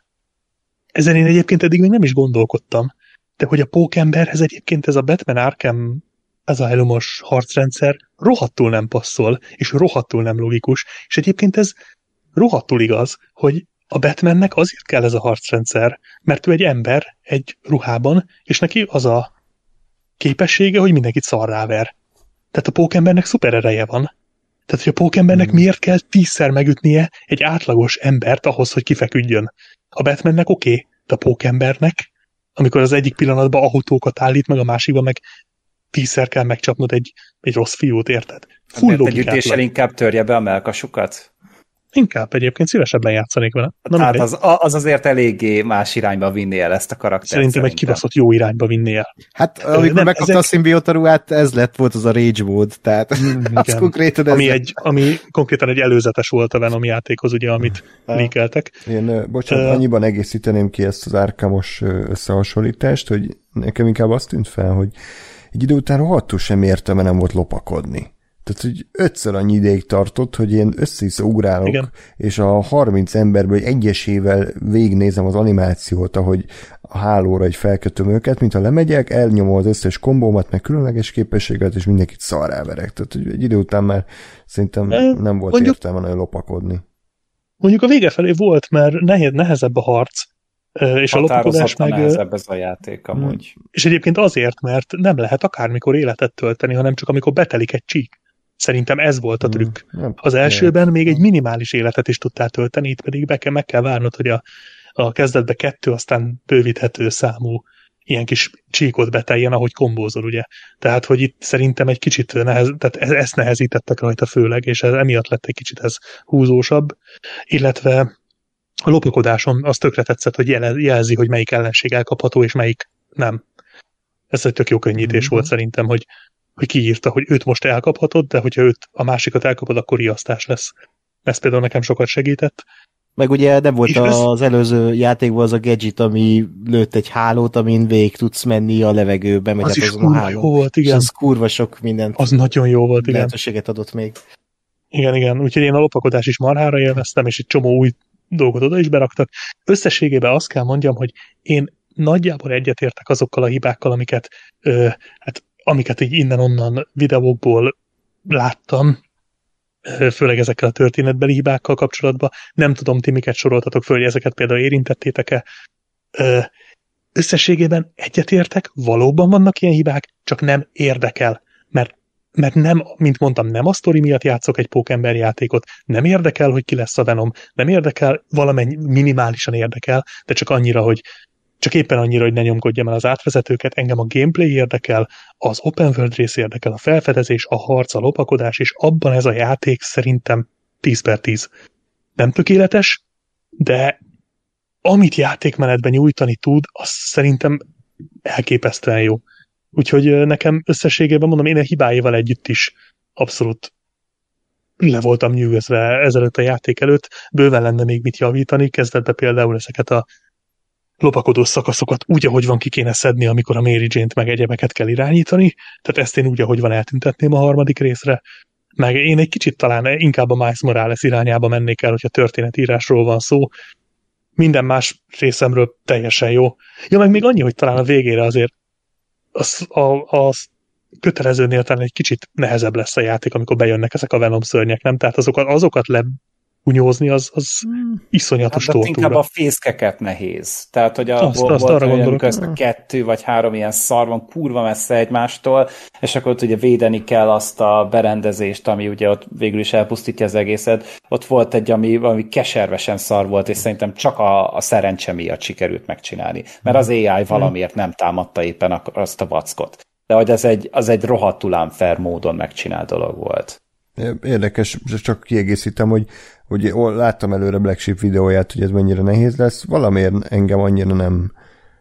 D: ezen én egyébként eddig még nem is gondolkodtam, de hogy a Pókemberhez egyébként ez a Batman Arkham ez a elomos harcrendszer rohadtul nem passzol, és rohadtul nem logikus, és egyébként ez rohadtul igaz, hogy a Batmannek azért kell ez a harcrendszer, mert ő egy ember egy ruhában, és neki az a képessége, hogy mindenkit szarráver. Tehát a Pókembernek szuper ereje van. Tehát, hogy a Pókembernek hmm. miért kell tízszer megütnie egy átlagos embert ahhoz, hogy kifeküdjön. A Batmannek oké, okay, de a Pókembernek, amikor az egyik pillanatban autókat állít, meg a másikban meg tízszer kell megcsapnod egy, egy rossz fiút, érted?
E: Full logikátlan. Egy ütéssel inkább törje be a mellkasukat?
D: Inkább egyébként szívesebben játszanék vele.
E: Na, tehát az, az azért eléggé más irányba vinné el ezt a karaktert.
D: Szerintem, szerintem. egy kibaszott jó irányba vinné el.
C: Hát amikor nem, megkapta ezek... a szimbióta ruhát, ez lett, volt az a rage mód, tehát mm, az konkrétan ez
D: ami, egy, ami konkrétan egy előzetes volt a Venom játékhoz, ugye, amit leakeltek.
B: Én, bocsánat, uh, annyiban egészíteném ki ezt az Arkhamos összehasonlítást, hogy nekem inkább azt tűnt fel, hogy egy idő után rohadtul sem értelme nem volt lopakodni. Tehát, hogy ötször annyi ideig tartott, hogy én össze-vissza ugrálok, igen. És a harminc emberből egy egyesével végignézem az animációt, ahogy a hálóra egy felkötöm őket, mint ha lemegyek, elnyomom az összes kombómat, meg különleges képességet, és mindenkit szarráverek. Tehát, hogy egy idő után már szerintem nem volt mondjuk, értelme nagyon lopakodni.
D: Mondjuk a vége felé volt, mert nehéz, nehezebb a harc, és a lopakodás meg...
E: nehezebb ez a játék amúgy.
D: És egyébként azért, mert nem lehet akármikor életet tölteni, hanem csak amikor betelik egy csík. Szerintem ez volt a trükk. Hmm. Az elsőben még egy minimális életet is tudtál tölteni, itt pedig be kell, meg kell várnod, hogy a, a kezdetbe kettő, aztán bővíthető számú ilyen kis csíkot beteljen, ahogy kombózol, ugye. Tehát, hogy itt szerintem egy kicsit nehez, tehát ezt nehezítettek rajta főleg, és ez emiatt lett egy kicsit ez húzósabb, illetve a lopakodáson az tökre tetszett, hogy jelzi, hogy melyik ellenség elkapható, és melyik nem. Ez egy tök jó könnyítés hmm. volt szerintem, hogy hogy kiírta, hogy őt most elkaphatod, de hogyha őt a másikat elkapod, akkor riasztás lesz. Ez például nekem sokat segített.
C: Meg ugye nem volt az ez... előző játékban az a gadget, ami lőtt egy hálót, amin végig tudsz menni a levegőbe, megy
D: az is
C: azon a hálón.
D: Jó volt, igen.
C: És az kurva sok mindent.
D: Az nagyon jó volt, igen.
C: Lehetőséget adott még.
D: Igen, igen. Úgyhogy én a lopakodás is marhára élveztem, és egy csomó új dolgot oda is beraktak. Összességében azt kell mondjam, hogy én nagyjából egyetértek azokkal a hibákkal, amiket ö, hát amiket így innen-onnan videókból láttam, főleg ezekkel a történetbeli hibákkal kapcsolatban. Nem tudom, ti miket soroltatok föl, hogy ezeket például érintettétek-e. Összességében egyetértek, valóban vannak ilyen hibák, csak nem érdekel, mert, mert nem, mint mondtam, nem a sztori miatt játszok egy pókember játékot, nem érdekel, hogy ki lesz a Venom, nem érdekel, valamennyi minimálisan érdekel, de csak annyira, hogy csak éppen annyira, hogy ne nyomkodjam el az átvezetőket, engem a gameplay érdekel, az open world rész érdekel, a felfedezés, a harc, a lopakodás, és abban ez a játék szerintem tíz per tíz. Nem tökéletes, de amit játékmenetben nyújtani tud, az szerintem elképesztően jó. Úgyhogy nekem összességében mondom, én a hibáival együtt is abszolút le voltam nyűgözve ezelőtt a játék előtt, bőven lenne még mit javítani, kezdetben például ezeket a lopakodó szakaszokat úgy, ahogy van, ki kéne szedni, amikor a Mary Jane-t meg egyebeket kell irányítani, tehát ezt én úgy, ahogy van, eltüntetném a harmadik részre, meg én egy kicsit talán inkább a Miles Morales irányába mennék el, hogyha történetírásról van szó, minden más részemről teljesen jó. Ja, meg még annyi, hogy talán a végére azért az, a, az kötelezőnél talán egy kicsit nehezebb lesz a játék, amikor bejönnek ezek a Venom szörnyek, nem? Tehát azokat, azokat lebunyózni, az, az hmm. iszonyatos hát, tortúra.
E: Inkább a fészkeket nehéz. Tehát, hogy a,
D: azt, azt arra gondolok.
E: Közben kettő vagy három ilyen szar van kurva messze egymástól, és akkor ott ugye védeni kell azt a berendezést, ami ugye ott végül is elpusztítja az egészet. Ott volt egy, ami, ami keservesen szar volt, és szerintem csak a, a szerencse miatt sikerült megcsinálni. Mert az á i valamiért nem támadta éppen azt a vackot. De hogy az egy, az egy rohadtul unfair módon megcsinált dolog volt.
B: Érdekes, csak kiegészítem, hogy, hogy láttam előre Black Sheep videóját, hogy ez mennyire nehéz lesz, valamiért engem annyira nem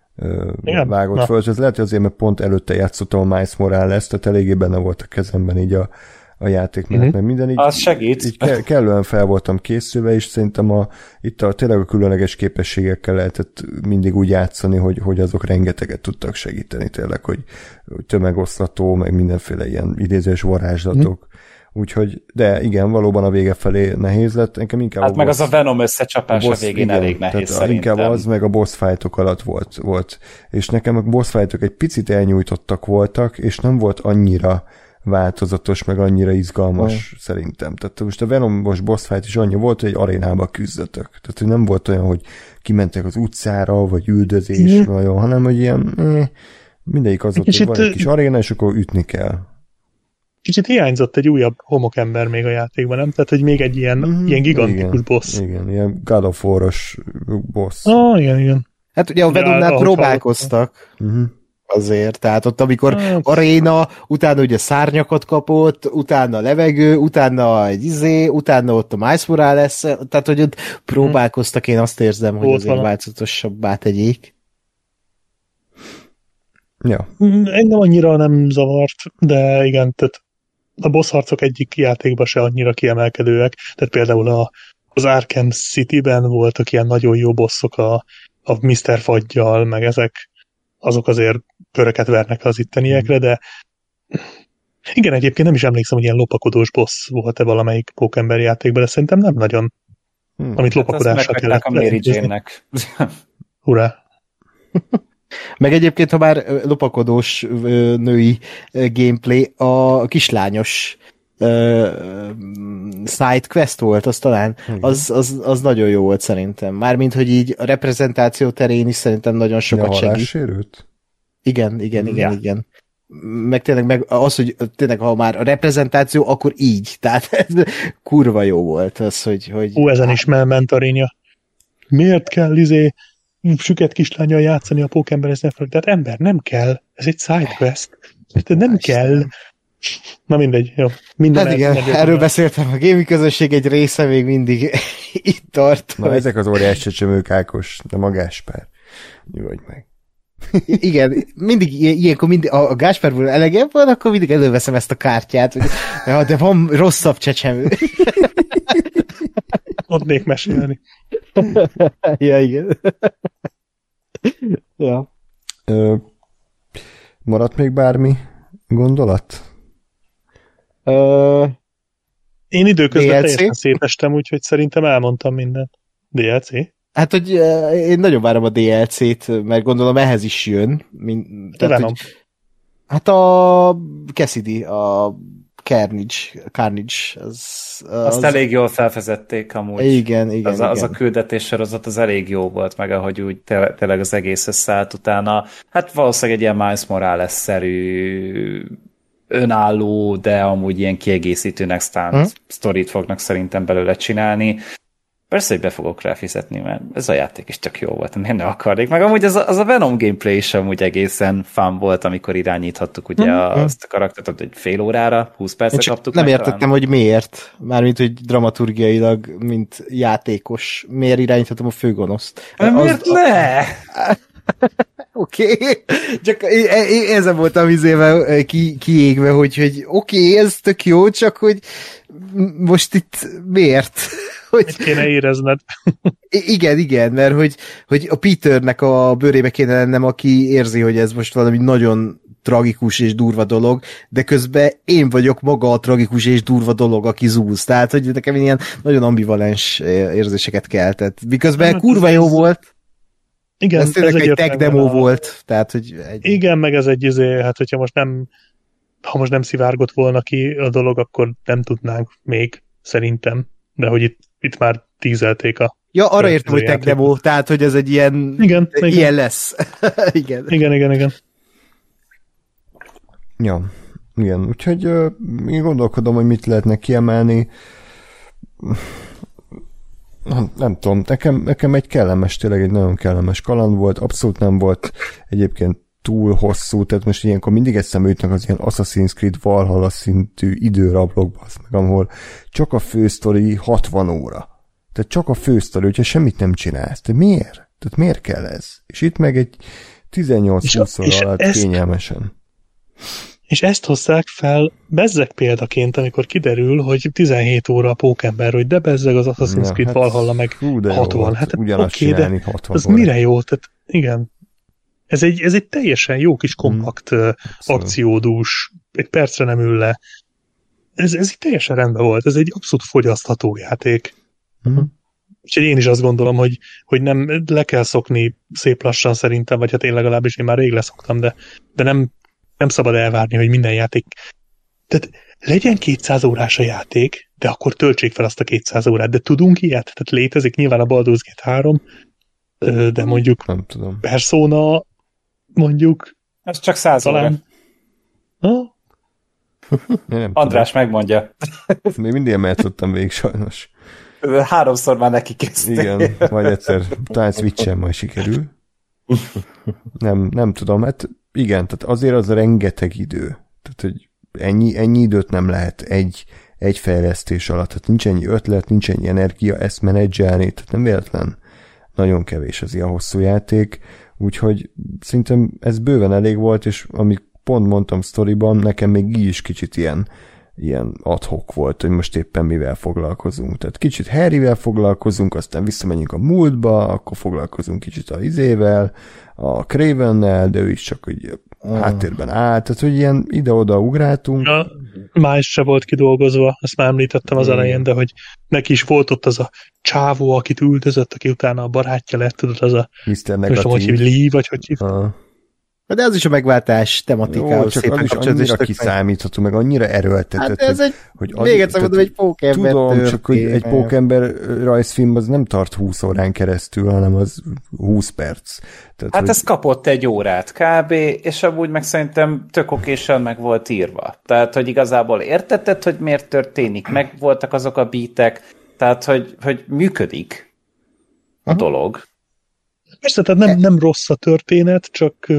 B: ö, Igen, vágott na. föl. Ez lehet, hogy azért, mert pont előtte játszottam a Miles Morales, tehát eléggé benne volt a kezemben így a, a játék, mert mm-hmm. minden így,
E: az segít.
B: így ke- kellően fel voltam készülve, és szerintem a, itt a tényleg a különleges képességekkel lehetett mindig úgy játszani, hogy, hogy azok rengeteget tudtak segíteni tényleg, hogy, hogy tömegoszlató, meg mindenféle ilyen idézős varázslatok. Mm. Úgyhogy, de igen, valóban a vége felé nehéz lett. Nekem inkább
E: hát
B: a
E: meg
B: boss,
E: az a Venom összecsapás a, boss, a végén igen, elég nehéz szerintem.
B: Inkább az, meg a boss fightok alatt volt, volt. És nekem a boss fightok egy picit elnyújtottak voltak, és nem volt annyira változatos, meg annyira izgalmas hmm. szerintem. Tehát most a Venomos boss fight is annyi volt, hogy egy arénába küzdötök. Tehát, hogy nem volt olyan, hogy kimentek az utcára, vagy üldözés, hmm. nagyon, hanem, hogy ilyen eh, mindegyik az ott, hogy van egy kis aréna, és akkor ütni kell.
D: Kicsit hiányzott egy újabb homokember még a játékban, nem? Tehát, hogy még egy ilyen, mm, ilyen gigantikus
B: igen,
D: boss.
B: Igen, ilyen God of War-os boss.
D: Ah, igen, igen.
C: Hát ugye a Venomnál próbálkoztak uh-huh. azért, tehát ott amikor hát. aréna, utána ugye szárnyakat kapott, utána levegő, utána egy izé, utána ott a Miles Morales, tehát hogy ott próbálkoztak, én azt érzem, hogy ott azért változatosabbá tegyék.
B: Ja.
D: Engem annyira nem zavart, de igen, tehát a boss harcok egyik játékban se annyira kiemelkedőek. Tehát például a, az Arkham City-ben voltak ilyen nagyon jó bosszok a, a miszter Faggyal, meg ezek, azok azért köröket vernek az itteniekre, de igen, egyébként nem is emlékszem, hogy ilyen lopakodós boss volt-e valamelyik pókember játékban, de szerintem nem nagyon, hmm. amit lopakodással kellett.
E: Hát a Mary Jane-nek.
D: Hurrá!
C: Meg egyébként, ha már lopakodós női gameplay, a kislányos uh, side quest volt, az talán, az, az, az nagyon jó volt szerintem. Mármint, hogy így a reprezentáció terén is szerintem nagyon sokat segít.
B: Sérült?
C: Igen, igen, igen, ja. igen. Meg tényleg meg az, hogy tényleg, ha már a reprezentáció, akkor így. Tehát ez kurva jó volt az, hogy... hogy
D: Hú, ezen is ment a Rénya. Miért kell izé süket kislánnyal játszani a pókemberezni? Tehát ember, nem kell. Ez egy sidequest. Tehát nem kell. Na mindegy, jó. Minden
C: hát igen, el, erről beszéltem. A gaming közösség egy része még mindig itt tart.
B: Na, hogy... ezek az óriás csecsemők, Ákos, de a Gáspár. Nyugodj meg.
C: Igen, mindig ilyenkor mindig, a, a Gáspárból elegebb van, akkor mindig előveszem ezt a kártyát, hogy ja, de van rosszabb csecsemő.
D: Adnék mesélni.
C: Ja, igen. Ja.
B: Ö, maradt még bármi gondolat?
C: Ö,
D: Én időközben dé el cé? Teljesen szétestem, úgyhogy szerintem elmondtam mindent. dé el cé?
C: Hát, hogy én nagyon várom a dé el cét, mert gondolom ehhez is jön. Mint, tehát, hogy, hát a Cassidy, a Carnage. Carnage az, az...
E: Azt elég jól felvezették amúgy.
C: Igen, igen,
E: az,
C: igen.
E: Az a küldetés sorozat az elég jó volt, meg ahogy úgy tényleg az egész összeállt utána. Hát valószínűleg egy ilyen Miles Morales-szerű önálló, de amúgy ilyen kiegészítőnek aztán hmm. sztorit fognak szerintem belőle csinálni. Persze, hogy be fogok rá fizetni, mert ez a játék is tök jó volt, miért ne akarnék. Meg amúgy az a, az a Venom gameplay is amúgy egészen fun volt, amikor irányíthattuk ugye mm-hmm. azt a karaktert egy fél órára, húsz percre kaptuk.
C: Nem
E: meg,
C: értettem, talán. Hogy miért. Mármint, hogy dramaturgiailag, mint játékos, miért irányíthatom a főgonoszt.
E: Az, miért az, ne?
C: Oké, okay. Csak ezen voltam izével ki, kiégve, hogy, hogy oké, okay, ez tök jó, csak hogy most itt miért?
D: Hogy... Mit kéne érezned?
C: Igen, igen, mert hogy, hogy a Peternek a bőrébe kéne lennem, aki érzi, hogy ez most valami nagyon tragikus és durva dolog, de közben én vagyok maga a tragikus és durva dolog, aki zúz. Tehát, hogy nekem ilyen nagyon ambivalens érzéseket keltett. Miközben hát, kurva jó volt.
D: Igen,
C: ez tényleg egy tech demo a... volt. Tehát, hogy egy...
D: Igen, meg ez egy izé, hát hogyha most nem ha most nem szivárgott volna ki a dolog, akkor nem tudnánk még, szerintem. De hogy itt, itt már tízelték a...
C: Ja, arra értem, hogy tech demo, tehát, hogy ez egy ilyen...
D: Igen,
C: ilyen
D: igen.
C: lesz. igen.
D: Igen, igen, igen.
B: Ja, igen. Úgyhogy uh, én gondolkodom, hogy mit lehetne kiemelni. Nem, nem tudom, nekem, nekem egy kellemes, tényleg egy nagyon kellemes kaland volt, abszolút nem volt egyébként túl hosszú, tehát most ilyenkor mindig eszembe jutnak az ilyen Assassin's Creed Valhalla szintű időrablókba, meg ahol csak a fősztori hatvan óra. Tehát csak a fősztori, hogyha semmit nem csinálsz. De miért? Tehát miért kell ez? És itt meg egy tizennyolc-húsz óra alatt ezt, kényelmesen.
D: És ezt hozzák fel bezzeg példaként, amikor kiderül, hogy tizenhét óra a pókember, hogy de bezzeg az Assassin's ja, Creed hát, Valhalla meg hú, hatvan. Hát oké, okay, de az óra. Mire jó? Tehát igen. Ez egy, ez egy teljesen jó kis kompakt hmm. akciódús, egy percre nem ül le. Ez, ez így teljesen rendben volt. Ez egy abszolút fogyasztható játék. Hmm. Úgyhogy én is azt gondolom, hogy, hogy nem le kell szokni szép lassan szerintem, vagy hát én legalábbis én már rég leszoktam, de, de nem, nem szabad elvárni, hogy minden játék... Tehát legyen kétszáz órás a játék, de akkor töltsék fel azt a kétszáz órát. De tudunk ilyet? Tehát létezik nyilván a Baldur's Gate három, de mondjuk
B: nem tudom.
D: Persona mondjuk...
E: Ez csak száz talán...
D: óra.
E: András tudom. Megmondja.
B: Még mindig emeltottam végig sajnos.
E: Háromszor már neki kezdték.
B: Igen, vagy egyszer talán Switch-en majd sikerül. Nem, nem tudom, hát igen, tehát azért az rengeteg idő. Tehát, hogy ennyi, ennyi időt nem lehet egy, egy fejlesztés alatt. Tehát nincs ennyi ötlet, nincs ennyi energia ezt menedzselni, tehát nem véletlen. Nagyon kevés az ilyen hosszú játék, úgyhogy szerintem ez bőven elég volt, és amit pont mondtam sztoriban, nekem még így is kicsit ilyen, ilyen ad-hoc volt, hogy most éppen mivel foglalkozunk. Tehát kicsit Harryvel foglalkozunk, aztán visszamegyünk a múltba, akkor foglalkozunk kicsit a izével, a Cravennel, de ő is csak úgy oh. háttérben áll, tehát hogy ilyen ide-oda ugráltunk.
D: Ja, más se volt kidolgozva, ezt már említettem az elején, de hogy neki is volt ott az a csávó, akit üldözött, aki utána a barátja lett, tudod, az a
B: miszter Negatív.
D: Most hogy Lee, vagy hogy hív.
B: Ah.
C: De az is a megváltás tematikához
B: szépen kapcsolódik. Csak az is annyira kiszámítható, meg annyira erőltetett.
C: Hát ez egy, hogy az, még egyszer mondom, egy pókember
B: tudom,
C: történet.
B: csak hogy egy pókember rajzfilm az nem tart húsz órán keresztül, hanem az húsz perc. Tehát,
E: hát
B: hogy...
E: ez kapott egy órát kb. És amúgy meg szerintem tök okésen meg volt írva. Tehát, hogy igazából értetted, hogy miért történik, meg voltak azok a beatek, tehát, hogy, hogy működik a uh-huh. dolog.
D: Persze, tehát nem, nem rossz a történet, csak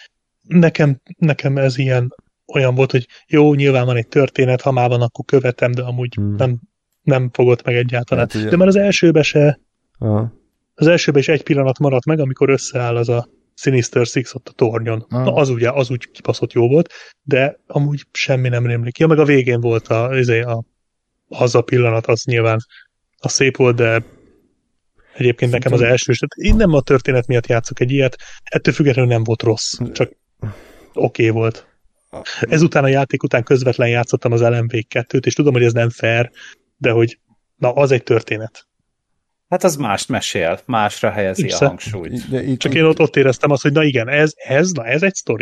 D: nekem, nekem ez ilyen olyan volt, hogy jó, nyilván van egy történet, ha már van, akkor követem, de amúgy hmm. nem, nem fogott meg egyáltalán. Hát, de már az elsőbe se Aha. az elsőbe is egy pillanat maradt meg, amikor összeáll az a Sinister Six ott a tornyon. Aha. Na, az ugye, az úgy kibaszott jó volt, de amúgy semmi nem rémlik. Ja, meg a végén volt a, a, az a pillanat, az nyilván az szép volt, de egyébként nekem az első, én nem a történet miatt játszok egy ilyet, ettől függetlenül nem volt rossz, csak oké okay volt. Ezután a játék után közvetlen játszottam az el em vé kettőt, és tudom, hogy ez nem fair, de hogy na, az egy történet.
E: Hát az mást mesél, másra helyezi Persze. a hangsúlyt.
D: De itt, csak én ott, ott éreztem azt, hogy na igen, ez, ez, na ez egy sztori.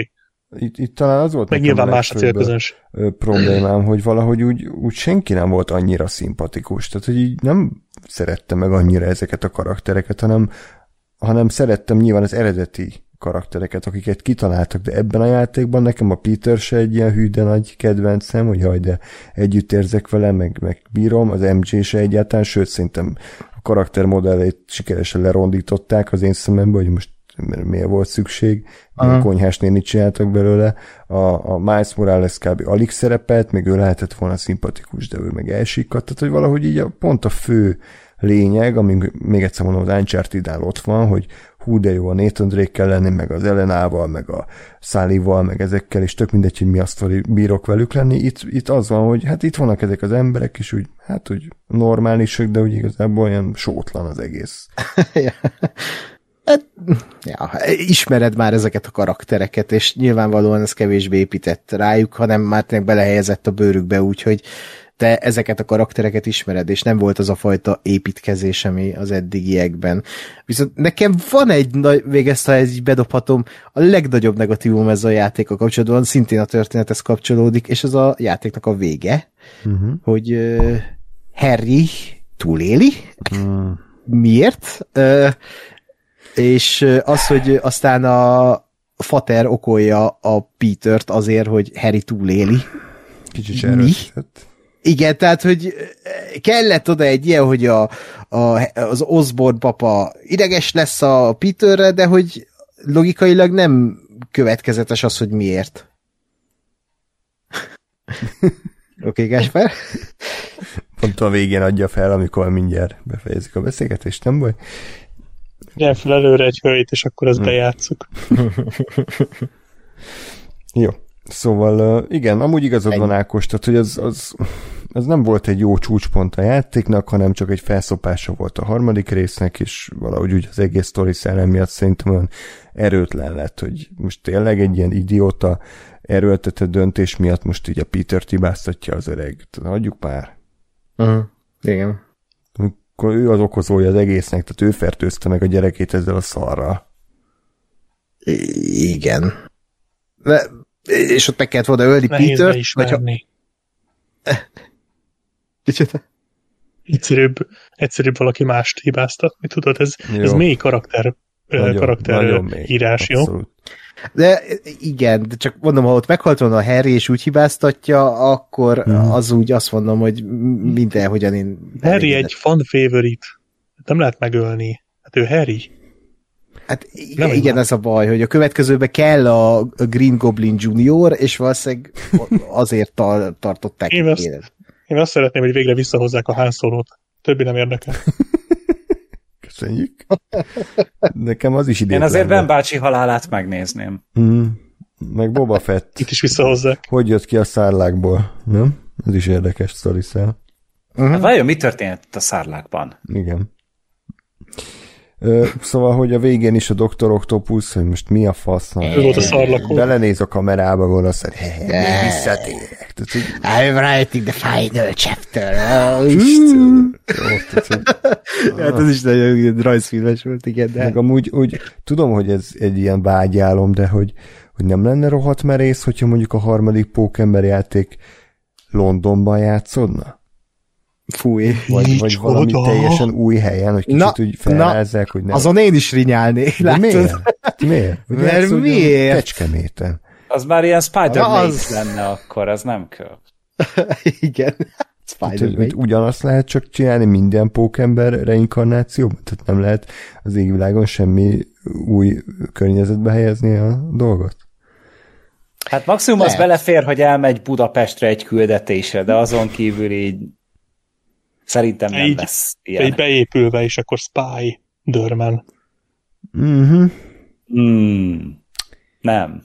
B: itt, itt talán az volt
D: meg nyilván más a célközöns
B: problémám, hogy valahogy úgy, úgy senki nem volt annyira szimpatikus. Tehát, hogy így nem szerettem meg annyira ezeket a karaktereket, hanem, hanem szerettem nyilván az eredeti karaktereket, akiket kitaláltak, de ebben a játékban nekem a Peter se egy ilyen hű, de nagy kedvencem, hogy haj, de együtt érzek vele, meg, meg bírom, az em jé se egyáltalán, sőt, szerintem a karaktermodellét sikeresen lerondították az én szememben, hogy most miért volt szükség, a konyhás nénit csináltak belőle, a, a Miles Morales kb. Alig szerepelt, még ő lehetett volna szimpatikus, de ő meg elsikadt, tehát hogy valahogy így a, pont a fő lényeg, ami még egyszer mondom, az Uncharted-nál ott van, hogy hú, de jó, a Nathan Drake-kel lenni, meg az Ellenával, meg a Sully-val, meg ezekkel, és tök mindegy, hogy mi azt bírok velük lenni. Itt, itt az van, hogy hát itt vannak ezek az emberek, és úgy, hát úgy normálisak, de úgy igazából olyan sótlan az egész.
C: Hát, ja, ismered már ezeket a karaktereket, és nyilvánvalóan ez kevésbé épített rájuk, hanem már tényleg belehelyezett a bőrükbe, úgyhogy te ezeket a karaktereket ismered, és nem volt az a fajta építkezés, ami az eddigiekben. Viszont nekem van egy, még ezt ha így bedobhatom, a legnagyobb negatívum ez a játékkal kapcsolatban, szintén a történethez kapcsolódik, és az a játéknak a vége, uh-huh. hogy uh, Harry túléli. Uh. Miért? Uh, és az, hogy aztán a fater okolja a Petert azért, hogy Harry túléli.
B: Kicsit se erősített.
C: Igen, tehát, hogy kellett oda egy ilyen, hogy a, a, az Osborn papa ideges lesz a Peterre, de hogy logikailag nem következetes az, hogy miért. Oké, okay, Gáspár?
B: Pont a végén adja fel, amikor mindjárt befejezik a beszélgetést, nem baj?
D: Gyere fel előre egy hölgyt, és akkor ezt hmm. bejátszuk.
B: Jó. Szóval igen, amúgy igazad van, Ákos, tehát hogy az, az, az nem volt egy jó csúcspont a játéknak, hanem csak egy felszopása volt a harmadik résznek, és valahogy úgy az egész sztori szellem miatt szerintem olyan erőtlen lett, hogy most tényleg egy ilyen idióta erőltetett döntés miatt most így a Petert hibáztatja az öreg. Hagyjuk már.
C: Uh-huh. Igen.
B: Akkor ő az okozója az egésznek, tehát ő fertőzte meg a gyerekét ezzel a szarral.
C: I- igen. De és ott meg kellett volna ölni Petert.
D: Vagy Kicsit. Egyszerűbb, egyszerűbb valaki mást hibáztatni, tudod, ez, ez mély karakter, nagyon, karakter nagyon mély, írás, jó? Abszolút.
C: De igen, de csak mondom, ha ott meghalt volna a Harry, és úgy hibáztatja, akkor hmm. az úgy azt mondom, hogy mindenhogyan én...
D: Harry egy fan favorite. Nem lehet megölni. Hát ő Harry.
C: Hát igen, igen, ez a baj, hogy a következőben kell a Green Goblin Junior, és valószínűleg azért tar- tartották.
D: Én azt, én azt szeretném, hogy végre visszahozzák a Han Solót. Többi nem érdekel.
B: Köszönjük. Nekem az is idén.
E: Én azért Ben bácsi halálát megnézném.
B: Mm. Meg Boba Fett.
D: Itt is visszahozzák.
B: Hogy jött ki a szárlákból, nem? Ez is érdekes sztoriszel.
E: Uh-huh. Hát vajon mi történt a szárlákban?
B: Igen. Szóval, hogy a végén is a doktor Octopus, hogy most mi a fasz,
D: ő volt a szarlakó.
B: Belenéz a kamerába, gonosz, hogy még visszatérek.
C: I'm writing the final chapter. Hát ez is nagyon rajzfilmes volt, igen. De...
B: Meg amúgy úgy, tudom, hogy ez egy ilyen vágyálom, de hogy, hogy nem lenne rohadt merész, hogyha mondjuk a harmadik Pókember játék Londonban játszódna?
C: Fúj.
B: Vagy, vagy valami oda. Teljesen új helyen, hogy kicsit na, úgy felrázzák, hogy nem.
C: Azon én is rinyálnék.
B: De miért? Miért?
C: Mert miért?
B: Kecskeméten.
E: Az már ilyen Spider-Man az... lenne akkor, az nem kell.
C: Igen.
B: Spider-Man. Ugyanazt lehet csak csinálni minden Pókember reinkarnációban? Tehát nem lehet az égvilágon semmi új környezetbe helyezni a dolgot?
E: Hát maximum lehet. Az belefér, hogy elmegy Budapestre egy küldetésre, de azon kívül így szerintem nem
D: így,
E: lesz ilyen.
D: Így beépülve, és akkor Spy Dörmen.
B: Mhm.
E: Mm. Nem.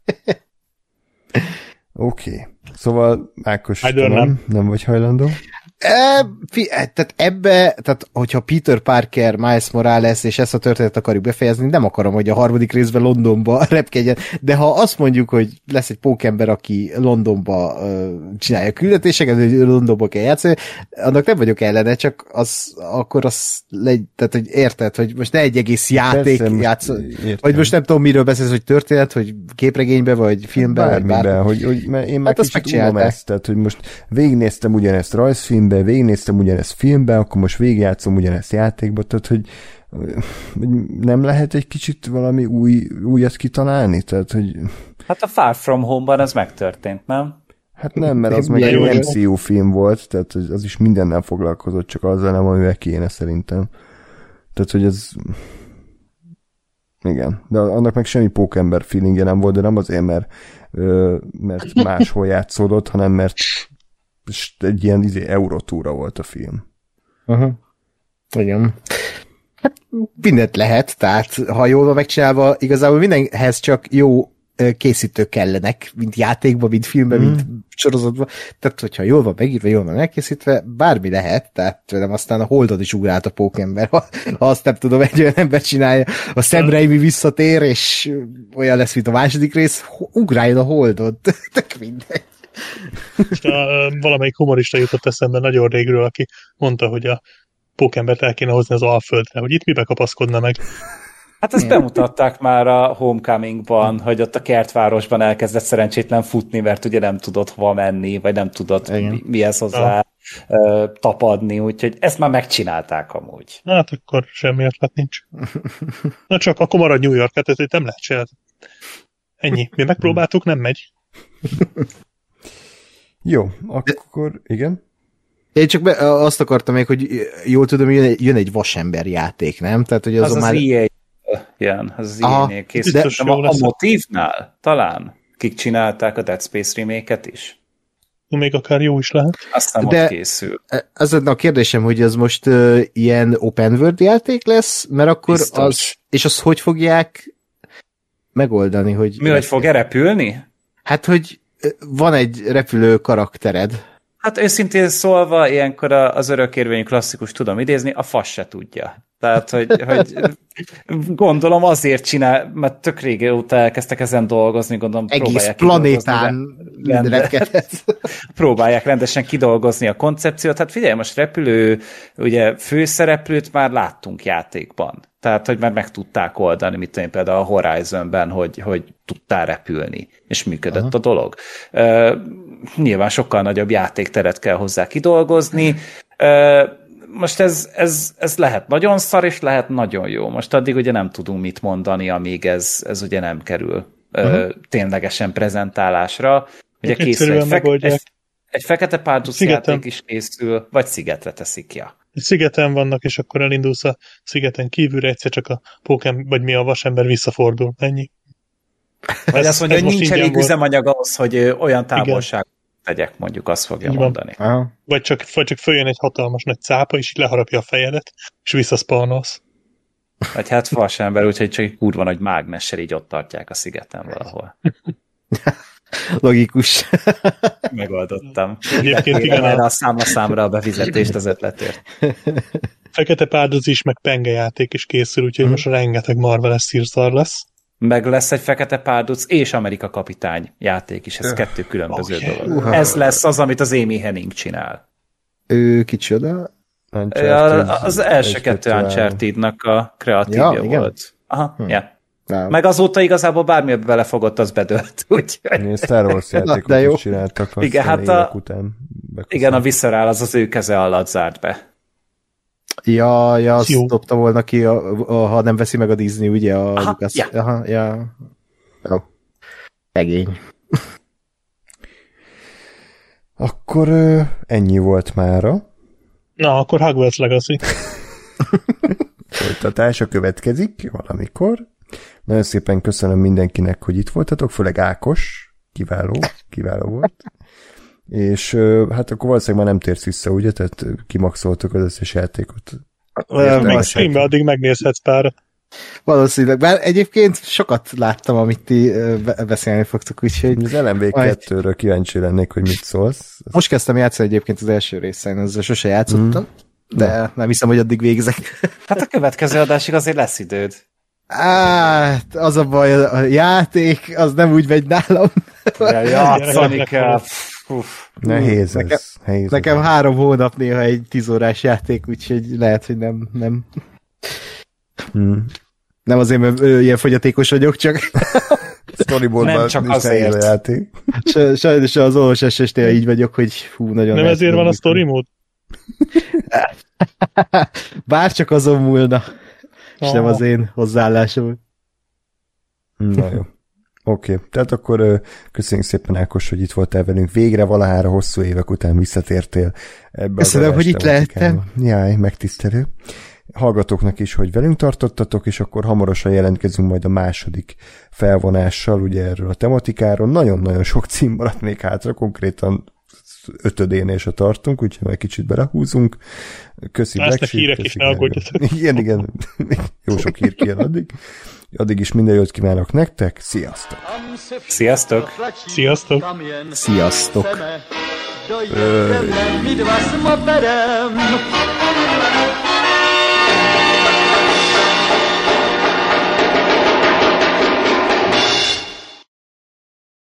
B: Oké. Okay. Szóval Ákos, nem, nem vagy hajlandó?
C: E, fi, tehát ebbe, tehát hogyha Peter Parker, Miles Morales és ezt a történetet akarjuk befejezni, nem akarom, hogy a harmadik részben Londonba repkedjen, de ha azt mondjuk, hogy lesz egy pókember, aki Londonba uh, csinálja küldetéseket, hogy Londonba kell játszani, annak nem vagyok ellene, csak az, akkor az legy, tehát, hogy érted, hogy most ne egy egész játék játszol, vagy most nem tudom, miről beszélsz, hogy történet, hogy képregénybe, vagy filmbe,
B: bármiben, vagy bár... hogy, hogy mert én már
C: hát
B: kicsit unom ezt, tehát, hogy most végignéztem ugyanezt rajzfilmbe, végignéztem ugyanezt filmbe, akkor most végigjátszom ugyanezt játékba, tehát, hogy nem lehet egy kicsit valami új, újat kitalálni? Tehát, hogy...
E: Hát a Far From Home-ban ez megtörtént, nem?
B: Hát nem, mert az meg egy em cé u film volt, tehát az is mindennel foglalkozott, csak azzal nem, amivel kéne szerintem. Tehát, hogy ez... Igen, de annak meg semmi pókember feelingje nem volt, de nem azért, mert, mert máshol játszódott, hanem mert egy ilyen izé, Eurotúra volt a film.
C: Uh-huh. Igen. Hát mindent lehet, tehát ha jól van megcsinálva, igazából mindenhez csak jó készítők kellenek, mint játékban, mint filmben, mm. mint sorozatban. Tehát, hogyha jól van megírva, jól van elkészítve, bármi lehet, tehát tőlem aztán a Holdon is ugrált a pókember, ha, ha azt nem tudom, egy olyan ember csinálja, a Sam Raimi visszatér, és olyan lesz, mint a második rész, ugráljon a Holdon, tök mindegy.
D: Most a, valamelyik humorista jutott eszembe nagyon régről, aki mondta, hogy a pókembert el kéne hozni az Alföldre, hogy itt mibe kapaszkodna meg.
E: Hát ezt bemutatták már a Homecomingban, hogy ott a kertvárosban elkezdett szerencsétlen futni, mert ugye nem tudott hova menni, vagy nem tudott mi, mihez hozzá uh, tapadni, úgyhogy ezt már megcsinálták amúgy.
D: Hát akkor semmi ötlet nincs. Na csak akkor marad New York, hát ez nem lehet csinálni. Ennyi. Mi megpróbáltuk, nem megy.
B: Jó, akkor igen.
C: Én csak be, azt akartam még, hogy jól tudom, jön egy, jön egy vasember játék, nem? Tehát, hogy
E: az az
C: már...
E: í á jön, az az í á-nél készült. A, a Motive-nál talán? Kik csinálták a Dead Space remake-et is?
D: Még akár jó is lehet.
E: Aztán
C: de
E: ott készül.
C: Ez a kérdésem, hogy ez most uh, ilyen open world játék lesz, mert akkor biztos. Az... És azt hogy fogják megoldani? Hogy
E: Mi, hogy fog repülni?
C: Hát, hogy van egy repülő karaktered.
E: Hát őszintén szólva, ilyenkor az örökérvényű klasszikus tudom idézni, a fasz se tudja. Tehát, hogy, hogy gondolom azért csinál, mert tök régóta elkezdtek ezen dolgozni, gondolom
C: egész
E: próbálják
C: planetán
E: rendet, próbálják rendesen kidolgozni a koncepciót. Hát figyelj, most repülő, ugye főszereplőt már láttunk játékban. Tehát, hogy már meg tudták oldani, mit tudom én, például a Horizonben, hogy, hogy tudtál repülni, és működött Aha. a dolog. Uh, nyilván sokkal nagyobb játékteret kell hozzá kidolgozni. Uh, most ez, ez, ez lehet nagyon szar, és lehet nagyon jó. Most addig ugye nem tudunk mit mondani, amíg ez, ez ugye nem kerül uh, ténylegesen prezentálásra. Ugye készül egy, fe- egy, egy fekete párduc játék is készül, vagy szigetre teszik, ja.
D: Egy szigeten vannak, és akkor elindulsz a szigeten kívülre, egyszer csak a pókem, vagy mi a vasember visszafordul. Ennyi.
E: Vagy ez, azt mondja, hogy nincs elég üzemanyag ahhoz, hogy olyan távolság tegyek, mondjuk azt fogja Igen. mondani.
C: Aha.
D: Vagy csak, vagy csak följön egy hatalmas nagy cápa, és így leharapja a fejedet, és visszaszpanolsz.
E: Vagy hát vasember, úgyhogy csak egy kurva nagy mágnessel így ott tartják a szigeten valahol.
C: Logikus.
E: Megoldottam.
D: Egyébként igen.
E: Erre a számla számra a befizetést az ötletért.
D: Fekete párduc is, meg penge játék is készül, úgyhogy hmm. most rengeteg Marvel-es szírszar lesz.
E: Meg lesz egy Fekete párduc és Amerika kapitány játék is, ez kettő különböző okay. dolog. Uh-huh. Ez lesz az, amit az Amy Henning csinál.
C: Ő kicsoda?
E: Uncharted, az első kettő Uncharted-nak a kreatívja ja, volt. Aha, hm. ja. Nem. Meg azóta igazából bármibe belefogott, az bedölt. Úgyhogy...
B: Star Wars játékot is csináltak.
E: Igen, hát a, után igen, a Visceral az az ő keze alatt zárt be.
C: Ja, ja, azt Jó. dobta volna ki, a, a, ha nem veszi meg a Disney, ugye? A
E: Aha,
C: Lucas.
E: ja.
C: Aha, ja. Jó. Egény.
B: Akkor ö, ennyi volt mára.
D: Na, akkor Hogwarts Legacy.
B: Folytatása következik valamikor. Nagyon szépen köszönöm mindenkinek, hogy itt voltatok, főleg Ákos. Kiváló, kiváló volt. És hát akkor valószínűleg már nem térsz vissza, ugye? Tehát kimaxoltuk az összes játékot.
D: Még streamben addig megnézhetsz pár.
C: Valószínűleg, bár egyébként sokat láttam, amit ti beszélni fogtok, úgyhogy...
B: Az el em vé kettőről kíváncsi lennék, hogy mit szólsz.
C: Most kezdtem játszani egyébként az első részen, ezzel sose játszottam, mm. de nem hiszem, hogy addig végzek.
E: Hát a következő adásig azért lesz időd.
C: Hát, az a baj, a játék, az nem úgy megy nálam.
E: Ja, játszani kell.
B: Nehéz
C: nekem,
B: ez. Nehéz
C: nekem
B: ez.
C: három hónap néha egy tíz órás játék, úgyhogy lehet, hogy nem... nem.
B: Hmm.
C: Nem azért, mert ö, ilyen fogyatékos vagyok, csak...
E: Nem csak azért.
B: A játék.
C: Sajnos az olvasás is néha így vagyok, hogy fú, nagyon...
D: Nem ezért van a story mód?
C: Bár csak azon múlna. És
D: oh.
C: nem az én hozzáállásom.
B: Na jó. Oké, okay. Tehát akkor ö, köszönjük szépen, Ákos, hogy itt voltál velünk. Végre valahára hosszú évek után visszatértél ebbe.
C: Köszönöm, hogy itt lehettem.
B: Jaj, megtisztelő. Hallgatóknak is, hogy velünk tartottatok, és akkor hamarosan jelentkezünk majd a második felvonással, ugye erről a tematikáról. Nagyon-nagyon sok cím maradt még hátra, konkrétan ötödénél se tartunk, úgyhogy meg kicsit belehúzunk. Köszi,
D: Lesznek hírek is, ne aggódjatok.
B: Igen, igen. Jó sok hír kijön addig. Addig is minden jót kívánok nektek. Sziasztok!
E: Sziasztok!
D: Sziasztok!
C: Sziasztok!
A: Dojďte, my dva s mopedem